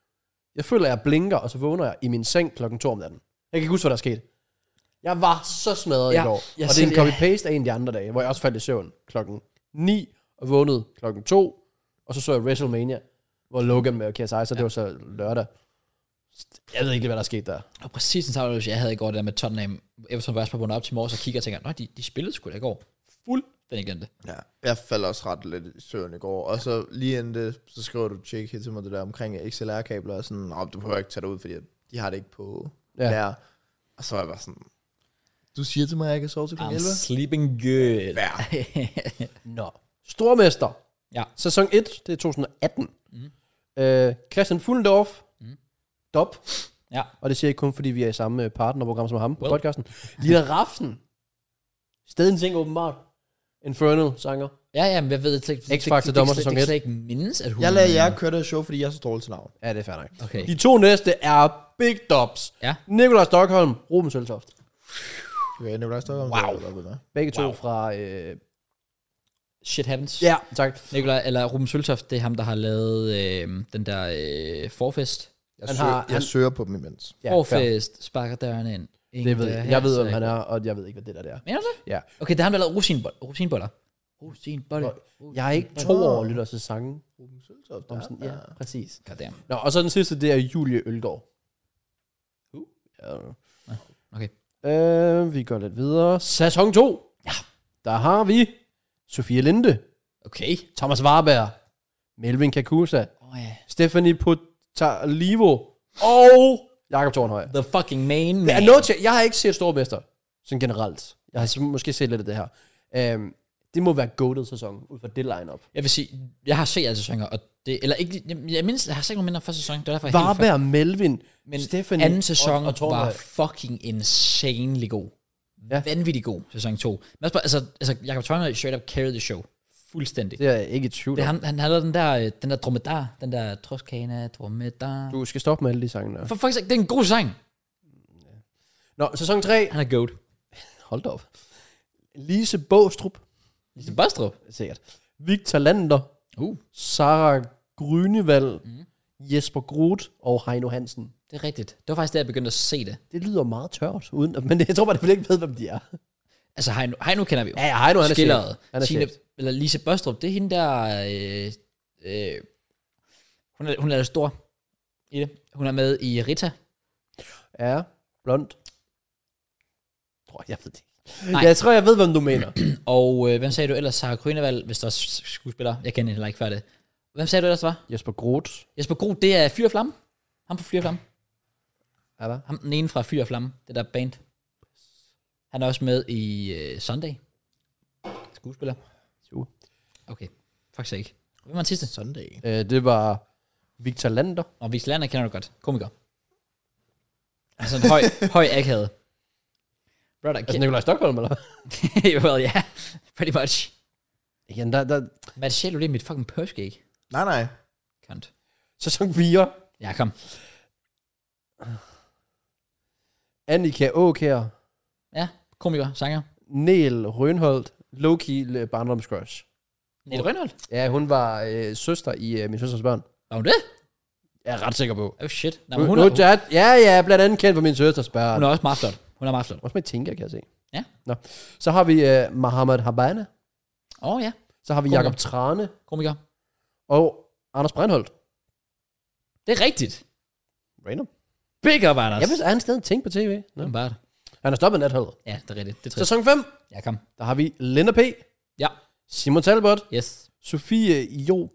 Jeg føler, jeg blinker, og så vågner jeg i min seng kl. 2 om natten. Jeg kan ikke huske, hvad der skete. Jeg var så smadret i går. Og det er en copy-paste af en af de andre dage, hvor jeg også faldt i søvn klokken 9 og vågnede klokken 2. Og så så jeg WrestleMania, hvor Logan med KSI, så det var så lørdag. Jeg ved ikke, hvad der skete der. Og præcis den samme, jeg havde i går, det der med Tottenham. Everton var også på bundet op til morges og kigger og tænker, nej, de spillede sgu da i går. Fuldstændig glemte. Ja, jeg faldt også ret lidt i søvn i går. Og så lige inden det, så skriver du Jake til mig det der omkring XLR-kabler, og sådan, du behøver ikke tage det ud, fordi de har det ikke på der. Og så var jeg bare sådan, du siger til mig, at jeg kan sove til kl. 11? I'm sleeping good. Ja. Nå. Stormester. Ja. Sæson 1, det er 2018. Christian Fuglendorf. Dop. Ja. Og det siger jeg ikke kun, fordi vi er i samme partnerprogram som ham på podcasten. Lina Rafsen. Stadig en ting åbenbart. Infernal sanger. Ja, men jeg ved det ikke. X-Factor dommer sæson 1. Jeg kan ikke mindes, at hun... Jeg lader jer køre det show, fordi jeg er så dårlig til navn. Ja, det er fair nok. Okay. De 2 næste er Big Dops. Ja. Nikolaj Stockholm, Ruben Søltoft. Okay, Nikolaj Stockholm. Wow. Begge to fra... Shit happens. Ja, tak. Nikolaj, eller Ruben Søltoft, det er ham, der har lavet den der forfest. Jeg søger på dem imens. Ja, Forfest, sparker døren ind. Det ved jeg. Jeg ved, hvem han er, og jeg ved ikke, hvad det der er. Mener du det? Ja. Okay, det er ham, der har lavet rosinboller. Rosinboller. Jeg er ikke 2 år lytter til sangen. Ruben Søltoft. Ja, præcis. Goddamn. Nå, og så den sidste, det er Julie Ølgaard. Ja. Okay. Vi går lidt videre. Sæson 2. Ja. Der har vi Sofie Linde. Okay. Thomas Warberg. Melvin Kakusa. Ja. Stephanie Potalivo. Og Jakob Tornhøj. The fucking main man. Jeg har ikke set Stormester, sådan generelt. Jeg har måske set lidt af det her. Det må være goated sæson, ud fra det line-up. Jeg vil sige, jeg har set alle sæsoner, og det, eller ikke, jeg mindst, jeg har set nogle mindre første sæson, det er derfor Warberg, Melvin, men Stephanie anden sæson og var fucking insanely god. Ja. Vanvittig god, sæson 2. Men altså Jakob Tornhøj straight up carried the show. Fuldstændig. Det er jeg ikke i tvivl om. Han havde den der dromedar, den der Troskana dromedar. Du skal stoppe med alle de sange der. For faktisk, det er en god sang. Nå, sæson 3. Han er goat. Hold da op. Lise Båstrup. Lise Båstrup. Sikkert. Victor Lander. Sarah Grünewald. Jesper Groth og Heino Hansen. Det er rigtigt. Det var faktisk der, jeg begyndte at se det. Det lyder meget tørt, men jeg tror bare, at jeg ikke ved, hvem de er. Altså, Heino kender vi jo. Ja, Heino, han er Skilleret. Tine, eller Lise Båstrup, det er hende der... hun er stor i det. Hun er med i Rita. Ja, blond. Jeg ved det Nej. Jeg tror, jeg ved, hvem du mener. Og hvem sagde du ellers? Sarah Grünewald, hvis der er skuespiller. Jeg kender hende heller ikke før det. Hvem sagde du ellers, var? Jesper Groth. Jesper Groth, det er Fyr og Flamme. Ham på Fyr og Flamme. Er der? Ham den ene fra Fyr og Flamme. Det der band. Han er også med i Sunday. Skuespiller. Okay. Faktisk ikke. Hvem var den sidste? Sunday. Det var Victor Lander. Og Victor Lander kender du godt. Komiker. Altså en høj akavet. Brother, altså Nikolaj Stockholm, eller? Well, yeah. Pretty much. Igen, Hvad siger du det mit fucking pørskæg? Nej. Kant. Sæson 4. Ja, kom. Annika Aakjær. Ja, komiker, sanger. Niel Rønholdt. Low-key barndomscrush. Niel Rønholdt? Ja, hun var søster i Min Søsters Børn. Var hun det? Jeg er ret sikker på. Oh shit. Nå, hun er blandt andet kendt for Min Søsters Børn. Hun er også meget flot. Også med Tinker, kan jeg se. Ja. Nå. Så har vi Mohammed Habana. Ja. Så har vi Komiker. Jakob Trane Komiker. og Anders Breinholt. Det er rigtigt. Random. Big up, Anders. Jeg vidste, at han stadig tænkt på tv. Nå. Bare. Han er stoppet natholdet. Ja, det er rigtigt. Det er trist. Sæson 5, Ja, kom. der har vi Linda P., Ja. Simon Talbot, Yes. Sofie Jo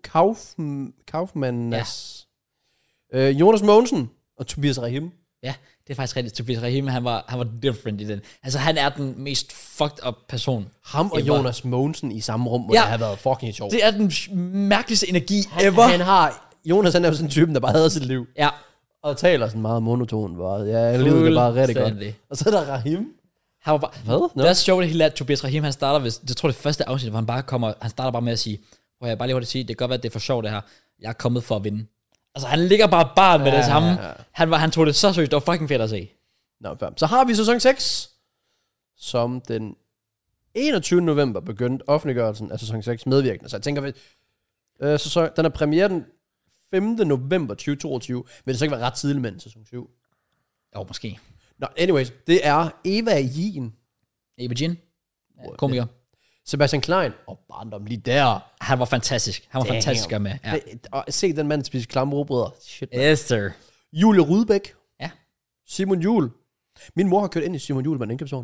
Kaufmannas, Jonas Mogensen og Tobias Rahim. Ja, det er faktisk rigtigt. Tobias Rahim, han var different i den. Altså, han er den mest fucked up person. Ham og Ever. Jonas Mogensen i samme rum, hvor Ja. det har været fucking sjovt. Det er den mærkeligste energi ever. Han har, Jonas han er jo sådan en typen, der bare hader sit liv. Ja. Og taler sådan meget monoton. Bare, ja, livet er bare rigtig godt. Fuldstændig. Og så er der Rahim. Han var bare, Hvad? Det er så sjovt, det hele, at Tobias Rahim, han starter, jeg tror det første afsnit, hvor han bare kommer, han starter bare med at sige, prøv jeg bare lige hurtigt sige, det kan godt være, at det er for sjovt det her. Jeg er kommet for at vinde. Altså, han ligger bare barn med det samme. Ja. Han tog det så seriøst, det var fucking fedt at se. Nå, så har vi sæson 6, som den 21. november begyndte offentliggørelsen af sæson 6 medvirkende. Så jeg tænker, den er premiere den 5. november 2022. Vil det så ikke være ret tidligt med sæson 7? Jo, måske. Nå, anyways, det er Eva Jien, Eva Jean, komiker. Sebastian Klein og barndom lige der. Han var fantastisk. Han var fantastisk at med. Ja. Og se den mand spise klamme rugbrødre. Shit, man. Yes, sir. Julie Rudbæk. Ja. Simon Juhl. Min mor har kørt ind i Simon Juhl med en indkøbsvogn.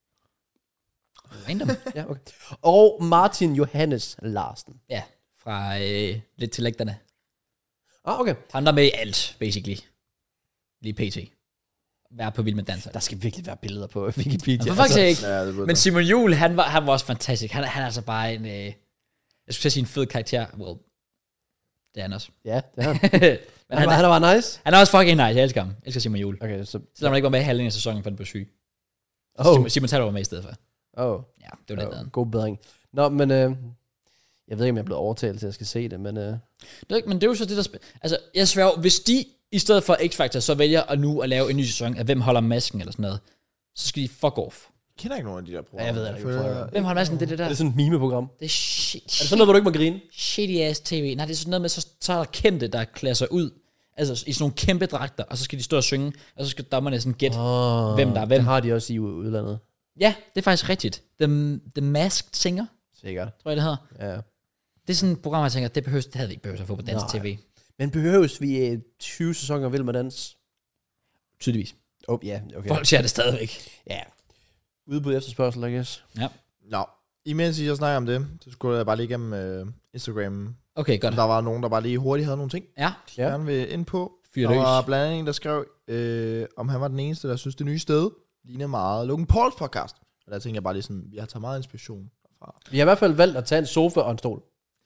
Random. Ja, okay. Og Martin Johannes Larsen. Ja, fra lidt til lægterne. Okay. Han der med i alt, basically. Lige pt. Vær på Vild med Danser. Der skal virkelig være billeder på Wikipedia. For faktisk ikke. Ja, det Men Simon Juhl, han var også fantastisk. Han er altså bare en, jeg skulle sige en fed karakter. Well, det er han også. Ja, det er han. Men han var nice. Han er også fucking nice. Jeg elsker ham. Jeg elsker Simon Juhl. Okay, så... Selvom han ikke var med i halvdelen af sæsonen, for den blev syg. Simon Talbot var med i stedet for. Ja, det var det. God bedring. Nå, men... jeg ved ikke, om jeg er blevet overtalt til, at jeg skal se det, men... Men det er jo så det, der... Altså, jeg sværger, hvis de i stedet for X-Factor så vælger at lave en ny sæson af Hvem holder masken eller sådan noget, så skal de fuck off. Jeg kender ikke nogen af de der programmer. Ja, jeg ved det ikke. Hvem holder masken, det er det der? Er det sådan et meme-program? Det er shit. Er det sådan noget, hvor du ikke må grine? Shitty ass tv. Nej, det er sådan noget med, så er der kendte, der klæder sig ud. Altså i sådan nogle kæmpe dragter, og så skal de stå og synge, og så skal dommerne sådan gætte, hvem der er hvem. Det har de også i udlandet. Ja, det er faktisk rigtigt. The Masked Singer, Sikkert. tror jeg det hedder. Ja. Det er sådan et program, jeg tænker, det havde vi ikke behøvet at få på dansk tv. Men behøves vi 20 sæsoner Vild med Dans? Tydeligvis. Ja, okay. Folk siger det stadigvæk. Ja. Udbud efterspørgsel, I guess. Ja. Nå, imens I snakker om det, så skulle jeg bare lige igennem Instagram. Okay, godt. Der var nogen, der bare lige hurtigt havde nogle ting, Ja. jeg gerne vil ind på. Fyr Der løs. var blandt andet en, der skrev, om han var den eneste, der synes, det nye sted ligner meget Logan Pauls podcast. Og der tænker jeg bare lige sådan, vi har taget meget inspiration fra. Vi har i hvert fald valgt at tage en sofa og en stol.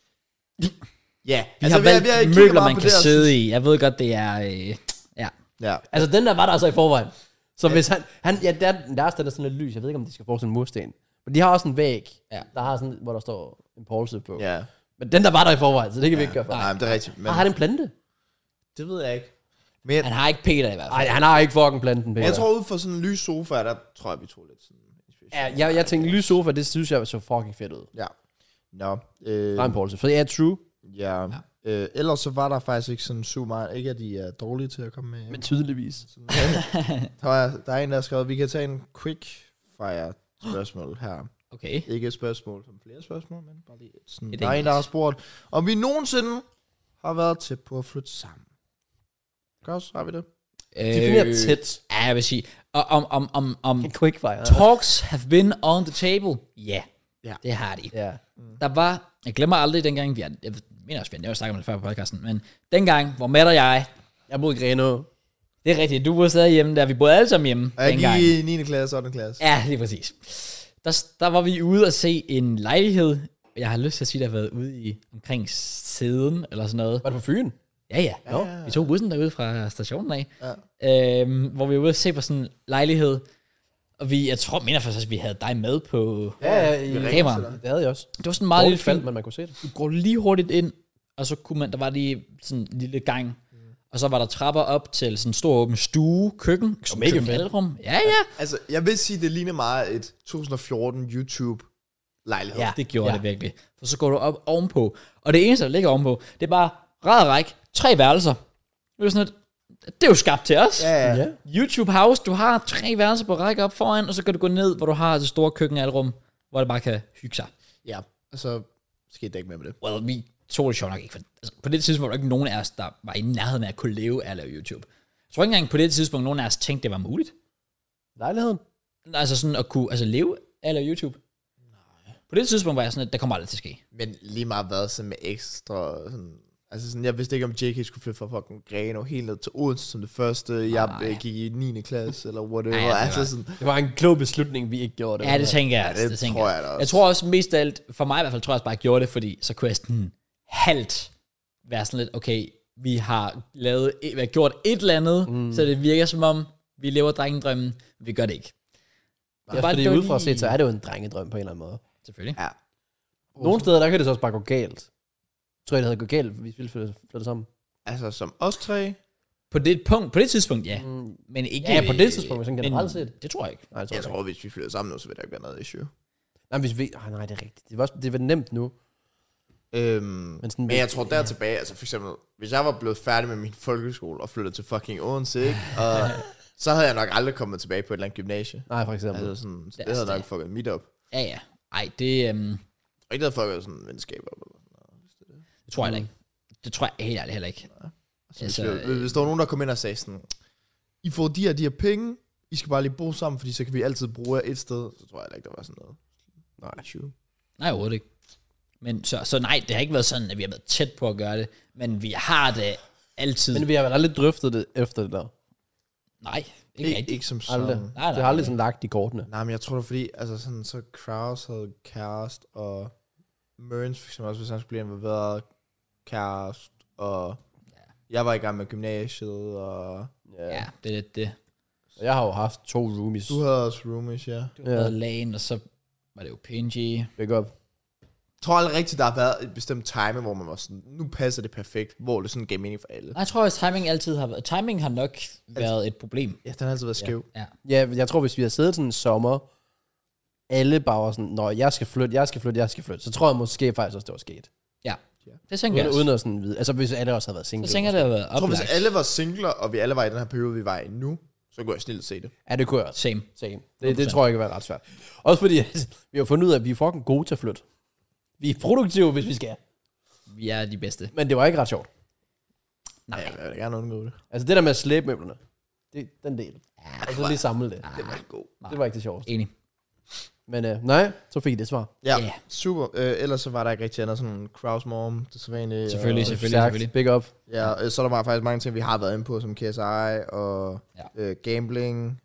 Ja, Vi har valgt kigget møbler, meget man på kan det, og sidde synes- i. Jeg ved godt, det er... ja. Ja, Altså, den der var der altså i forvejen. Så hvis han ja, der er sådan lidt lys. Jeg ved ikke, om de skal få sådan en mursten. Men de har også en væg, der har sådan, hvor der står Impulsive på. ja. Men den der var der i forvejen, så det kan vi ikke gøre for. Nej, men det er rigtigt. Men Har han en plante? det ved jeg ikke. Men Han har ikke Peter i hvert fald. Nej, han har ikke fucking planten, Peter. jeg tror, ud for sådan en lys sofa, der tror jeg, vi tog lidt sådan inspiration. Ja, jeg tænkte, lys sofa, det synes jeg så fucking fedt ud. Ja. Nå. Fra Impulsive. For det er true, Ja. Ellers så var der faktisk ikke sådan super meget. Ikke at de er dårlige til at komme med. men tydeligvis. Der er en, der har skrevet, vi kan tage en quick fire spørgsmål her. Okay. Ikke et spørgsmål som flere spørgsmål, men bare lige sådan. Et Der er en, enkelt. der har spurgt, om vi nogensinde har været tæt på at flytte sammen. Godt, så har vi det. Defineret tæt. Ja, jeg vil sige. Og om En quickfire. talks have been on the table? Ja. Ja. Det har de. Ja. Der var, jeg glemmer aldrig dengang, jeg mener også, vi har snakket om det før på podcasten, men dengang, hvor Matt og jeg, Jeg boede i Grenaa. det er rigtigt, du var stadig hjemme der, vi boede alle sammen hjemme Og jeg dengang. gik i 9. klasse og 8. klasse. Ja, lige præcis. Der var vi ude og se en lejlighed, jeg har lyst til at sige, der har været ude i omkring siden, eller sådan noget. Var det på Fyn? Ja. Ja. Vi tog bussen derude fra stationen af, Ja. hvor vi var ude og se på sådan en lejlighed, og jeg mener faktisk, at vi havde dig med på Ja, kamera. det havde jeg også. Det var sådan meget lille Faldt, film. men man kunne se det. Du går lige hurtigt ind, og så kunne man, der var lige sådan en lille gang, og så var der trapper op til sådan en stor åben stue, køkken, sådan mega køkken- fedt. alrum. Ja. Altså, jeg vil sige, det ligner meget et 2014 YouTube-lejlighed. Ja, det gjorde det virkelig. For så går du op ovenpå, og det eneste, der ligger ovenpå, det er bare ræd og ræk, 3 værelser. Det er sådan et, det er jo skabt til os. Ja. YouTube House, du har 3 værelser på række op foran, og så kan du gå ned, hvor du har det store køkken alrum, hvor det bare kan hygge sig. Ja. Og så skete det ikke mere med det. Well, vi tog det sjovt nok ikke. For, altså, på det tidspunkt var der ikke nogen af os, der var i nærheden af at kunne leve af at lave YouTube. Jeg tror ikke engang på det tidspunkt, nogen af os tænkte, det var muligt. Lejligheden? Altså sådan at kunne leve af at lave YouTube. Nej. På det tidspunkt var jeg sådan, at det kommer aldrig til at ske. Men lige meget været sådan med ekstra... Sådan, altså sådan, jeg vidste ikke, om JK skulle flytte fra fucking Greno helt ned til Odense som det første. Jeg gik i 9. klasse, eller whatever. Ja, altså sådan, Det var en klog beslutning, vi ikke gjorde det. Ja, det tænker jeg. det tror jeg da også. Jeg tror også mest af alt, for mig i hvert fald, tror jeg også bare, jeg gjorde det, fordi så kunne jeg sådan halvt være sådan lidt, okay, vi har gjort et eller andet, så det virker som om, vi lever drengedrømmen, vi gør det ikke. Ja, fordi udefra set, så er det jo en drengedrøm på en eller anden måde. Selvfølgelig. Ja. Nogle steder, der kan det så også bare gå galt. Jeg tror jeg, det havde gået galt, hvis vi ville flytte sammen. Altså som os tre. På det tidspunkt, ja. Men ikke... Ja, på det tidspunkt, sådan generelt set. Det tror jeg ikke. Nej, Jeg tror, hvis vi flytter sammen nu, så vil der ikke være noget issue. Nej, hvis vi... nej, det er rigtigt. Det var nemt nu. Men jeg tror der tilbage, altså for eksempel, hvis jeg var blevet færdig med min folkeskole og flyttet til fucking Odense, ikke? Og så havde jeg nok aldrig kommet tilbage på et eller andet gymnasie. Nej, for eksempel. Altså sådan, det havde nok fucket mit op. Ja. Ej, det... Og ikke det havde fucket sådan venskaber. Det tror jeg ikke. Det tror jeg helt ærligt heller ikke. Hvis der var nogen, der kom ind og sagde sådan, I får de her penge, I skal bare lige bo sammen, fordi så kan vi altid bruge jer et sted, så tror jeg ikke, der var sådan noget. Nej, overhovedet ikke. Men så nej, det har ikke været sådan, at vi har været tæt på at gøre det, men vi har det altid. Men vi har vel aldrig drøftet det efter det der. Nej, ikke rigtigt. Ikke som sådan. Aldrig. Nej, Det har aldrig sådan lagt i kortene. Nej, men jeg tror det er fordi, altså sådan, så Kraus havde kærest, og Mørns for eksempel også, hvis han skulle blive involveret, kærest, og jeg var i gang med gymnasiet, og... Ja, det er lidt det. Og jeg har jo haft 2 roomies. Du havde også roomies, ja. Du havde LAN, og så var det jo PNG. Big up. Jeg tror aldrig rigtigt, der har været et bestemt time, hvor man var sådan, nu passer det perfekt, hvor det sådan gav mening for alle. Nej, jeg tror også, timing altid har været... Timing har nok været et problem. Ja, den har altid været skæv. Ja. Ja, jeg tror, hvis vi har siddet sådan en sommer, alle bare var sådan, når jeg skal flytte, så tror jeg måske faktisk også, det var sket. Ja, det tænker jeg også. Uden at sådan vide. Altså, hvis alle også havde været single. Så tænker jeg, det har været Jeg tror, hvis oplagt. alle var singler, og vi alle var i den her periode, vi var i nu, så kunne jeg snilt se det. Ja, det kunne jeg også. Same. Det tror jeg ikke vil være ret svært. Også fordi, vi har fundet ud af, at vi er fucking gode til at flytte. Vi er produktive, hvis vi skal. Vi er de bedste. Men det var ikke ret sjovt. Nej. Ja, jeg vil gerne undgå det. Altså det der med at slæbe møblerne, den del. Ja, Og så lige samle det. Det var ikke god. Det var ikke det sjoveste. enig. Men nej, så fik I det svar. Ja, Ja. super. Ellers så var der ikke rigtig andet sådan Kraus Mom, det sædvanlige. Selvfølgelig. Big up. Ja, så er der bare faktisk mange ting, vi har været inde på, som KSI og gambling.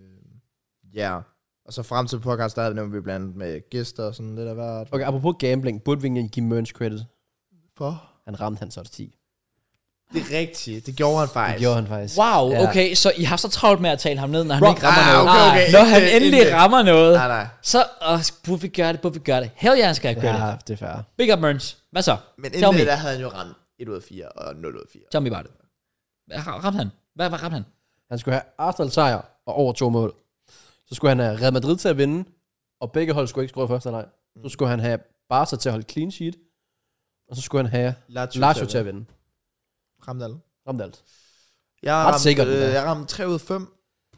Ja, og så frem til podcast, der havde vi blandt med gæster og sådan lidt af hvert. Okay, apropos gambling, burde vi ikke give Mørns credit? For? Han ramte hans 10. Det er rigtigt, det gjorde han faktisk. Det gjorde han faktisk. Wow, Ja. okay, så I har så travlt med at tale ham ned, når han ikke rammer Ah, noget. okay. Når han endelig rammer noget, Nej. så burde vi gøre det. Hell yeah, han skal have credit. Ja, det er fair. Big up, Mørns. Hvad så? Men Tell inden me. det, der havde han jo ramt 1 ud af 4 og 0 ud af 4. Tell me about it. Hvad ramte han? Hvad ramte han? Han skulle have Arsenal sejr og over 2 mål. Så skulle han have Real Madrid til at vinde, og begge hold skulle ikke score i første halvleg. Så skulle han have Barca til at holde clean sheet, og så skulle han have Lazio til at vinde. Ramte alle. Ramte alt. Jeg sikkert, den der. jeg ramte 3 ud af 5.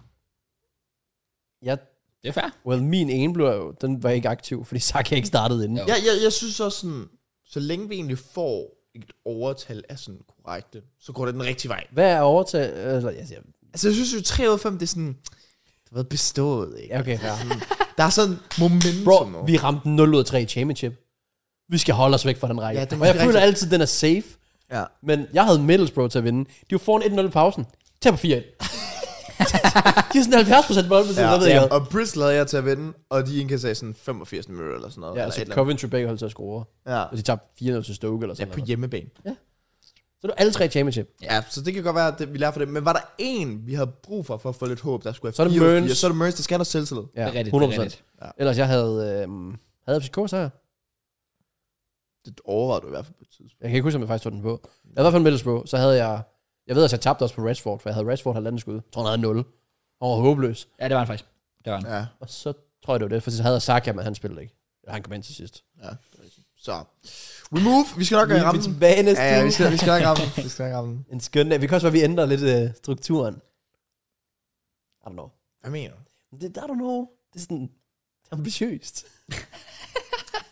Ja, Det er fair. well, min ene blev jo, den var ikke aktiv, fordi Saka ikke startede inden. Jo. Jeg synes også sådan, så længe vi egentlig får et overtal af sådan korrekte, så går det den rigtige vej. Hvad er overtag? Eller, jeg siger, Altså jeg synes jo 3 ud af 5, det er sådan, det har været bestået, ikke? ja, okay, fair. Der er sådan momentum. Bro, vi ramte 0 ud af 3 i championship. Vi skal holde os væk fra den række. Ja, det er og jeg måske føler rigtigt. altid, den er safe. Ja. Men jeg havde Middlesbrough til at vinde. De var foran 1-0 i pausen. Tag på 4-1. De er sådan 70% boldbesiddelser, jeg ved ikke hvad. Og Bristol havde jeg til at vinde, og de indkasserede sådan 85 minutter eller sådan noget. Ja, eller så et eller Coventry begge holdt til at score. andet. Ja. Og de tabte 4-0 til Stoke eller Ja, sådan på noget. hjemmebane. Så det var alle 3 championship. Ja, så det kan godt være, at vi lærer for det. Men var der en, vi havde brug for at få lidt håb, der skulle have Så er det 4 ud af Mørns. 4, så er det Mørns, der skal have noget selvtillid. Ja, Det er rigtigt, 100%. det er rigtigt. Ja. Ellers jeg havde FCK sejr. Det overvejede du i hvert fald på et tidspunkt. Jeg kan ikke huske, om jeg faktisk tog den på. Jeg havde i hvert fald Middlesbrough. Så havde jeg ved, at jeg tabte også på Rashford, for jeg havde Rashford halvandet skud. Jeg tror, han havde 0. Han var håbløs. Ja, det var han faktisk. Det var han. Ja, Og så tror jeg, det var det, for så havde jeg Saka, men han spillede ikke. Han kom ind til sidst. ja. det er rigtigt. Så, remove. Vi skal nok ramme den. tilbage næste Ja, uge. vi skal nok ramme den. Vi skal nok ramme den. En skøn dag. Vi kan også være, vi ændrer lidt strukturen. I don't know. Hvad mener du? I don't know. Det er sådan ambitiøst.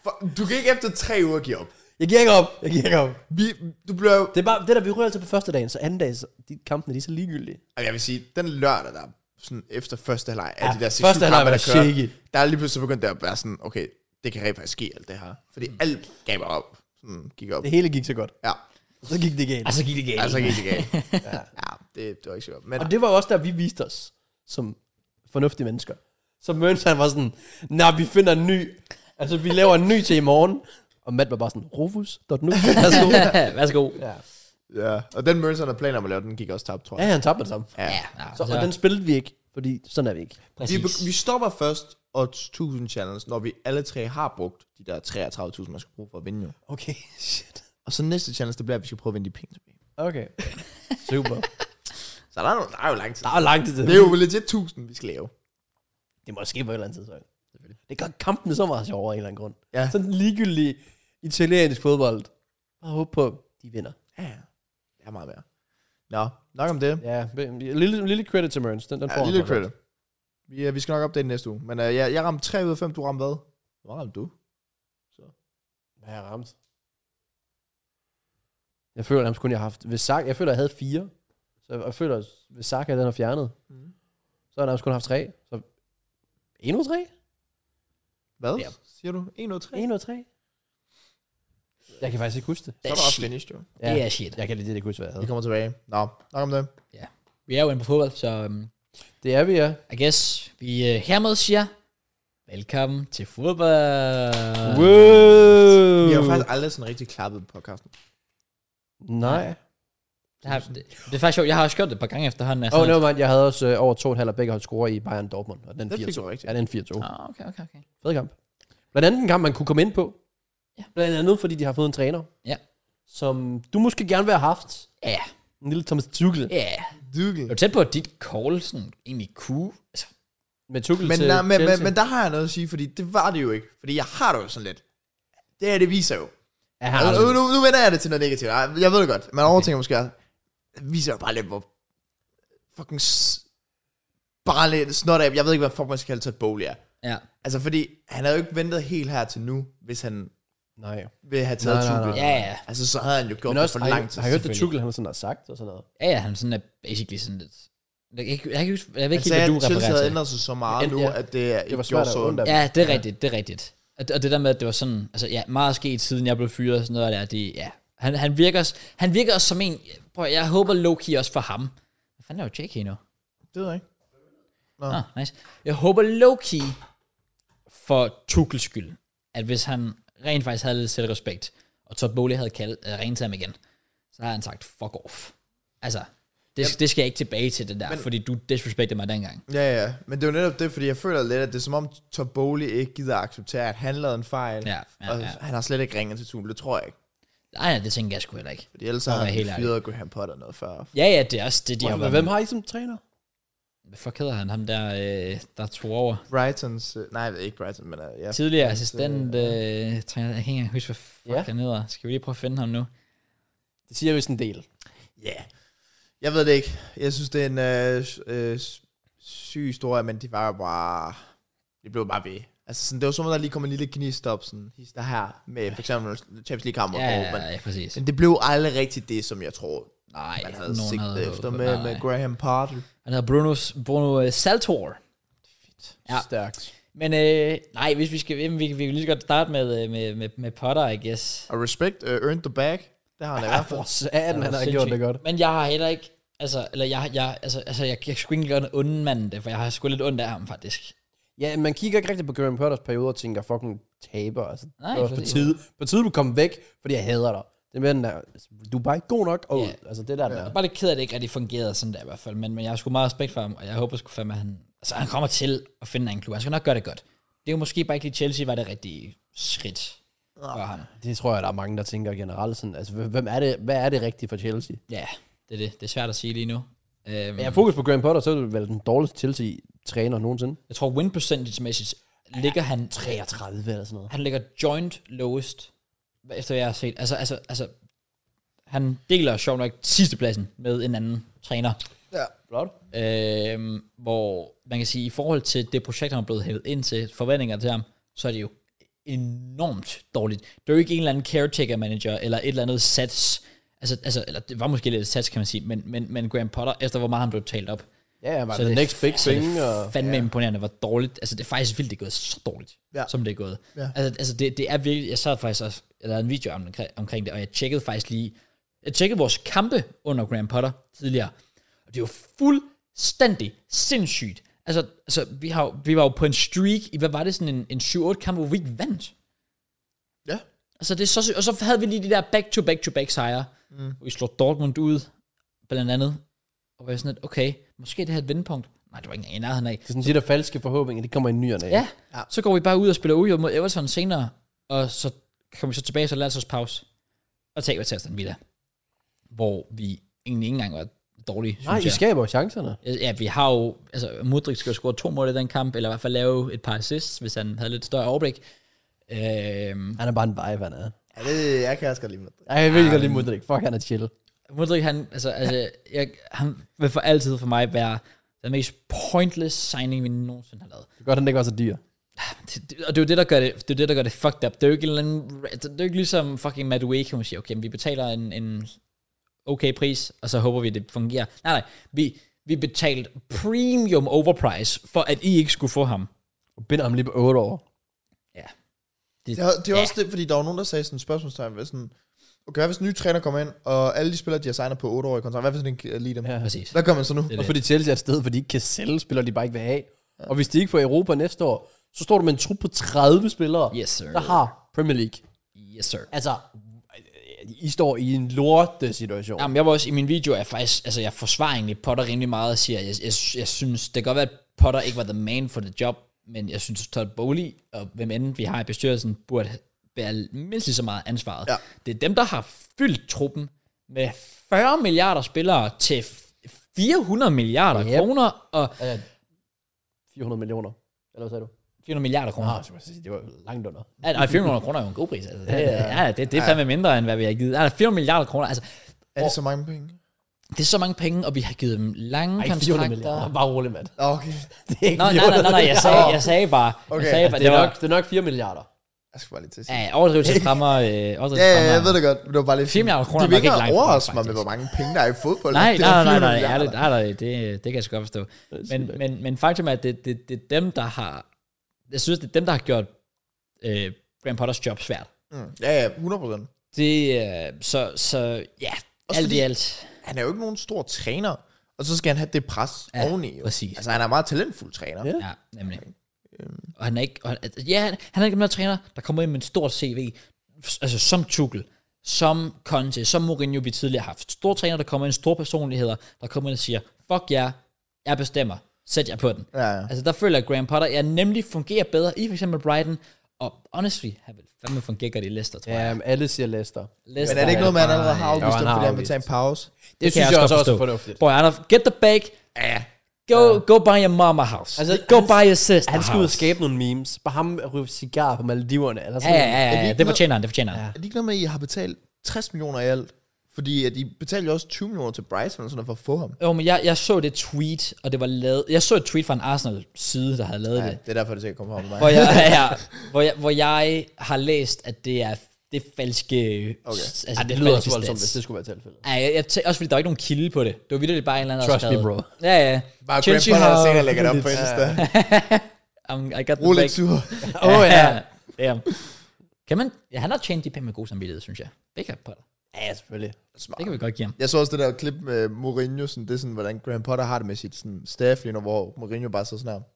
Du kan ikke efter 3 uger give op. Jeg giver ikke op. Du bliver jo... Det er bare det, der vi rører til på første dagen, så anden dag, så de kampene, de er så ligegyldige. Jeg vil sige, den lørdag, der sådan efter første halvleg, af de der 6-7 første halvleg kampe, var der kører, shaky. der er lige pludselig begyndt at være sådan, okay, det kan rent faktisk ske alt det her. Fordi alt gav op. Sådan gik op. Det hele gik så godt. Ja. Så gik det galt. Altså gik det galt. Ja, det var ikke så godt. Men Og det var også der, vi viste os som fornuftige mennesker. Så Mørns han var sådan, vi finder en ny. Altså, vi laver en ny til i morgen. Og Matt var bare sådan, Rufus.nu. Værsgo. Værsgo. ja, og den Mørns, han havde planer om at lave, den gik også tabt, tror Ja, jeg. han tabte det sammen. Ja. Så, og den spillede vi ikke, fordi sådan er vi ikke. Præcis. Vi stopper først odds 1000 challenge, når vi alle tre har brugt de der 33.000, man skal bruge for at vinde jo. Okay, shit. Og så næste challenge, det bliver, at vi skal prøve at vinde de penge tilbage. Okay. Super. Så der er jo lang tid. Der er langt til det. Det er jo legit 1000, vi skal lave. Det må ske på et eller andet tidspunkt. Det gør kampen så meget sjovere af en eller anden grund. Ja. Sådan ligegyldig italiensk fodbold. Bare håbe på, de vinder. Ja, det er meget værd. Nå, nok om det. Ja, lille credit til Mørns. Den får Ja, han lille for credit. Vi skal nok opdate næste uge. Men jeg ramte 3 ud af 5, du ramte hvad? Hvad ramte du? Hvad har jeg ramt? Jeg føler nærmest kun, jeg har haft... jeg føler, jeg havde 4. Så jeg føler, hvis Saka den har fjernet, så har jeg nærmest kun haft 3. Så 1 ud af 3? Hvad? Ja. Siger du? 1 ud af 3? 1 ud af 3? Jeg kan faktisk ikke huske det. Så er der også finished, jo. Ja, Det er shit. jeg kan lige ikke huske, hvad jeg Vi havde. kommer tilbage. Nå, nok om det. Vi er jo inde på fodbold, så Det er vi, ja. I guess vi hermed siger, velkommen til fodbold. Wow! Vi har jo faktisk aldrig sådan rigtig klappet på podcasten. Nej. Det er faktisk sjovt, jeg har også gjort det et par gange efterhånden. Nevermind, jeg havde også over 2,5 af begge hold score i Bayern Dortmund, og den Det fik 4-2. du rigtigt. Ja, den 4-2. Okay. Fed kamp. Blandt andet en kamp, man kunne komme ind på. Ja. Blandt andet, fordi de har fået en træner. Ja. Som du måske gerne vil have haft. Ja. En lille Thomas Tuchel. Ja. Dukel. Jeg er tæt på, at dit call sådan egentlig kunne... Altså, Med Tuchel Men, til nej, Chelsea. men der har jeg noget at sige, fordi det var det jo ikke. Fordi jeg har det jo sådan lidt. Det her, det viser jo. Ja, han har Nu vender jeg det til noget negativt. Jeg ved det godt. Man overtænker måske også. Det viser jo bare lidt, hvor fucking bare lidt snot af. Jeg ved ikke, hvad fuck man skal kalde til et bolig er. ja. Altså, fordi han havde jo ikke ventet helt her til nu, hvis han Nej. ville have taget Nej. Tuchel. Ja. Altså, så havde han jo gjort Men det også, for lang tid. har jeg hørt det selvfølgelig. Tuchel, han sådan har sagt og sådan noget. Ja, han sådan er basically sådan lidt... Jeg ved ikke Han helt, sagde, hvad at du Chelsea refererer havde til. ændret sig så meget nu, Ja. at det ikke Det var svært gjorde at så undre. Ja, det er rigtigt. Og det der med, at det var sådan... Altså, ja, meget sket siden jeg blev fyret og sådan noget der. Det, ja. Han virker også som en... Prøv, jeg håber low-key også for ham. Hvad fanden er jo JK nu? Det ved jeg ikke. Nice. Jeg håber low-key for Tuchels skyld, at hvis han rent faktisk havde lidt selvrespekt, og Todd Bowley havde ringet til ham igen, så har han sagt, fuck off. Altså, det skal jeg ikke tilbage til det der, fordi du disrespektede mig dengang. Ja. Men det er jo netop det, fordi jeg føler lidt, at det er som om Todd Bowley ikke gider at acceptere, at han lavede en fejl. Ja. Og han har slet ikke ringet til Tuchel, det tror jeg ikke. Nej, det tænker jeg sgu heller ikke. Fordi ellers For at har være helt han fyret Graham Potter noget før. Ja, det er også det, de har været. Hvem har I som træner? Hvad fuck hedder han? Ham der tog over. Brightons, nej, ikke Brighton, men ja. Tidligere assistent, træner, jeg kan ikke engang huske, hvad fuck han hedder. Skal vi lige prøve at finde ham nu? Det siger vist en del. Ja. Jeg ved det ikke. Jeg synes, det er en syg historie, men det var jo bare... Det blev bare ved. Altså, sådan, det var som om, der lige kom en lille gnist op, sådan, hister her, med for eksempel Champions League-kamp. Ja, præcis. Men det blev aldrig rigtigt det, som jeg tror, Nej, man havde sigtet efter med Graham Potter. Han hedder Bruno Saltor. Ja. Stærkt. Men nej, hvis vi skal, vi kan lige så godt starte med Potter, I guess. Og respect, earned the bag. Det har han i hvert fald. For satan, han har gjort det godt. Men jeg har heller ikke, jeg skulle ikke gøre noget onde manden det, for jeg har sgu lidt ondt af ham, faktisk. Ja, man kigger ikke rigtig på Graham Potters periode og tænker, fucking taber. Altså, Nej, det var på tide, du kom væk, fordi jeg hader dig. Det med den der, altså, du er bare ikke god nok. Og, altså, det der. Jeg er bare lidt ked af, at det ikke rigtig fungerede sådan der i hvert fald, men jeg har sgu meget respekt for ham, og jeg håber sgu fandme, at han kommer til at finde en klub. Han skal nok gøre det godt. Det er jo måske bare ikke lige Chelsea, var det rigtige skridt for ham. Det tror jeg, der er mange, der tænker generelt sådan. Altså, hvad er det rigtige for Chelsea? Ja, det er det. Det er svært at sige lige nu. Jeg har fokus på Graham Potter, så er det vel den dårligste Chelsea-træner nogensinde. Jeg tror win percentage-mæssigt ligger han 33 eller sådan noget. Han ligger joint lowest, efter jeg har set. Altså han deler sjovt nok sidstepladsen med en anden træner. Ja. Flot. Hvor man kan sige, i forhold til det projekt, han er blevet hævet ind til, forventninger til ham, så er det jo enormt dårligt. Det er jo ikke en eller anden caretaker manager, eller et eller andet sats, altså eller det var måske lidt et sats, kan man sige, men Graham Potter, efter hvor meget han blev talt op, Ja, var the next big thing. Og fandme imponerende, hvor dårligt. Altså, det er faktisk vildt, det er gået så dårligt, som det er gået. Ja. Altså det er virkelig, jeg sad faktisk også, jeg lavede en video omkring det, og jeg tjekkede faktisk lige, vores kampe under Graham Potter tidligere, og det var fuldstændig sindssygt. Altså vi var jo på en streak i, hvad var det, sådan en 7-8 kampe, hvor vi ikke vandt. Ja. Altså, det er så sygt. Og så havde vi lige de der back-to-back sejre, hvor vi slår Dortmund ud, blandt andet, og var sådan lidt, okay, måske det her et vendepunkt. Nej, det var ikke en nærheden af. Det er sådan de der falske forhåbninger, de kommer i nyerne af. Ja, så går vi bare ud og spiller uafgjort mod Everton senere, og så kommer vi så tilbage til landsholdspause, og taber til Aston Villa, hvor vi egentlig ikke engang var dårlige, Nej, I skaber chancerne. Ja, vi har jo, altså Mudryk skal jo score 2 mål i den kamp, eller i hvert fald lave et par assists, hvis han havde lidt større overblik. Han er bare en vibe, han er. Ja, det, jeg kan også godt lide Mudryk. Jeg vil godt lide Mudryk. Fuck, han er chill. Mudryk, han vil for altid for mig være den mest pointless signing, vi nogensinde har lavet. Det er godt, han ikke var så dyr. Og det er jo det, der gør det, fucked up. Det er jo ikke, det er jo ikke ligesom fucking Matt Wake, hvor man siger, okay, vi betaler en okay pris, og så håber vi, det fungerer. Nej, vi betalte premium overprice, for at I ikke skulle få ham. Og binder ham lige på 8 år. Ja. Det er også det, fordi der var nogen, der sagde sådan et spørgsmålstegn, sådan, okay, hvad hvis en ny træner kommer ind, og alle de spillere, de har signet på 8 år i kontrakt, hvad hvis den kan lide dem? Ja, præcis. Hvad gør man så nu? Og fordi Chelsea er et sted, hvor de ikke kan sælge spillere, de bare ikke vil have. Ja. Og hvis de ikke får Europa næste år, så står du med en trup på 30 spillere, der har Premier League. Yes, sir. Altså, I står i en lorte situation. Jamen, jeg var også i min video, jeg forsvarer egentlig Potter rimelig meget og siger, jeg synes, det kan godt være, at Potter ikke var the man for the job, men jeg synes, Todd Bowley og hvem end vi har i bestyrelsen, burde være mindst lige så meget ansvaret. Ja. Det er dem, der har fyldt truppen med 40 milliarder spillere til 400 milliarder kroner. Og 400 millioner, eller hvad sagde du? 400 milliarder kroner. Det var langt under. Ja, 400 kroner er jo en god pris. Altså. Det er fandme mindre, end hvad vi har givet. 400 milliarder kroner. Altså, er det så mange penge? Det er så mange penge, og vi har givet dem lange kontrakter. Bare roligt, mand. Okay. Det er ikke nej, jeg sagde bare. Okay. Det er nok 4 milliarder. Jeg skal bare lige til at sige. Ja, overdrivelse fremmer. Ja, jeg ved det godt. Det var bare lidt 4 milliarder kroner. Det vil ikke overraske mig med, hvor mange penge der er i fodbold. Nej, det kan jeg sgu godt forstå. Men faktum er, at det er dem, der har... Jeg synes, det er dem, der har gjort Graham Potters job svært. Ja, 100%. Så ja, alt i alt. Han er jo ikke nogen stor træner, og så skal han have det pres oveni. Præcis. Altså, han er en meget talentfuld træner. Ja, nemlig. Og han er ikke... han er ikke en træner, der kommer ind med en stor CV, altså som Tuchel, som Conte, som Mourinho, vi tidligere har haft. Store træner, der kommer ind, store personligheder, der kommer ind og siger, fuck jer, jeg bestemmer, sæt jer på den. Ja. Altså, der føler jeg, at Graham Potter, jeg nemlig fungerer bedre i for eksempel Brighton, og honestly, han vil fandme fungere godt i Leicester, tror jeg. Ja, alle siger Leicester. Men er det ikke noget, man allerede har afvist, fordi han vil tage en pause? Det synes jeg også er fornuftigt. Boy, get the bag. Ja. Go buy your mama house. Altså, go buy your sister han skal ud og skabe nogle memes. Bare ham ryge cigar på Maldiverne. Eller sådan ja, det fortjener han. Ja. Er det ikke noget med, at I har betalt 60 millioner i alt? Fordi at I betalte jo også 20 millioner til Brighton og sådan for at få ham. Jo, men jeg så det tweet, og det var lavet... Jeg så et tweet fra en Arsenal-side, der havde lavet det. Det er derfor, det sikkert kommer ham med mig. Hvor jeg har læst, at det er falske... Okay. Altså, det lyder så voldsomt, hvis det skulle være tilfældet. Ja, også fordi der var ikke nogen kilde på det. Det var virkelig bare en eller anden... Trust me, bro. Ja. Bare Chelsea har senere lægget op på Insta. I got the back. Sur. Ja. Kan man... Ja, han har tjent de penge med god samvittighed, synes jeg. Det kan Potter. Ja, selvfølgelig. Det kan vi godt give ham. Jeg så også det der klip med Mourinho, sådan, det er sådan, hvordan Graham Potter har det med sit sådan, staff lige nu, hvor Mourinho bare sidder sådan her.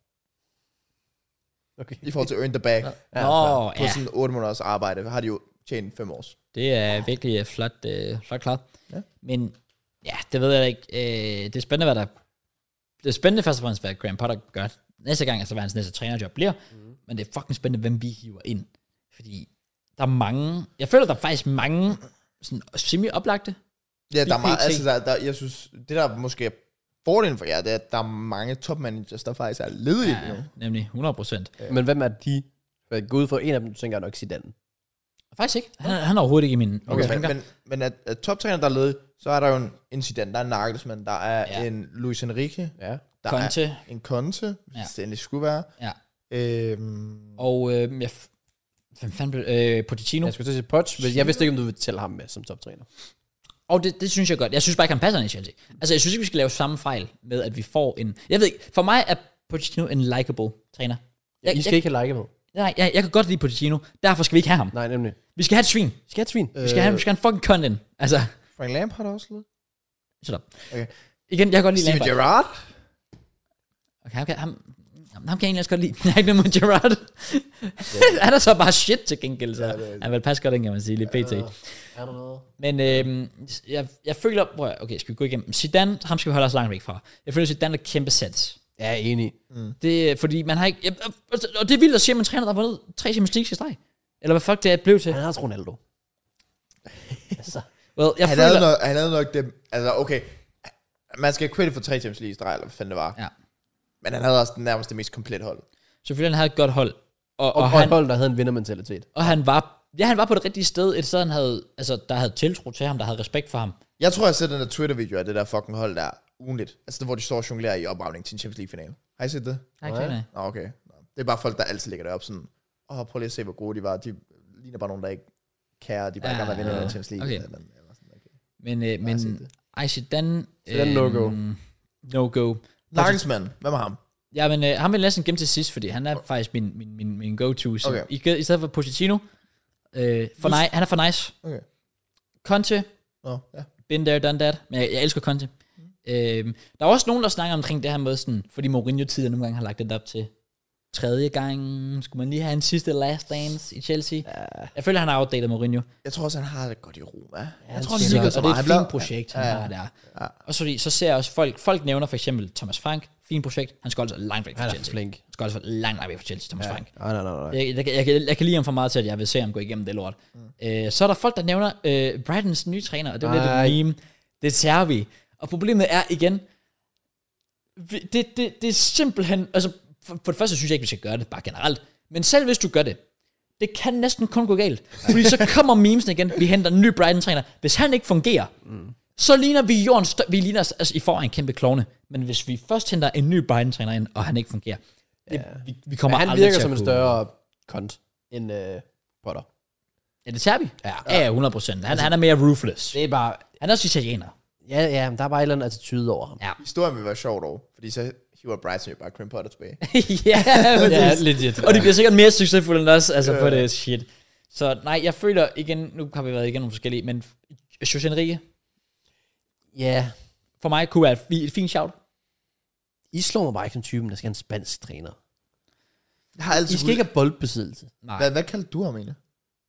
Okay. I forhold til earn the bag. På sådan 8 måneders arbejde, har de jo tjent 5 års. Det er virkelig flot klart. Ja. Men ja, det ved jeg ikke. Det er spændende, det er spændende først og fremmest, hvad Graham Potter gør næste gang, altså hvad hans næste trænerjob bliver. Men det er fucking spændende, hvem vi hiver ind. Fordi der er mange... Jeg føler, der er faktisk mange sådan semi-oplagte. Ja, der er meget... Altså, jeg synes, det der måske er fordelen for jer, det er, at der er mange topmanagers, der faktisk er ledige nu. Nemlig 100%. Men hvem er de? Gå ud for en af dem, tænker jeg nok Zidane. Faktisk ikke. Han er overhovedet ikke i min... Okay, men at toptræner, der er ledige, så er der jo en Zidane, der er en Nagelsmann, der er en Luis Enrique, der Conte. Er en Conte, hvis det endelig skulle være. Ja. Og Hvem fanden blev Pochettino? Jeg skulle til at sige Poch, men jeg vidste ikke, om du ville tælle ham med som toptræner. Og det synes jeg godt. Jeg synes bare ikke, han passer ind i Chelsea. Altså, jeg synes ikke, vi skal lave samme fejl med, at vi får en... Jeg ved ikke, for mig er Pochettino en likable træner. I skal ikke have likeable. Nej, jeg kan godt lide Pochettino. Derfor skal vi ikke have ham. Nej, nemlig. Vi skal have et svin. Vi skal have et svin. Vi skal have en fucking content. Altså, Frank Lampard har også lidt. shut up. Okay. Igen, jeg kan godt lide Steven Lampard. Gerrard? Okay, ham kan jeg egentlig også godt lide. Jeg har ikke noget mod Gerrard. Han er så bare shit til gengæld, så han vil passe godt ind, kan man sige, lidt pt. Er der noget? Men jeg føler... Okay, skal vi gå igennem? Zidane, ham skal vi holde os langt væk fra. Jeg føler, Zidane er kæmpe sats. Ja, enig. Det er, fordi man har ikke... Og det er vildt at se, at man træner, der har vundet 3 Champions League i streg. Eller hvad fuck det er blevet til. Han har også Ronaldo. Altså. Well, Han havde nok det... Altså, okay. Man skal have credit for 3 Champions League i streg, eller hvad fanden det var. Ja. Men han havde også nærmest det mest komplet hold. Selvfølgelig, han havde et godt hold. Og han, et hold, der havde en vindermentalitet. Og han var... Ja, han var på det rigtige sted. Et sted, han havde... Altså, der havde tiltro til ham, der havde respekt for ham. Jeg tror, jeg har set den der Twitter-video af det der fucking hold der ugenligt. Altså, det, hvor de står og jonglerer i opvarmning til en Champions League-finale. Har I set det? Nej. Nå, okay. Nå. Det er bare folk, der altid ligger deroppe sådan... prøv lige at se, hvor gode de var. De ligner bare nogen, der ikke kære. De bare gerne vil vinde en Champions League. Okay. Eller, sådan, okay. Men Zidane no-go. No-go. Nagelsmann. Hvem er ham? Ja, men ham vil jeg næsten gemme til sidst, fordi han er faktisk min go-to. Så Okay. i stedet for Pochettino, han er for nice. Okay. Conte, Nå, ja. been there, done that. Men jeg elsker Conte. Der er også nogen, der snakker omkring det her med sådan, fordi Mourinho-tider nogle gange har lagt det op til 3. gang. Skulle man lige have en sidste last dance i Chelsea? Ja. Jeg føler, han har outdated Mourinho. Jeg tror også, han har det godt i Roma. Ja, jeg tror sikkert, og det er et fint projekt, han har der. Ja. Og så ser jeg også folk nævner for eksempel Thomas Frank, fint projekt, han skal altså langt væk fra Chelsea. Flink. Han skal altså langt væk fra Chelsea, Thomas Frank. Nej. Jeg kan lide ham for meget til, at jeg vil se ham gå igennem det lort. Så er der folk, der nævner Brightons nye træner, og det er lidt et meme. Det tager vi. Og problemet er igen, det er simpelthen, altså for det første synes jeg ikke, vi skal gøre det, bare generelt. Men selv hvis du gør det, det kan næsten kun gå galt. Fordi så kommer memesene igen, vi henter en ny Brighton-træner. Hvis han ikke fungerer, så ligner vi jorden, vi ligner altså, I forvejen kæmpe klovne. Men hvis vi først henter en ny Brighton-træner ind, og han ikke fungerer, vi kommer han aldrig virker til som at en større kont end Potter. Ja, det tager vi. Ja. 100%. Han er mere ruthless. Det er bare... Han er også italiener. Ja, men der er bare et eller andet attitude over ham. Ja. Historien vil være sjov dog, fordi så hiver Brighton jo bare Graham Potter tilbage. ja, legit. Og de bliver sikkert mere succesfulde end os, altså på det shit. Så nej, jeg føler igen, nu har vi været igennem nogle forskellige, men Jose Enrique, Ja. for mig kunne være et fint shout. I slår mig bare ikke som typen, der skal have en spansk træner. Jeg har altid I skal ikke have boldbesiddelse. Nej. Hvad kaldte du ham egentlig?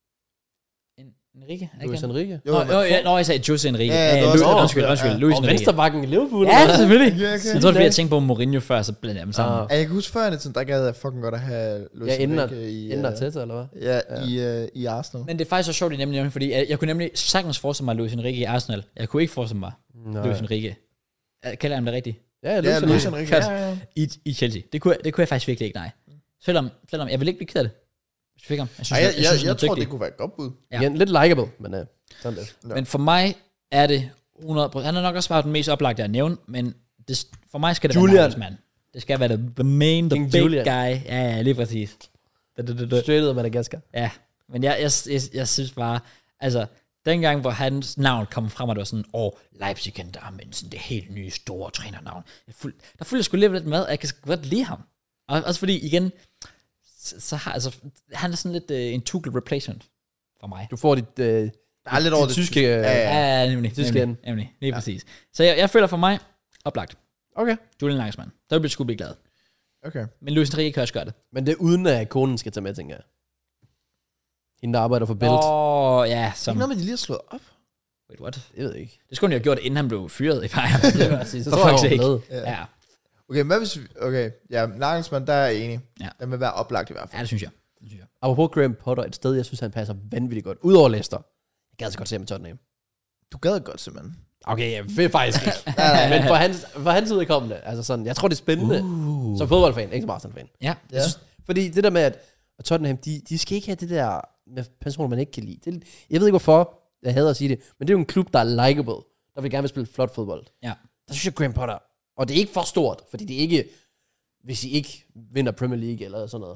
Enrique? Luis Enrique. Nå, jeg sagde Jose Enrique. Ja, Undskyld, Luis Og Enrique. venstrebakken i Liverpool. Ja, selvfølgelig. Ja, okay. Jeg tror, fordi jeg tænkte på Mourinho før, så blandede jeg dem sammen. Jeg kan huske før, der gad jeg fucking godt at have Luis Ja, Enrique i... inden Arteta, eller hvad? Ja, i Arsenal. Men det er faktisk så sjovt, I nemlig, fordi jeg kunne nemlig sagtens forestille mig Luis Enrique i Arsenal. Jeg kunne ikke forestille mig Luis Enrique. Kalder jeg ham det rigtigt? Ja, Luis Enrique. Ja. I Chelsea. Det kunne jeg faktisk virkelig ikke, nej. Selvom jeg vil ikke blive ked af det. Hvis vi fik ham. Jeg tror, det kunne være et godt bud. Ja. Ja, lidt likeable, men sådan det. Men for mig er det 100%. Han er nok også bare den mest oplagte at nævne, men for mig skal det være Nagelsmann. Det skal være the main, the King big Julian. guy. Ja, lige præcis. Straight ud af Madagaskar. Ja, men jeg synes bare, altså, dengang, hvor hans navn kom frem, og det var sådan, Leipzig kan der, men sådan det helt nye, store trænernavn. Der følte jeg sgu lidt med, at jeg kan godt lide ham. Og også fordi, igen, så har, altså, han er sådan lidt en Tuchel replacement for mig. Du får dit... Der er lidt over det tyske... Ja, nemlig, lige præcis. Så jeg føler for mig, oplagt. Okay. Julian Nagelsmann. Der vil jeg sgu blive glad. Okay. Men Luis Enrique kan også gøre det. Men det er uden, at konen skal tage med, tænker jeg. Hende, der arbejder for Bild. Ja, Ikke noget med, de lige har slået op. Wait, what? Jeg ved ikke. Det skulle han jo have gjort, inden han blev fyret i Bayern. Det var at sige. Så For tror jeg, fuck's han sake. var med. Ja. Okay, hvad hvis... Okay, ja, Nagelsmann, der er jeg enig. Ja. Den vil være oplagt i hvert fald. Ja, det synes jeg. Apropos Graham Potter, et sted, jeg synes, han passer vanvittigt godt. Udover Leicester. Jeg gad så godt se med Tottenham. Du gad godt, simpelthen. Okay, jeg vil faktisk ikke. Men for hans udkommende, altså sådan, jeg tror, det er spændende. Som fodboldfan, ikke som Arsenal-fan. Ja. Ja. Fordi det der med, at Tottenham, de skal ikke have det der med personer, man ikke kan lide. Det, jeg ved ikke, hvorfor jeg hader at sige det, men det er jo en klub, der er likeable. Der vil gerne vil spille flot fodbold. Ja. Der synes jeg, Graham Potter, og det er ikke for stort, fordi det er ikke, hvis I ikke vinder Premier League eller sådan noget,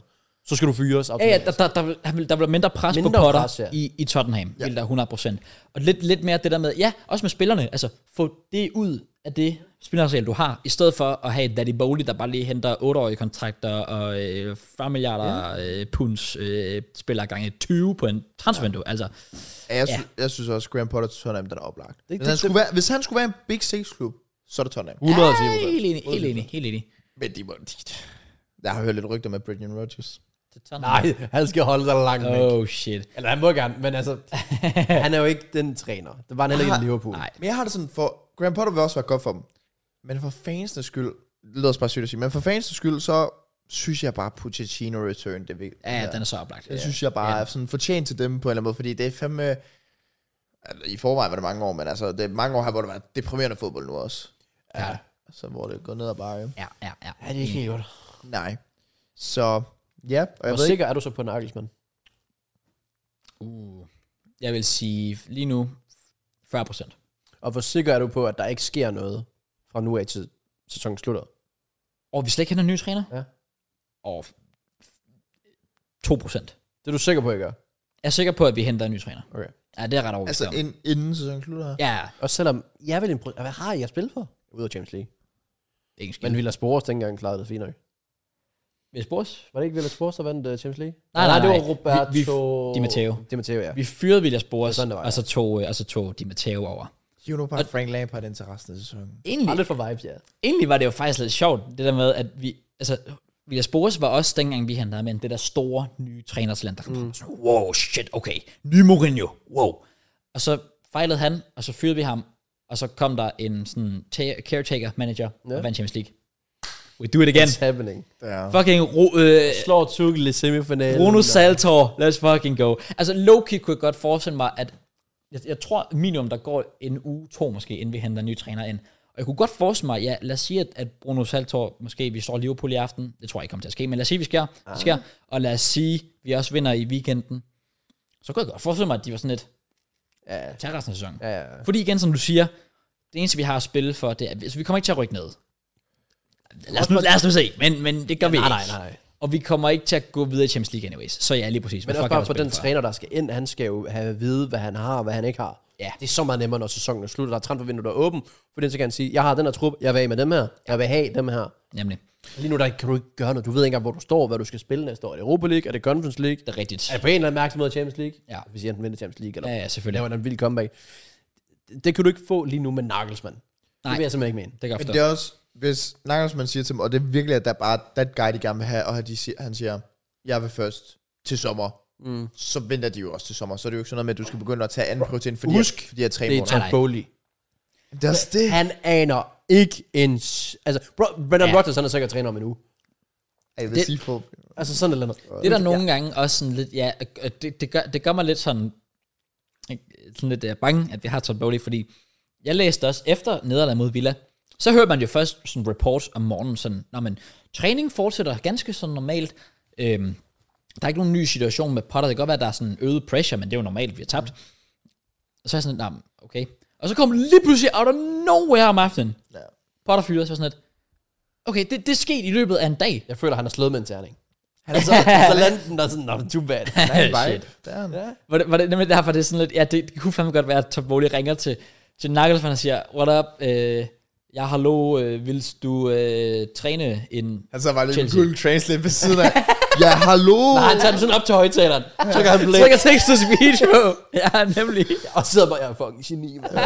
Så skal du fyres. Ja, der bliver mindre pres på Potter pres, ja. i Tottenham, vil der 100%. Og lidt mere det der med, ja, også med spillerne, altså få det ud af det spillermateriale, du har, i stedet for at have Daddy Bowley, der bare lige henter 8-årige kontrakter og 40 milliarder punds spiller gange 20 på en transfervindue. Altså, Jeg synes også, Graham Potter til Tottenham, den er oplagt. Hvis han skulle være en Big Six-klub, så er det Tottenham. 110%. Helt enig. Men jeg har hørt lidt rygter med Brendan Rodgers. Nej, han skal holde sig langt væk. Oh shit. Eller han må gerne, men altså, han er jo ikke den træner. Det var han heller ikke i Liverpool. Nej. Men jeg har det sådan, for Graham Potter vil også være godt for dem. Men for fansens skyld, det lyder også bare sygt at sige, men for fansens skyld, så synes jeg bare, Pochettino return, det vil. Ja, den er så oplagt. Det synes jeg bare er sådan fortjent til dem på en eller anden måde, fordi det er fandme, altså, i forvejen var det mange år, men altså, det er mange år her, hvor det var deprimerende fodbold nu også. Ja. Så hvor det går ned ad bakke. Ja. Ja, det er ikke helt godt. Nej. Så, ja. Og Hvor sikker er du så på Nagelsmann? Jeg vil sige lige nu 40%. Og hvor sikker er du på, at der ikke sker noget fra nu af til sæsonen slutter? Og vi slet ikke henter en ny træner? Ja. Og 2%. Det er du sikker på, at I gør? Jeg er sikker på, at vi henter en ny træner. Okay. Ja, det er ret overbevist om. Altså inden sæsonen slutter her? Ja, Og selvom jeg vil hvad har I at spille for? Ude af Champions League. det er ikke Men skidt. Villas Boas dengang klarede det fint nok. Vi spurgos. Var det ikke Villas Boas, der vandt Champions League? Nej, det var Roberto... Di Matteo. Di Matteo, ja. Vi fyrede Villas Boas, sådan, det var, ja. og så tog Di Matteo over. Jo, nu bare Frank Lampard ind til resten af sæsonen. Egentlig, for vibes, ja. egentlig var det jo faktisk lidt sjovt, det der med, at vi... Altså, Villas Boas var også dengang, vi hentede med det der store nye trænertalent, der kom frem. Sådan, wow, shit, okay. Ny Mourinho, wow. Og så fejlede han, og så fyrede vi ham, og så kom der en sådan caretaker manager, og vandt Champions League. We do it again. It's happening. Ja. Fucking Slår Tuchel i semifinalen. Bruno Saltor, let's fucking go. Altså, low-key kunne jeg godt forestille mig, at jeg tror minimum, der går en uge, 2 måske, inden vi henter en ny træner ind. Og jeg kunne godt forestille mig, ja, lad os sige, at Bruno Saltor, måske vi står Liverpool i aften, det tror jeg ikke kommer til at ske, men lad os sige, vi sker, og lad os sige, vi også vinder i weekenden. Så kunne jeg godt forestille mig, at de var sådan lidt, til resten af sæsonen. Ja. Fordi igen, som du siger, det eneste, vi har at spille for, det er, altså, vi kommer ikke til at rykke ned. Lad os nu se, men det gør vi ikke. Nej. Og vi kommer ikke til at gå videre i Champions League anyways. Så ja, lige præcis. Men også bare for den træner, der skal ind, han skal jo have at vide, hvad han har og hvad han ikke har. Ja. Det er så meget nemmere, når sæsonen er slut, og der er transfervindue, der er åben. For den så kan han sige, jeg har den her trup, jeg vil af med dem her, jeg vil have dem her. Nemlig. Lige nu der kan du ikke gøre noget. Du ved ikke engang, hvor du står, hvad du skal spille næste år. Er det Europa League? Er det Conference League? Det er rigtigt. Er det på en eller anden mærkelig måde Champions League? Ja. Hvis I enten vinder Champions League, eller Ja, selvfølgelig. laver en vild comeback. Det kan du ikke få lige nu med Nagelsmann. Nej. Det vil jeg simpelthen ikke mene. Det kan jeg Men forstå. det er også, hvis Nagelsmann siger til dem, og det er virkelig, at der er bare that guy, de gerne vil have, og han siger, jeg vil først til sommer, så venter de jo også til sommer. Så er det jo ikke sådan noget med, at du skal begynde at tage anden protein, fordi de er 3 Det er måneder. Todd Bowley. Det er også det. Han aner ikke en... Altså, Brendan Rodgers, han er sikkert træner om en uge. Jeg vil sige for. Altså sådan et eller andet. Det er der nogle gange også sådan lidt, ja, det gør mig lidt sådan lidt bange, at vi har Todd Bowley, fordi jeg læste også efter nederlaget mod Villa, så hørte man jo først sådan reports om morgenen, sådan, men træning fortsætter ganske sådan normalt. Der er ikke nogen ny situation med Potter. Det kan godt være, at der er sådan øget pressure, men det er jo normalt, vi har tabt. Og så er jeg sådan, okay. Og så kom lige pludselig out of nowhere om aftenen. Ja. Potter fyrer, så sådan lidt, okay, det skete i løbet af en dag. Jeg føler, han har slået med en terning. Han er så landen, der er sådan, too bad. Shit. Det er han. Ja. Var det nemlig derfor, det er sådan lidt, ja, det kunne fandme godt være, at Todd Bowley ringer til Nagelsmann og siger, what up, jeg hallo, vil du træne en Han så var lidt Chelsea? Google Translate ved siden af. Ja, hallo. Nej, han tager den sådan op til højtaleren. Trykker han play. Trykker text to speech på. Ja, nemlig. Og sidder bare, jeg er fucking geni, man.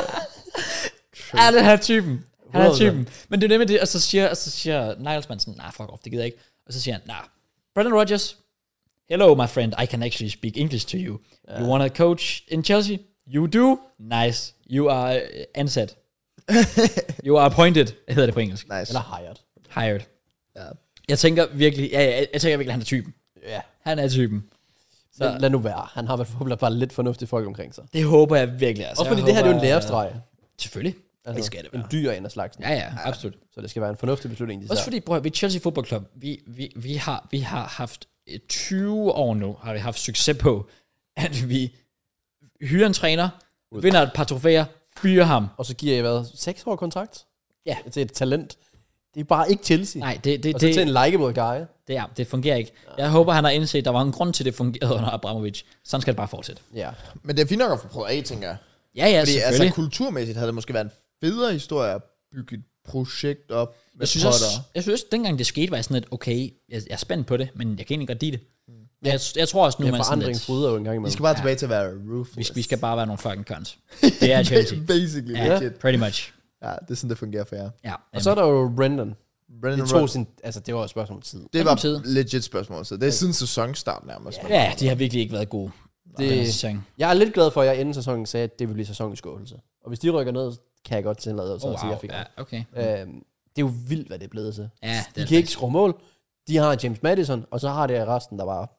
Ja, det her typen. Han er 100%. typen. Men det er nemlig det, og så siger Nagelsmann sådan, fuck off, det gider jeg ikke. Og så siger han, Brendan Rodgers, hello my friend, I can actually speak English to you. You want to coach in Chelsea? You do? Nice. You are ansat. You are appointed, hedder det på engelsk. Nice. Eller hired. Hired. Ja. Jeg tænker virkelig, han er typen. Ja. Han er typen. Så lad nu være. Han har vel bare lidt fornuftige folk omkring sig. Det håber jeg virkelig. Altså. Også fordi det her det er jo en lærestreg. Selvfølgelig. Altså, Det skal det være. En dyr en af slagsen. Ja, absolut. Så det skal være en fornuftig beslutning, de Også tager. fordi, bror, vi er Chelsea Football Club. Vi har haft 20 år nu, har vi haft succes på, at vi hyrer en træner, vinder et par trofæer, fyrer ham. Og så giver jeg 6 år kontrakt? Ja. Til et talent. Det er bare ikke Chelsea. Nej, og så til en likeable guy. Det fungerer ikke. Jeg håber, han har indset, at der var en grund til, det fungerede under Abramovich. Sådan skal det bare fortsætte. Ja. Men det er fint nok at få prøvet af, tænker jeg. Ja, Fordi selvfølgelig. altså kulturmæssigt havde det måske været en federe historie at bygge et projekt op med Jeg synes også, dengang det skete, var jeg sådan lidt, okay, jeg er spændt på det, men jeg kan egentlig godt lide det. Ja. Jeg tror også nu, man sådan forandring lidt, fryder jo en gang imellem. Vi skal bare tilbage til at være ruthless. vi skal bare være nogle fucking cons. Det er Chelsea. Basically, Ja, legit. pretty much. Ja, det er sådan, det fungerer for jer. Ja, Og så er der jo Brendan. Brendan Det tog sin... Altså, det var et spørgsmål om tid. Det var tid. legit spørgsmål, så det er siden sæsonstart nærmest. Ja, de har virkelig ikke været gode. Det sæson. Jeg er lidt glad for, at jeg inden sæsonen sagde, at det ville blive sæsonens skuffelse. Og hvis de rykker ned, kan jeg godt tillade sig at sige, at jeg fik ja, okay. det er jo vildt, hvad det er blevet til. Ja, De kan ikke skrue mål. De har James Madison, og så har det resten, der bare...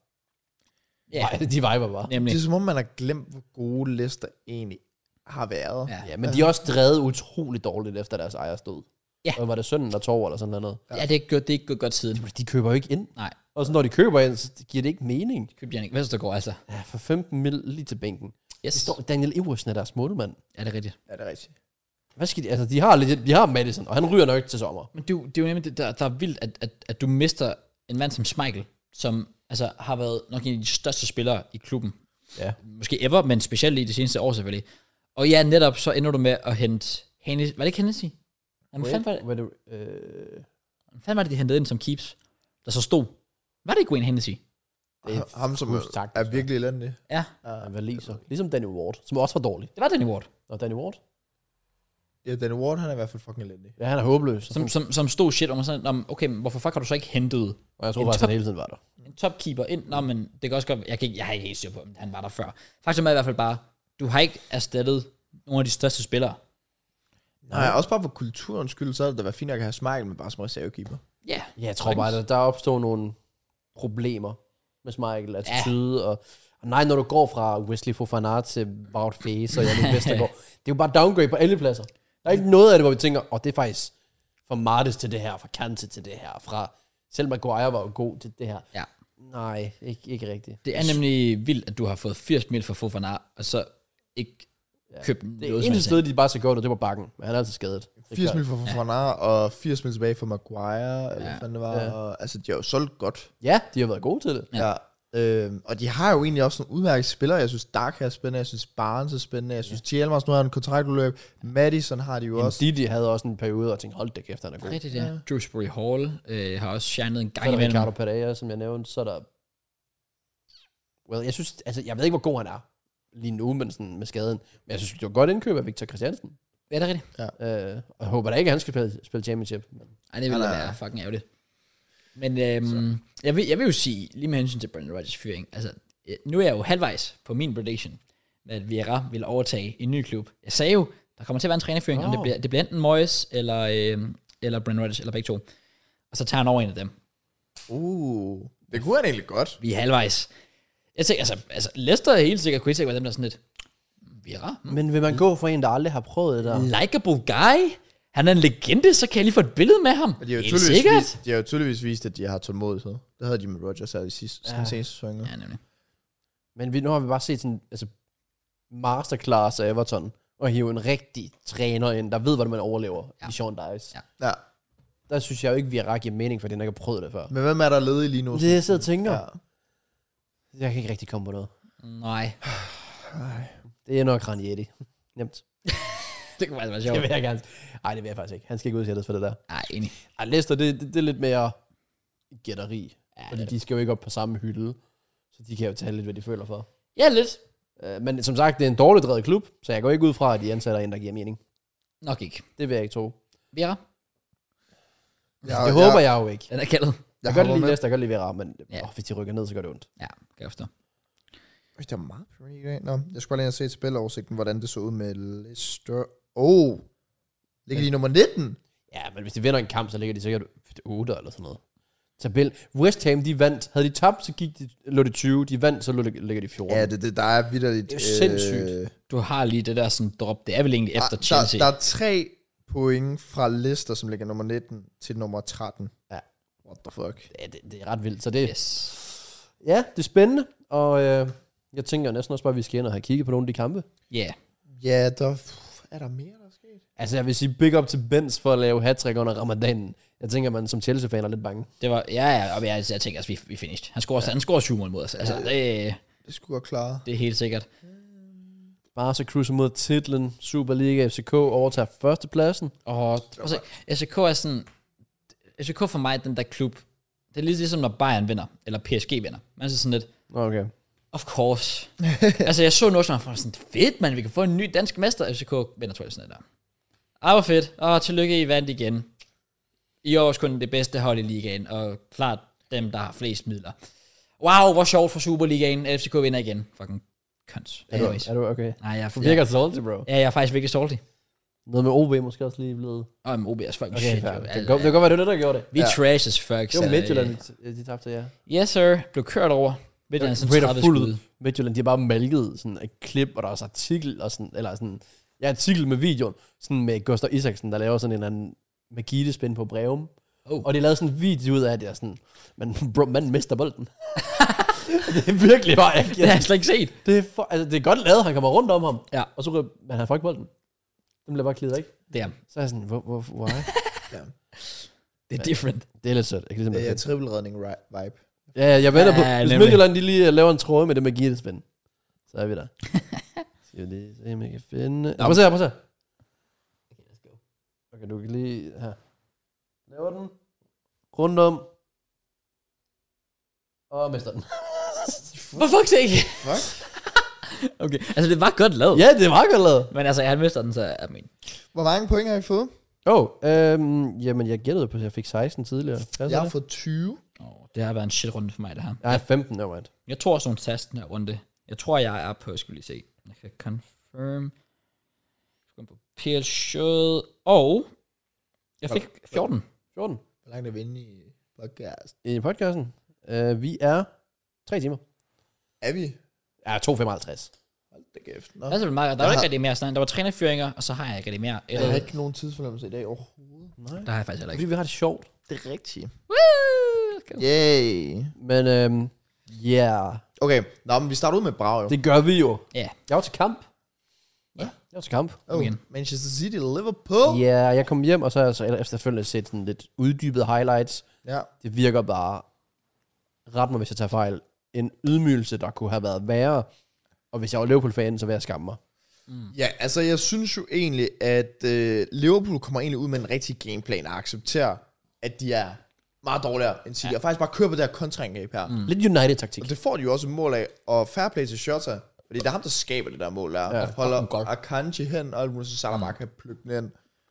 Ja, De viber bare. nemlig. Det er som om, man har glemt, hvor gode Leicester egentlig har været. Ja, men de er også drevet utroligt dårligt efter deres ejer stod. Ja. Og var det sønnen, der tog eller sådan noget? Ja, det er ikke gået godt siden. De køber jo ikke ind. Nej, Og så når de køber ind, så giver det ikke mening. køb Jannik Vestergaard altså. Ja, for 15 mil lige til bænken. Yes. Det står Daniel Eversen er deres målmand. Ja, det er rigtigt. Ja, det er rigtigt. Hvad skal de? Altså, de har Madison, og han ryger nok til sommer. Men det er jo nemlig det, der er vildt, at du mister en mand som Schmeichel, som altså har været nok en af de største spillere i klubben. Ja. Måske ever, men specielt i de seneste år selvfølgelig. Og ja, netop så ender du med at hente Hennessy. Var det ikke Hennessy? Hvad fanden var det, de hentede ind som keeps, der så stod? Var det ikke Wayne Hennessy? Det er Ham, som er virkelig elendig. Ja, Han var ligesom Danny Ward, som også var dårlig. det var Danny Ward. Og Danny Ward? Ja, Danny Ward, han er i hvert fald fucking elendig. Ja, han er håbløs. Som stod shit, og man sådan, okay, men hvorfor fuck har du så ikke hentet Og jeg tror en faktisk, han hele tiden var der. en topkeeper ind? Nå, men det kan også godt, jeg har ikke helt styr på, om han var der før. Faktum er i hvert fald bare, du har ikke erstattet nogle af de største spillere. Nej, også bare for kulturens skyld, så havde det været fint at have Schmeichel med bare som reservekeeper. Ja, Ja, jeg tror bare, at der opstår nogle problemer med Schmeichel, attitude, og nej, når du går fra Wesley Fofana til Wout Faes og Jannik Vestergaard, det er jo bare downgrade på alle pladser. Der er ikke noget af det, hvor vi tænker, det er faktisk fra Martes til det her, fra Kante til det her, fra selv Maguire var jo god til det her. Ja. Nej, ikke rigtigt. Det er nemlig vildt, at du har fået 80 mil for Fofana, og så ikke købt Det noget eneste sted, de bare skal gå, det var bakken, men han er altid skadet. 80 mil for Fofana, og 80 mil tilbage for Maguire, eller hvad fanden det var. Ja. Og, altså, de har jo solgt godt. Ja, de har været gode til det. Ja. Og de har jo egentlig også nogle udmærkede spillere. Jeg synes, Dark er spændende. Jeg synes, Barnes er spændende. Jeg synes, Tjelmers nu har en kontraktudløb. Madison har de jo også. Didi havde også en periode, og tænkte, hold da kæft, han er god. Rigtigt, ja. Dewsbury Hall har også shined en Så gang er der imellem. Ricardo Pereira, som jeg nævnte, så er der... Well, jeg synes, altså, jeg ved ikke, hvor god han er lige nu, men sådan med skaden. Men jeg synes, det var godt indkøb af Victor Christiansen. Ja, det er rigtigt. Og jeg håber da ikke, at han skal spille championship. Men... Ej, det ville da være fucking ærgerligt. Men jeg vil jo sige, lige med hensyn til Brendan Rodgers fyring, altså, nu er jeg jo halvvejs på min prediction, med at Vieira vil overtage en ny klub. Jeg sagde jo, der kommer til at være en trænerfyring, om det bliver enten Moyes, eller Brendan Rodgers, eller begge to. Og så tager han over en af dem. Det kunne han egentlig godt. Vi er halvvejs. Jeg tænker, altså Leicester er helt sikkert, kunne ikke være dem, der er sådan lidt, Vieira? Men vil man gå for en, der aldrig har prøvet det der? Likeable guy? Han er en legende, så kan jeg lige få et billede med ham. Og de har jo Helt sikkert. de har jo tydeligvis vist, at de har tålmodighed. Det havde de med Rodgers her i seneste sæson. Ja, nemlig. Men nu har vi bare set sådan, altså, masterclass af Everton, og hive en rigtig træner ind, der ved, hvordan man overlever i Sean Dice. Ja. Ja. Der synes jeg jo ikke, vi har givet mening, for den ikke har prøvet det før. Men hvem er der ledig lige nu? Det jeg sidder og tænker. Ja. Jeg kan ikke rigtig komme på noget. Nej. Det er nok Ranieri. Nemt. Det kunne faktisk være sjovt. Det vil jeg gerne. Nej, det vil jeg faktisk ikke. Han skal ikke udsættes for det der. Nej, enig. Ej, Leicester, det er lidt mere gætteri. Ja, fordi de skal jo ikke op på samme hylde. Så de kan jo tage lidt, hvad de føler for. Ja, lidt. Men som sagt, det er en dårligt drevet klub, så jeg går ikke ud fra, at de ansætter en, der giver mening. Nok ikke. Det vil jeg ikke tro. Vieira? Det håber jeg jo ikke. Den er kaldet. Jeg kan godt lide Leicester, jeg kan godt lide Vera, men Ja. hvis de rykker ned, så gør det ondt. Ja, kan jeg forstå. Det er meget Premier League i dag. Nå, jeg skulle bare lige have set spiloversigten, hvordan det så ud med Leicester. Ligger de nummer 19? Ja, men hvis de vinder en kamp, så ligger de sikkert 8 eller sådan noget. Tabel. West Ham, de vandt. Havde de tabt, så lå det 20. De vandt, så ligger de 14. Ja, det der er vitterligt. Det er jo sindssygt. Du har lige det der sådan drop. Det er vel egentlig efter Chelsea. Der er 3 point fra Leicester, som ligger nummer 19 til nummer 13. Ja. What the fuck? Ja, det er ret vildt. Så det, Yes. ja, det er spændende. Og jeg tænker næsten også bare, at vi skal ind og have kigget på nogle af de kampe. Ja. Ja, der er der mere, der er sket? Altså, jeg vil sige big up til Benz for at lave hat-trick under ramadanen. Jeg tænker, man som Chelsea-fan er lidt bange. Det var, og jeg tænker, at vi finished. Han scorer 7 mål mod os. Altså, det skulle godt klare. Det er helt sikkert. Barca cruiser mod titlen. Superliga FCK overtager førstepladsen. Og altså, FCK er sådan... FCK for mig er den der klub. Det er ligesom, når Bayern vinder, eller PSG vinder. Man er sådan lidt... Okay. Of course. Altså, jeg så noget sådan, sådan fedt, man. Vi kan få en ny dansk mester. FCK vinder, tror jeg, sådan der. Ej, hvor fedt. Tillykke, I vandt igen. I år er kun det bedste hold i ligaen, og klart dem, der har flest midler. Wow, hvor sjovt for Superligaen, at FCK vinder igen. Fucking køns. Er du okay? Nej, Du virker salty, bro. Ja, jeg er faktisk virkelig salty. Noget med OB måske også lige blevet... Men OB er fucking Okay, shit. det kan godt være, det der gjorde det. Vi trash as fuck. Det var Midtjylland, de tabte, ja. Yes, sir. Blev kørt over. Midtjylland sådan 30 skud. Midtjylland, de har bare malket sådan et klip, og der er også artikel, og sådan, eller sådan... Ja, artikel med videoen, sådan med Gustav Isaksen, der laver sådan en anden magidespin på Breum. Og de lavede sådan en video ud af det, og sådan, man mister bolden. Det er virkelig bare ikke. Det har jeg slet ikke set. Det er godt lavet, han kommer rundt om ham. Ja. Og så men han får ikke bolden. Den bliver bare klidet, ikke? Det er. Så er jeg sådan, why? Ja. Det er different. Det er lidt sødt. Det er trippelredning vibe. Ja, jeg venter på, hvis nemlig. Midtjylland de lige laver en tråd med det magidespin, så er vi der. Skal vi lige se, om jeg kan finde... Prøv at se. Okay, let's go. Okay, du kan lige... Her. Laver den. Rundt om. Og mister den. For fuck's sake. Fuck. Okay, altså det var godt lavet. Ja, det var godt lavet. Men altså, han mister den, så er min. Hvor mange point har I fået? Jamen, jeg gættede på, at jeg fik 16 tidligere. Jeg har fået 20. Det har været en shit runde for mig, det her. Jeg er 15, no right. Jeg tror også, hun tager den her runde. Jeg tror, jeg er på, skal vi lige se. Jeg kan confirm. Jeg på PL Show. Og jeg fik 14. 14. Hvor langt er vi inde i podcast? I podcasten. Vi er 3 timer. Er vi? Ja, 2,55. Hold da kæft. Der er meget. Der var ikke rigtig mere sådan. Der var trænerfyringer, og så har jeg ikke rigtig mere. Jeg har ikke nogen tidsfornemmelse i dag overhovedet. Nej. Der har jeg faktisk heller Fordi ikke. vi har det sjovt. Det er rigtigt. Woo! Yay. Men, yeah. Okay, men vi starter ud med Brav jo. Det gør vi jo. Ja. Jeg var til kamp. Ja. Jeg var til kamp. Igen. Manchester City, Liverpool. Ja, jeg kom hjem, og så har jeg så efterfølgende set sådan lidt uddybet highlights. Ja. Det virker bare, ret mig hvis jeg tager fejl, en ydmygelse, der kunne have været værre. Og hvis jeg var Liverpool-fan, så vil jeg skamme mig. Ja, altså jeg synes jo egentlig, at Liverpool kommer egentlig ud med en rigtig gameplan og accepterer, at de er meget dårligere end City. Og faktisk bare kører på det her kontraangreb her. Lidt United-taktik. Og det får de jo også et mål af. Og fair play til Shota, fordi det er ham, der skaber det der mål der. Ja, og holder Akanji hen, og alt muligt, så Salah bare kan plukke den ind.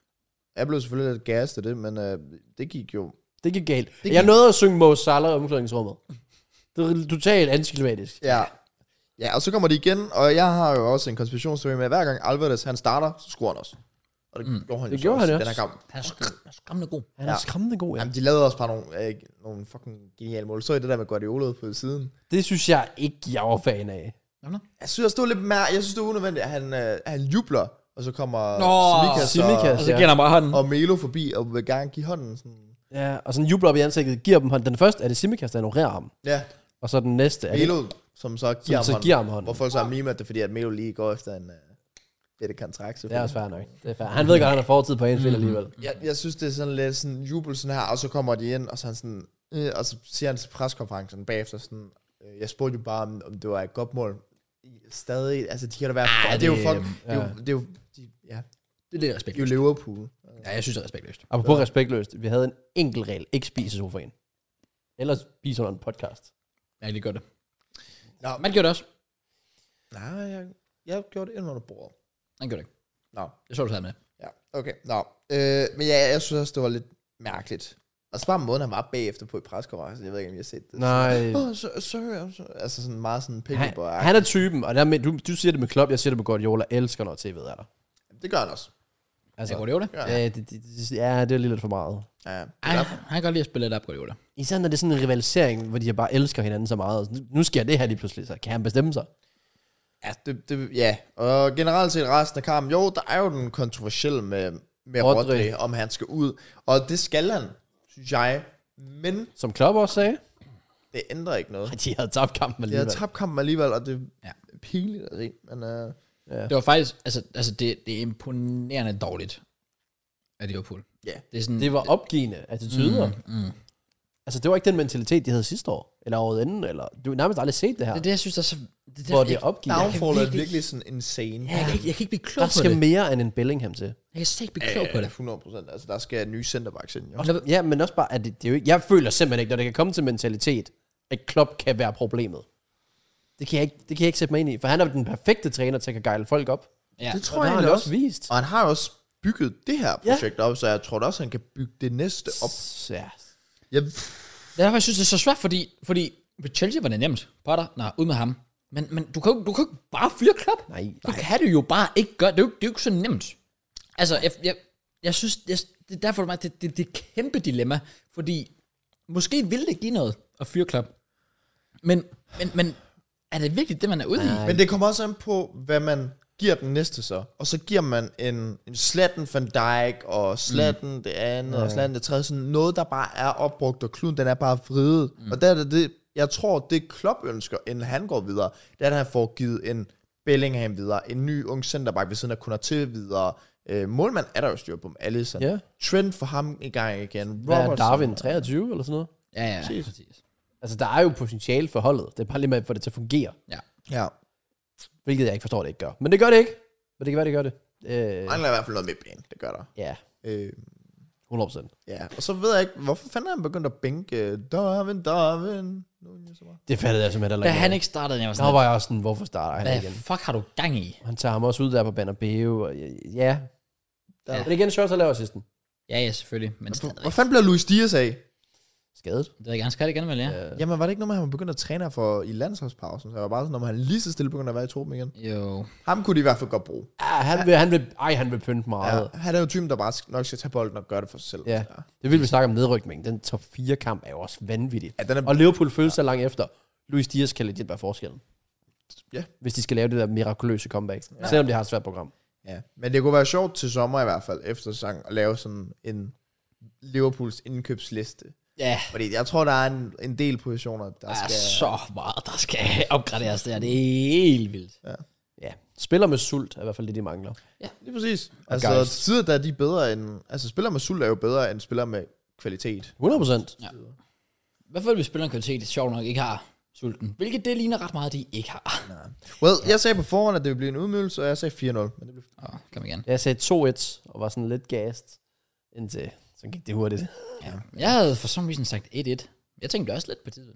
Jeg blev selvfølgelig lidt gas til det, men det gik jo... Det gik galt. Jeg nåede at synge Mo Salah i omklædningsrummet. Det er totalt antiklimatisk. Ja. Ja, og så kommer de igen, og jeg har jo også en konspirationsteori med, at hver gang Alvarez han starter, så scorer han også. Og det gjorde han det jo gjorde også han i den her kamp. Han er skræmmende god. Han er skræmmende god, ja. Jamen, de lavede også bare nogle fucking geniale mål. Så i det der med Guardiola på siden. Det synes jeg ikke, jeg var fan af. Jeg synes også, det var lidt mere... Jeg synes, det var unødvendigt, at han jubler, og så kommer Tsimikas, og så giver han bare hånden. og Melo forbi, og vil gerne give hånden. Sådan. Ja, og sådan jubler op i ansigtet, giver dem hånden. Den første er det Tsimikas, der ignorerer ham. Ja, Og så den næste er Melo, som så giver så ham giver ham hånden. hånden. Hvor folk så har mimet det, fordi at Melo lige går efter en fedt kontrakt. Det er også fair nok. Det er fair. Han ved godt, at han har fortid på Anfield alligevel. Jeg synes, det er sådan lidt sådan jubel sådan her, og så kommer de ind, og så, sådan, og så siger han til preskonferencen bagefter sådan, jeg spurgte jo bare, om det var et godt mål. Stadig, altså de kan da være... det er jo fuck, det er jo, ja, Det er lidt det er jo respektløst. Liverpool. Ja, jeg synes, det er respektløst. Apropos respektløst, vi havde en enkelt regel, ikke spise sofaen. Ellers spiser under en podcast. Ja, det gør det. Nå, Man gør det også. nej, jeg gjorde det ind under bordet. Man gør det ikke. Nå, Det så du havde med. ja, okay, nå. Men ja, jeg synes også, det var lidt mærkeligt. Og så bare måden, han var bagefter på i preskonferencen. Jeg ved ikke, om I har set det. Nej. Altså sådan meget sådan Han, pickle han er typen, og der med, du siger det med Klopp, jeg siger det med Guardiola, elsker når tv'et er der. Det gør han også. Altså, Guardiola? Ja, det er lige lidt for meget. Ja, Ej, han kan godt lide at spille lidt op, Guardiola. Især når det er sådan en rivalisering, hvor de bare elsker hinanden så meget. Nu sker det her lige pludselig, så kan han bestemme sig? Ja, ja. Og generelt set resten af kampen, jo, der er jo den kontroversielle med Rodri, om han skal ud. Og det skal han, synes jeg. Men Som Klopp også sagde, det ændrer ikke noget. de havde tabt kampen De alligevel. har tabt kampen alligevel, og det Ja. er pinligt at se. Men Ja. Det var faktisk, altså det er imponerende dårligt af Liverpool. Ja. Det er sådan... Det var opgivende attityder. Altså, det var ikke den mentalitet, de havde sidste år, eller året inden, eller du har nærmest aldrig set det her. Det er det, jeg synes, der er så... Hvor det er opgivende. Downfall er virkelig sådan insane. Ja, jeg kan ikke blive klog Der på skal det. mere end en Bellingham til. Jeg kan slet ikke blive klog på det. 100%. Altså, der skal nye centerbacks ind, jo. Også, ja, men også bare, at det er jo ikke, jeg føler simpelthen ikke, når det kan komme til mentalitet, at Klopp kan være problemet. Det kan jeg ikke sætte mig ind i, for han er den perfekte træner til at gejle folk op. Ja. Det tror Og det jeg har han egentlig også vist. Og han har også bygget det her projekt op, så jeg tror da også, han kan bygge det næste op. Ja. Jeg, Det er derfor, jeg synes, det er så svært, fordi ved Chelsea var det nemt. Potter, ud med ham. Men du kan jo ikke bare fyre Klopp. Nej. Du kan det jo bare ikke gøre. Det er jo ikke så nemt. Altså, jeg synes, det er derfor, det er et kæmpe dilemma. Fordi måske ville det give noget at fyre Klopp. Men er det virkelig det, man er ude i? men det kommer også an på, hvad man giver den næste så. Og så giver man en Slatten Van Dijk, og Slatten det andet, og Slatten det tredje. Sådan noget, der bare er opbrugt, og kluden, den er bare vridet. Og der er det, jeg tror, det Klopp ønsker, inden han går videre, det er, at han får givet en Bellingham videre, en ny ung centerback ved siden af Konaté videre. Målmand er der jo styr på dem alle sammen. Ja. Trent for ham i gang igen. Hvad er Darwin, 23 eller sådan noget? Ja, Præcis. Altså, der er jo potentiale for holdet. Det er bare lige med at få det til at fungere. Ja. Hvilket jeg ikke forstår, det ikke gør. Men det gør det ikke. Men det kan være, det gør det. Mangler i hvert fald noget med ben, det gør der. Ja, Øh, 100%. ja, og så ved jeg ikke, hvorfor fanden er han begyndt at bænke Darwin? Det fattede jeg simpelthen heller Da ikke. han ikke startede, jeg var Der sådan, var jeg også sådan, hvorfor starter han hvad igen? fuck har du gang i? Han tager ham også ud der på Bernabeu. Og ja. Ja. Men igen, Scholz har lavet assisten. Ja, selvfølgelig. Men stadigvæk. Hvor fanden bliver Luis Diaz af? Skadet. Det vil jeg gerne skal det igen, vel, ja. Jamen, var det ikke noget med, at han var begyndt at træne for i landsholdspausen? Så jeg var bare sådan, når han lige så stille begyndte at være i truppen igen. Jo. Ham kunne de i hvert fald godt bruge. Ja, han vil pynte meget. Ja, han er jo typen, der bare nok skal tage bolden og gøre det for sig selv. Ja. Det vil vi snakke om nedrykning. Den top 4 kamp er jo også vanvittig. Ja, den er, Og Liverpool føles så langt efter. Luis Diaz kan legit være forskellen. Ja. Hvis de skal lave det der mirakuløse comeback. Ja. Selvom de har et svært program. ja. Men det kunne være sjovt til sommer i hvert fald, efter sæsonen, at lave sådan en Liverpools indkøbsliste. Ja. Fordi jeg tror, der er en del positioner, der Der er skal... så meget, der skal opgraderes der. Det er helt vildt. Ja. Spiller med sult er i hvert fald det, de mangler. Lige præcis. Og Altså, Geist. til tider, der er de bedre end... Altså, spillere med sult er jo bedre end spillere med kvalitet. 100%. Ja. Hvad for vi spiller en kvalitet, sjovt nok ikke har sulten? Hvilket det ligner ret meget, de ikke har. Well, jeg sagde på forhånd, at det ville blive en udmødelse, og jeg sagde 4-0. Men det blev... Kom igen. Jeg sagde 2-1 og var sådan lidt gassed. Indtil så gik det hurtigt. Ja. Jeg havde for some reason sagt 1-1. Jeg tænkte også lidt på tiden.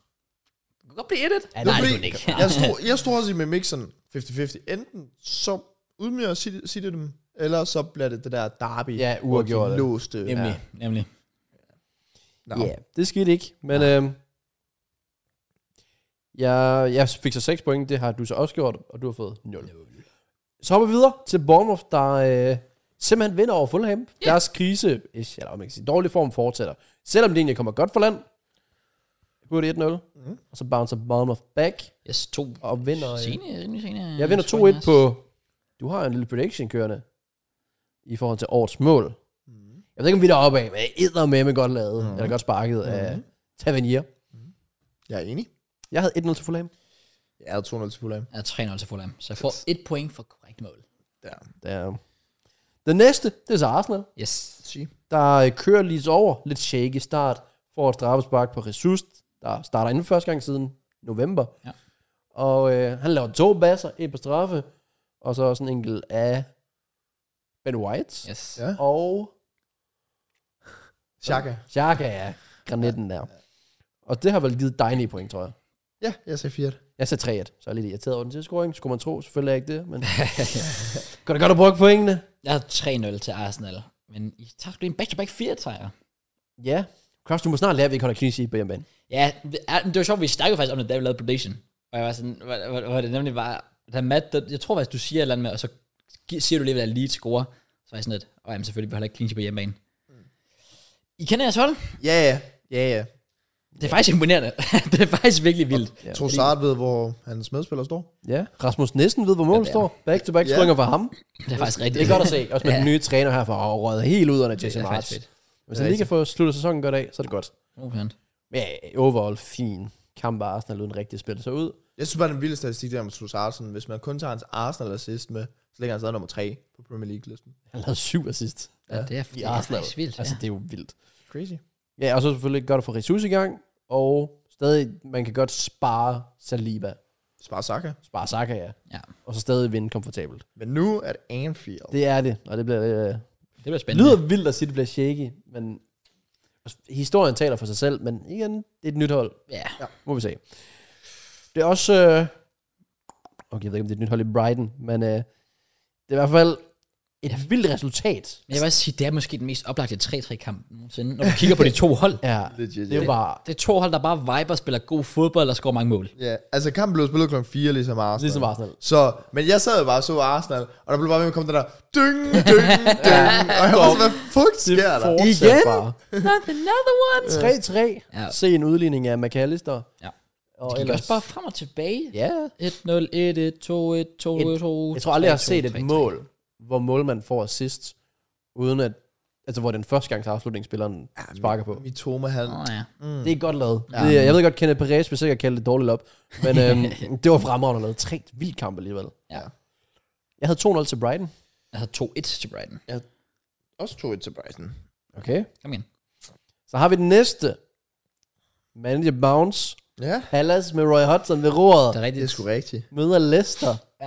Det kunne godt blive 1-1. Ja, Nej, det fordi kunne det ikke. jeg stod også i med mixen 50-50. Enten så udmyrer City dem, eller så bliver det der derby. Ja, hvor de uafgjort. låste. Nemlig. No. Ja, det skete ikke. Men jeg fik så 6 point. Det har du så også gjort, og du har fået 0. Så hopper vi videre til Bournemouth, der simpelthen vinder over Fulham. Yeah. Deres krise, eller om man kan sige, dårlig form fortsætter. Selvom det egentlig kommer godt for land. Burde 1-0. Og så bouncer Bournemouth back. Yes, 2. Og vinder... Sene. Jeg vinder 2-1 på... Du har en lille prediction kørende. I forhold til årets mål. Jeg ved ikke, om vi er deroppe af, men jeg med godt lavet. Eller godt sparket af Tavernier. Jeg er enig. Jeg havde 1-0 til Fulham. Jeg havde 2-0 til Fulham. Jeg er 3-0 til Fulham. Så jeg får 1 point for korrekt mål. Der. Den næste, det er så Arsenal. Yes. Der kører lige over. Lidt shaky start. Får et straffespark på Jesus. Der starter inden første gang siden november. Ja. Og han laver 2 basser. En på straffe. Og så også en enkelt af Ben White. Yes. Ja. Og Xhaka. Xhaka, ja. Granitten der. Og det har vel givet dig 9 point, tror jeg. Ja, jeg sagde 4. Jeg sagde 3-1, så jeg er lidt irriteret over den til scoring. Skulle man tro, selvfølgelig er ikke det, men... Går det godt at bruge pointene? Jeg havde 3-0 til Arsenal. Men I tager en back-to-back 4-sejr. Ja. Kraus, du må snart lære, at vi ikke holder clean sheet på hjemmebane. Ja, det var sjovt, vi snakkede faktisk om det, da vi lavede prediction. Og jeg var sådan, hvor det nemlig var, da Matt, jeg tror faktisk, du siger et eller andet med, og så siger du lige, hvad der lige score. Så var jeg sådan lidt, jamen selvfølgelig, vi holder ikke clean sheet på hjemmebane. I kender jeres hold? Ja. Det er faktisk imponerende. Det er faktisk virkelig vildt. Jeg tror Sart ved, hvor hans medspiller står. Ja. Rasmus Nissen ved, hvor målet står. Back-to-back springer for ham. Det er faktisk rigtigt. Det er godt at se. Også med den nye træner her, for at røget helt ud under Jesse Det er March. faktisk fedt. Hvis han lige kan få sluttet sæsonen godt af, så er det godt. 100%. Ja, overall fin kamp af Arsenal uden rigtig spil sig ud. Jeg synes bare, den vilde statistik der med Trossard, hvis man kun tager hans Arsenal assist med, så ligger han stadig nummer 3 på Premier League-listen. Han lavede 7 assist. Ja, det er Arsenal. faktisk vildt. Altså, det er jo vildt. Crazy. Ja, og så selvfølgelig godt at få Jesus i gang, og stadig, man kan godt spare Saliba. Spare Saka, ja. Ja. Og så stadig vinde komfortabelt. Men nu er det Anfield. Det er det, og det bliver... Det bliver Det spændende. lyder vildt at sige, det bliver shaky, men historien taler for sig selv, men igen, det er et nyt hold. Ja. Må vi se. Det er også... okay, jeg ved ikke, om det er et nyt hold i Brighton, men det er i hvert fald et vildt resultat. Men jeg vil også sige, det er måske den mest oplagte 3-3-kamp nogensinde, når du kigger på de to hold. Ja, Legit, det er jo bare... Det er to hold, der bare viber, spiller god fodbold og scorer mange mål. Ja, altså kampen blev spillet klokken 4, ligesom Arsenal. Ligesom Arsenal. Så, men jeg sad jo bare og så Arsenal, og der blev bare ved med at komme den der dyng, dyng, dyng. Og jeg var sådan, hvad fuck sker der? Igen? Bare. Another one! 3-3. Ja. Se en udligning af McAllister. Ja. Og Det gik også bare frem og tilbage. Ja. 1-0, 1-1, 2-1, 2-2, 2-2. Jeg tror aldrig, jeg har set et 3-3. mål, hvor målmanden får assist, uden at... Altså, hvor den første gangs afslutningsspilleren sparker på. Mitoma, han... Ja. Det er godt lavet. Ja. Det, jeg ved godt, Kenneth Perez vil sikkert kalde det dårligt op, men det var fremragende lavet. 3 vildt kampe alligevel. Ja. Jeg havde 2-0 til Brighton. Jeg havde 2-1 til Brighton. Også 2-1 til Brighton. Okay. Kom igen. Så har vi den næste. Manager Bounce. Ja, Palace med Roy Hodgson ved roret. Det er rigtigt. det er sgu rigtigt. Møder Leicester. Ja.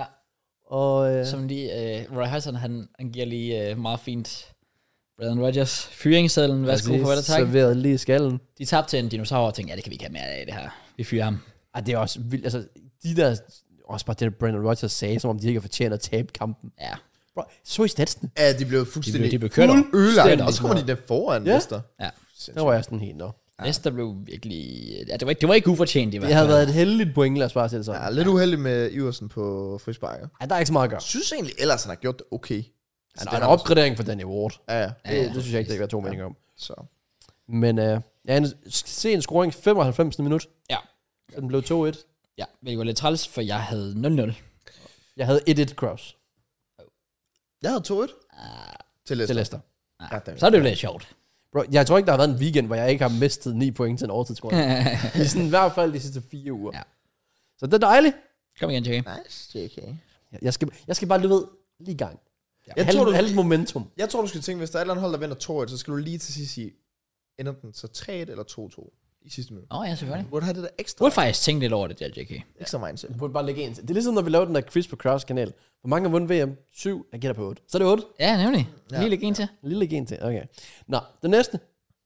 Og Som lige, Roy Hodgson, han giver lige meget fint Brendan Rodgers fyringssedlen. Værsgo for det, tak. serveret lige i skallen. De tabte til en dinosaur og tænkte, ja, det kan vi ikke have mere af det her. Vi fyrer ham. Ej, det er også vildt. Altså, de der... Også bare det, Brendan Rodgers sagde, som om de ikke har fortjent at tabe kampen. Ja. Bro, så i statsene. Ja, de blev fuldstændig De blev kørt over. ødelagt. Og så kommer de der foran, Ja. Leicester. Ja. Der var jeg sådan helt nå. Leicester blev virkelig... Ja, det var ikke ufortjent i hvert Det fald. havde været et heldigt point, lad os bare sige det sådan. Ja, lidt uheldig med Iversen på frisparker. Ej, der er ikke så meget at gøre. Jeg synes egentlig ellers, han har gjort det okay. Han har en opgradering for Danny Ward. Ja, ja. Det synes jeg ikke, der kan være to meninger om. Så. Men ja, se en scoring 95. minut. Ja. Så den blev 2-1. Ja, hvilket var lidt træls, for jeg havde 0-0. Jeg havde 1-1 Kraus Jeg havde 2-1 til til Leicester. Leicester. Så er det jo lidt sjovt. Bro, jeg tror ikke, der har været en weekend, hvor jeg ikke har mistet 9 point til en overtidsscoring. I sådan, i hvert fald de sidste 4 uger. Ja. Så det er dejligt. Kom igen, JK. Nice, JK. Jeg skal bare, du ved, lige i gang. Jeg tror, du, Halv momentum. jeg tror, du skal tænke, hvis der er et eller andet hold, der vinder 2-1, så skal du lige til sidst sige, ender den så 3-1 eller 2-2 i sidste minut. Ja, selvfølgelig. Du burde have det der Du ekstra, burde faktisk tænke lidt over det der, JK. ekstra mindset. Du burde bare lægge en til. Det er ligesom, når vi lavede den der quiz på Kraus kanal. Hvor mange har vundet VM? 7. Jeg gætter på 8. Så er det 8. Ja, nemlig. Ja. Lige lægge en til. En lille gen til. Okay. Nå, den næste.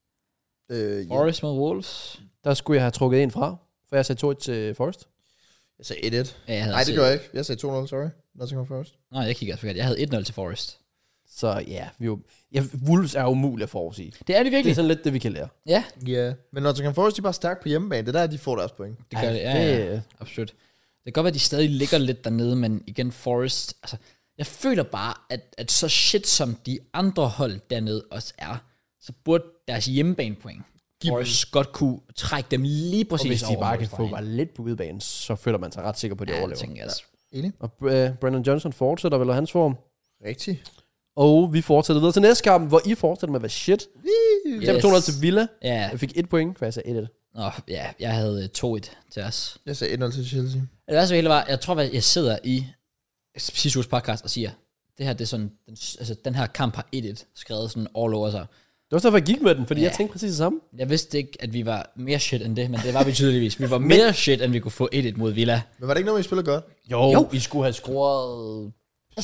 Ja. Forest mod Wolves. Der skulle jeg have trukket en fra. For jeg sagde 2-1 til Forrest. Jeg sagde 1-1. Ja, jeg havde Nej, det også- gør jeg ikke. Jeg sagde 2-0, sorry. Nothing first. Nå, jeg kigger også forkert. Jeg havde 1-0 til Forest. Så ja, Wolves er umuligt at forudsige. Det er det Det er virkelig. sådan lidt det, vi kan lære. Ja, Ja, yeah. Men Nottingham Forest, de er bare stærke på hjemmebane. Det er der, de får deres point. det gør det. Ja, ja, det- absolut. Det kan godt være, at de stadig ligger lidt dernede, men igen, Forest... Altså, jeg føler bare, at så shit som de andre hold dernede også er, så burde deres hjemmebanepoint Forest godt kunne trække dem lige Og præcis hvis de over bare kan få målstregen. bare lidt på udebanen, så føler man sig ret sikker på, at de Ja, det overlever. tænker jeg også. Enig? Og Brandon Johnson fortsætter vel af hans form. Rigtigt. Og vi fortsætter videre til næste kamp, hvor I fortsætter med at være shit. Yes. 200 til Villa. Ja, Jeg fik 1 point, for jeg sagde 1-1. nå, ja, jeg havde 2-1 til os. Jeg sagde 1-0 til Chelsea. Det værste hele var, jeg tror, at jeg sidder i sidste uges podcast og siger, det her, det er sådan, den her kamp har 1-1 skrevet sådan all over sig. Det var også derfor, jeg gik med den, fordi Ja. jeg tænkte præcis det samme. Jeg vidste ikke, at vi var mere shit end det, men det var vi tydeligvis. Vi var mere shit, end vi kunne få 1-1 mod Villa. Men var det ikke noget, vi spillede godt? Jo. I skulle have scoret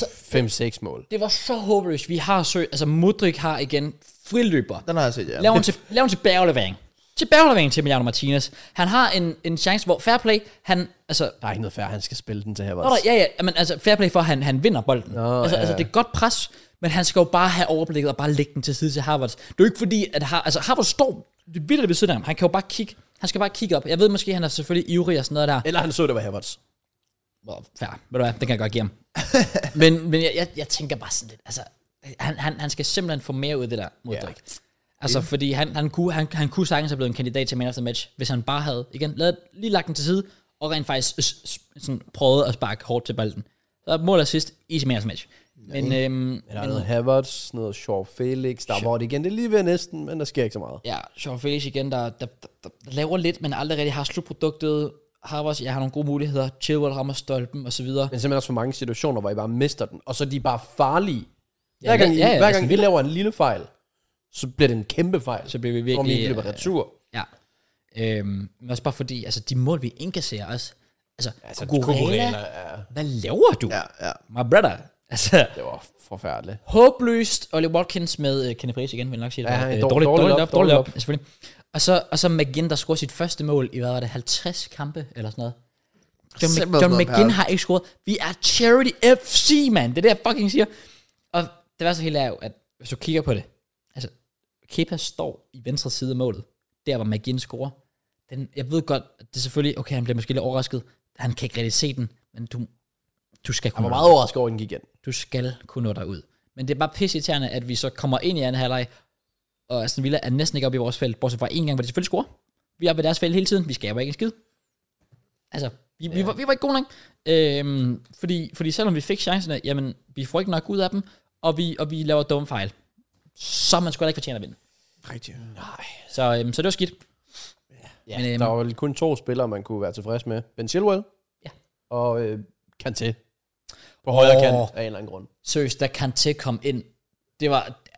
5-6 mål. Det var så håbløst. Vi har altså Mudryk har igen friløber. Den har jeg set, ja. Lav en tilbagelevering. Tilbagelevering til Emiliano Martinez. Han har en chance, hvor fair play, han, altså... Der er ikke noget fair, han skal spille den til her. Nå, men altså fair play for, han vinder bolden. Nå, altså, ja. altså, det er godt pres, men han skal jo bare have overblikket og bare lægge den til side til Havertz. Det er jo ikke fordi, at Havertz står vildt ved siden af ham. Han kan jo bare kigge. Han skal bare kigge op. Jeg ved måske, han er selvfølgelig ivrig og sådan noget der. Eller han så, det var Havertz. Fair. Ved du hvad, det kan jeg godt give ham. men jeg tænker bare sådan lidt, altså, han skal simpelthen få mere ud af det der Mudryk. Yeah. Altså, fordi han kunne sagtens have blevet en kandidat til Man of the Match, hvis han bare havde, igen, lige lagt den til side, og rent faktisk sådan prøvet at sparke hårdt til bolden. Så mål og sidst, easy Man of the Match. Men, Der er noget Havertz, noget Shaw Felix, der var det igen. Det er lige ved næsten, men der sker ikke så meget. ja, Shaw Felix igen, der laver lidt, men aldrig rigtig har slutproduktet. Havertz, jeg har nogle gode muligheder. Chilwell rammer stolpen, og så videre. Men simpelthen også for mange situationer, hvor I bare mister den, og så er de bare farlige Hver gang vi laver en lille fejl, så bliver det en kæmpe fejl. Så bliver vi Hvor vi virkelig... ikke løber retur. Ja. Men også bare fordi, altså de mål, vi indkasserer også, Altså, Cucurella, hvad laver du? Ja. My brother. Altså, Det var forfærdeligt. håbløst. Oli Watkins med Kenny Price igen, vil jeg nok sige. Ja, Dårligt op, selvfølgelig. Og så McGinn, der scorer sit første mål i, hvad var det, 50 kampe, eller sådan noget. John McGinn har ikke scoret. Vi er Charity FC, man. Det er det, jeg fucking siger. Og det værste hele er jo, at hvis du kigger på det, altså, Kepa står i venstre side af målet, der hvor McGinn scorer. Jeg ved godt, at det er selvfølgelig, okay, han bliver måske lidt overrasket. Han kan ikke rigtig se den, men du skal kunne Han var meget overrasket over, den gik igen. Du skal kunne nå derud. Men det er bare pisseirriterende, at vi så kommer ind i anden halvleg, og Aston Villa er næsten ikke oppe i vores felt, bortset fra en gang, hvor de selvfølgelig scorer. Vi er oppe i deres felt hele tiden, vi skaber ikke en skid. Altså, vi var ikke gode nok. Fordi selvom vi fik chancerne, jamen, vi får ikke nok ud af dem, og vi laver dumme fejl. Så man skulle ikke fortjene at vinde. Rigtigt. Nej. Så det var skidt. Ja, Men, der var vel kun 2 spillere, man kunne være tilfreds med. Ben Chilwell. Ja. Og Kanté. På højre kant af en eller anden grund. Seriøst, da Kanté kom ind, det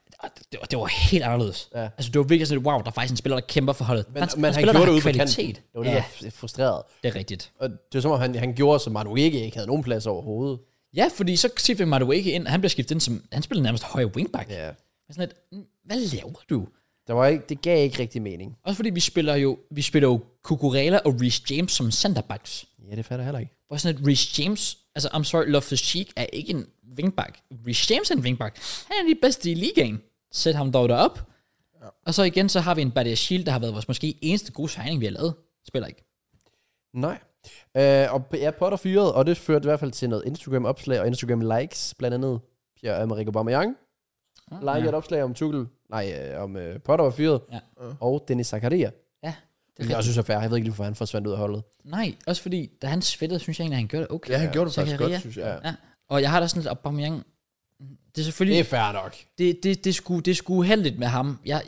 var helt anderledes. Ja. Altså, det var virkelig sådan, wow, der er faktisk en spiller, der kæmper for holdet. Men han gjorde det ud på kanten. Det var det, der frustrerede. Det er rigtigt. Og det var som om, han gjorde, så Madueke ikke havde nogen plads overhovedet. Ja, fordi så skiftede Madueke ind, han blev skiftet ind som, han spillede nærmest højre wingback. Ja. Sådan lidt, hvad laver du? Det gav ikke rigtig mening. Også fordi vi spiller jo Cucurella og Reece James som centerbacks. Ja, det fatter jeg heller ikke. Hvor sådan et Reece James, altså I'm sorry, Loftus-Cheek er ikke en wingback. Reece James er en wingback. Han er de bedste i ligaen. Sæt ham dog derop. Ja. Og så igen, så har vi en Badiashile, der har været vores måske eneste gode signing, vi har lavet. Spiller ikke. Nej. Og Potter fyrede, og det førte i hvert fald til noget Instagram-opslag og Instagram-likes, blandt andet Pierre-Emerick Aubameyang. Et opslag om Tuchel. Om Potter var fyret. Ja. Og Dennis Zakaria. Ja. Det jeg synes er fair. Jeg ved ikke lige, hvorfor han forsvandt ud af holdet. Nej, også fordi, da han svættede, synes jeg egentlig, at han gjorde det okay. Ja, han gjorde det faktisk Zakaria. godt, synes jeg. Ja. Og jeg har da sådan lidt, Aubameyang, det er selvfølgelig... Det er fair nok. Det er sgu uheldigt med ham. Jeg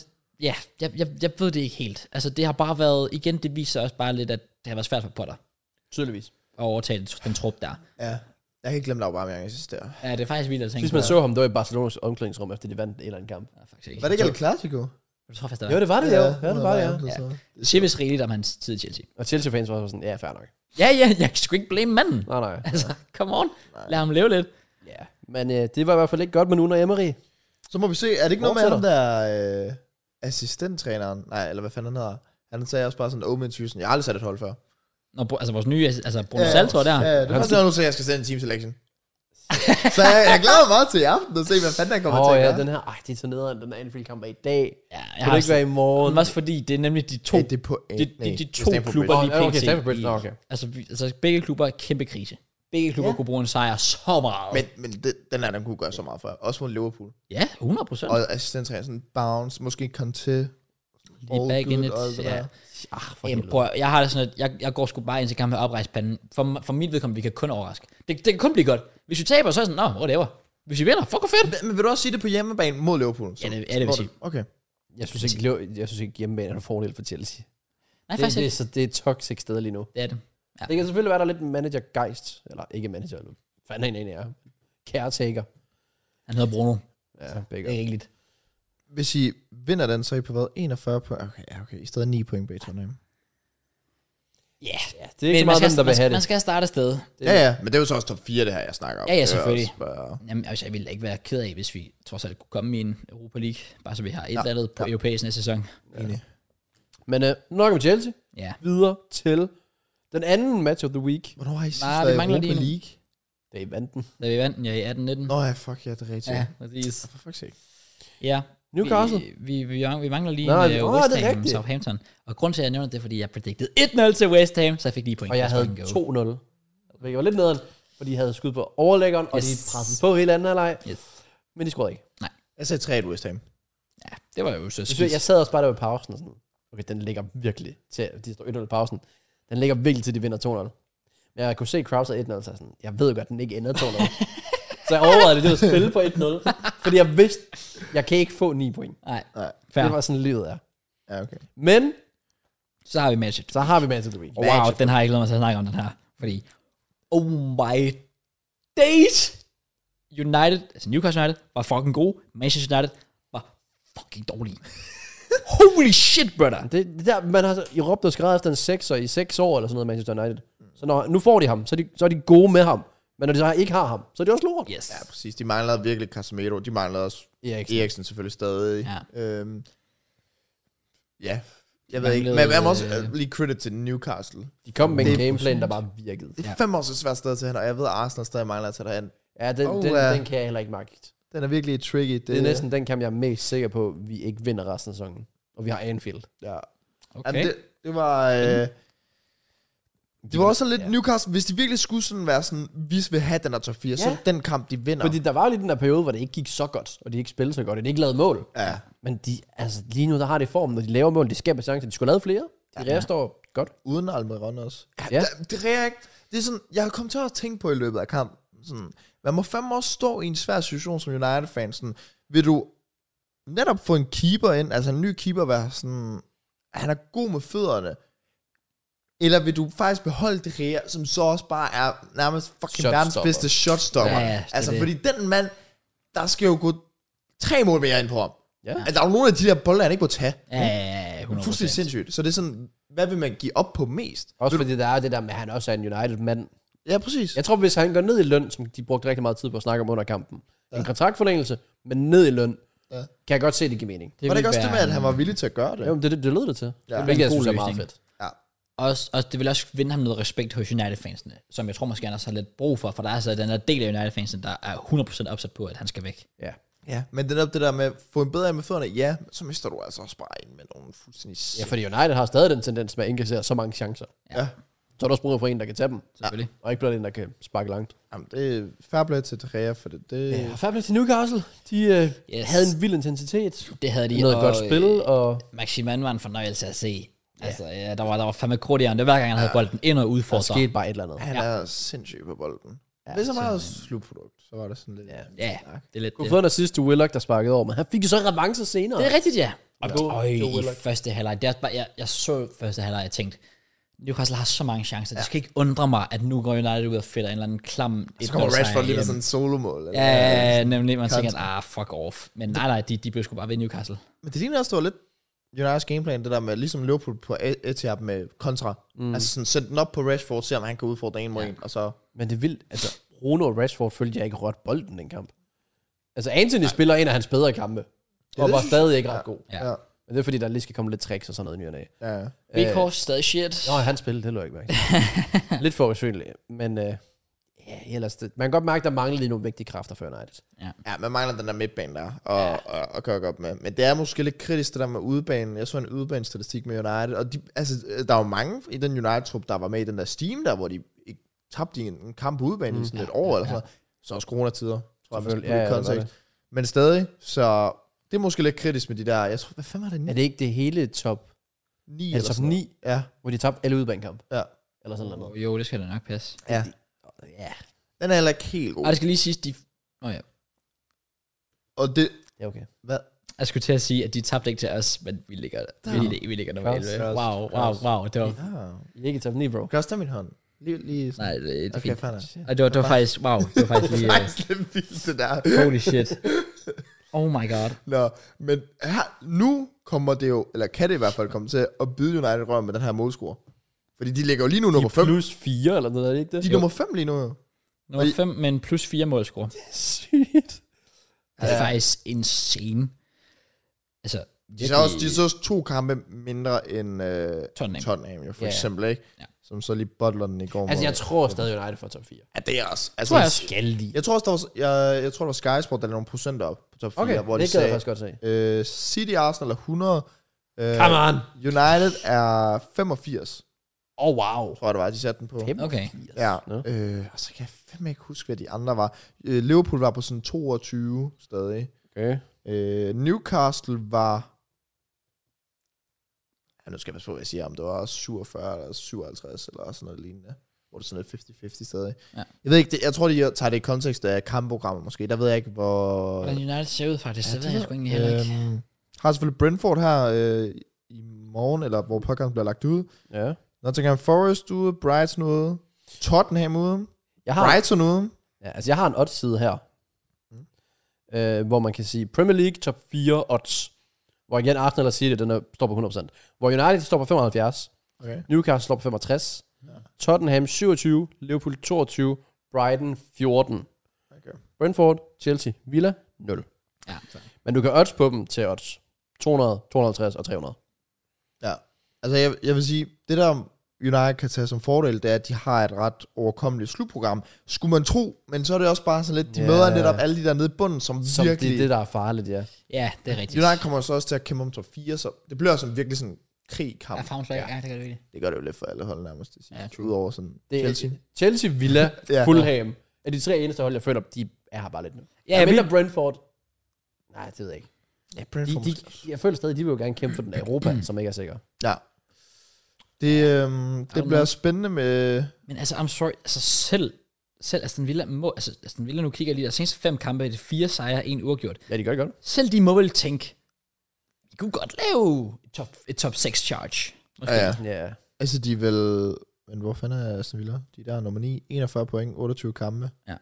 ved det ikke helt. Altså, det har bare været... Igen, det viser også bare lidt, at det har været svært for Potter. Tydeligvis. At overtage den trup der. Ja. Jeg kan ikke glemme Aubameyang, jeg synes det er. Ja, det er faktisk vildt at tænke Sidst man så ham, det var i Barcelonas omklædningsrum, efter de vandt en eller anden kamp. Ja, faktisk ikke. Var det ikke El Clasico? Jeg tror faktisk, Jo, det var det jo. Ja, det var det, ja. Chivis rigeligt om hans tid i Chelsea. Og Chelsea-fans var sådan, ja, fair nok. Ja, jeg kan sgu ikke blame manden. Nej. Altså, come on. Lad ham leve lidt. Ja, men det var i hvert fald ikke godt med Nuno Emery. Så må vi se, er det ikke noget med ham der assistenttræneren? Nej, eller hvad fanden han hedder? Han sagde også bare sådan, Omen-tysen. Jeg har aldrig sat et hold før. Altså vores nye, altså Bruno Saltor der. Ja, det er faktisk noget, nu siger, jeg skal sende en team selection. Så jeg glæder mig meget til i aften at se, hvad fanden der kommer til at gøre. Den her, det er så nederen, den Anfield-kamp er i dag. Ja, jeg kan det ikke være i morgen? Men også fordi, det er nemlig de to, det er på de to klubber lige okay, Stamford Bridge. Okay. Altså begge klubber er kæmpe krise. Begge klubber kunne bruge en sejr så meget. Men den her, den kunne gøre så meget for. Også mod Liverpool. Ja, 100%. Og assistenttræner sådan bounce, måske Conte. Lige back in it. Ja. Jeg har det sådan, at jeg går sgu bare ind til kampen med oprejspanden. For mit vedkommende, vi kan kun overraske. Det kan kun blive godt. Hvis vi taber, så er det sådan, whatever. Hvis vi vinder, fuck fedt. Men vil du også sige det på hjemmebane mod Liverpool? Ja, det vil sige. Okay. Jeg synes ikke hjemmebane er en fordel for Chelsea. Nej, faktisk ikke. Det er et toxic sted lige nu. Det er det. Ja. Det kan selvfølgelig være, der er lidt manager-geist. Eller ikke manager, eller fanden han egentlig er. Caretaker. Han hedder Bruno. Ja, det er rigeligt. Hvis I vinder den, så er I på hvad? 41 point? Okay. I stedet 9 point bag Tottenham. Ja, det er ikke så meget dem, der vil have det. Man skal starte sted. Ja, men det er jo så også top 4, det her, jeg snakker om. Ja, selvfølgelig. Bare... Jamen, altså, jeg ville ikke være ked af, hvis vi trods alt kunne komme i en Europa League, bare så vi har et eller andet på europæisk næste sæson. Ja. Men nok med Chelsea. Ja. Videre til den anden match of the week. Hvornår har I sidst vi mangler Europa lige League? Da I vandt den. Da vi vandt den, ja, i 18-19. Nå ja, fuck ja, det er rigtigt. Ja, præcis. For fuck's sake. Ja. Newcastle. Vi mangler lige West Ham Southampton. Og grund til, at jeg nævner det, er, fordi jeg predicted 1-0 til West Ham, så jeg fik lige point. Og jeg havde 2-0. Det var lidt nederen, fordi de havde skud på overlæggeren, og de pressede på hele anden halvleg. Yes. Men de scorede ikke. Nej. Jeg sagde 3-1 West Ham. Ja, det var jo så skidt. Jeg sad også bare der ved pausen og sådan, okay, den ligger virkelig til, de står 1-0 i pausen. Den ligger virkelig til, de vinder 2-0. Men jeg kunne se Kraus af 1-0, så sådan, jeg ved jo godt, den ikke ender 2-0. Så jeg overvejede det at spille på 1-0, fordi jeg vidste, jeg kan ikke få 9 point. Nej. Fair. Det var sådan livet er. Ja, okay. Men så har vi matchet. Så har vi matchet the week. Oh, wow, den har jeg ikke lavet mig til at snakke om den her. Fordi, oh my days. United, altså Newcastle United, var fucking gode. Manchester United var fucking dårlige. Holy shit, brother. Det der, man har i råbt og skrevet efter en 6'er i 6 år, eller sådan noget, Manchester United. Så nu får de ham, så er de gode med ham. Men når de så ikke har ham, så er de også lort. Yes. Ja, præcis. De mangler virkelig Casemiro. De mangler også Eriksen selvfølgelig stadig. Ja. Ja. Jeg ved ikke. Men jeg må også lige credit til Newcastle. De kom med en gameplan, der bare virkede. Det er fandme også et svært sted til hen, og jeg ved, at Arsenal stadig mangler at tage derhen. Ja, den kan jeg heller ikke magte. Den er virkelig tricky. Det er næsten den kamp, jeg er mest sikker på, at vi ikke vinder resten af sæsonen. Og vi har Anfield. Ja. Okay. Jamen, det var... det var også sådan lidt Newcastle, hvis de virkelig skulle sådan være sådan, vi vil have den her top 4, så den kamp, de vinder. Fordi der var jo lige den der periode, hvor det ikke gik så godt, og de ikke spillede så godt, og de ikke lavede mål. Ja. Men lige nu, der har det i form, når de laver mål, de skaber chancer. De skulle have lavet flere. De står godt. Uden Almiron også. Ja. Det er ikke. Det er sådan, jeg har kommet til at tænke på i løbet af kampen. Sådan, man må fandme også stå i en svær situation som United-fan. Sådan, vil du netop få en keeper ind, altså en ny keeper, være sådan, han er god med fødderne, eller vil du faktisk beholde det her, som så også bare er nærmest fucking verdens bedste shotstopper? Ja, altså, fordi den mand, der skal jo gå 3 mål mere ind på ham. Ja. Altså, der er jo nogle af de der bolde, han ikke må tage. Ja, 100%. Fuldstændig sindssygt. Så det er sådan, hvad vil man give op på mest? Også fordi der er det der med, at han også er en United-mand. Ja, præcis. Jeg tror, hvis han går ned i løn, som de brugte rigtig meget tid på at snakke om under kampen, en kontraktforlængelse, men ned i løn, kan jeg godt se, det giver mening. Var det ikke også det med, at han var villig til at gøre det? Jo, det lød det til. Ja. Hvilket jeg synes er meget fedt. Ja. Og det vil også vinde ham noget respekt hos United-fansene, som jeg tror måske han også har lidt brug for der er altså den der del af United-fansene, der er 100% opsat på, at han skal væk. Ja. Ja, men det der med at få en bedre af med fødderne, ja, så mister du altså også bare ind med nogle fuldstændig... Ja, fordi United har stadig den tendens med at indkassere så mange chancer. Ja. Så er der også brug for en, der kan tage dem. Selvfølgelig. Ja. Og ikke blot en, der kan sparke langt. Jamen, det er fair play til Terrea, for det... Ja, fair play til Newcastle. De havde en vild intensitet. Det havde de. Noget godt spil, og... Maximan var en fornøjelse at se. Ja. Altså, ja, der var fandme krudt i ham. Det var hver gang, han havde bolden ind og udfordret. Der skete bare et eller andet. Han er sindssyg på bolden. Ja, det er så meget slutprodukt, så var det sådan lidt... Ja, det er lidt... Du har fået en assist til Willock, der sparkede over, men han fik jo så revanche senere. Det er rigtigt, ja. Og i i første halvleg. Det er bare, jeg så første halvleg, jeg tænkte, Newcastle har så mange chancer. Det skal ikke undre mig, at nu går United ud og fætter en eller anden klam... Så kommer Rashford lige med sådan en solomål. Ja, nemlig. Man tænker, fuck off. Men nej, de blev sgu bare ved Newcastle. Men det ligner også, det var lidt Uniteds gameplan, det der med, ligesom Liverpool på Etihad med kontra. Altså sådan, sæt den op på Rashford, se om han kan udfordre en mod en, og så... Men det er vildt, altså Bruno og Rashford følte jeg ikke rørt bolden den kamp. Altså Anthony spiller en af hans bedre kampe, og var stadig ikke ret god. Ja. Men det er fordi, der lige skal komme lidt tricks og sådan noget i ny og Ja. Weghorst, stadig shit. Nå, han spillede, det lå ikke mærke. Lidt for usynligt, men ja, ellers det, man kan godt mærke, at der mangler lige nogle vigtige kræfter for United. Ja, man mangler den der midtbane der, og gøre op med. Men det er måske lidt kritisk, det der med udebanen. Jeg så en udebanestatistik med United, og der var mange i den United-trup, der var med i den der Steam der, hvor de ikke tabte en kamp på udebanen i sådan et år, eller sådan noget. Så også coronatider, tror jeg, men stadig, så det er måske lidt kritisk med de der, jeg tror, hvad fanden var det? Er det ikke det hele top 9 eller top 9, ja, hvor de tabte alle udebanekamp? Ja. Eller sådan noget. Jo, det skal da nok passe. Ja. Ja. Den er heller ikke helt god. Og det skal lige siges, de... Ja. Og det... Ja, okay. Hvad? Jeg skulle til at sige, at de tabte ikke til os, men vi ligger nummer 11. Wow, det var... I er ikke i top 9, bro. Kan jeg også tage min hånd? Lige Nej, det er okay, fint. fair. Og det var faktisk... Wow, det var faktisk lige... Det er faktisk lidt vildt, det der. Holy shit. Oh my god. Nå, men her, nu kommer det jo, eller kan det i hvert fald komme til at byde United røven med den her målscore. Fordi de ligger jo lige nu nummer 5. Plus 4 eller noget, er det ikke det? De er nummer 5 lige nu. Nummer 5 med en plus 4 målscore. Sygt. Det er faktisk insane. Altså, De er så 2 kampe mindre end Tottenham jo, for eksempel, ikke? Ja. Som så lige bottler den i går. Altså, jeg tror stadig United får top 4. Ja, det er også. Altså, tror jeg skal de. Jeg tror også, jeg tror, der var Sky Sport, der er nogle procenter op på top 4, okay, hvor det de sagde, jeg faktisk godt se. City Arsenal er 100. Come on. United er 85. Oh, wow. Tror jeg, det var, de satte den på. 85. Okay. Ja. No. Og så kan jeg fandme ikke huske, hvad de andre var. Liverpool var på sådan 22 stadig. Okay. Newcastle var... Ja, nu skal jeg passe på, hvad jeg siger, om det var 47 eller 57 eller sådan noget lignende. Hvor det sådan noget 50-50 stadig. Ja. Jeg ved ikke, jeg tror, de tager det i kontekst af kampprogrammet måske. Der ved jeg ikke, hvor... Hvordan United ser ud faktisk, det ved jeg sgu egentlig heller ikke. Har selvfølgelig Brentford her i morgen, eller hvor podcasten bliver lagt ud. Ja. Nottingham Forest ude, Brighton ude, Tottenham ude, Brighton ude. Ja, altså jeg har en odds-side her. hvor man kan sige Premier League top 4 odds. Hvor igen Arsenal og City, den står på 100%. Hvor United står på 75. Okay. Newcastle står på 65. Ja. Tottenham 27. Liverpool 22. Brighton 14. Okay. Brentford, Chelsea, Villa 0. Ja, men du kan odds på dem til odds 200, 250 og 300. Ja, altså jeg vil sige, det der United kan tage som fordel, det er, at de har et ret overkommeligt slutprogram. Skulle man tro, men så er det også bare sådan lidt, de møder netop alle de der nede i bunden, som virkelig... Det er det, der er farligt, ja. Ja, det er rigtigt. United kommer så også til at kæmpe om top 4, så det bliver som virkelig sådan en krig-kamp. Ja, det gør det virkelig. Det gør det jo lidt for alle hold nærmest. Ja, udover sådan Chelsea. Chelsea, Villa, Fulham er de 3 eneste hold, jeg føler, de er her bare lidt nu. Ja, mindre Brentford. Nej, det ved jeg ikke. Ja, Brentford. Jeg føler stadig, de vil jo gerne kæmpe for den Europa, som ikke er sikker. Ja. Det bliver spændende med... Men altså, I'm sorry, altså selv Aston Villa Aston Villa nu kigger lige der seneste 5 kampe, det er 4 sejre, 1 uafgjort. Ja, de gør det godt. Selv de må vel tænke, de kunne godt lave et top 6 charge. Ja. Altså de vil... Men hvor fanden er Aston Villa? De der nummer 9, 41 point, 28 kampe. Ja.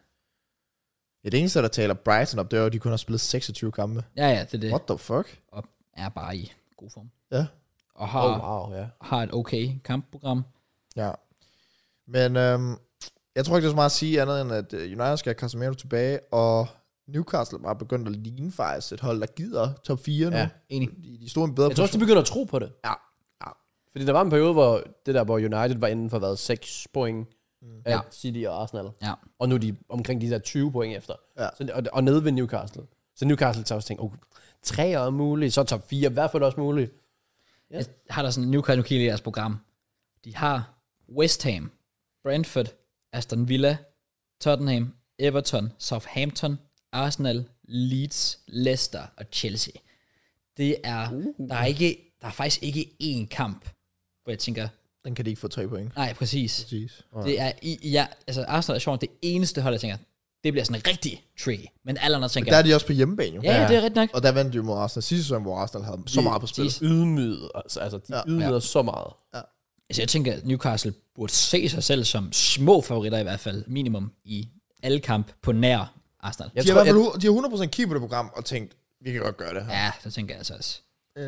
Ja, det eneste, der taler Brighton op, det er jo, at de kun har spillet 26 kampe. Ja, det er det. What the fuck? Og er bare i god form. Ja. Og har et okay kampprogram. Ja. Men jeg tror ikke, det er så meget at sige andet, end at United skal have Casemiro tilbage, og Newcastle bare begyndt at ligne faktisk et hold, der gider top 4 nu. Ja, enig. De stod en bedre Jeg tror også, de begynder at tro på det. Ja. Fordi der var en periode, hvor United var inden for 6 point af City og Arsenal. Ja. Og nu er de omkring de der 20 point efter. Ja. Så, og nede ved Newcastle. Så Newcastle tager også tænkt, 3 er muligt, så top 4 i hvert fald også muligt. Ja. Jeg har der sådan Newcastle, nu kigger i deres program. De har West Ham, Brentford, Aston Villa, Tottenham, Everton, Southampton, Arsenal, Leeds, Leicester og Chelsea. Det er, der er faktisk ikke én kamp, hvor jeg tænker... Den kan de ikke få 3 point. Nej, præcis. Det er, altså Arsenal er sjovt, det eneste hold, jeg tænker, det bliver sådan en rigtig tree. Men alle andre tænker... Men der er de også på hjemmebane, jo. Ja, det er rigtigt nok. Og der vandt de jo mod Arsenal sidste sæson, hvor Arsenal havde så meget på spil. De ydmygede, altså de ydmygede så meget. Ja. Altså jeg tænker, at Newcastle burde se sig selv som små favoritter i hvert fald, minimum i alle kamp på nær Arsenal. De har 100% kigget på det program og tænkt, vi kan godt gøre det her. Ja, det tænker jeg altså også.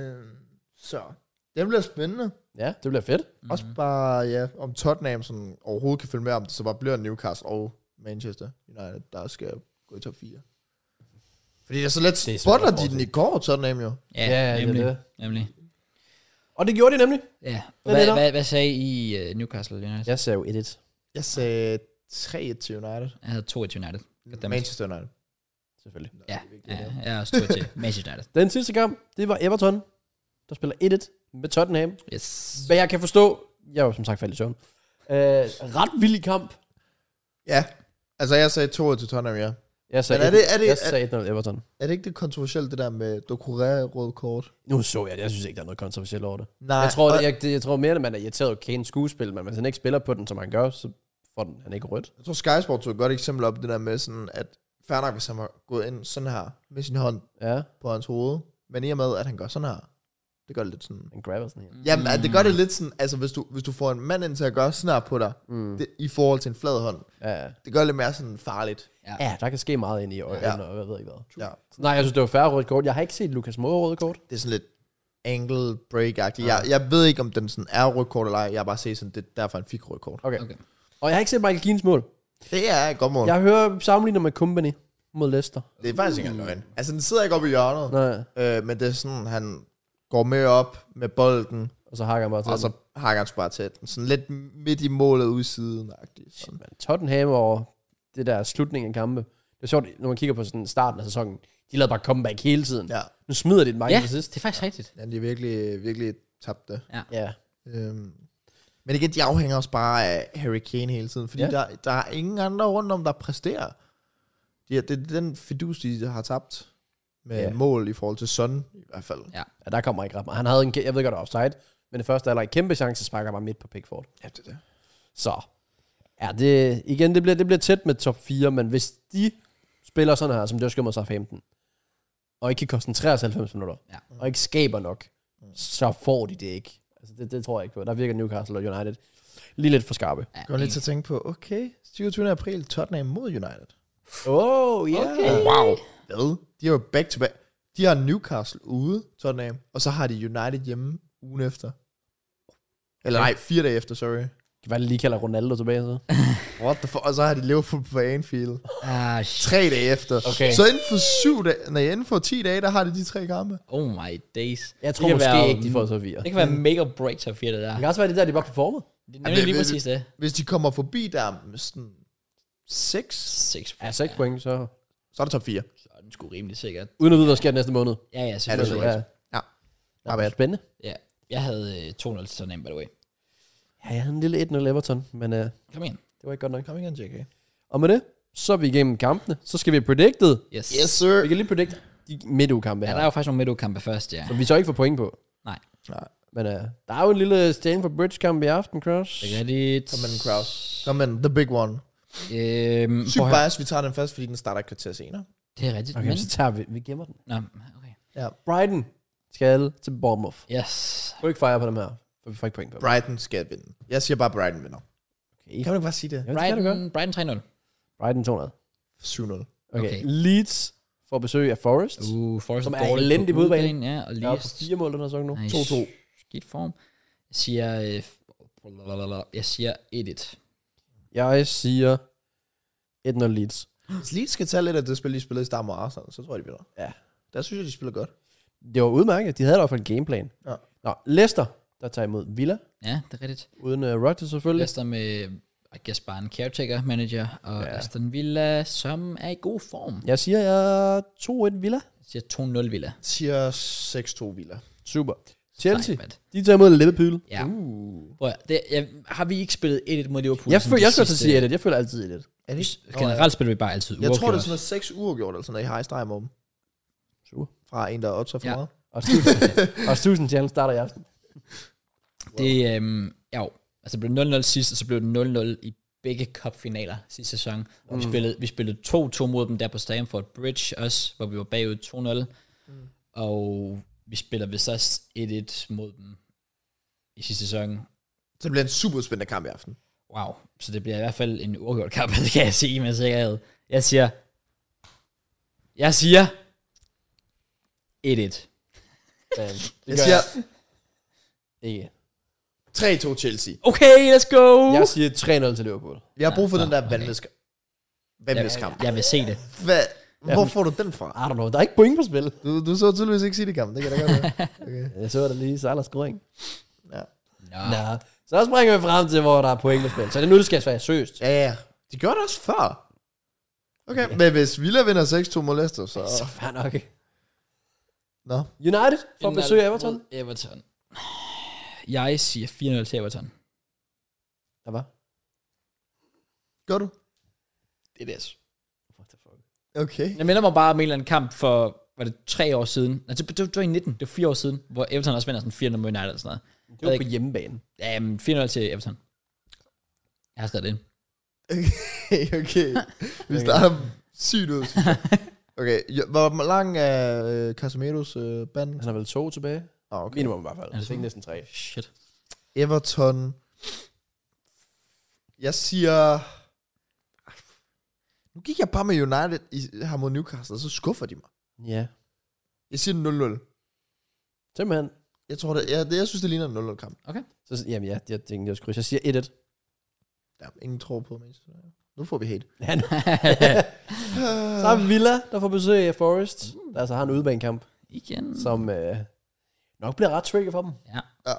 Så det bliver spændende. Ja, det bliver fedt. Også bare, om Tottenham sådan overhovedet kan følge med om det, så bare bliver Newcastle og Manchester United, der skal gå i top 4. Fordi det er så let, spotter de den i går, Tottenham jo. Ja, nemlig. Og det gjorde de nemlig. Ja. Hvad sagde I Newcastle United? Jeg sagde jo 1-1. Jeg sagde 3-1 til United. Jeg havde 2-1 United. Manchester United. Selvfølgelig. Ja, jeg har også 2-1 til Manchester United. Den sidste kamp, det var Everton, der spiller 1-1 med Tottenham. Yes. Hvad jeg kan forstå, jeg var som sagt faldet i søvn. Ret vild kamp. Ja, altså jeg sagde 2-1 til Tottenham, ja. Jeg sagde 1-0 Everton. Er det ikke det kontroversielle, det der med Doucouré rød kort? Nu så jeg synes ikke, der er noget kontroversielt over det. Nej. Jeg tror mere, at man er irriteret over Kanes skuespil, men hvis han ikke spiller på den, som han gør, så får han ikke rødt. Jeg tror, Sky Sport tog et godt eksempel op, det der med sådan, at fair nok, hvis han var gået ind sådan her, med sin hånd på hans hoved, men i og med, at han gør sådan her, det gør det lidt sådan... En grabber sådan her. Jamen, det gør det lidt sådan, altså hvis du får en mand ind til at gøre sådan her på dig, det, i forhold til en flad hånd, det gør det lidt mere sådan farligt. Ja, der kan ske meget ind i øjnene, og jeg ved ikke hvad. Ja. Nej, jeg synes, det var færre rødt kort. Jeg har ikke set Lucas Moura rødt kort. Det er sådan lidt angle break-agtigt. Jeg ved ikke, om den sådan er rødt kort eller ej. Jeg har bare set sådan, det derfor han fik rødt kort. Okay. Og jeg har ikke set Michael Keanes mål. Det er et godt mål. Jeg hører sammenligner med Company mod Leicester. Det er faktisk ikke engang løgn. Altså, den sidder ikke oppe i hjørnet. Men det er sådan, han går med op med bolden. Og så hakker han bare til og så hakker han bare til den. Sådan lidt midt i målet ude i siden-agtigt. Ja, Tottenham og det der slutningen af kampe. Det er sjovt, når man kigger på sådan starten af sæsonen. De lavede bare comeback hele tiden. Ja. Nu smider de et mange til sidst. Det er faktisk rigtigt. Ja, de er virkelig tabt det. Ja. Men igen, de afhænger også bare af Harry Kane hele tiden. Fordi der er ingen andre rundt om, der præsterer. Det er den fidus, de har tabt. Med mål i forhold til Son, i hvert fald. Ja, der kommer ikke ret meget. Han havde en, jeg ved godt, offside, men det første er en kæmpe chance, sparker bare midt på Pickford. Ja, det er det. Så, det bliver tæt med top 4, men hvis de spiller sådan her, som det også mod Southampton, og ikke kan koncentrere sig 90 minutter, og ikke skaber nok, så får de det ikke. Altså, det tror jeg ikke på. Der virker Newcastle og United lige lidt for skarpe. Jeg går lidt til at tænke på, okay, 27. april, Tottenham mod United. Okay. Wow. Hvad? De har jo back-to-back. De har Newcastle ude, Tottenham, og så har de United hjemme ugen efter. Eller nej, 4 dage efter, sorry. Kan være, lige kalder Ronaldo tilbage, så. What the fuck? Og så har de Liverpool på Anfield. 3 dage efter. Okay. Så inden for 10 dage, der har de 3 kampe. Oh my days. Jeg tror måske ikke, de får så 4. Det kan være make or break top 4, det der. Det kan også være, det der, de bare performet. Det er nemlig lige præcis det. Hvis de kommer forbi der med sådan 6, 6 Ja, 6 point, så... så er det top 4. Så er den sgu rimelig sikkert. Uden at vide, hvad der sker næste måned. Ja, selvfølgelig. Ja. Ja, spændende. Ja, jeg havde 2-0 til Tottenham, by the way. Ja, jeg havde en lille 1-0 Everton, men Kom igen. det var ikke godt nok. Kom igen, JK. Og med det, så er vi igennem kampene. Så skal vi predicted. Yes. sir. Vi kan lige predicte de midtugekampe Ja, her, der er jo faktisk nogle midtugkampe først, ja. som vi så ikke får point på. Nej. Men der er jo en lille Stanford Bridge-kamp i aften, Cross. Det er rigtigt. Kom med den, Kraus. Kom med den, the big one. Sygt prøv at høre. bias, vi tager den først, fordi den starter et kvarter senere. Det er rigtigt, Okay, men... så tager vi gemmer den. Nå, okay. Ja. Brighton skal til Bournemouth. Yes. Du ikke fejre på dem her, for vi får ikke point på dem. Brighton skal vinde. Jeg siger bare, Brighton vinder. Okay. Kan du ikke bare sige det? Ja, det skal du godt. Brighton 3-0. Brighton 200. 7-0. Okay. Leeds får besøg af Forest. Forrest Som er elendig på udebane. Ja, og Der er lige på 4 mål, den her sæson nu. 2-2. Skidt form. Jeg siger 1-1. Jeg siger 1-0 Leeds. Hvis Leeds skal tage lidt af det spil, de spillede i starten mod Arsenal, så tror jeg, de vinder. Ja. Der synes jeg, de spiller godt. Det var udmærket. De havde i hvert fald en gameplan. Ja. Nå, Leicester, der tager imod Villa. Ja, det er rigtigt. Uden Rodgers selvfølgelig. Leicester med, I guess, bare en caretaker manager, og Aston Villa, som er i god form. Jeg siger, jeg 2-1 Villa. Jeg siger 2-0 Villa. Jeg siger 6-2 Villa. Super. Chelsea, Sejt, de tager imod Liverpool. Ja. Prøv, har vi ikke spillet 1-1 mod Liverpool? Jeg skulle så sige 1-1. Jeg føler altid 1-1. Er det ikke? Generelt spiller vi bare altid Jeg tror, det er uafgjort. sådan noget 6 uafgjort, eller sådan noget, I har i streg med dem. Super. Fra en, der er 8 for Ja. meget. Og Susan Challenge starter i aften. Det, jo, altså det blev 0-0 sidst, og så blev det 0-0 i begge cup-finaler sidste sæson. Og vi spillede 2-2 mod dem der på Stamford Bridge også, hvor vi var bagud 2-0. Og vi spiller vist også 1-1 mod dem i sidste sæson. Så det bliver en super spændende kamp i aften. Wow, så det bliver i hvert fald en uafgjort kamp, det kan jeg sige med sikkerhed. Jeg siger 1-1. Jeg siger Ikke. 3-2 Chelsea. Okay, let's go! Jeg siger 3-0 til Liverpool. Jeg har brug for den der vanvidskamp. Jeg vil se det. Hvor får du den fra? I don't know, der er ikke point på spil. Du så tydeligvis ikke City-kamp, det kan da godt være. Okay. Jeg så der lige Sejlers scoring. Ja. Nå. Så springer vi frem til, hvor der er point på spil. Så det er nu, det skal være seriøst. Ja. De gjorde det også før. Okay, men hvis Villa vinder 6-2 mod Leicester, så... Så fair nok. Nå. United får besøg af Everton. Everton. Jeg siger 4-0 til Everton. Der var. Gør du? Det er det. Okay. Jeg minder mig bare om en eller anden kamp for, var det 3 år siden? Nej, det var i 19, det var 4 år siden, hvor Everton også vinder sådan 4-0 mod United eller sådan noget. Det var på hjemmebane. Ja, 4-0 til Everton. Jeg har skrevet det ind. Okay. Vi starter sygt ud. synes jeg. Okay, hvor lang er Casemiros band? Han har vel 2 tilbage. Okay. Minimum i hvert fald. Er det Det er næsten 3. Shit. Everton. Jeg siger... Nu gik jeg bare med United her mod Newcastle, og så skuffer de mig. Ja. Jeg siger 0-0. Simpelthen. Jeg tror jeg synes, det ligner en 0-0 kamp. Okay. Så, jamen ja, jeg tænkte, jeg skulle. Jeg siger 1-1. Ja, ingen tror på mig. Nu får vi hate. Ja, nu. Så har vi Villa, der får besøg af Forest. Der altså har en udebanekamp, Igen. som nok bliver ret tricky for dem. Ja.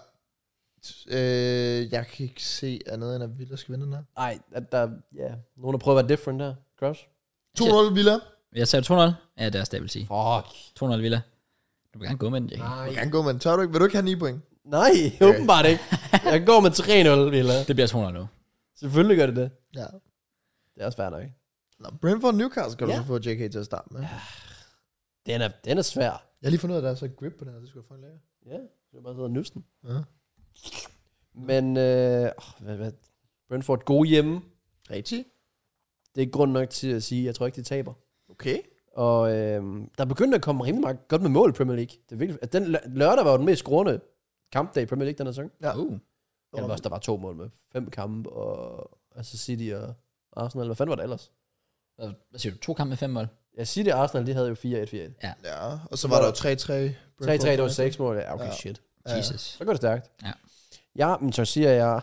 Jeg kan ikke se andet end, at Villa skal vinde den her. Nej, at der nogen, der prøver at være different der. Cross? 2-0 Villa. Jeg sagde 2-0. Ja, det er også det, jeg vil sige. Fuck. 2-0 Villa. Du vil gerne gå med den, Jake. Du kan gå, men tør du ikke? Vil du ikke have 9 point? Nej, åbenbart ikke. Jeg går med 3-0, Villa. Det bliver 2-0 nu. Selvfølgelig gør det det. Ja. Det er også fair nok. Nå, Brentford Newcastle kan du så få JK til at starte med. Den er svær. Jeg har lige fundet ud af, at der er så grip på den her. Det skulle jeg få en lære. Ja, det er bare sidde og nyste den. Ja. Men, Brentford gode hjemme. Rigtig. Det er ikke grund nok til at sige, jeg tror ikke, de taber. Okay. Og der begyndte at komme rimelig meget godt med mål i Premier League. Det er virkelig, at den lørdag var jo den mest skruende kampdag i Premier League den her sæson. Ja. Eller også, der var 2 mål med 5 kampe, og altså City og Arsenal. Hvad fanden var det ellers? Hvad siger du? 2 kampe med 5 mål? Jeg siger det, Arsenal, de havde jo 4-1-4-1. Ja, og så var der jo 3-3. 3-3, det var 6 mål. Ja, okay, shit. Jesus. Så går det stærkt. Ja. Ja, men så siger jeg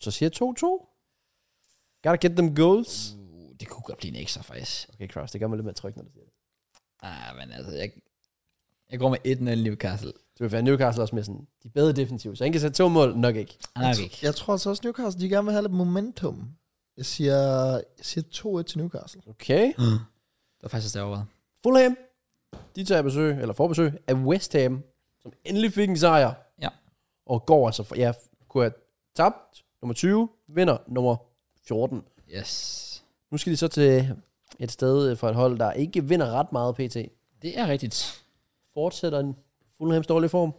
2-2. Gotta get them goals. Det kunne godt blive en ekstra, faktisk. Okay, Kraus, det gør mig lidt mere tryg, når du siger det. Men altså, jeg går med 1-0 Newcastle. Det vil være Newcastle også med sådan, de er bedre defensive, så han kan sætte 2 mål, nok ikke. Nok ikke. Jeg tror altså også, Newcastle, de gerne vil have lidt momentum. Jeg siger 2-1 til Newcastle. Okay. Det var faktisk det overvejet. Fulham, de tager besøg, eller får besøg af West Ham, som endelig fik en sejr. Ja. Og går altså for, kunne have tabt nummer 20, vinder nummer 14. Yes. Nu skal de så til et sted for et hold, der ikke vinder ret meget pt. Det er rigtigt. Fortsætter en Fulhams dårlig form.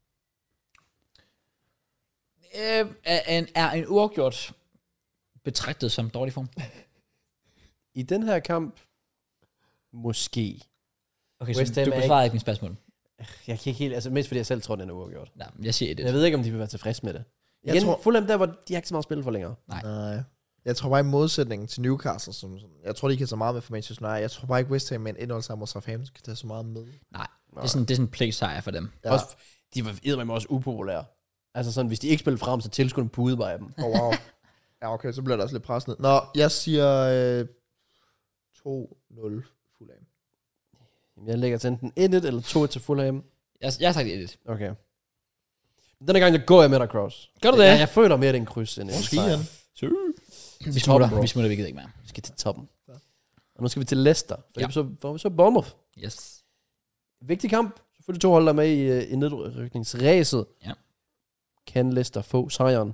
Er en uafgjort betragtet som dårlig form? I den her kamp, måske. Okay, West så Ham du er besvarer ikke mit spørgsmål. Jeg kan ikke helt, altså mest fordi jeg selv tror, den er uafgjort. Nej, jeg siger det. Jeg ved ikke, om de vil være tilfredse med det. Igen, tror- Fulham der, hvor de har ikke så meget spil for længere. Nej. Jeg tror bare i modsætning til Newcastle, som jeg tror, de kan tage meget med for Manchester United. Jeg tror bare ikke, West Ham med en 1-0 sammen mod Southampton kan tage så meget med. Nej, det er sådan en pligtsejr for dem. Ja. Også, de var eddermame også upopulære. Altså sådan, hvis de ikke spillede frem, så tilskuerne pude bare af dem. Wow. Ja, okay, så bliver der også lidt pres ned. Nå, jeg siger 2-0 Fulham. Jeg lægger til enten 1-1 eller 2-1 til Fulham. Jeg har sagt 1-1. Okay. Denne gang, der går jeg med dig, Cross. Gør du det? Jeg føler mere, det er en kryds end en Måske sejr. Vi Toppen, bro. smutter, vi gider ikke mere. Vi skal til toppen. Og nu skal vi til Leicester. For Ja. så får vi så Bournemouth. Yes. Vigtig kamp. Selvfølgelig 2 hold, der er med i nedrykningsræset. Ja. Kan Leicester få sejren?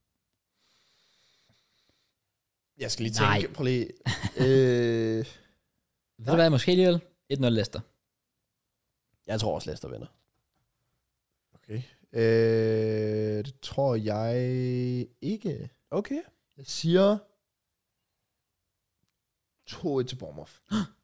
Jeg skal lige Nej. tænke, prøv lige. Ved du hvad, måske alligevel? 1-0 Leicester. Jeg tror også, Leicester vinder. Okay. Det tror jeg ikke. Okay. Jeg siger 2-1 til Bournemouth.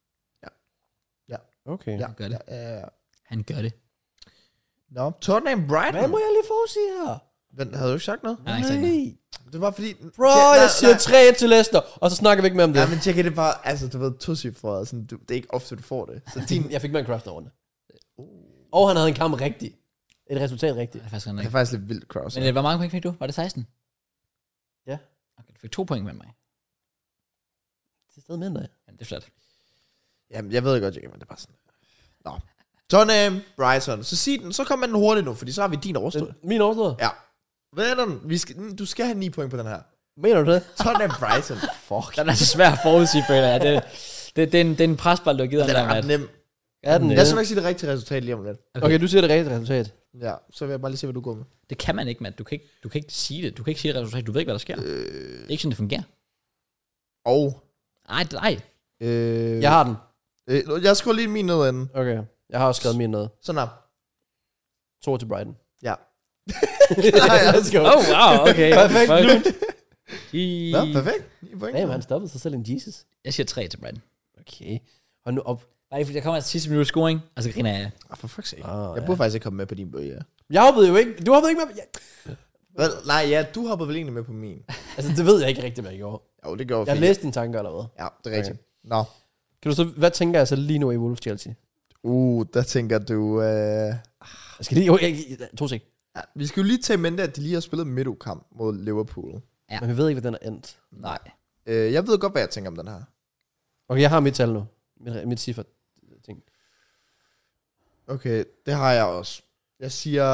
Okay. Ja, Han gør det. Ja. Han gør det. Nå, Tottenham Brighton. Hvad må jeg lige få at sige her? Men havde du ikke sagt noget? Han har ikke sagt noget. Det var fordi... Bro, jeg siger 3 til Leicester, og så snakker vi ikke mere om det. Ja, men tjek det er bare... Altså, du ved, tocifret. Sådan, det er ikke ofte, du får det. Så din... Jeg fik med en craft over det. Og han havde en kamp rigtig. Et resultat Det rigtigt. er faktisk Det er ikke. faktisk lidt vildt, Kraus. Men hvor mange point fik du? Var det 16? Ja. Okay, du fik 2 point med mig. Det er stadig mindre. Men det er flot. Jamen, jeg ved godt, men det er bare sådan... Nå. Tottenham Brighton. Så sig den, så kommer den hurtigt nu, fordi så har vi din overstået. Min overstået? Ja. Hvad er den? Du skal have 9 point på den her. Mener du det? Tottenham Brighton. Fuck. Den er så svær at forudsige, føler jeg. Det er en presbold, du har givet Den ham er der, ret Matt. nem. Er den Jeg skal nok sige det rigtige resultat lige om lidt. Okay, du siger det rigtige resultat. Ja, så vil jeg bare lige se, hvad du går med. Det kan man ikke, Matt. Du kan ikke sige det. Du kan ikke sige det resultat. Du ved ikke, hvad der sker. Det er ikke sådan, det fungerer. Og... Nej. Jeg har den. Jeg skriver lige min ned inden. Okay. Jeg har også skrevet min ned. Sådan der. 2 til Brighton. Ja. Let's go. Oh, wow, okay. Perfekt. Nå, perfekt. 9 point. Damn, han stoppede sig selv en Jesus. Jeg siger 3 til Brighton. Okay. Hold nu op. Nej, fordi der kommer altså sidste minut scoring, og så griner jeg. For fuck's sake. Ah, Jeg burde faktisk ikke komme med på din bøge, ja. Jeg hoppede jo ikke. Du hoppede ikke med. Well, nej, ja, du hoppede vel egentlig med på min. Altså, det ved jeg ikke rigtigt, hvad jeg gjorde. Jo, det gjorde Jeg fint. læste dine tanker eller hvad? Ja, det er rigtigt. Nå. Kan du så, hvad tænker jeg så lige nu i Wolves Chelsea? Der tænker du... Jeg skal lige, 2 sek. Ja, vi skal jo lige tage mente, at de lige har spillet midtugkamp mod Liverpool. Ja. Men vi ved ikke, hvad den er endt. Nej. Jeg ved godt, hvad jeg tænker om den her. Okay, jeg har mit tal nu. Mit ciffer ting. Okay, det har jeg også. Jeg siger...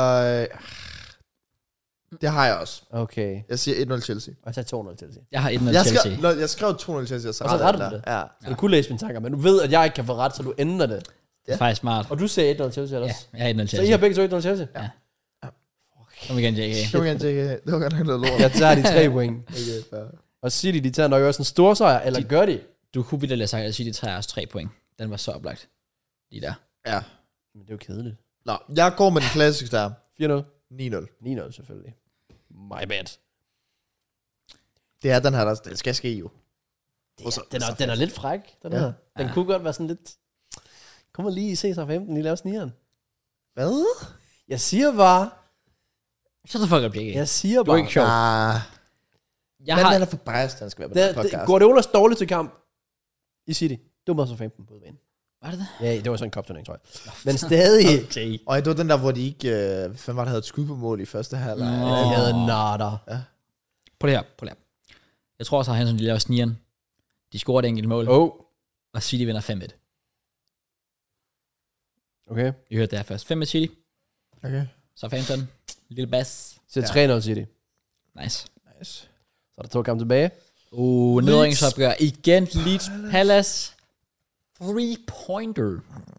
det har jeg også. Okay. Jeg siger 1-0 Chelsea. Og jeg sagde 200 Chelsea. Jeg har 1-0 Chelsea. Jeg skrev 2-0 Chelsea, og så rettede du det? Ja. Så du kunne læse mine tanker, men du ved, at jeg ikke kan få ret, så du ændrer det. Det er faktisk smart. Og du sagde 1-0 Chelsea Ja, også. jeg har 1-0 Chelsea. Så I har begge to 1-0 Chelsea? Ja. Kom igen, JK. Det var gerne det var godt nok noget lort. Jeg tager de 3 point. Okay, fair. Og City, de tager nok også en stor sejr, eller gør de? Du kunne vildt have sagt, at City tager også 3 point. Den var så oplagt. Lige der. Ja. Men det er jo kedeligt. Nå, jeg går med den klassiske der. 4-0. 9-0 selvfølgelig. My bad. Det er den her, der den skal ske jo. Den er lidt fræk, den her. Den kunne godt være sådan lidt... Kommer lige i C15, I laver snigeren. Hvad? Jeg siger bare... Så the fuck up, JK. Jeg siger Du er bare... ikke sjov. Ah. Jeg Men har... han er for biased, han skal være på den podcast. Guardiolas dårligste kamp I City. Det var så 15 på vinde. Var det det? Ja, det var sådan en kopturnering, tror jeg. Men stadig. Okay. Og det var den der, hvor de ikke... hvad fanden var det, havde et skud på mål i første halvleg? De havde natter. Ja. På det her. Jeg tror også, at Hansen, de laver snigeren. De scorer et enkelt mål, og City vinder 5-1. Okay. I hørte det her først. 5 City. Okay. Så 15. Lille bass. Så 3-0 City. Nice. Nice. Så er der 2 kampe tilbage. Nedrykningsopgør igen. Leeds Palace. 3-pointer.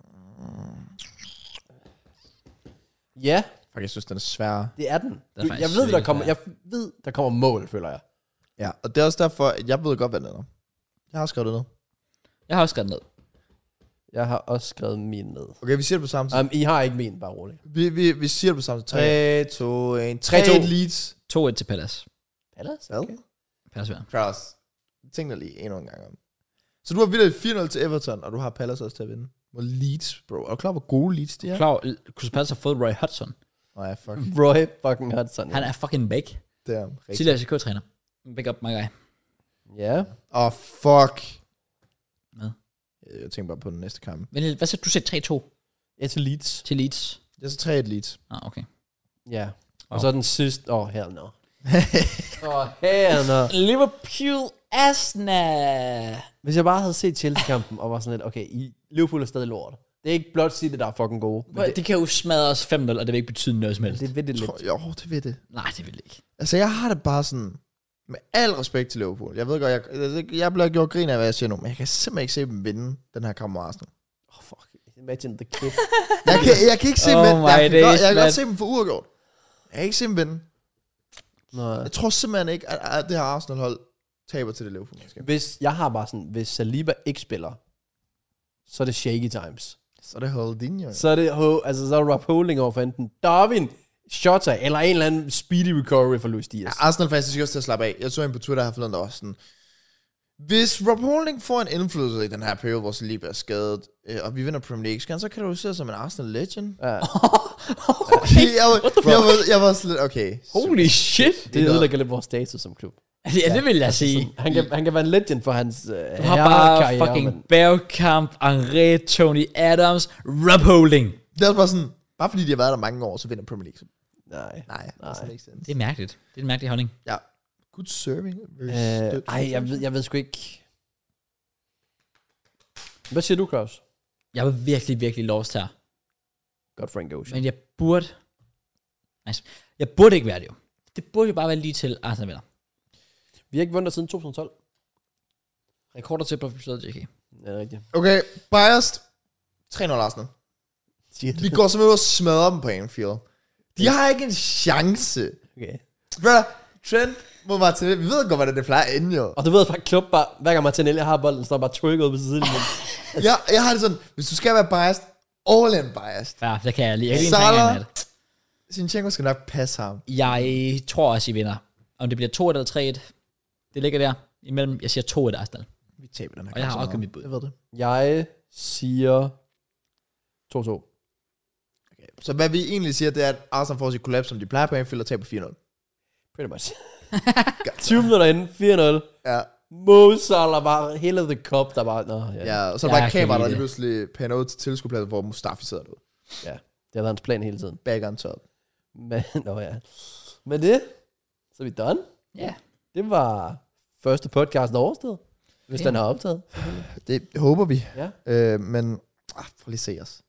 Ja, Fuck, jeg synes, den er svær. det er den. Den er faktisk Jeg ved, sygt svær. jeg ved, der kommer mål, føler jeg. Ja, og det er også derfor, at jeg ved godt, hvad den er. Jeg har skrevet det ned. Jeg har også skrevet ned. Jeg har også skrevet min ned. Okay, vi siger det på samme tid. I har ikke min, bare roligt. Vi siger det på samme tid. 3, 2, 1. 3-2. 3-1 Leeds. 2-1 til Palace. Palace? Hvad? Okay. Palace vinder. Kraus. Tænk dig lige endnu en gang om. Så du har vildt 4-0 til Everton, og du har Palace også til at vinde. Og Leeds, bro. Er du klar, hvor gode Leeds de er? Klar, Crystal Palace har fået Roy Hodgson. Nej, fuck. Roy fucking Hudson. Han er fucking back. Det er rigtigt. Tidligere FCK-træner. Big up, my guy. Ja. Fuck. Hvad? Jeg tænker bare på den næste kamp. Men hvad så? Du sagde 3-2 Ja, til Leeds. til Leeds. Det er så 3-1 Leeds. Okay. Ja. Og Wow. så den sidste. Hell no. Hell no. Liverpool Arsenal. Hvis jeg bare havde set Chelsea-kampen og var sådan lidt, okay, Liverpool er stadig lort. Det er ikke blot City, der er fucking gode. Men Det kan jo smadre os 5-0, og det vil ikke betyde noget som helst. det ved det lidt. Jo, det ved det. Nej, det vil det ikke. Altså, jeg har det bare sådan... Med al respekt til Liverpool. Jeg ved godt, jeg bliver gjort grin af, hvad jeg siger nu, men jeg kan simpelthen ikke se dem vinde den her kamp mod Arsenal. Fuck. Imagine the kid. Jeg kan ikke se dem vinde. Jeg kan godt se dem for uafgjort. Jeg kan ikke se dem vinde. Nå. Jeg tror simpelthen ikke, at det her Arsenal-hold taber til det Liverpool. Jeg har bare sådan, hvis Saliba ikke spiller, så er det shaky times. Så er det Holdinho. Så er det, så er det Rob Holding over for enten Darwin, Shota, eller en eller anden speedy recovery for Luis Diaz. Ja, Arsenal faktisk også til at slappe af. Jeg så en på Twitter her forleden, der var sådan... Hvis Rob Holding får en indflydelse i den her periode, hvor Saliba er skadet, og vi vinder Premier League, skal han så kategorisere som en Arsenal legend? Ja. Okay. Jeg var sådan lidt, okay. Holy shit. Det ødelægger lidt vores status som klub. Ja, det vil jeg sige. Han kan være en legend for hans Du har bare fucking Bergkamp, Henry, Tony Adams, Rob Holding. Det er også bare sådan, bare fordi de har været der mange år, så vinder Premier League. Nej. Nej, det ikke sense. Det er mærkeligt. Det er en mærkelig holdning. Ja. Good serving. Jeg ved sgu ikke. Hvad siger du, Klaus? Jeg var virkelig, virkelig lost her. Godt Frank Ocean. Men jeg burde... Nice. Jeg burde ikke være det jo. Det burde jo bare være lige til Arsenal vinder. Vi har ikke vundet siden 2012. Rekorder til på episode, JK. Ja, det er rigtigt. Okay, biased. 3-0 Arsenal. Vi går simpelthen ud og smadrer dem på Anfield. De har ikke en chance. Okay. Brother, Trent mod Martinelli. Vi ved godt, hvordan det plejer at ende, jo. Og du ved bare, klub bare, hver gang Martinelli har bolden, står bare trykket på siden. Jeg har det sådan, hvis du skal være biased, all in biased. Ja, det kan jeg lige. Jeg kan lige Salah. en det. Zinchenko skal nok passe ham. Jeg tror også, I vinder. Om det bliver 2-1 eller 3-1, det ligger der imellem. Jeg siger 2-1 Arsenal. Vi taber den her. Og jeg har kamp også så mit bud. meget. Jeg ved det. Jeg siger 2-2. Okay. Så hvad vi egentlig siger, det er, at Arsenal får sit kollaps, som de plejer på Anfield, og taber 4-0. Pretty much. 20 minutter inden, 4-0. Ja. Mo Salah bare, hele the cup, der bare, Ja, og så er der bare Jeg kan kamera, der lide lige det. pludselig pander ud til tilskuerpladsen, hvor Mustafi sidder derude. Ja, det har været hans plan hele tiden. Back on top. Men, Med det, så er vi done. Ja. Det var første podcast overstået, hvis Ja. den har optaget. Det håber vi. Ja. Men, prøv lige at se os.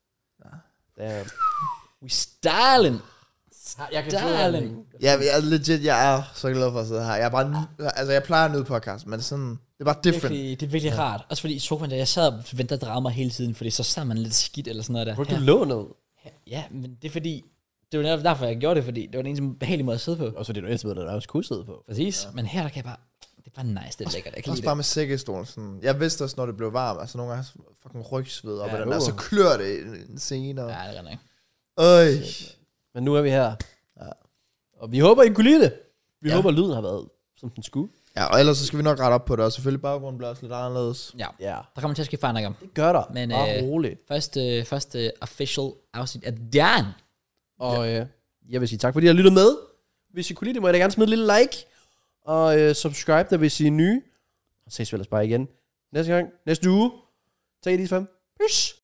We styling. Jeg kan Darling. Ja, jeg er så glad for at sidde her. Jeg er bare, altså jeg plejer at nyde podcast, men sådan, det er bare different. Det er virkelig rart. Også fordi i sofaen, der jeg sad og ventede drama hele tiden, fordi så sad man lidt skidt eller sådan noget der. Hvor du Her- lå ned. Ja, men det er fordi, det var netop derfor, jeg gjorde det, fordi det var den eneste behagelige måde at sidde på. Også fordi du elsker, der også kunne sidde på. Præcis. Ja. Men her der kan jeg bare, det er bare nice, det er lækkert. Jeg kan Også lide bare det. med sækkestolen. Sådan. Jeg vidste også, når det blev varmt, altså nogle gange fucking rygsved op Ja, ad den der, så klør det en scene. Og... Ja, det er rent ikke. Øj. Men nu er vi her. Ja. Og vi håber, I kunne lide det. Vi Ja. håber, lyden har været, som den skulle. Ja, og ellers så skal vi nok rette op på det, og selvfølgelig baggrunden bliver også lidt anderledes. Ja, Ja, der kommer til at ske forandringer. det gør der. Men, Bare roligt. Første official afsnit af Dan. Og jeg vil sige tak, fordi I har lyttet med. Hvis I kunne lide det, må I da gerne smide et lille like. Og subscribe der, hvis I er nye. Og ses vi ellers bare igen næste gang, næste uge. Tak i de 5. Peace.